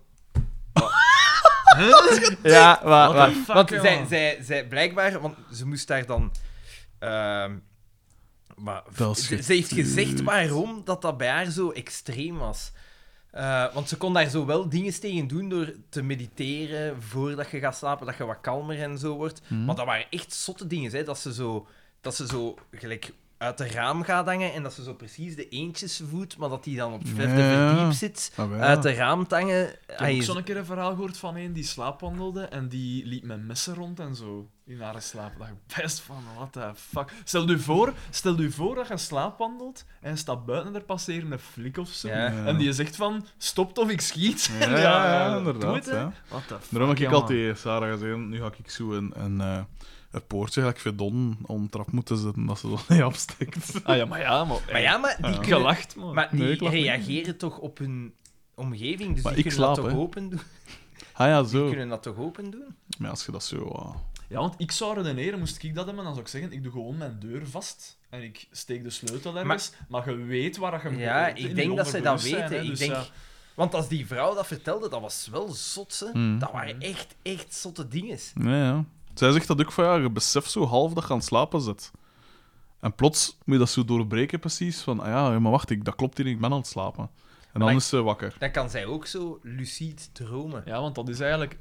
Ja, maar, maar fuck, want jongen? zij, zij, zij blijkbaar, want ze moest daar dan. ehm, maar Dat is ze, ze heeft gezegd waarom dat, dat bij haar zo extreem was. Eh, want ze kon daar zo wel dingen tegen doen door te mediteren voordat je gaat slapen, dat je wat kalmer en zo wordt. Hmm. Maar dat waren echt zotte dingen, hè, dat ze zo, dat ze zo gelijk uit de raam gaat hangen en dat ze zo precies de eentjes voedt, maar dat die dan op het vijfde Ja. verdiep zit. Ah, wel. Uit de raam te hangen. Ik heb Hij ook is- zo'n keer een verhaal gehoord van een die slaapwandelde en die liep met messen rond en zo in haar slaap. Dat ik best van, what the fuck. Stel je voor, stel je voor dat je slaapwandelt en je staat buiten en er passeert een flik of zo. Ja. Ja. En die zegt van, stopt of ik schiet. Ja, En ja, ja, doe inderdaad. het, hè. Ja. What the fuck, Daarom heb ik jongen. al tegen Sarah gezegd, nu ga ik zo een, een, eh, een poortje gelijk Verdon om de trap moeten zetten, dat ze dat niet afsteekt. Ah ja, maar ja, maar... Maar ja, maar die, Ja. kunnen- Gelacht, man. maar die Nee, ik lach niet. reageren toch op hun omgeving, dus Maar die ik kunnen dat slaap, toch hè. open doen? Ah ja, Die zo. kunnen dat toch open doen? Maar als je dat zo... ah, Ja, want ik zou redeneren, moest ik dat hebben, dan zou ik zeggen, ik doe gewoon mijn deur vast en ik steek de sleutel ergens, maar, je weet waar je... Ja, in ik je denk dat ze dat onderbewustzijn, weten. hè, Ik dus denk... ja. Want als die vrouw dat vertelde, dat was wel zot, hè. Hmm. Dat waren echt, echt zotte dingen. Nee, ja. Zij zegt dat ook van, ja, je beseft zo half dat je aan het slapen zit. En plots moet je dat zo doorbreken precies, van, ah ja, maar wacht, ik, dat klopt hier, ik ben aan het slapen. En dan Maar is ze wakker. Dan kan zij ook zo lucid dromen. Ja, want dat is eigenlijk...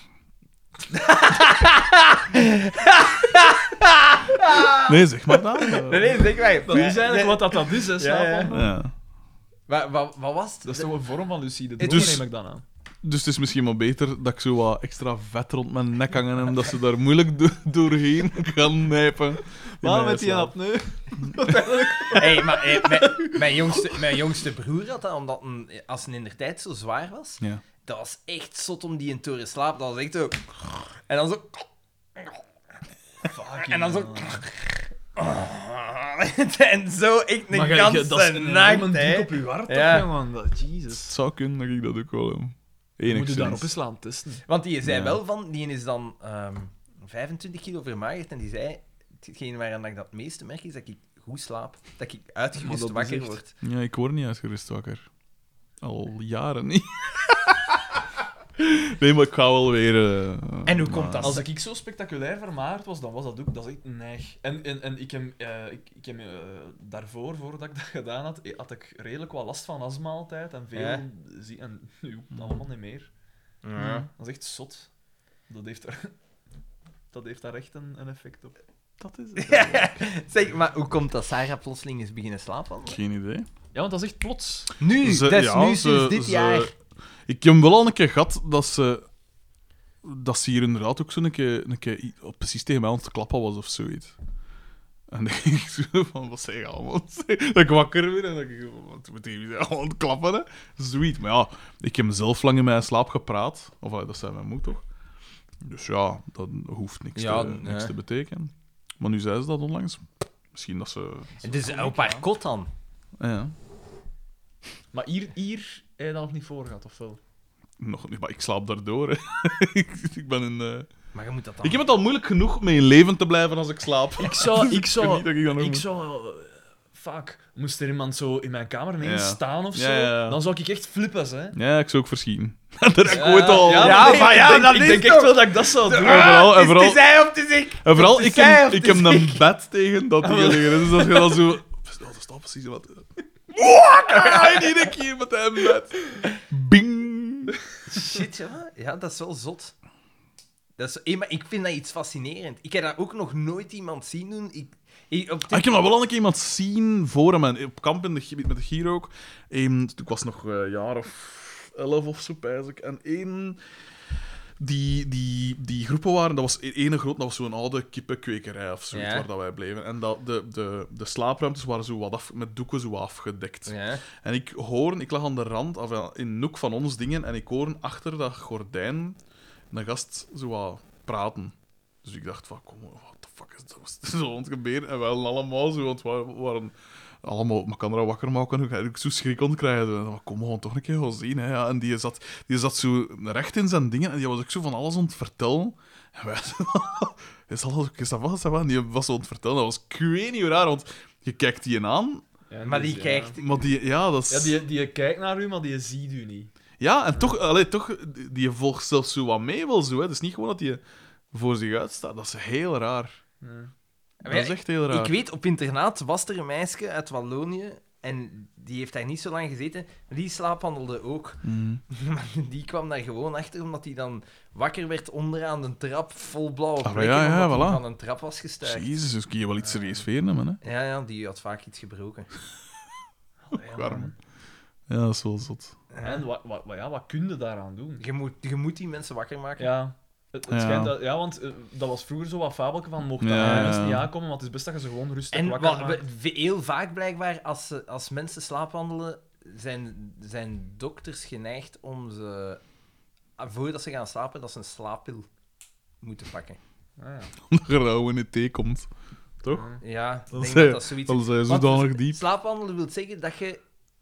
Nee, zeg maar dan. Nee, nee, zeg maar. Dat is eigenlijk wat dat, dat is, hè, slapen. Ja, Ja. Wat, wat, wat was het? Dat is toch een vorm van lucide Het droom, is- neem ik dan aan. Dus het is misschien wel beter dat ik zo wat extra vet rond mijn nek hangen en dat ze daar moeilijk do- doorheen gaan nijpen. In Maar mijn met die slaap. apneu... Hey, maar hey, mijn, mijn, jongste, mijn jongste broer had dat, omdat een, als hij in de tijd zo zwaar was, Ja. dat was echt zot om die in te horen slapen. Dat was echt zo... En dan zo... En dan zo... En zo echt een Maar je- je- ganse dat is een nacht, enorme hè. druk op je hart, Ja. toch, man. Dat, Het Jesus. zou kunnen dat ik dat ook wel heb. Moet je Enigszins. daarop eens laten testen. Want die zei Ja. wel van... Die is dan ehm, vijfentwintig kilo vermagerd en die zei... Hetgeen waaraan ik dat het meeste merk is dat ik goed slaap. Dat ik Maar uitgerust dat is wakker echt- word. Ja, ik word niet uitgerust wakker. Al jaren niet. Nee, maar ik ga wel weer... eh, En hoe komt maar- dat? Als ik zo spectaculair vermaard was, dan was dat ook... Dat is echt neig. En, en, en ik heb, eh, ik, ik heb eh, daarvoor, voordat ik dat gedaan had, eh, had ik redelijk wat last van astma altijd. En veel... Ja. Zie, en nu allemaal niet meer. Ja. Dat is echt zot. Dat heeft daar... Dat heeft daar echt een, een effect op. Dat is het. Zeg, maar hoe komt dat Sarah plotseling is beginnen slapen? Geen idee. Ja, want dat is echt plots. Nu, Ze- dat is ja, nu ze- sinds dit ze- jaar. Ik heb wel al een keer gehad dat ze... Dat ze hier inderdaad ook zo een keer, een keer i- precies tegen mij aan het klappen was of zoiets. En dan denk ik zo van, wat zeg je allemaal? Dat ik wakker weer en dan denk ik, wat moet je allemaal aan het klappen, hè? Zoiets. Maar ja, ik heb zelf lang in mijn slaap gepraat. Of allee, dat zei mijn moeder toch? Dus ja, dat hoeft niks, Ja, te, niks nee. te betekenen. Maar nu zei ze dat onlangs. Misschien dat ze... Dus op haar kot dan. Ah, ja. Maar hier, hier heb je dat nog niet voor gehad, of wel? Nog niet, maar ik slaap daardoor. Hè. ik, ik ben in... eh, Maar je moet dat dan... Ik heb het al moeilijk genoeg mee in leven te blijven als ik slaap. Ik zou... Ik weet zou... niet dat ik dat nog Ik moet. zou... eh, Vaak. Moest er iemand zo in mijn kamer ineens Ja. staan of Ja, zo, ja, ja. dan zou ik echt flippen, hè. Ja, ik zou ook verschieten. dat heb ik ooit al... Ja, Ja, nee, maar ja, ik denk, dat ik is denk toch- echt wel dat ik dat zou doen. En vooral, en het vooral, is hij of het is ik. en vooral het ik is hij heb, of ik het heb is een bed tegen dat die liggen. Dus als je dan zo... Oh, dat staat precies wat... Ah, en iedere keer met hem bed. Bing. Shit, ja. Ja, dat is wel zot. Dat is... Hey, maar ik vind dat iets fascinerend. Ik heb dat ook nog nooit iemand zien doen. Ik... Ik, op Ah, ik heb nog wel al een keer iemand zien voor hem. En op kamp in de, Gi- met de Giro ook. Eén, ik was nog een jaar of elf of zo, pijs ik. En één die, die, die groepen waren... Dat was ene groot, dat was zo'n oude kippenkwekerij of zoiets, Ja. waar dat wij bleven. En dat, de, de, de slaapruimtes waren zo wat af, met doeken zo afgedekt. Ja. En ik hoor... Ik lag aan de rand, of ja, in een hoek van ons dingen, en ik hoor achter dat gordijn een gast zo wat praten. Dus ik dacht van, kom, what the fuck is dat? Wat is er zo aan het gebeuren? En wij allemaal zo, want we waren... Allemaal, maar kan er wakker maken, ik ik zo schrik ontkrijgen. Zo, kom, we gaan toch een keer gaan zien. Hè. Ja, en die zat, die zat zo recht in zijn dingen en die was ook zo van alles aan het vertellen. En wij zo... Is alles is dat wat? En die was zo aan het vertellen. Dat was ik weet niet hoe raar, want je kijkt die aan, Ja, Maar dus, die ja. kijkt... maar die... Ja, dat is... Ja, die, die kijkt naar u, maar die ziet u niet. Ja, en toch, allee, toch, die volgt zelfs zo wat mee wel zo. Hè. Het is niet gewoon dat die voor zich uitstaat. Dat is heel raar. Ja. Dat is echt heel raar. Ik weet, op internaat was er een meisje uit Wallonië en die heeft daar niet zo lang gezeten, maar die slaapwandelde ook. Mm. Maar die kwam daar gewoon achter, omdat hij dan wakker werd onderaan de trap, vol blauwe Ah, vlekken, ja, ja, omdat hij voilà. van een trap was gestuurd. Jezus, dus kun je wel iets serieus veren hebben, hè? Ja, ja, die had vaak iets gebroken. Allee, ja, Warm. man. Ja, dat is wel zot. En wat, wat, wat- ja, wat kun je daaraan doen? Je moet, je moet die mensen wakker maken. Ja, het, het Ja. schijnt dat, ja, want eh, dat was vroeger zo wat fabelke van mocht dat Ja, ja, mensen ja. niet aankomen, want het is best dat je ze gewoon rustig En wakker wat, maakt. we- heel vaak blijkbaar, als, ze, als mensen slaapwandelen, zijn, zijn dokters geneigd om ze, voordat ze gaan slapen, dat ze een slaappil moeten pakken. Ah, ja. Omdat er nou in het thee komt. Toch? Ja, ik Dan denk zei- dat dat zoiets Dan is. zijn ze Want zodanig diep. Slaapwandelen wil zeggen dat je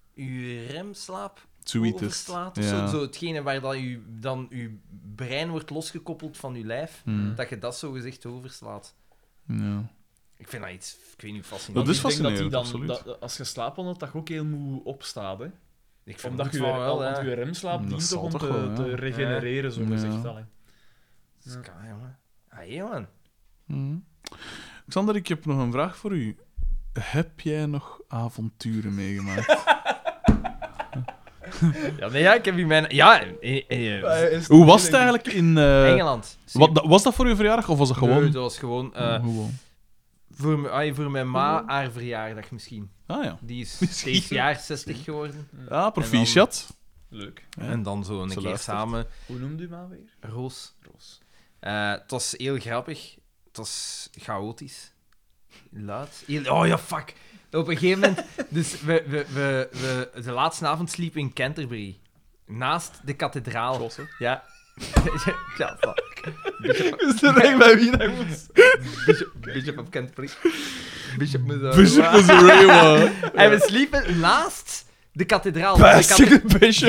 je remslaap Zoiets is. overslaat. Of Ja. zo, zo hetgene waar dat je, dan je brein wordt losgekoppeld van je lijf, Hmm. dat je dat zo gezegd overslaat. Ja. Ik vind dat iets, ik weet niet, Dat fascinerend. is Ik denk dat die fascinerend, dan, absoluut. dat, als je slaapwandelt, dat je ook heel moe opstaat. Hè? Ik vind Omdat je, van wel, want ja. je remslaap Dat dient zal toch om toch te, wel, ja. te regenereren, zo Ja. gezegd. allee. Dat kan, jongen. Ah, ja, man. Mhm. Xander, ik heb nog een vraag voor u. Heb jij nog avonturen meegemaakt? Ja, nee, ja, ik heb in mijn... Ja, eh, eh, Hoe was het eigenlijk in... eh, Engeland. wat, was dat voor uw verjaardag of was het gewoon... Nee, dat was gewoon... eh, gewoon. voor, me- ah, voor mijn ma, haar verjaardag misschien. Ah ja. Die is Misschien. deze jaar zestig geworden. Ah, proficiat. Leuk. Ja. En dan zo een Ze keer luistert. samen. Hoe noemde u maar weer? Roos. Roos. Eh, het was heel grappig. Het was chaotisch. Luid. Heel- oh ja, fuck. Op een gegeven moment... Dus we, we, we, we, de laatste avond sliepen in Canterbury. Naast de kathedraal. Roos, hè? Ja. Ja, fuck. Bishop, Is er echt bij wie dat moet? Bishop, Bishop of Canterbury. Bishop Missouri. Bishop Missouri, man. En we sliepen naast de kathedraal. De, kathe- Bishop.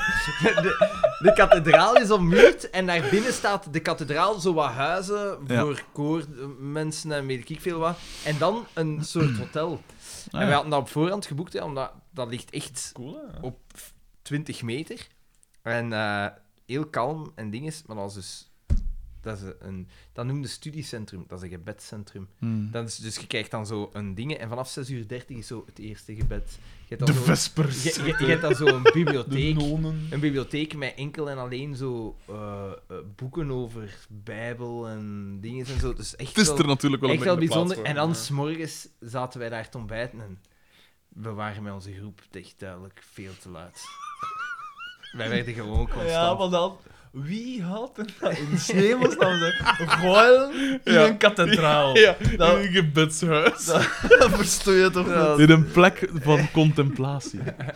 de, de kathedraal is ommuurd en daar binnen staat de kathedraal, zo wat huizen Ja. voor koormensen en weet ik veel wat. En dan een soort hotel. Ah, En we ja. hadden dat op voorhand geboekt, hè, omdat dat ligt echt Cool, hè? op twintig meter. En eh, heel kalm en dinges, maar dat was dus... Dat, is een, dat noemde studiecentrum, dat is een gebedcentrum. Hmm. Dat is, dus je krijgt dan zo een ding en vanaf zes uur dertig is zo het eerste gebed. Je hebt De dan zo, Vespers. je, je, je hebt dan zo een De bibliotheek. nonen. Een bibliotheek met enkel en alleen zo eh, eh, boeken over Bijbel en dingen en zo. Dus echt Het is wel, er natuurlijk wel een echt wel beetje de plaats bijzonder. voor. En dan ja. 's morgens zaten wij daar te ontbijten en we waren met onze groep echt duidelijk veel te luid. Wij werden gewoon constant. Ja, maar dan... Wie had er dat in hemelsnaam zijn? Gooien in Ja. een kathedraal. Ja, Dat- in een gebedshuis. Dat verstoor je toch Ja, niet? In een plek van contemplatie.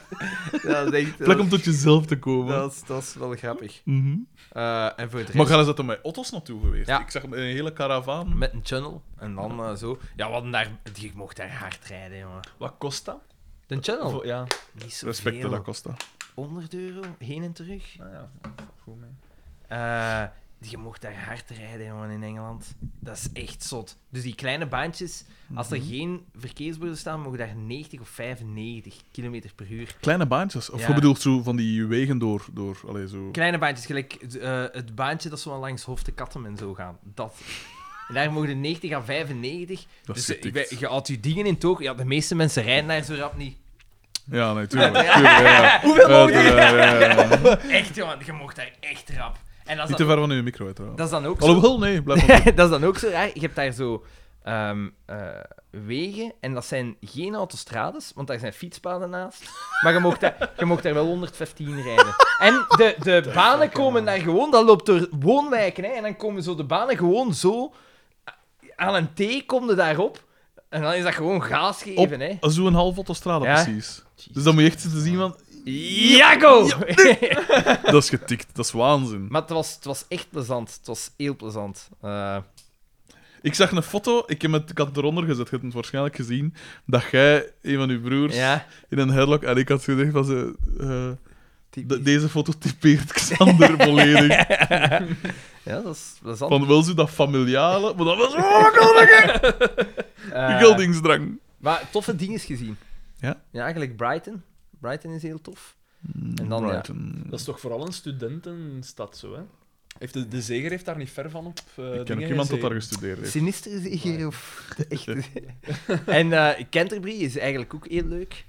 dat is echt... Plek om tot jezelf te komen. dat, is, dat is wel grappig. Mhm. Eh, en voor de Maar rest... gaan ze dat er met auto's naartoe geweest? Ja. Ik zag een hele karavaan. Met een channel. En dan eh, zo. Ja, we hadden daar... Je mocht daar hard rijden, jongen. Wat kost dat? De channel? Voor- ja. Niet zo Respect veel. dat Costa. honderd euro, heen en terug. Nou ja, goed mee. Eh, je mocht daar hard rijden, jongen, in Engeland. Dat is echt zot. Dus die kleine baantjes, als er geen verkeersborden staan, mogen daar negentig of vijfennegentig kilometer per uur. Kleine baantjes? Of Ja. je bedoelt zo van die wegen door... door allee, zo... Kleine baantjes, gelijk eh, het baantje dat zo langs Hof de Kattem en zo gaan. Dat. En daar mogen negentig à vijfennegentig. Dat is Dus eh, getikt. je, je houdt je dingen in toog. Ja, de meeste mensen rijden daar zo rap niet. Ja, nee, tuurlijk. tuurlijk ja. Hoeveel mogen die? Uiteraard, ja, ja. Echt, jongen, je mocht daar echt rap. En dat Niet is te dan, ver van uw micro, uiteraard. dat is dan ook zo... Alhoewel, nee, blijf maar. Dat is dan ook zo raar. Je hebt daar zo ehm, eh, wegen. En dat zijn geen autostrades, want daar zijn fietspaden naast. Maar je mag daar, je mag daar wel honderdvijftien rijden. En de, de banen komen daar gewoon... Dat loopt door woonwijken, hè. En dan komen zo de banen gewoon zo... Aan een T kom je daarop. En dan is dat gewoon gaas geven, hè. Zo'n half autostrade, Ja. precies. Dus dan moet je echt zitten zien van... Ja, go! Dat is getikt, dat is waanzin. Maar het was, het was echt plezant. Het was heel plezant. Eh, Ik zag een foto, ik, heb het, ik had het eronder gezet, je hebt het waarschijnlijk gezien, dat jij, een van uw broers, ja, in een headlock, en ik had gezegd van ze, eh, typisch. de- deze foto typeert Xander volledig. Ja, dat is plezant. Van wel zo dat familiale, maar dat was oh, makkelijk. Eh, Geldingsdrang. Maar toffe dingen gezien. Ja? Ja, eigenlijk Brighton. Brighton is heel tof. En dan, ja. Brighton. Dat is toch vooral een studentenstad zo, hè? Heeft de, de zeger heeft daar niet ver van op. Uh, Ik ken ook iemand dat daar gestudeerd heeft. Sinister zeker, of de echte. En eh, Canterbury is eigenlijk ook heel leuk.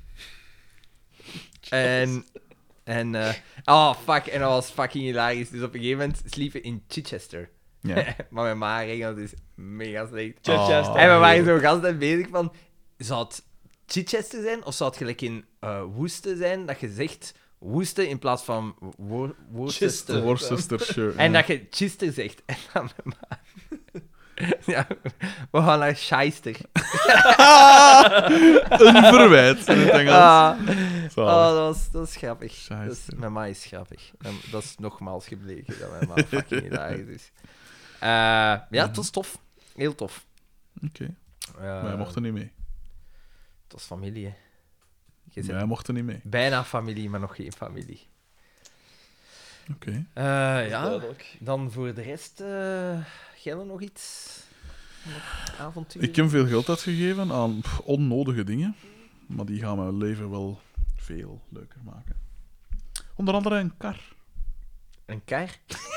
En... En... eh oh, fuck. En dat was fucking hilarisch. Dus op een gegeven moment sliepen in Chichester. Ja. Maar mijn ma regelt dus mega slecht. Chichester. Ah. En we waren zo gast bezig van... Zou het Chichester zijn, of zou het gelijk in uh, Woeste zijn, dat je zegt Woeste in plaats van Wor Worcester. De Worcestershire. En dat je Chister zegt. En dan mijn ma... Ja, we gaan naar Scheister. Een verwijt in het Engels. Ah, Zalig. oh, dat was, dat is grappig. Dat is, Scheister. mijn ma is grappig. En dat is nogmaals gebleken dat mijn ma fucking hilarisch is. Uh, ja, het was tof. Heel tof. Oké, Uh, wij mochten niet mee. Het was familie, hè. Je zit Wij mochten niet mee. bijna familie, maar nog geen familie. Oké. Uh, ja, Duidelijk. dan voor de rest... Uh, Gelle nog iets? Nog avontuur? Ik heb veel geld uitgegeven aan pff, onnodige dingen, maar die gaan mijn leven wel veel leuker maken. Onder andere een kar. Een kar?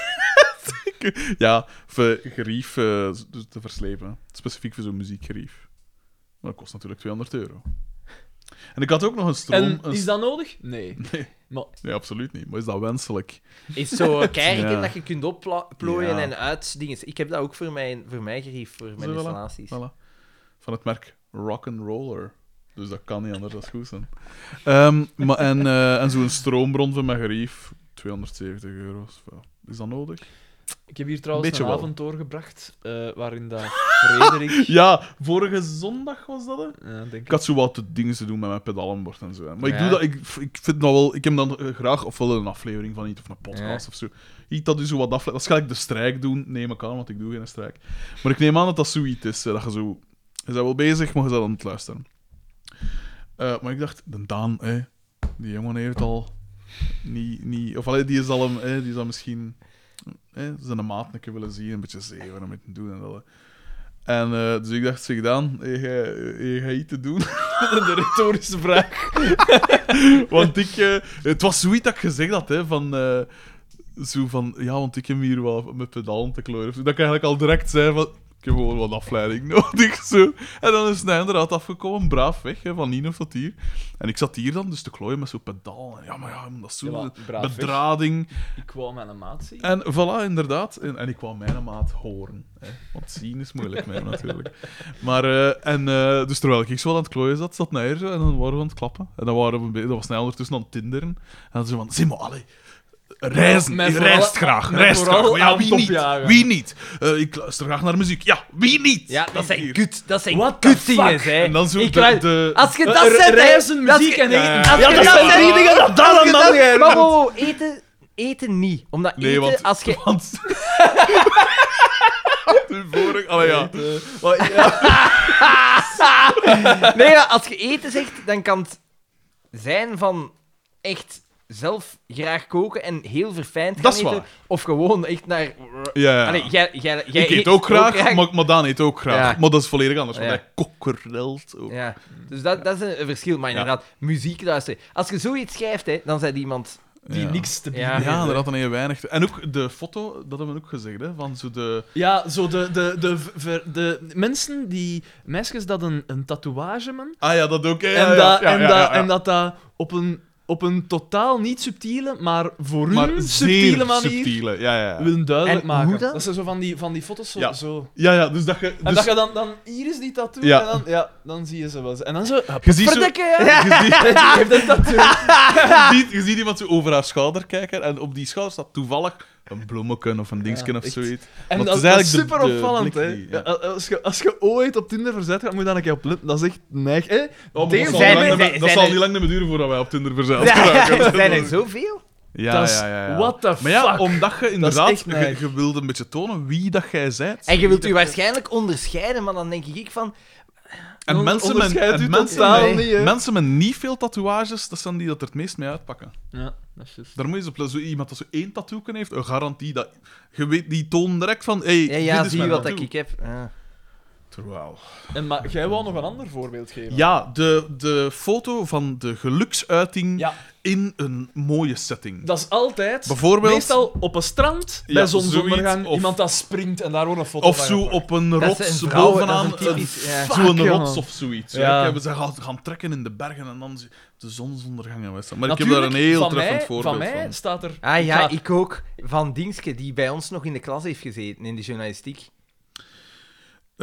Ja, voor gerief eh, dus te verslepen. Specifiek voor zo'n muziekgerief. Maar dat kost natuurlijk tweehonderd euro. En ik had ook nog een stroom... En een is dat nodig? Nee. Nee, Maar nee, absoluut niet. Maar is dat wenselijk? Is zo een kijken Ja. dat je kunt opplooien Ja. en uit dingen. Ik heb dat ook voor mijn, voor mijn gerief, voor mijn Zo, voilà. installaties. Voilà. Van het merk Rock'n'Roller. Dus dat kan niet anders, dat is goed zijn. Ehm, maar, en eh, en zo'n stroombron van mijn gerief, tweehonderdzeventig euro. Is dat nodig? ik heb hier trouwens Beetje een wel. avond doorgebracht uh, waarin dat Frederik... Ja, vorige zondag was dat, hè? Ja, denk Ik ik. had zo wat dingen te doen met mijn pedalenbord en zo. Hè. Maar ik Ja. doe dat, ik, ik vind dat wel, ik heb dan eh, graag ofwel een aflevering van iets of een podcast Ja. of zo. Iets dat u zo wat afle... Dat ga ik de strijk doen, neem ik aan, want ik doe geen strijk. Maar ik neem aan dat dat zoiets is, hè, dat je zo... Je bent wel bezig, maar je bent aan het luisteren. Eh, maar ik dacht, de Daan, hè, die jongen heeft al niet... niet of allee, die is al een, hè, die zal misschien hè, zijn maat een keer willen zien, een beetje zeven en met doen en dat. Hè. En eh, dus ik dacht, zeg Daan, je gaat iets te doen. De retorische vraag. Want ik... eh, het was zoiets dat ik gezegd had, hè, van... eh, zo van, ja, want ik heb hier wel met pedalen te klooien. Dat ik eigenlijk al direct zei van... Ik heb gewoon wat afleiding nodig, zo. En dan is hij inderdaad afgekomen, braaf weg, hè, van Nino tot hier. En ik zat hier dan dus te klooien met zo'n pedaal. En ja, maar ja, dat is zo... Ja, maar braaf weg. bedrading. Ik wou mijn maat zien. En voilà, inderdaad. En, en ik wou mijn maat horen. Hè. Want zien is moeilijk met hem natuurlijk. Maar, eh, en, eh, dus terwijl ik zo aan het klooien zat, zat hij hier zo en dan waren we aan het klappen. En dan waren we, be- dat was hij ondertussen aan het tinderen. En dan zei van, zeg maar, allee, reizen, Met je vooral- reist graag, met reist vooral graag. Ja, wie aan niet? topjagen. Wie niet? Eh, ik luister graag naar muziek. Ja, wie niet? Ja, dat zijn Hier. kut, dat zijn What the kutdingen, fuck? hè. En dan zo Ik de, luid- de- Als je Eh, dat eh, zet, hè, reizen, dat is- muziek en eten. Ja, Als Ja, je dat dat zijn zet- drie dingen dat als dan je en dan dat- jij Maar doet. wow, wow, eten, eten niet. Omdat Nee, eten, want... als je... want de vorige... Allee, ja. Maar, ja. Nee, maar als je eten zegt, dan kan het zijn van echt zelf graag koken en heel verfijnd gaan Dat is eten. waar. Of gewoon echt naar... Ja, ja. Allee, jij, jij, jij Ik eet ook graag, Maar, maar Daan eet ook graag. Ja. Maar dat is volledig anders, want Ja. hij kokkerelt ook. Ja, dus dat, dat is een, een verschil. Maar inderdaad, muziek luisteren. Als je zoiets schrijft, hè, dan zei iemand... Die Ja. niks te bieden Ja. heeft, Ja, hè. inderdaad, een heel weinig. En ook de foto, dat hebben we ook gezegd, hè, van zo de... Ja, zo de, de, de, ver- de mensen die... Meisjes dat een, een tatoeage hebben. Ah ja, dat ook, hè. en, ja, dat, ja, en, ja, dat, ja, ja. en dat dat op een op een totaal niet subtiele, maar voor Maar u zeer subtiele manier subtiele. Ja, ja. willen duidelijk En maken. hoe dan? Dat zijn zo van die, van die foto's zo... Ja. zo. Ja, ja, dus dat je... En Dus, dat je dan, dan hier is die tattoo, Ja. en dan, ja, dan zie je ze wel. En dan zo... je ziet zo... Verdikke, ja! Je ziet, Die heeft een tattoo. je, ziet, je ziet iemand zo over haar schouder kijken en op die schouder staat toevallig een bloemetje of een dingetje Ja, of echt. zoiets. En Want dat, het dat is is eigenlijk de- super de opvallend, blik hè. die- ja. Ja, als, je, als je ooit op Tinder verzet gaat, moet je dan een keer op letten. Dat is echt neig, hè. Oh, maar Deze dat zal, zijn niet er- lang, zijn- dat zijn zal er- niet lang meer duren voordat wij op Tinder verzeild Ja, geraken. zijn er zoveel? Ja, Dat is- ja, ja, ja. what the Maar ja, fuck? omdat je inderdaad... echt Je, neig. je wilde een beetje tonen wie dat jij bent. En je wilt u waarschijnlijk onderscheiden, maar dan denk ik van... En On- mensen met, onderscheidt en u mensen, totaal met, niet, hè. mensen met niet veel tatoeages, dat zijn die dat er het meest mee uitpakken. Ja, dat is juist. Daar moet je eens op letten. Zo iemand dat zo één tattoo heeft, een garantie dat... Je weet, die toont direct van... Hey, Ja, ja dit is zie mijn wat tattoo. ik heb. Ja. Terwijl... En, maar jij wou nog een ander voorbeeld geven? Ja, de, de foto van de geluksuiting Ja, in een mooie setting. dat is altijd... Bijvoorbeeld... Meestal op een strand, Ja, bij zonsondergang, zoiets, of- iemand dat springt en daar wordt een foto Of van zo gemaakt. op een Dat rots zijn vrouwen, bovenaan. dat is een typisch... Ja. Fuck, Zo'n jongen. rots of zoiets. Ja. Ja. Hebben ze gaan, gaan trekken in de bergen en dan zie- de zonsondergang en wat. Maar ik heb daar een Natuurlijk, heel van treffend mij, voorbeeld van van. mij staat er... Ah ja, ga- ik ook. Van Dingske, die bij ons nog in de klas heeft gezeten, in de journalistiek. Eh,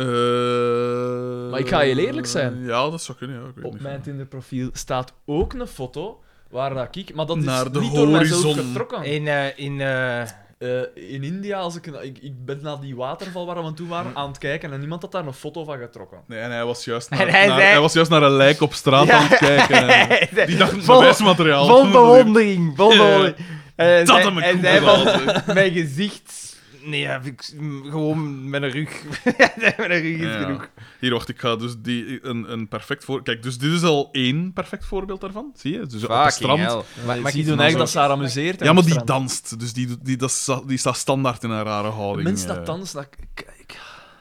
Maar ik ga heel eerlijk zijn. Ja, dat zou kunnen. Ja, ik weet Op niet. mijn Tinder-profiel staat ook een foto waar dat ik... Maar dat is Naar de niet door mijzelf horizon. getrokken. In... eh in eh, Eh, in India, als ik, ik, ik ben naar die waterval waar we toen waren aan het kijken en niemand had daar een foto van getrokken. Nee, en hij was juist naar, En hij naar- zei- hij was juist naar een lijk op straat Ja. aan het kijken. En die dacht, Vol- bewijsmateriaal. Vol bewondering, vol bewondering. En Dat zij- heb ik en goed zij van, gedaan, mijn gezicht... Nee, ja, ik, gewoon met een rug. met een rug is Ja. genoeg. Hier, wacht, ik ga dus die, een, een perfect voor... Kijk, dus dit is al één perfect voorbeeld daarvan. Zie je? Dus op het strand. Maar, Maar, maar zie ik doen zie eigenlijk zo- dat ze haar amuseert. Ja, maar die danst. Dus die, die, dat sta- die staat standaard in een rare houding. Mensen eh. dat dansen, dat... Kijk...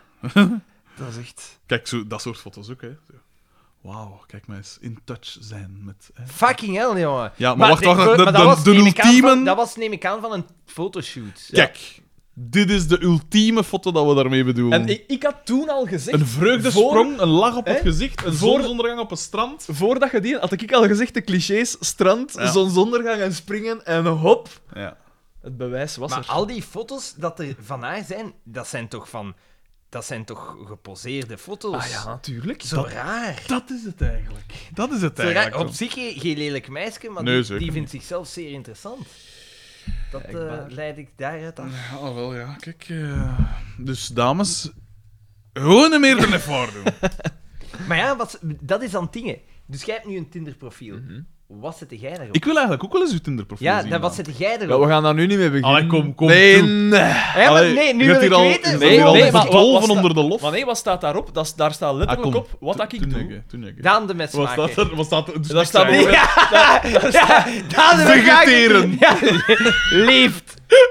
dat is echt... Kijk, zo, dat soort foto's ook, hè. Zo. Wauw, kijk maar eens. In touch zijn met... Hè. Fucking hell, jongen. Ja, maar wacht, de- wacht. De, maar de, dat was, de neem ik aan ultieme... van- Dat was, neem ik aan, van een fotoshoot. Kijk, dit is de ultieme foto dat we daarmee bedoelen. En ik, ik had toen al gezegd... Een vreugdesprong, een lach op het Hè? gezicht, een Voor- zonsondergang op een strand. Voordat je die... Had ik al gezegd, de clichés, strand, Ja. zonsondergang en springen en hop. Ja. Het bewijs was Maar er. al die foto's dat er van haar zijn, dat zijn toch van... Dat zijn toch geposeerde foto's? Ah ja, natuurlijk. Zo Dat- raar. Dat is het eigenlijk. Dat is het Zo raar. eigenlijk. Op zich geen, geen lelijk meisje, maar Nee, die, zeker die niet. vindt zichzelf zeer interessant. Dat eh, Blijkbaar. leid ik daaruit af. Ja, wel ja. Kijk, eh, dus dames, gewoon een meer dan voor doen. Maar ja, wat, dat is dan dingen. Dus jij hebt nu een Tinder-profiel. Mhm. Wat zet jij daarop? Ik wil eigenlijk ook wel eens uw Tinder-profiel ja, zien. dan, wat man. zet jij Ja, erop? we gaan daar nu niet mee beginnen. Allee, kom, kom Nee, toe. nee. Ja, maar Allee, nee, nu je wil hebt ik hier al, weten... je Nee, hebt hier al nee, een maar verdolven wat- wat onder de lof. Maar nee, wat staat daarop? Dat, is- daar staat Ah, letterlijk kom. op wat dat ik Toen doe. ik, hè, toen ik, hè. Daan de Wat mesmaker. staat er? Wat staat er? Daar staat Zeg, bijvoorbeeld- Ja, Daan de Vegeteren. mesmaker. Ja, leeft.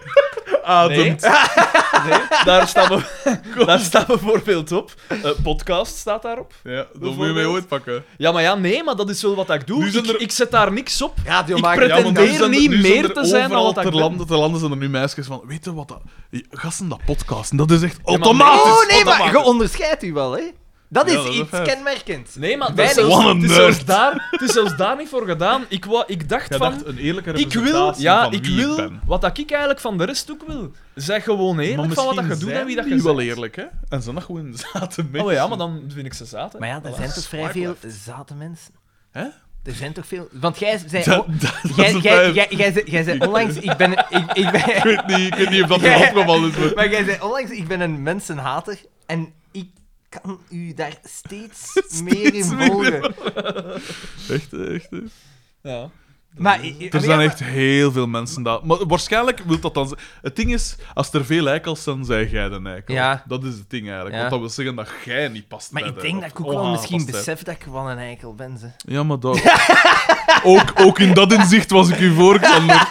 ademt. Nee, daar staat, be- daar staat bijvoorbeeld op. Eh, podcast staat daarop. Ja, dat moet je Bijvoorbeeld. mij ooit pakken. Ja, maar ja, nee, maar dat is wel wat ik doe. Nu zijn Ik, er- ik zet daar niks op. Radiomaker. Ik pretendeer nu zijn er- niet nu zijn meer er te zijn dan overal wat ik ter ben. landen, ter landen zijn er nu meisjes van, weet je wat dat... Gasten, dat podcasten, dat is echt maar automatisch. Oh nee, maar automatisch. je onderscheidt u wel, hè? Dat is Ja, dat is iets feit. kenmerkend. Nee, maar dat Wij is niet. zelfs, Wat een het, is zelfs nerd. daar, het is zelfs daar niet voor gedaan. Ik, wou, ik dacht Jij van... dacht een eerlijke Ik wil, representatie ja, van ik wie wil ik ben. wat dat ik eigenlijk van de rest ook wil. Zeg gewoon eerlijk van wat dat je doet en wie dat je die wel bent. eerlijk, hè? En ze nog gewoon zaten mensen. Oh ja, maar dan vind ik ze zaad. hè. Maar ja, er Voilà. zijn toch vrij Swipe veel zate mensen? Hè? Er zijn toch veel... Want jij zei... Dat, oh, dat, dat Jij, is een jij, feit. jij, jij, zei- jij zei onlangs... Ik ben... Ik, ik ben Ik weet niet, ik weet niet of dat Jij- er opgevallen is. Maar... maar jij zei onlangs, ik ben een mensenhater. En ik kan u daar steeds, meer in meer. volgen. Echt, hè, echt. hè. Ja. Maar, Er zijn echt heel veel mensen dat... Maar waarschijnlijk wil dat dan... z- Het ding is, als er veel eikels zijn, zij jij de eikel. Ja. Dat is het ding eigenlijk. Ja. Want dat wil zeggen dat jij niet past Maar bij ik de- denk of dat ik ook wel onaangepast misschien bent. besef dat ik wel een eikel ben. Ze. Ja, maar dat... ook, ook in dat inzicht was ik u voorstander.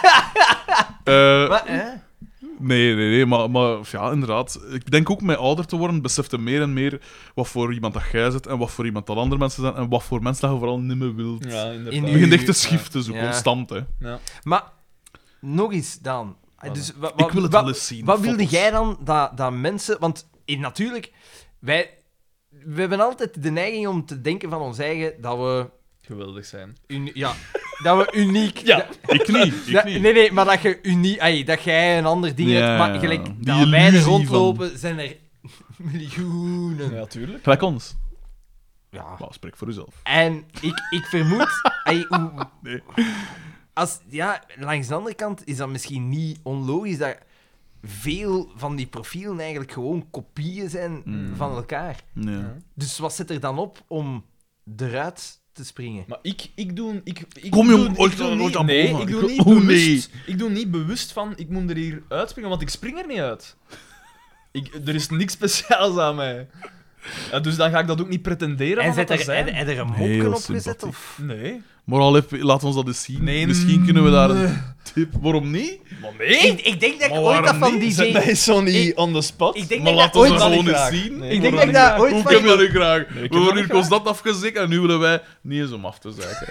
Eh Maar, hè? Nee, nee, nee, maar, maar ja, inderdaad. Ik denk ook met ouder te worden, besefte meer en meer wat voor iemand dat jij zit en wat voor iemand dat andere mensen zijn en wat voor mensen dat je vooral niet meer wilt. Ja, inderdaad. In Je uw- begint echt te schiften, zo Ja. constant, hè. Ja. Maar, nog eens, Daan. Dus, wa- Ik wil het wa- wel eens zien. Wat wilde foto's. jij dan dat, dat mensen... Want eh, natuurlijk, wij... We hebben altijd de neiging om te denken van ons eigen dat we... Geweldig zijn. Un, ja, dat we uniek... Ja. dat- Ik niet, ik dat- niet. nee, nee, maar dat je uniek... Ay, dat jij een ander ding Ja, hebt, maar ja, gelijk die dat wij er illusie rondlopen, zijn er miljoenen. Ja, tuurlijk. Gelijk ons. Ja. Maar spreek voor jezelf. En ik, ik vermoed... ay, hoe, Nee. als, ja, langs de andere kant is dat misschien niet onlogisch dat veel van die profielen eigenlijk gewoon kopieën zijn Mm. van elkaar. Ja. Dus wat zit er dan op om eruit te springen? Maar ik, ik doe... Ik, ik Kom, doe, jong, ik ooit- doe ooit niet, aan nee, boven. ik Ik doe wil- niet oh, bewust... Ik doe niet bewust van, ik moet er hier uitspringen, want ik spring er niet uit. Ik, er is niks speciaals aan mij. Ja, dus dan ga ik dat ook niet pretenderen En van zet dat te er, zijn. en, en er een Heel mopje op gezet? sympathiek. Of? Nee. Maar al even, laat ons dat eens zien. Nee, Misschien kunnen we daar een nee. tip... Waarom niet? Maar Ik, ik denk dat ik Maar ooit dat waarom van niet? die Zet D J... mij zo niet Ik- on the spot. Ik denk Maar dat laat ik ons dat dat ooit gewoon niet eens graag. zien. Nee, Ik ik denk wil dat ik dat dat niet ooit Hoe van... kunnen we dat nu graag? Nee, ik we heb worden dat hier niet constant afgezet en nu willen wij niet eens om af te zeiken.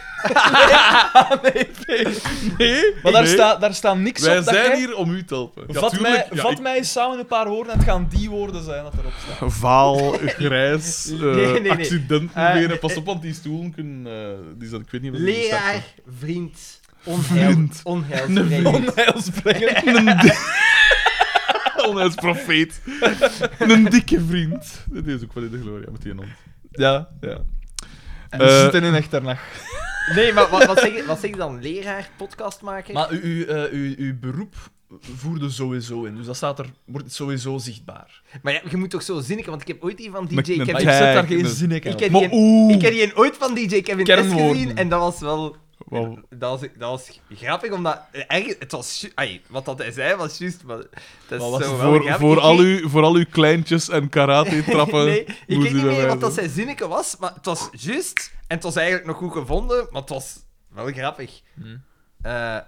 nee, nee. Nee? Maar daar, Nee. staat, daar staat niks Wij op dat zijn jij- hier om u te helpen. Ja, Vat, tuurlijk. mij, Ja, vat ik- mij eens samen een paar woorden en het gaan die woorden zijn dat erop staan. Vaal, grijs, eh Nee, nee, nee. accidenten, Eh, benen. Pas op, want die stoelen kunnen... eh, die zijn, ik weet niet wat die Leraar, vriend, onheil, Vriend. onheilsbrenger. Onheilsbrenger. Een di- Onheidsprofeet. Een dikke vriend. Dit is ook wel in de gloria met die hond. Ja, ja. Eh, We zitten in Echternach. Nee, maar wat, wat, zeg je, wat zeg je dan? Leraar, podcastmaker? Maar uw, uw, eh, uw, uw beroep voerde sowieso in, dus dat staat er, wordt het sowieso zichtbaar. Maar ja, je moet toch zo zinneken, want ik heb ooit die van D J Met- met- Maar Kevin... ik zet daar Kijk, geen dus- zin in. Ik ken Maar die een- oeh. Ik heb die een ooit van D J Kevin S Kernwoorden. gezien en dat was wel... Wauw. Dat was, dat was grappig, omdat... Ergens, het was... ju- Ai, wat dat hij zei was juist, maar... Dat is Wat was zo het? wel Voor, grappig. voor, Ik al weet- uw, voor al uw kleintjes en karate-trappen. nee, ik moest weet u niet meer erbij wat dat zijn. zijn zinnetje was, maar het was juist. En het was eigenlijk nog goed gevonden, maar het was wel grappig. Hm. Eh, ja,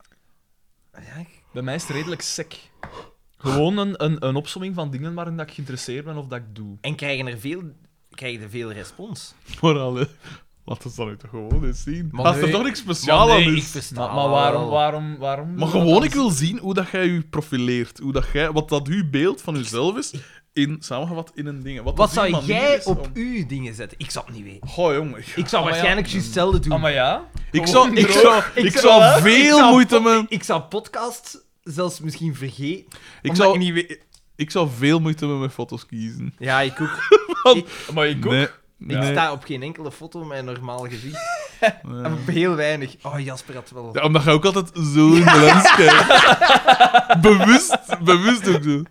ik- Bij mij is het redelijk sec. Gewoon een, een, een opsomming van dingen waarin dat ik geïnteresseerd ben of dat ik doe. en krijgen er veel, krijgen er veel respons. Maar al, hè. Laat het dan nu toch gewoon eens zien. Maar Als er nee. toch niks speciaals Maar aan nee, is. ik versta Maar, maar waarom, wel. waarom, waarom... Maar gewoon, ik wil zien hoe dat jij je profileert. Hoe dat jij, wat dat uw beeld van jezelf is, in, samengevat in een ding. Wat, Wat dat uw zou manier jij is op om- uw dingen zetten? Ik zou het niet weten. Goh, jongen. Ik zou Ah, maar waarschijnlijk juist hetzelfde doen. Ah, maar ja. Ik Gewoon zou, ik droog. zou, ik Ik zou zou- veel ik zou moeite pod- met... Ik zou podcast zelfs misschien vergeten. Ik omdat zou, ik niet weet... ik zou veel moeite met mijn foto's kiezen. Ja, ik ook. Maar ik ook. Nee. Ik nee. sta op geen enkele foto met een normaal gezicht. Nee. En op heel weinig. Oh, Jasper had wel... Ja, omdat je ook altijd zo in de lens kijkt. bewust, bewust ook zo.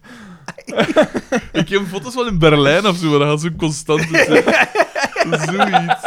Ik heb foto's van in Berlijn of zo, maar dat gaat zo constant zijn. Zoiets.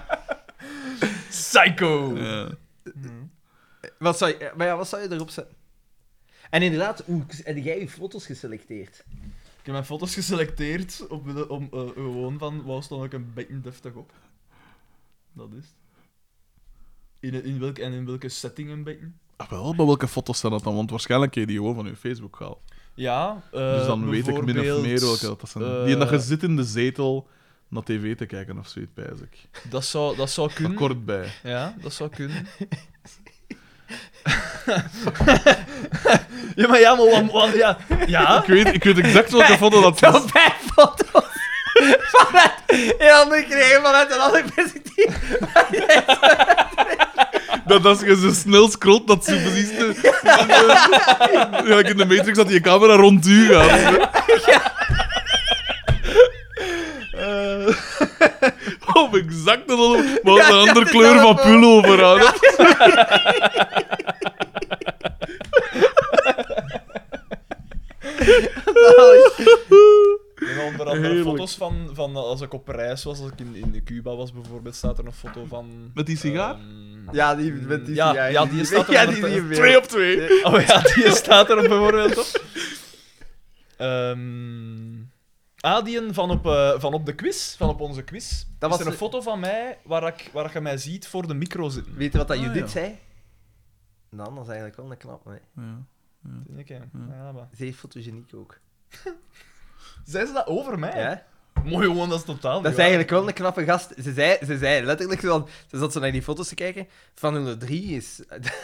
Psycho. Ja. Wat zou je, maar ja, wat zou je erop zetten? En inderdaad, hoe heb jij je foto's geselecteerd? Ik heb mijn foto's geselecteerd op, de- om, eh, gewoon van, waar stond ik een beetje deftig op. Dat is het. In, in welke, en in welke setting een beetje. Ah, wel, maar welke foto's zijn dat dan? Want waarschijnlijk heb je die gewoon van je Facebook gehaald. Ja, eh, Dus dan weet ik min of bijvoorbeeld, meer welke dat zijn. eh, Die dat je zit in de zetel naar tv te kijken of zoiets, pijs ik. Dat zou, dat zou Daar kunnen. kort bij. Ja, dat zou kunnen. ja, maar ja, maar wat, wat- ja. Ja? Ik weet, ik weet exact welke foto dat Zo is. bij foto's. Vanuit een ander krijgen, vanuit een ander perspectief. Dat als je zo snel scrolt, dat ze precies... De, ja, in de Matrix dat die camera rond u gaat. Eh, Op exact dat al, maar Ja, een ja, andere het is kleur wel van zo. pullover aan. en onder andere Heerlijk. foto's van, van als ik op reis was, als ik in, in Cuba was bijvoorbeeld, staat er een foto van... Met die sigaar? ehm, Ja, die met die Ja, sigaar. ja, die staat er Ja, onder die de- zie je weer. Twee op twee. Oh ja, die staat er bijvoorbeeld op. Ehm ah, die een van op, eh, van op de quiz, van op onze quiz. Dat was was er een de- foto van mij waar, ik, waar je mij ziet voor de micro zitten. Weet je wat dat Ah, Judith ja. zei? Dan, dat is eigenlijk wel een knap, nee. Ja. Denk ik, ja. Ja, maar. Ze heeft fotogeniek ook. Zei ze dat over mij? Ja? Mooi gewoon, dat is totaal Dat niet is waar. eigenlijk wel een knappe gast. Ze zei, ze zei letterlijk, zo van- ze zat zo naar die foto's te kijken. Van hun drie is...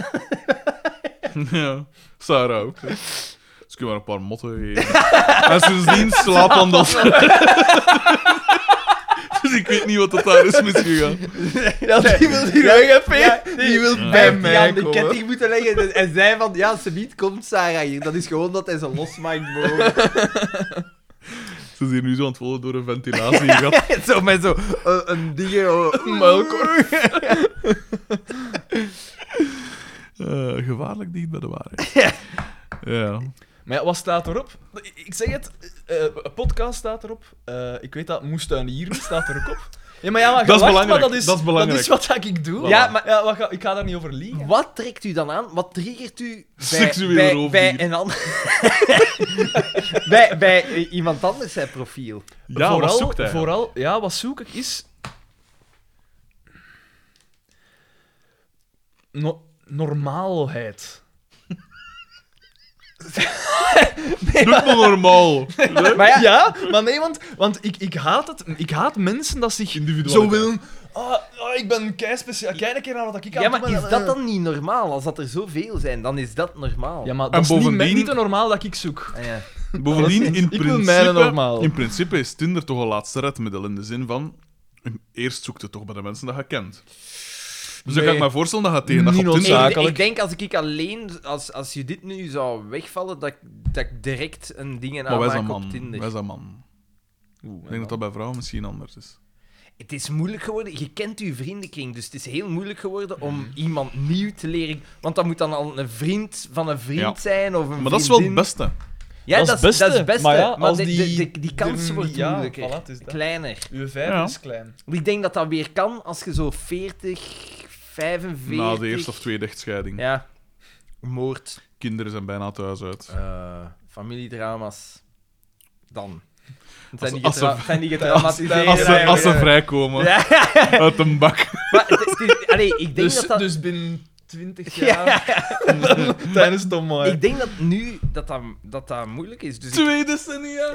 Ja. Sarah ook. hè. Dus ik heb maar een paar motten gegeven. En sindsdien slaap aan dat... Dus ik weet niet wat dat daar is misgegaan. Ja, die wil hier weg, hè, Ja, P. die Die wil bij bij mij mij aan de komen. ketting moeten leggen. En, en zei van, ja, subiet komt Sarah hier. Dat is gewoon dat hij ze losmaakt boven. Ze is hier nu zo aan het volgen door een ventilatiegat. Zo met zo uh, een ding... Uh, Muilkorf. Uh, gevaarlijk dicht bij de waarheid. Ja. Maar ja, wat staat erop? Ik ik zeg het, eh, een podcast staat erop. Eh, ik weet dat Moestanieren staat er ook op. Ja, maar ja, maar Dat is gelacht, belangrijk, maar dat is, dat is belangrijk. Dat is wat dat ik doe. Ja, maar- ja, wat ga, ik ga daar niet over liegen. Wat trekt u dan aan? Wat triggert u bij, Seksueel bij, roofdier. bij een ander... bij bij eh, iemand anders zijn profiel? Ja, vooral, wat zoekt hij? Vooral, ja, wat zoek ik is... No- normaalheid. Doe het maar normaal. Maar ja, Ja, maar nee, want, want ik, ik, haat het, ik haat mensen dat zich zo Individualiteit. willen... Ah, ah, ik ben kei speciaal. Kijk een keer naar wat ik aan ja, het maar doen is ben. dat dan niet normaal? Als dat er zoveel zijn, dan is dat normaal. Ja, maar En dat is niet, bovendien- niet de normaal dat ik zoek. Ah, ja. Bovendien, in Ik wil principe, mijne normaal. in principe is Tinder toch een laatste redmiddel in de zin van... Eerst zoekt het toch bij de mensen dat je kent. Dus dan Nee. kan ik me voorstellen dat je tegen dat je Niet op Tinder... noodzakelijk. Ik, ik denk als ik alleen, als, als je dit nu zou wegvallen, dat, ik- dat ik direct een ding Maar wij zijn aanmaak op man. Tinder. Wij zijn man. Oeh, Ik denk dat dat bij vrouwen misschien anders is. Het is moeilijk geworden. Je kent je vriendenkring, dus het is heel moeilijk geworden Mhm. om iemand nieuw te leren. Want dat moet dan al een vriend van een vriend Ja. zijn of een Maar dat is wel het vriendin. beste. Ja, Dat is het beste. dat is het beste. Maar ja, maar als de- die- de, de- die kans de- wordt ja, moeilijker. voilà, het is dat. Kleiner. Uw vijf Ja. is klein. Ik denk dat dat weer kan als je zo veertig, vijfenveertig... Na de eerste of tweede echtscheiding. Ja. Moord. Kinderen zijn bijna thuis uit. eh familiedrama's. Dan. Het Als- zijn, als die getra- ze- zijn die getraumatiseerd. Als ze, als ze ja. vrijkomen Ja. uit een bak. Maar het, het is, allee, ik denk Dus, dat dat... dus binnen twintig Ja. jaar, tijdens Tom Moore. Ik denk dat nu dat dat, dat, dat moeilijk is. Dus, ik- Twee decennia.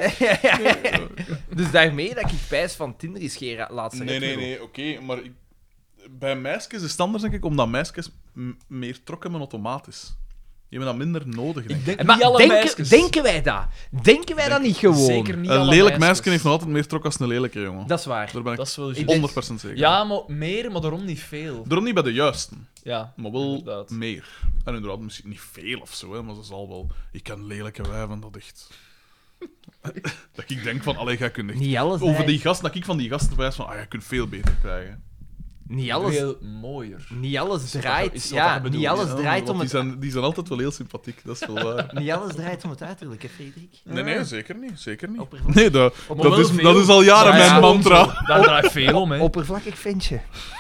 dus daarmee dat ik pijs van Tinder is geen ra- laatste Nee, nee, redmiddel. nee, oké. maar ik, bij meisjes is het anders, denk ik, omdat meisjes m- meer trok hebben automatisch. Je hebt dat minder nodig, denk ik. Ik denk Maar niet alle denken, meisjes. denken wij dat? Denken wij dat niet gewoon? Zeker niet Een alle lelijk meisjes. meisje heeft nog altijd meer trok als een lelijke jongen. Dat is waar. Daar ben ik Dat is wel juist. honderd procent zeker. Ja, maar meer, maar daarom niet veel. Daarom niet bij de juisten, Ja, maar wel inderdaad. meer. En inderdaad, misschien niet veel of zo, hè, maar ze zal wel... Ik ken lelijke wijven, dat echt... dat ik denk van, allee, jij kunt echt... Niet alles, Over draait- die gasten, dat ik van die gasten wijs van, ah, jij kunt veel beter krijgen. niet alles, Veel mooier. niet alles wat dat- draait. is wat Ja, dat niet bedoelt, alles Ja, draait want om die het... zijn, die zijn altijd wel heel sympathiek, dat is wel waar. Niet alles draait om het uiterlijk, hè, Frederik? Nee, nee, zeker niet. Zeker niet. Oppervlakkig. Nee, dat, Maar dat, wel is, veel. dat is al jaren Maar ja, mijn gewoon mantra. zo. Daar draait veel om, hè. Oppervlakkig ventje.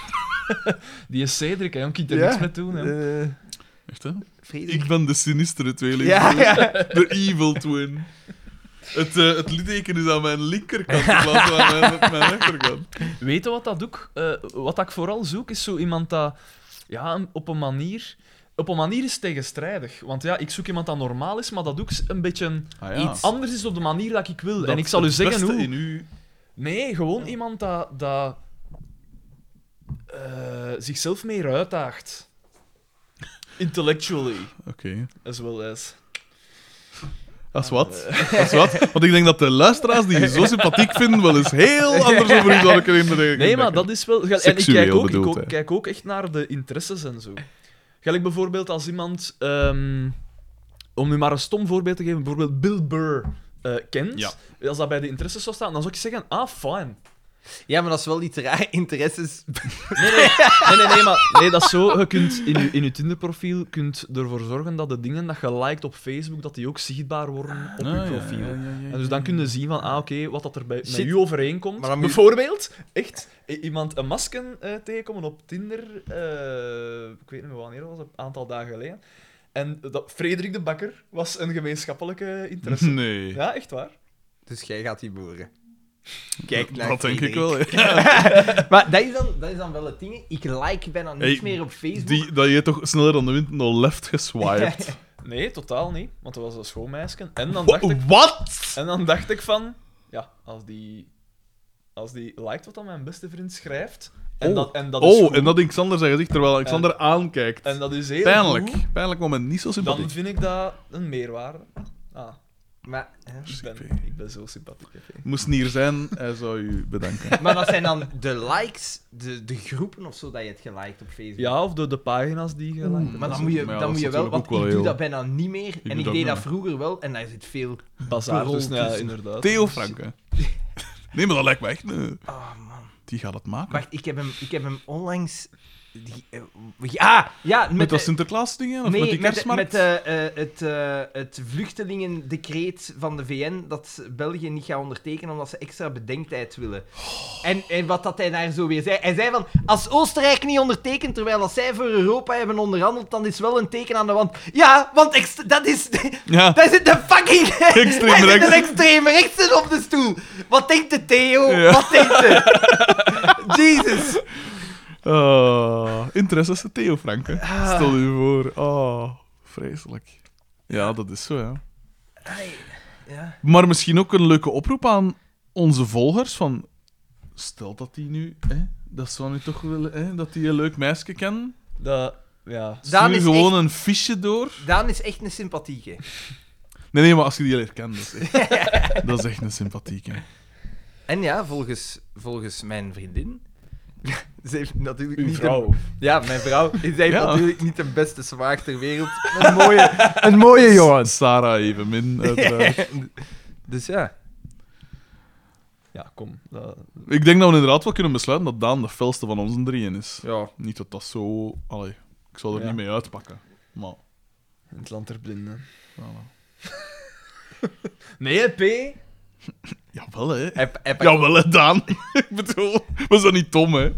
Die is Cedric, hè. Je kunt er Ja. niks mee doen, hè. Eh, Echt, hè? Frederik. Ik ben de sinistere tweeling. Ja, ja. De evil twin. Het, eh, het litteken is aan mijn linkerkant in plaats van aan mijn, mijn rechterkant. Weet je wat dat ook? Eh, wat ik vooral zoek, is zo iemand dat... Ja, een- op een manier... Op een manier is het tegenstrijdig. Want ja, ik zoek iemand dat normaal is, maar dat ook een beetje Ah, ja. iets anders is op de manier dat ik wil. Dat en ik zal u het zeggen beste hoe... in u... Nee, gewoon iemand dat... dat eh, zichzelf meer uitdaagt. Intellectually, Oké. as well as... Dat is wat. Dat is wat. Want ik denk dat de luisteraars die je zo sympathiek vinden wel eens heel anders over u zouden kunnen denken. Nee, maar dat is wel... En ik Seksueel kijk ook, ik bedoeld, ook, hè. kijk ook echt naar de interesses en zo. Gelijk bijvoorbeeld als iemand... ehm, om nu maar een stom voorbeeld te geven, bijvoorbeeld Bill Burr eh, kent. Ja. Als dat bij de interesses zou staan, dan zou ik zeggen, ah, fine. Ja, maar dat is wel iets raar. Interesses. Nee, nee, nee, nee, nee, maar nee, dat is zo. Je kunt in je, in je Tinder-profiel kunt ervoor zorgen dat de dingen dat je liked op Facebook, dat die ook zichtbaar worden op je Ah, ja, profiel. ja, ja, ja, En dus dan kun je zien van, ah, oké, wat dat er bij, met Shit. u overeenkomt. Maar dan moet je- Bijvoorbeeld, echt, i- iemand een masker eh, tegenkomen op Tinder, eh, ik weet niet meer wanneer, dat was een aantal dagen geleden. En dat, Frederik de Bakker was een gemeenschappelijke interesse. Nee. Ja, echt waar. Dus jij gaat die boeren. Kijk naar Dat denk ik Frederik. wel, hè. Maar dat is, dan, dat is dan wel het ding. Ik like bijna niet Hey, meer op Facebook. Die, dat je toch sneller dan de wind naar left geswiped. Nee, totaal niet, want dat was een schoonmeisje. En dan dacht ik... Wat? En dan dacht ik van, ja, als die, als die liked wat dan mijn beste vriend schrijft, en Oh. dat, en dat is Oh, goed, en dat Xander zijn gezicht terwijl Alexander aankijkt. en dat is heel Pijnlijk. goed, Pijnlijk moment, niet zo dan sympathiek. vind ik dat een meerwaarde. Ah. Maar, hè? Ik ben, ik ben zo sympathiek, hè. Moest niet hier zijn, hij zou u bedanken. maar dat zijn dan de likes, de, de groepen of zo dat je hebt geliked op Facebook. Ja, of de, de pagina's die je Oeh. geliked Maar dat dan is- moet je, maar ja, dan dat moet is je wel, natuurlijk want ook ik wel doe heel- dat bijna niet meer. doe En ik dat deed ook dat niet. vroeger wel en daar zit veel... bazaar Rol tussen, ja, tussen. inderdaad. Theo Franke. Nee, maar dat lijkt me echt... een- Oh man. Die gaat het maken. Wacht, ik heb hem, ik heb hem onlangs... Die, eh, ah, ja, met, Met dat de- Sinterklaas-dingen? Of nee, met die met, kerstmarkt? met eh, eh, het, eh, het vluchtelingendecreet van de V N dat België niet gaat ondertekenen omdat ze extra bedenktijd willen. En, en wat dat hij daar zo weer zei. Hij zei van, als Oostenrijk niet ondertekent terwijl dat zij voor Europa hebben onderhandeld, dan is wel een teken aan de wand. Ja, want ext- dat is... Ja, Daar zit de fucking... Extreem Hij zit rechts. een extreem rechtse op de stoel. Wat denkt de Theo? Ja. Wat denkt de... Jesus. oh, interesse Theo Franke. Ah. Stel je voor. Oh, vreselijk. Ja, dat is zo, ja. Ai, ja. Maar misschien ook een leuke oproep aan onze volgers van... Stel dat die nu... Hè, dat zou nu toch willen... Hè, dat die een leuk meisje kennen. Dat, ja. Stuur is gewoon echt- een fiche door. Daan is echt een sympathieke. Nee, nee, maar als je die leert kennen, dat is echt, dat is echt een sympathieke. En ja, volgens, volgens mijn vriendin... Ze heeft natuurlijk Uw niet vrouw. De, ja, mijn vrouw. Ze heeft Ja. natuurlijk niet de beste zwaar ter wereld. Een mooie, een mooie jongen. Sarah evenmin, uiteraard. Dus ja. Ja, kom. Dat, Ik denk dat we inderdaad wel kunnen besluiten dat Daan de felste van ons drieën is. Ja. Niet dat dat zo... Allee, ik zal er Ja. niet mee uitpakken. Maar... in het land der blinden. Voilà. Nee, P. Jawel, hè. Hij, hij, Jawel, hè, Daan. Ik bedoel, we zijn niet dom, hè.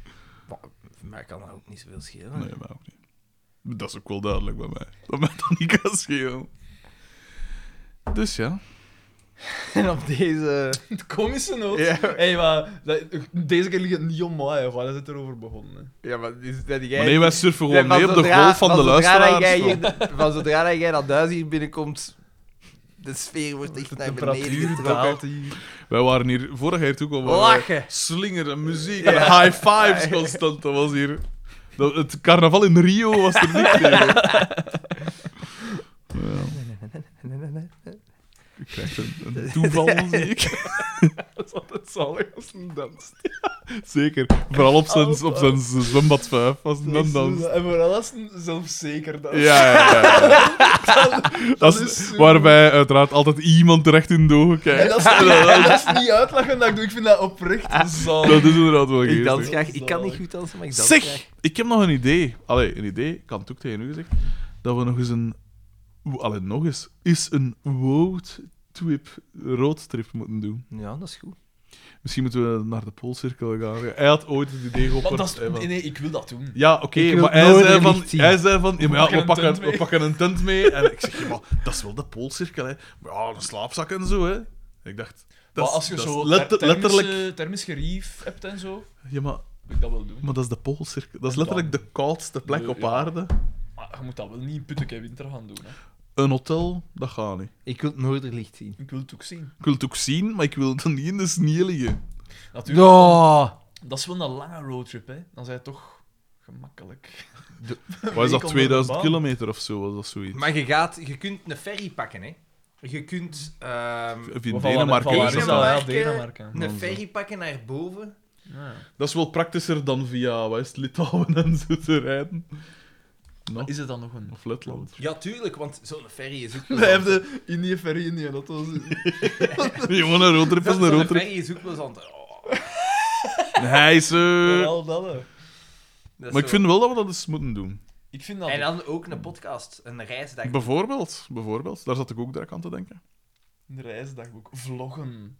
Maar kan dat ook niet zoveel schelen. Nee, mij ook niet. Dat is ook wel duidelijk bij mij. Dat mij dat niet kan schelen. Dus ja. En op deze... Het komische noot. Ja. Hey, maar dat- deze keer ligt het niet om mij, of waar is het erover begonnen? Hè? Ja, maar is dat jij... Maar nee, wij surfen Nee, gewoon mee op de zodra- golf van de zodra dat luisteraars. jij hier- Van zodra dat jij dat huis hier binnenkomt, de sfeer wordt echt De naar beneden temperatuur daalt getrokken. hier. Wij waren hier vorig jaar ook al... Lachen. Slingeren, muziek en high fives constant. Dat was hier... Dat, het carnaval in Rio was er niet tegen. Ja. Ik krijg een, een toeval, zie ik. Dat is altijd zalig als een dans. Zeker. Vooral op zijn, op zijn zwembad vijf was het dan dans. En vooral als een zelfzeker dans. Ja, ja, ja. ja. Dat is is zo waarbij uiteraard altijd iemand terecht in de ogen En kijkt. dat is, en dat is niet uitlachen dat ik doe, ik vind dat oprecht zalig. Dat is inderdaad wel Ik dans geestig. graag. Ik kan niet goed dansen, maar ik dans graag. Zeg, ik heb nog een idee. Allee, een idee, ik had het ook tegen u gezegd, dat we nog eens een... Allee, nog eens, is een roadtrip, roadtrip moeten doen. Ja, dat is goed. Misschien moeten we naar de Poolcirkel gaan. Hij had ooit het idee Maar geopperd. dat is, hè, van- nee, nee, ik wil dat doen. Ja, oké, Ik wil maar hij het zei, van, Noorderlicht zien. hij zei van... Ja, maar ja, pakken we, een pakken, tent we mee. pakken een tent mee. En ik zeg, ja, maar dat is wel de Poolcirkel, hè. Maar ja, een slaapzak en zo, hè. Ik dacht... Dat Maar is, als je dat zo is let- ter- letterlijk... thermische- thermisch gerief hebt en zo, Ja, maar, wil ik dat wel doen. maar dat is de Poolcirkel. Dat is En letterlijk dan? de koudste plek Nee, op ja. aarde. Maar je moet dat wel niet in Putteke winter gaan doen. Hè. Een hotel, dat gaat niet. Ik wil het Noorderlicht zien. Ik wil het ook zien. Ik wil het ook zien, maar ik wil het niet in de sneeuw liggen. Natuurlijk, Ja. dat is wel een lange roadtrip, hè. Dan zijn het toch gemakkelijk. Wat is Week dat, onder tweeduizend de baan. kilometer of zo? Was dat zoiets? Maar je, gaat, je kunt een ferry pakken, hè. Je kunt ehm, Of in Van waar- Denemarken. van waar is is dat. dat? Ja, Denemarken. Denemarken. een ferry pakken naar boven. Ja. Dat is wel praktischer dan via wat is het, Litouwen en zo te rijden. Nou, Is het dan nog een... of Letland. Ja, tuurlijk, want zo'n ferry is ook... We hebben in die ferry in die auto zitten. Gewoon een roadtrip is een Zo'n roadtrip. ferry is ook wel zo'n... Oh, Hij is... eh, Vooral dat, hè. dat is Maar ik zo- vind wel dat we dat eens moeten doen. Ik vind dat... En dan ook een podcast, een reisdag. Bijvoorbeeld, bijvoorbeeld. Daar zat ik ook direct aan te denken. Een reisdagboek. Vloggen.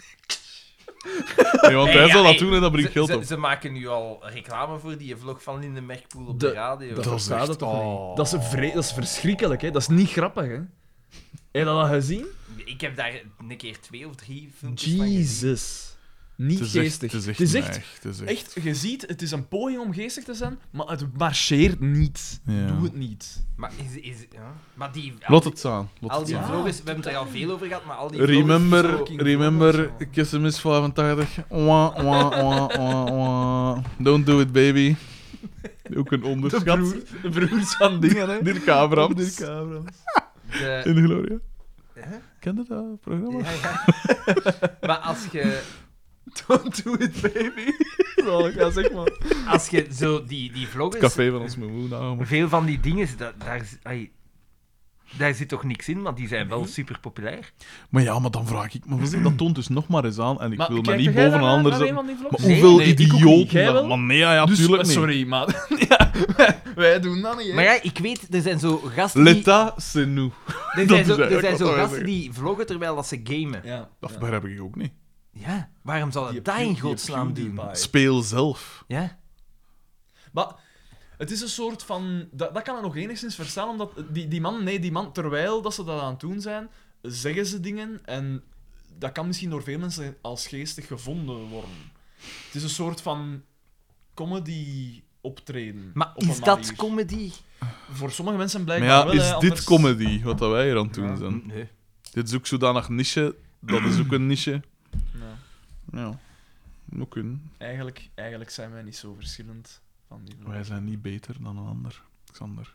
Nee, want Hey, hij ja, zal dat hey, doen en dat brengt ze, geld ze, op. ze maken nu al reclame voor die vlog van Linde Merkpoel op de, De- radio. Dat, Dat is verstaat echt- het toch oh. niet? Dat is, vre- dat is verschrikkelijk, hè. Dat is niet grappig, hè. Heb je dat al gezien? Ik heb daar een keer twee of drie filmpjes van gezien. Jesus. Niet Het is echt, geestig. het is echt, Het is echt, neig. Het is echt- echt, je ziet, het is een poging om geestig te zijn, maar het marcheert niet. Ja. Doe het niet. Maar, is, is, ja. maar die... al Laat die- het staan. Laat Al het die staan. vloggers, we hebben het er al veel over gehad, maar al die vloggers... Remember, zo- fucking remember, vloggers, Kiss Miss vijfentachtig. Wah, wah, wah, wah, wah. Don't do it, baby. Ook een De, onderschat. broer, de broers van dingen, hè. Dirk Abrams. Dirk Abrams. de- In de gloria. Ken je dat programma? Ja, ja. Maar als je, Don't do it, baby. Zal ik ja, zeg maar. als je zo die, die Het vloggers... café van ons moe nou. Veel van die dingen, dat, daar, is- ai, daar zit toch niks in, maar die zijn wel super populair. Maar ja, maar dan vraag ik me, wat is- dat toont dus nog maar eens aan. En ik Maar wil me kijk niet jij boven een naar- ander naar zetten. een van die Maar vlogs? Nee, hoeveel nee, ik ook niet. idioten... Jij dat- wel? Maar nee, ja, ja, Dus, tuurlijk niet. sorry, maar ja, wij, wij doen dat niet, hè. Maar ja, ik weet, er zijn zo gasten die... L'état, c'est nous. Er dat zijn is zo, er eigenlijk zijn wat zo wij gasten zeggen. die vloggen terwijl dat ze gamen. Ja. Dat ja. begrijp ik ook niet. Ja, waarom zou Die het dat in Pew- godsnaam die doen? PewDiePie. Speel zelf. Ja? Maar het is een soort van... Dat, dat kan ik nog enigszins verstaan, omdat die, die man... Nee, die man, terwijl dat ze dat aan het doen zijn, zeggen ze dingen en dat kan misschien door veel mensen als geestig gevonden worden. Het is een soort van comedy optreden. Maar op een is dat manier. comedy? Voor sommige mensen Maar blijkbaar ja, wel, is hè, dit anders- comedy, wat dat wij hier aan het doen Ja. zijn? Nee. Dit is ook zodanig niche, dat is ook een niche. Ja. Ja, moet kunnen. Eigenlijk, eigenlijk zijn wij niet zo verschillend van die vlogs. Wij zijn niet beter dan een ander, Xander.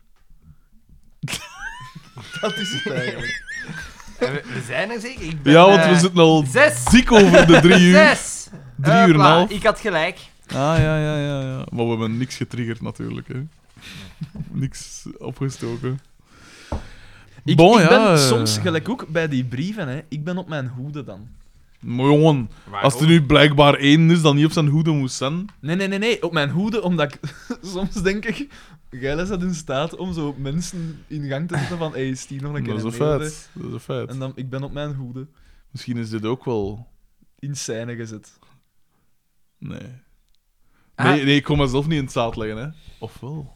Dat is het eigenlijk. En We, we zijn er zeker. Ik ben, Ja, want we eh, zitten al zes. dik over de drie uur. Zes! Drie uur en een Hopla, half. Ik had gelijk. Ah, ja, ja, ja, ja. Maar we hebben niks getriggerd natuurlijk, hè. Niks opgestoken. Ik, Bon, ik ja, ben eh. soms, gelijk ook bij die brieven, hè, ik ben op mijn hoede dan. Maar jongen, als er nu blijkbaar één is dat niet op zijn hoede moest zijn... Nee, nee, nee, nee, op mijn hoede, omdat ik soms denk ik, Geil is dat in staat om zo mensen in gang te zetten van, hey, is die nog een keer Dat is een een mail, hè? feit. Dat is een feit. En dan, ik ben op mijn hoede Misschien is dit ook wel... in scène gezet. Nee. Ah. Nee, nee, ik kon mezelf niet in het zaad leggen, hè. Of wel?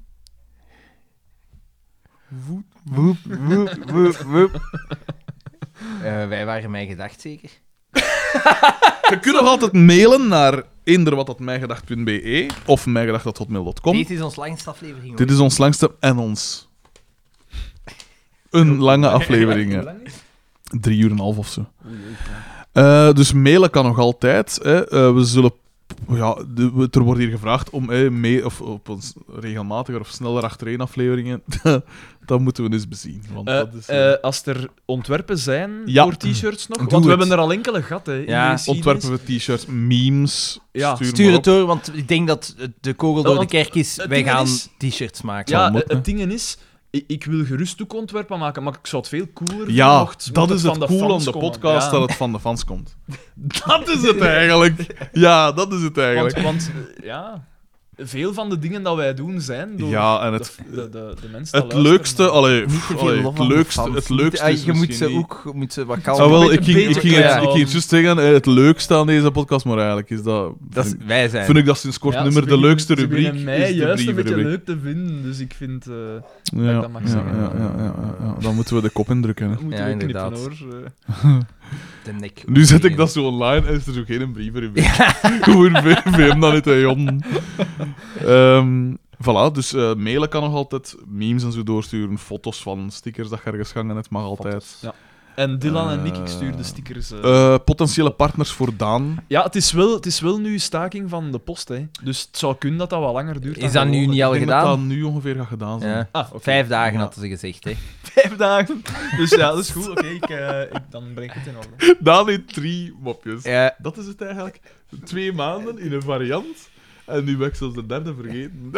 Woep, woep, woep, woep. Eh, wij waren mij gedacht, zeker? Je kunt nog altijd mailen naar eender wat dat mijgedacht punt be of mijgedacht at hotmail punt com. Dit is ons langste aflevering. Dit is ons langste en ons. Een lange aflevering. Hoe hè. lang is het? Drie uur en een half of zo. Oei, oei, ja. Eh, dus mailen kan nog altijd. Hè. Eh, we zullen... Ja, de, we- er wordt hier gevraagd om eh, mee, of op ons regelmatiger of sneller achtereen afleveringen. Dat moeten we eens bezien. Want Eh, dat is, eh, eh, als er ontwerpen zijn Ja. voor t-shirts nog, Doe want we het. hebben er al enkele gehad, hè. in Ja, de geschiedenis. ontwerpen we t-shirts, memes. Ja, stuur Stuur maar het op. door, want ik denk dat de kogel door de want kerk is. het Wij ding gaan is- t-shirts maken. zal Ja, moeten. het ding is, ik, ik wil gerust ook ontwerpen maken, maar ik zou het veel cooler vinden Ja, mocht- dat mocht is het van de cool aan fans de komen. podcast, Ja. dat het van de fans komt. Dat is het eigenlijk. Ja, dat is het eigenlijk. Want, want eh, ja, veel van de dingen dat wij doen zijn door Ja, en de, het, de, de, de mensen het dat leukste, luisteren. allee, Niet te pff, veel allee, lof het aan de leukste, fans. het leukste Ah, is je moet misschien ze niet- ook je moet ze wat kalm. Ah, wel, Een ik ging, beetje ik ging, het, klein ik ging aan. juist zeggen, eh, het leukste aan deze podcast, maar eigenlijk is dat... Dat is, vind, wij zijn. vind ik dat sinds kort Ja, niet ze meer de beginnen- leukste ze rubriek beginnen mij is de juist een beetje brievenrubriek. leuk te vinden, dus ik vind... eh Ja, ik dat mag ja, zeggen. ja, ja, ja, ja, ja. Dan moeten we de kop indrukken. Hè. dat moeten Ja, we knippen, inderdaad. hoor. Eh. de nek. Nu zet ik dat zo online en is er zo geen brievenrubriek. Gewoon veel veel dan niet, hè, Jon. Ehm, Voilà, dus eh, mailen kan nog altijd, memes en zo doorsturen, foto's van stickers dat je ergens gangen hebt, mag altijd. Ja. En Dylan en Eh, Nick, ik stuur de stickers. eh. Eh, potentiële partners voor Daan. Ja, het is, wel, het is wel nu staking van de post, hè. Dus het zou kunnen dat dat wat langer duurt. Is dan dat nu gewoonlijk. niet al Ik denk gedaan? dat dat nu ongeveer gaat gedaan zijn. Ja. Ah, oké. Vijf dagen Ja. hadden ze gezegd, hè. Vijf dagen. Dus ja, dat is goed. Oké, ik, eh, ik, dan breng ik het in orde. Daan heeft drie mopjes. Ja. Dat is het eigenlijk. Twee maanden in een variant. En nu ben ik zelfs de derde vergeten.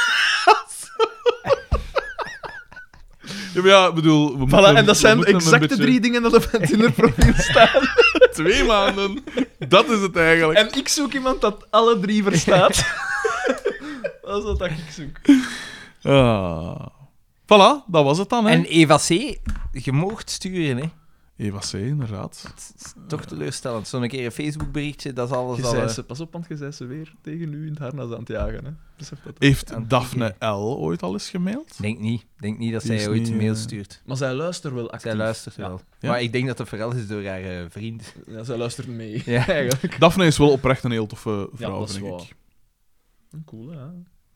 Ja, maar ja, ik bedoel... We Voilà, moeten- en dat we zijn moeten hem een exact de beetje- drie dingen dat op mijn Tinder-profiel staan. Twee maanden. Dat is het eigenlijk. En ik zoek iemand dat alle drie verstaat. Dat is wat ik zoek. Ah. Voilà, dat was het dan, hè. En Eva C, je moogt sturen, hè. Eva C, inderdaad. Het is toch teleurstellend. Zo'n keer een Facebook-berichtje, dat is alles al... Je eh, zei ze, pas op, want je zei ze weer tegen u in het harnas aan het jagen. Hè. Besef dat. Heeft Aan het Daphne L. ooit al eens gemaild? Denk niet. Denk niet dat Die is zij ooit niet, een mail eh, stuurt. Maar zij luistert wel actief. Zij luistert Ja. wel. Ja? Maar ik denk dat dat vooral is door haar eh, vriend. Ja, zij luistert mee. Ja. Eigenlijk. Daphne is wel oprecht een heel toffe Ja, vrouw, dat is vind waar. ik. Cool, hè?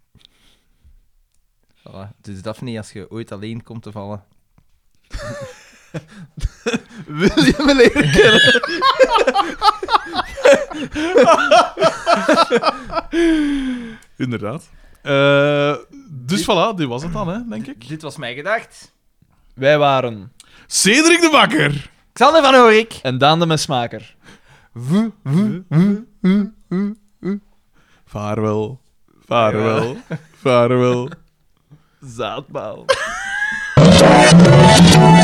Voilà. Dus Daphne, als je ooit alleen komt te vallen... Wil je me leren kennen? Inderdaad. Eh, dus voilà, dit was het dan, hè, denk ik. Dit was mij gedacht. Wij waren... Cedric de Bakker. Xander van Oorik. En Daan de Mesmaker. Vaarwel. Vaarwel. Vaarwel. Zaadbouw.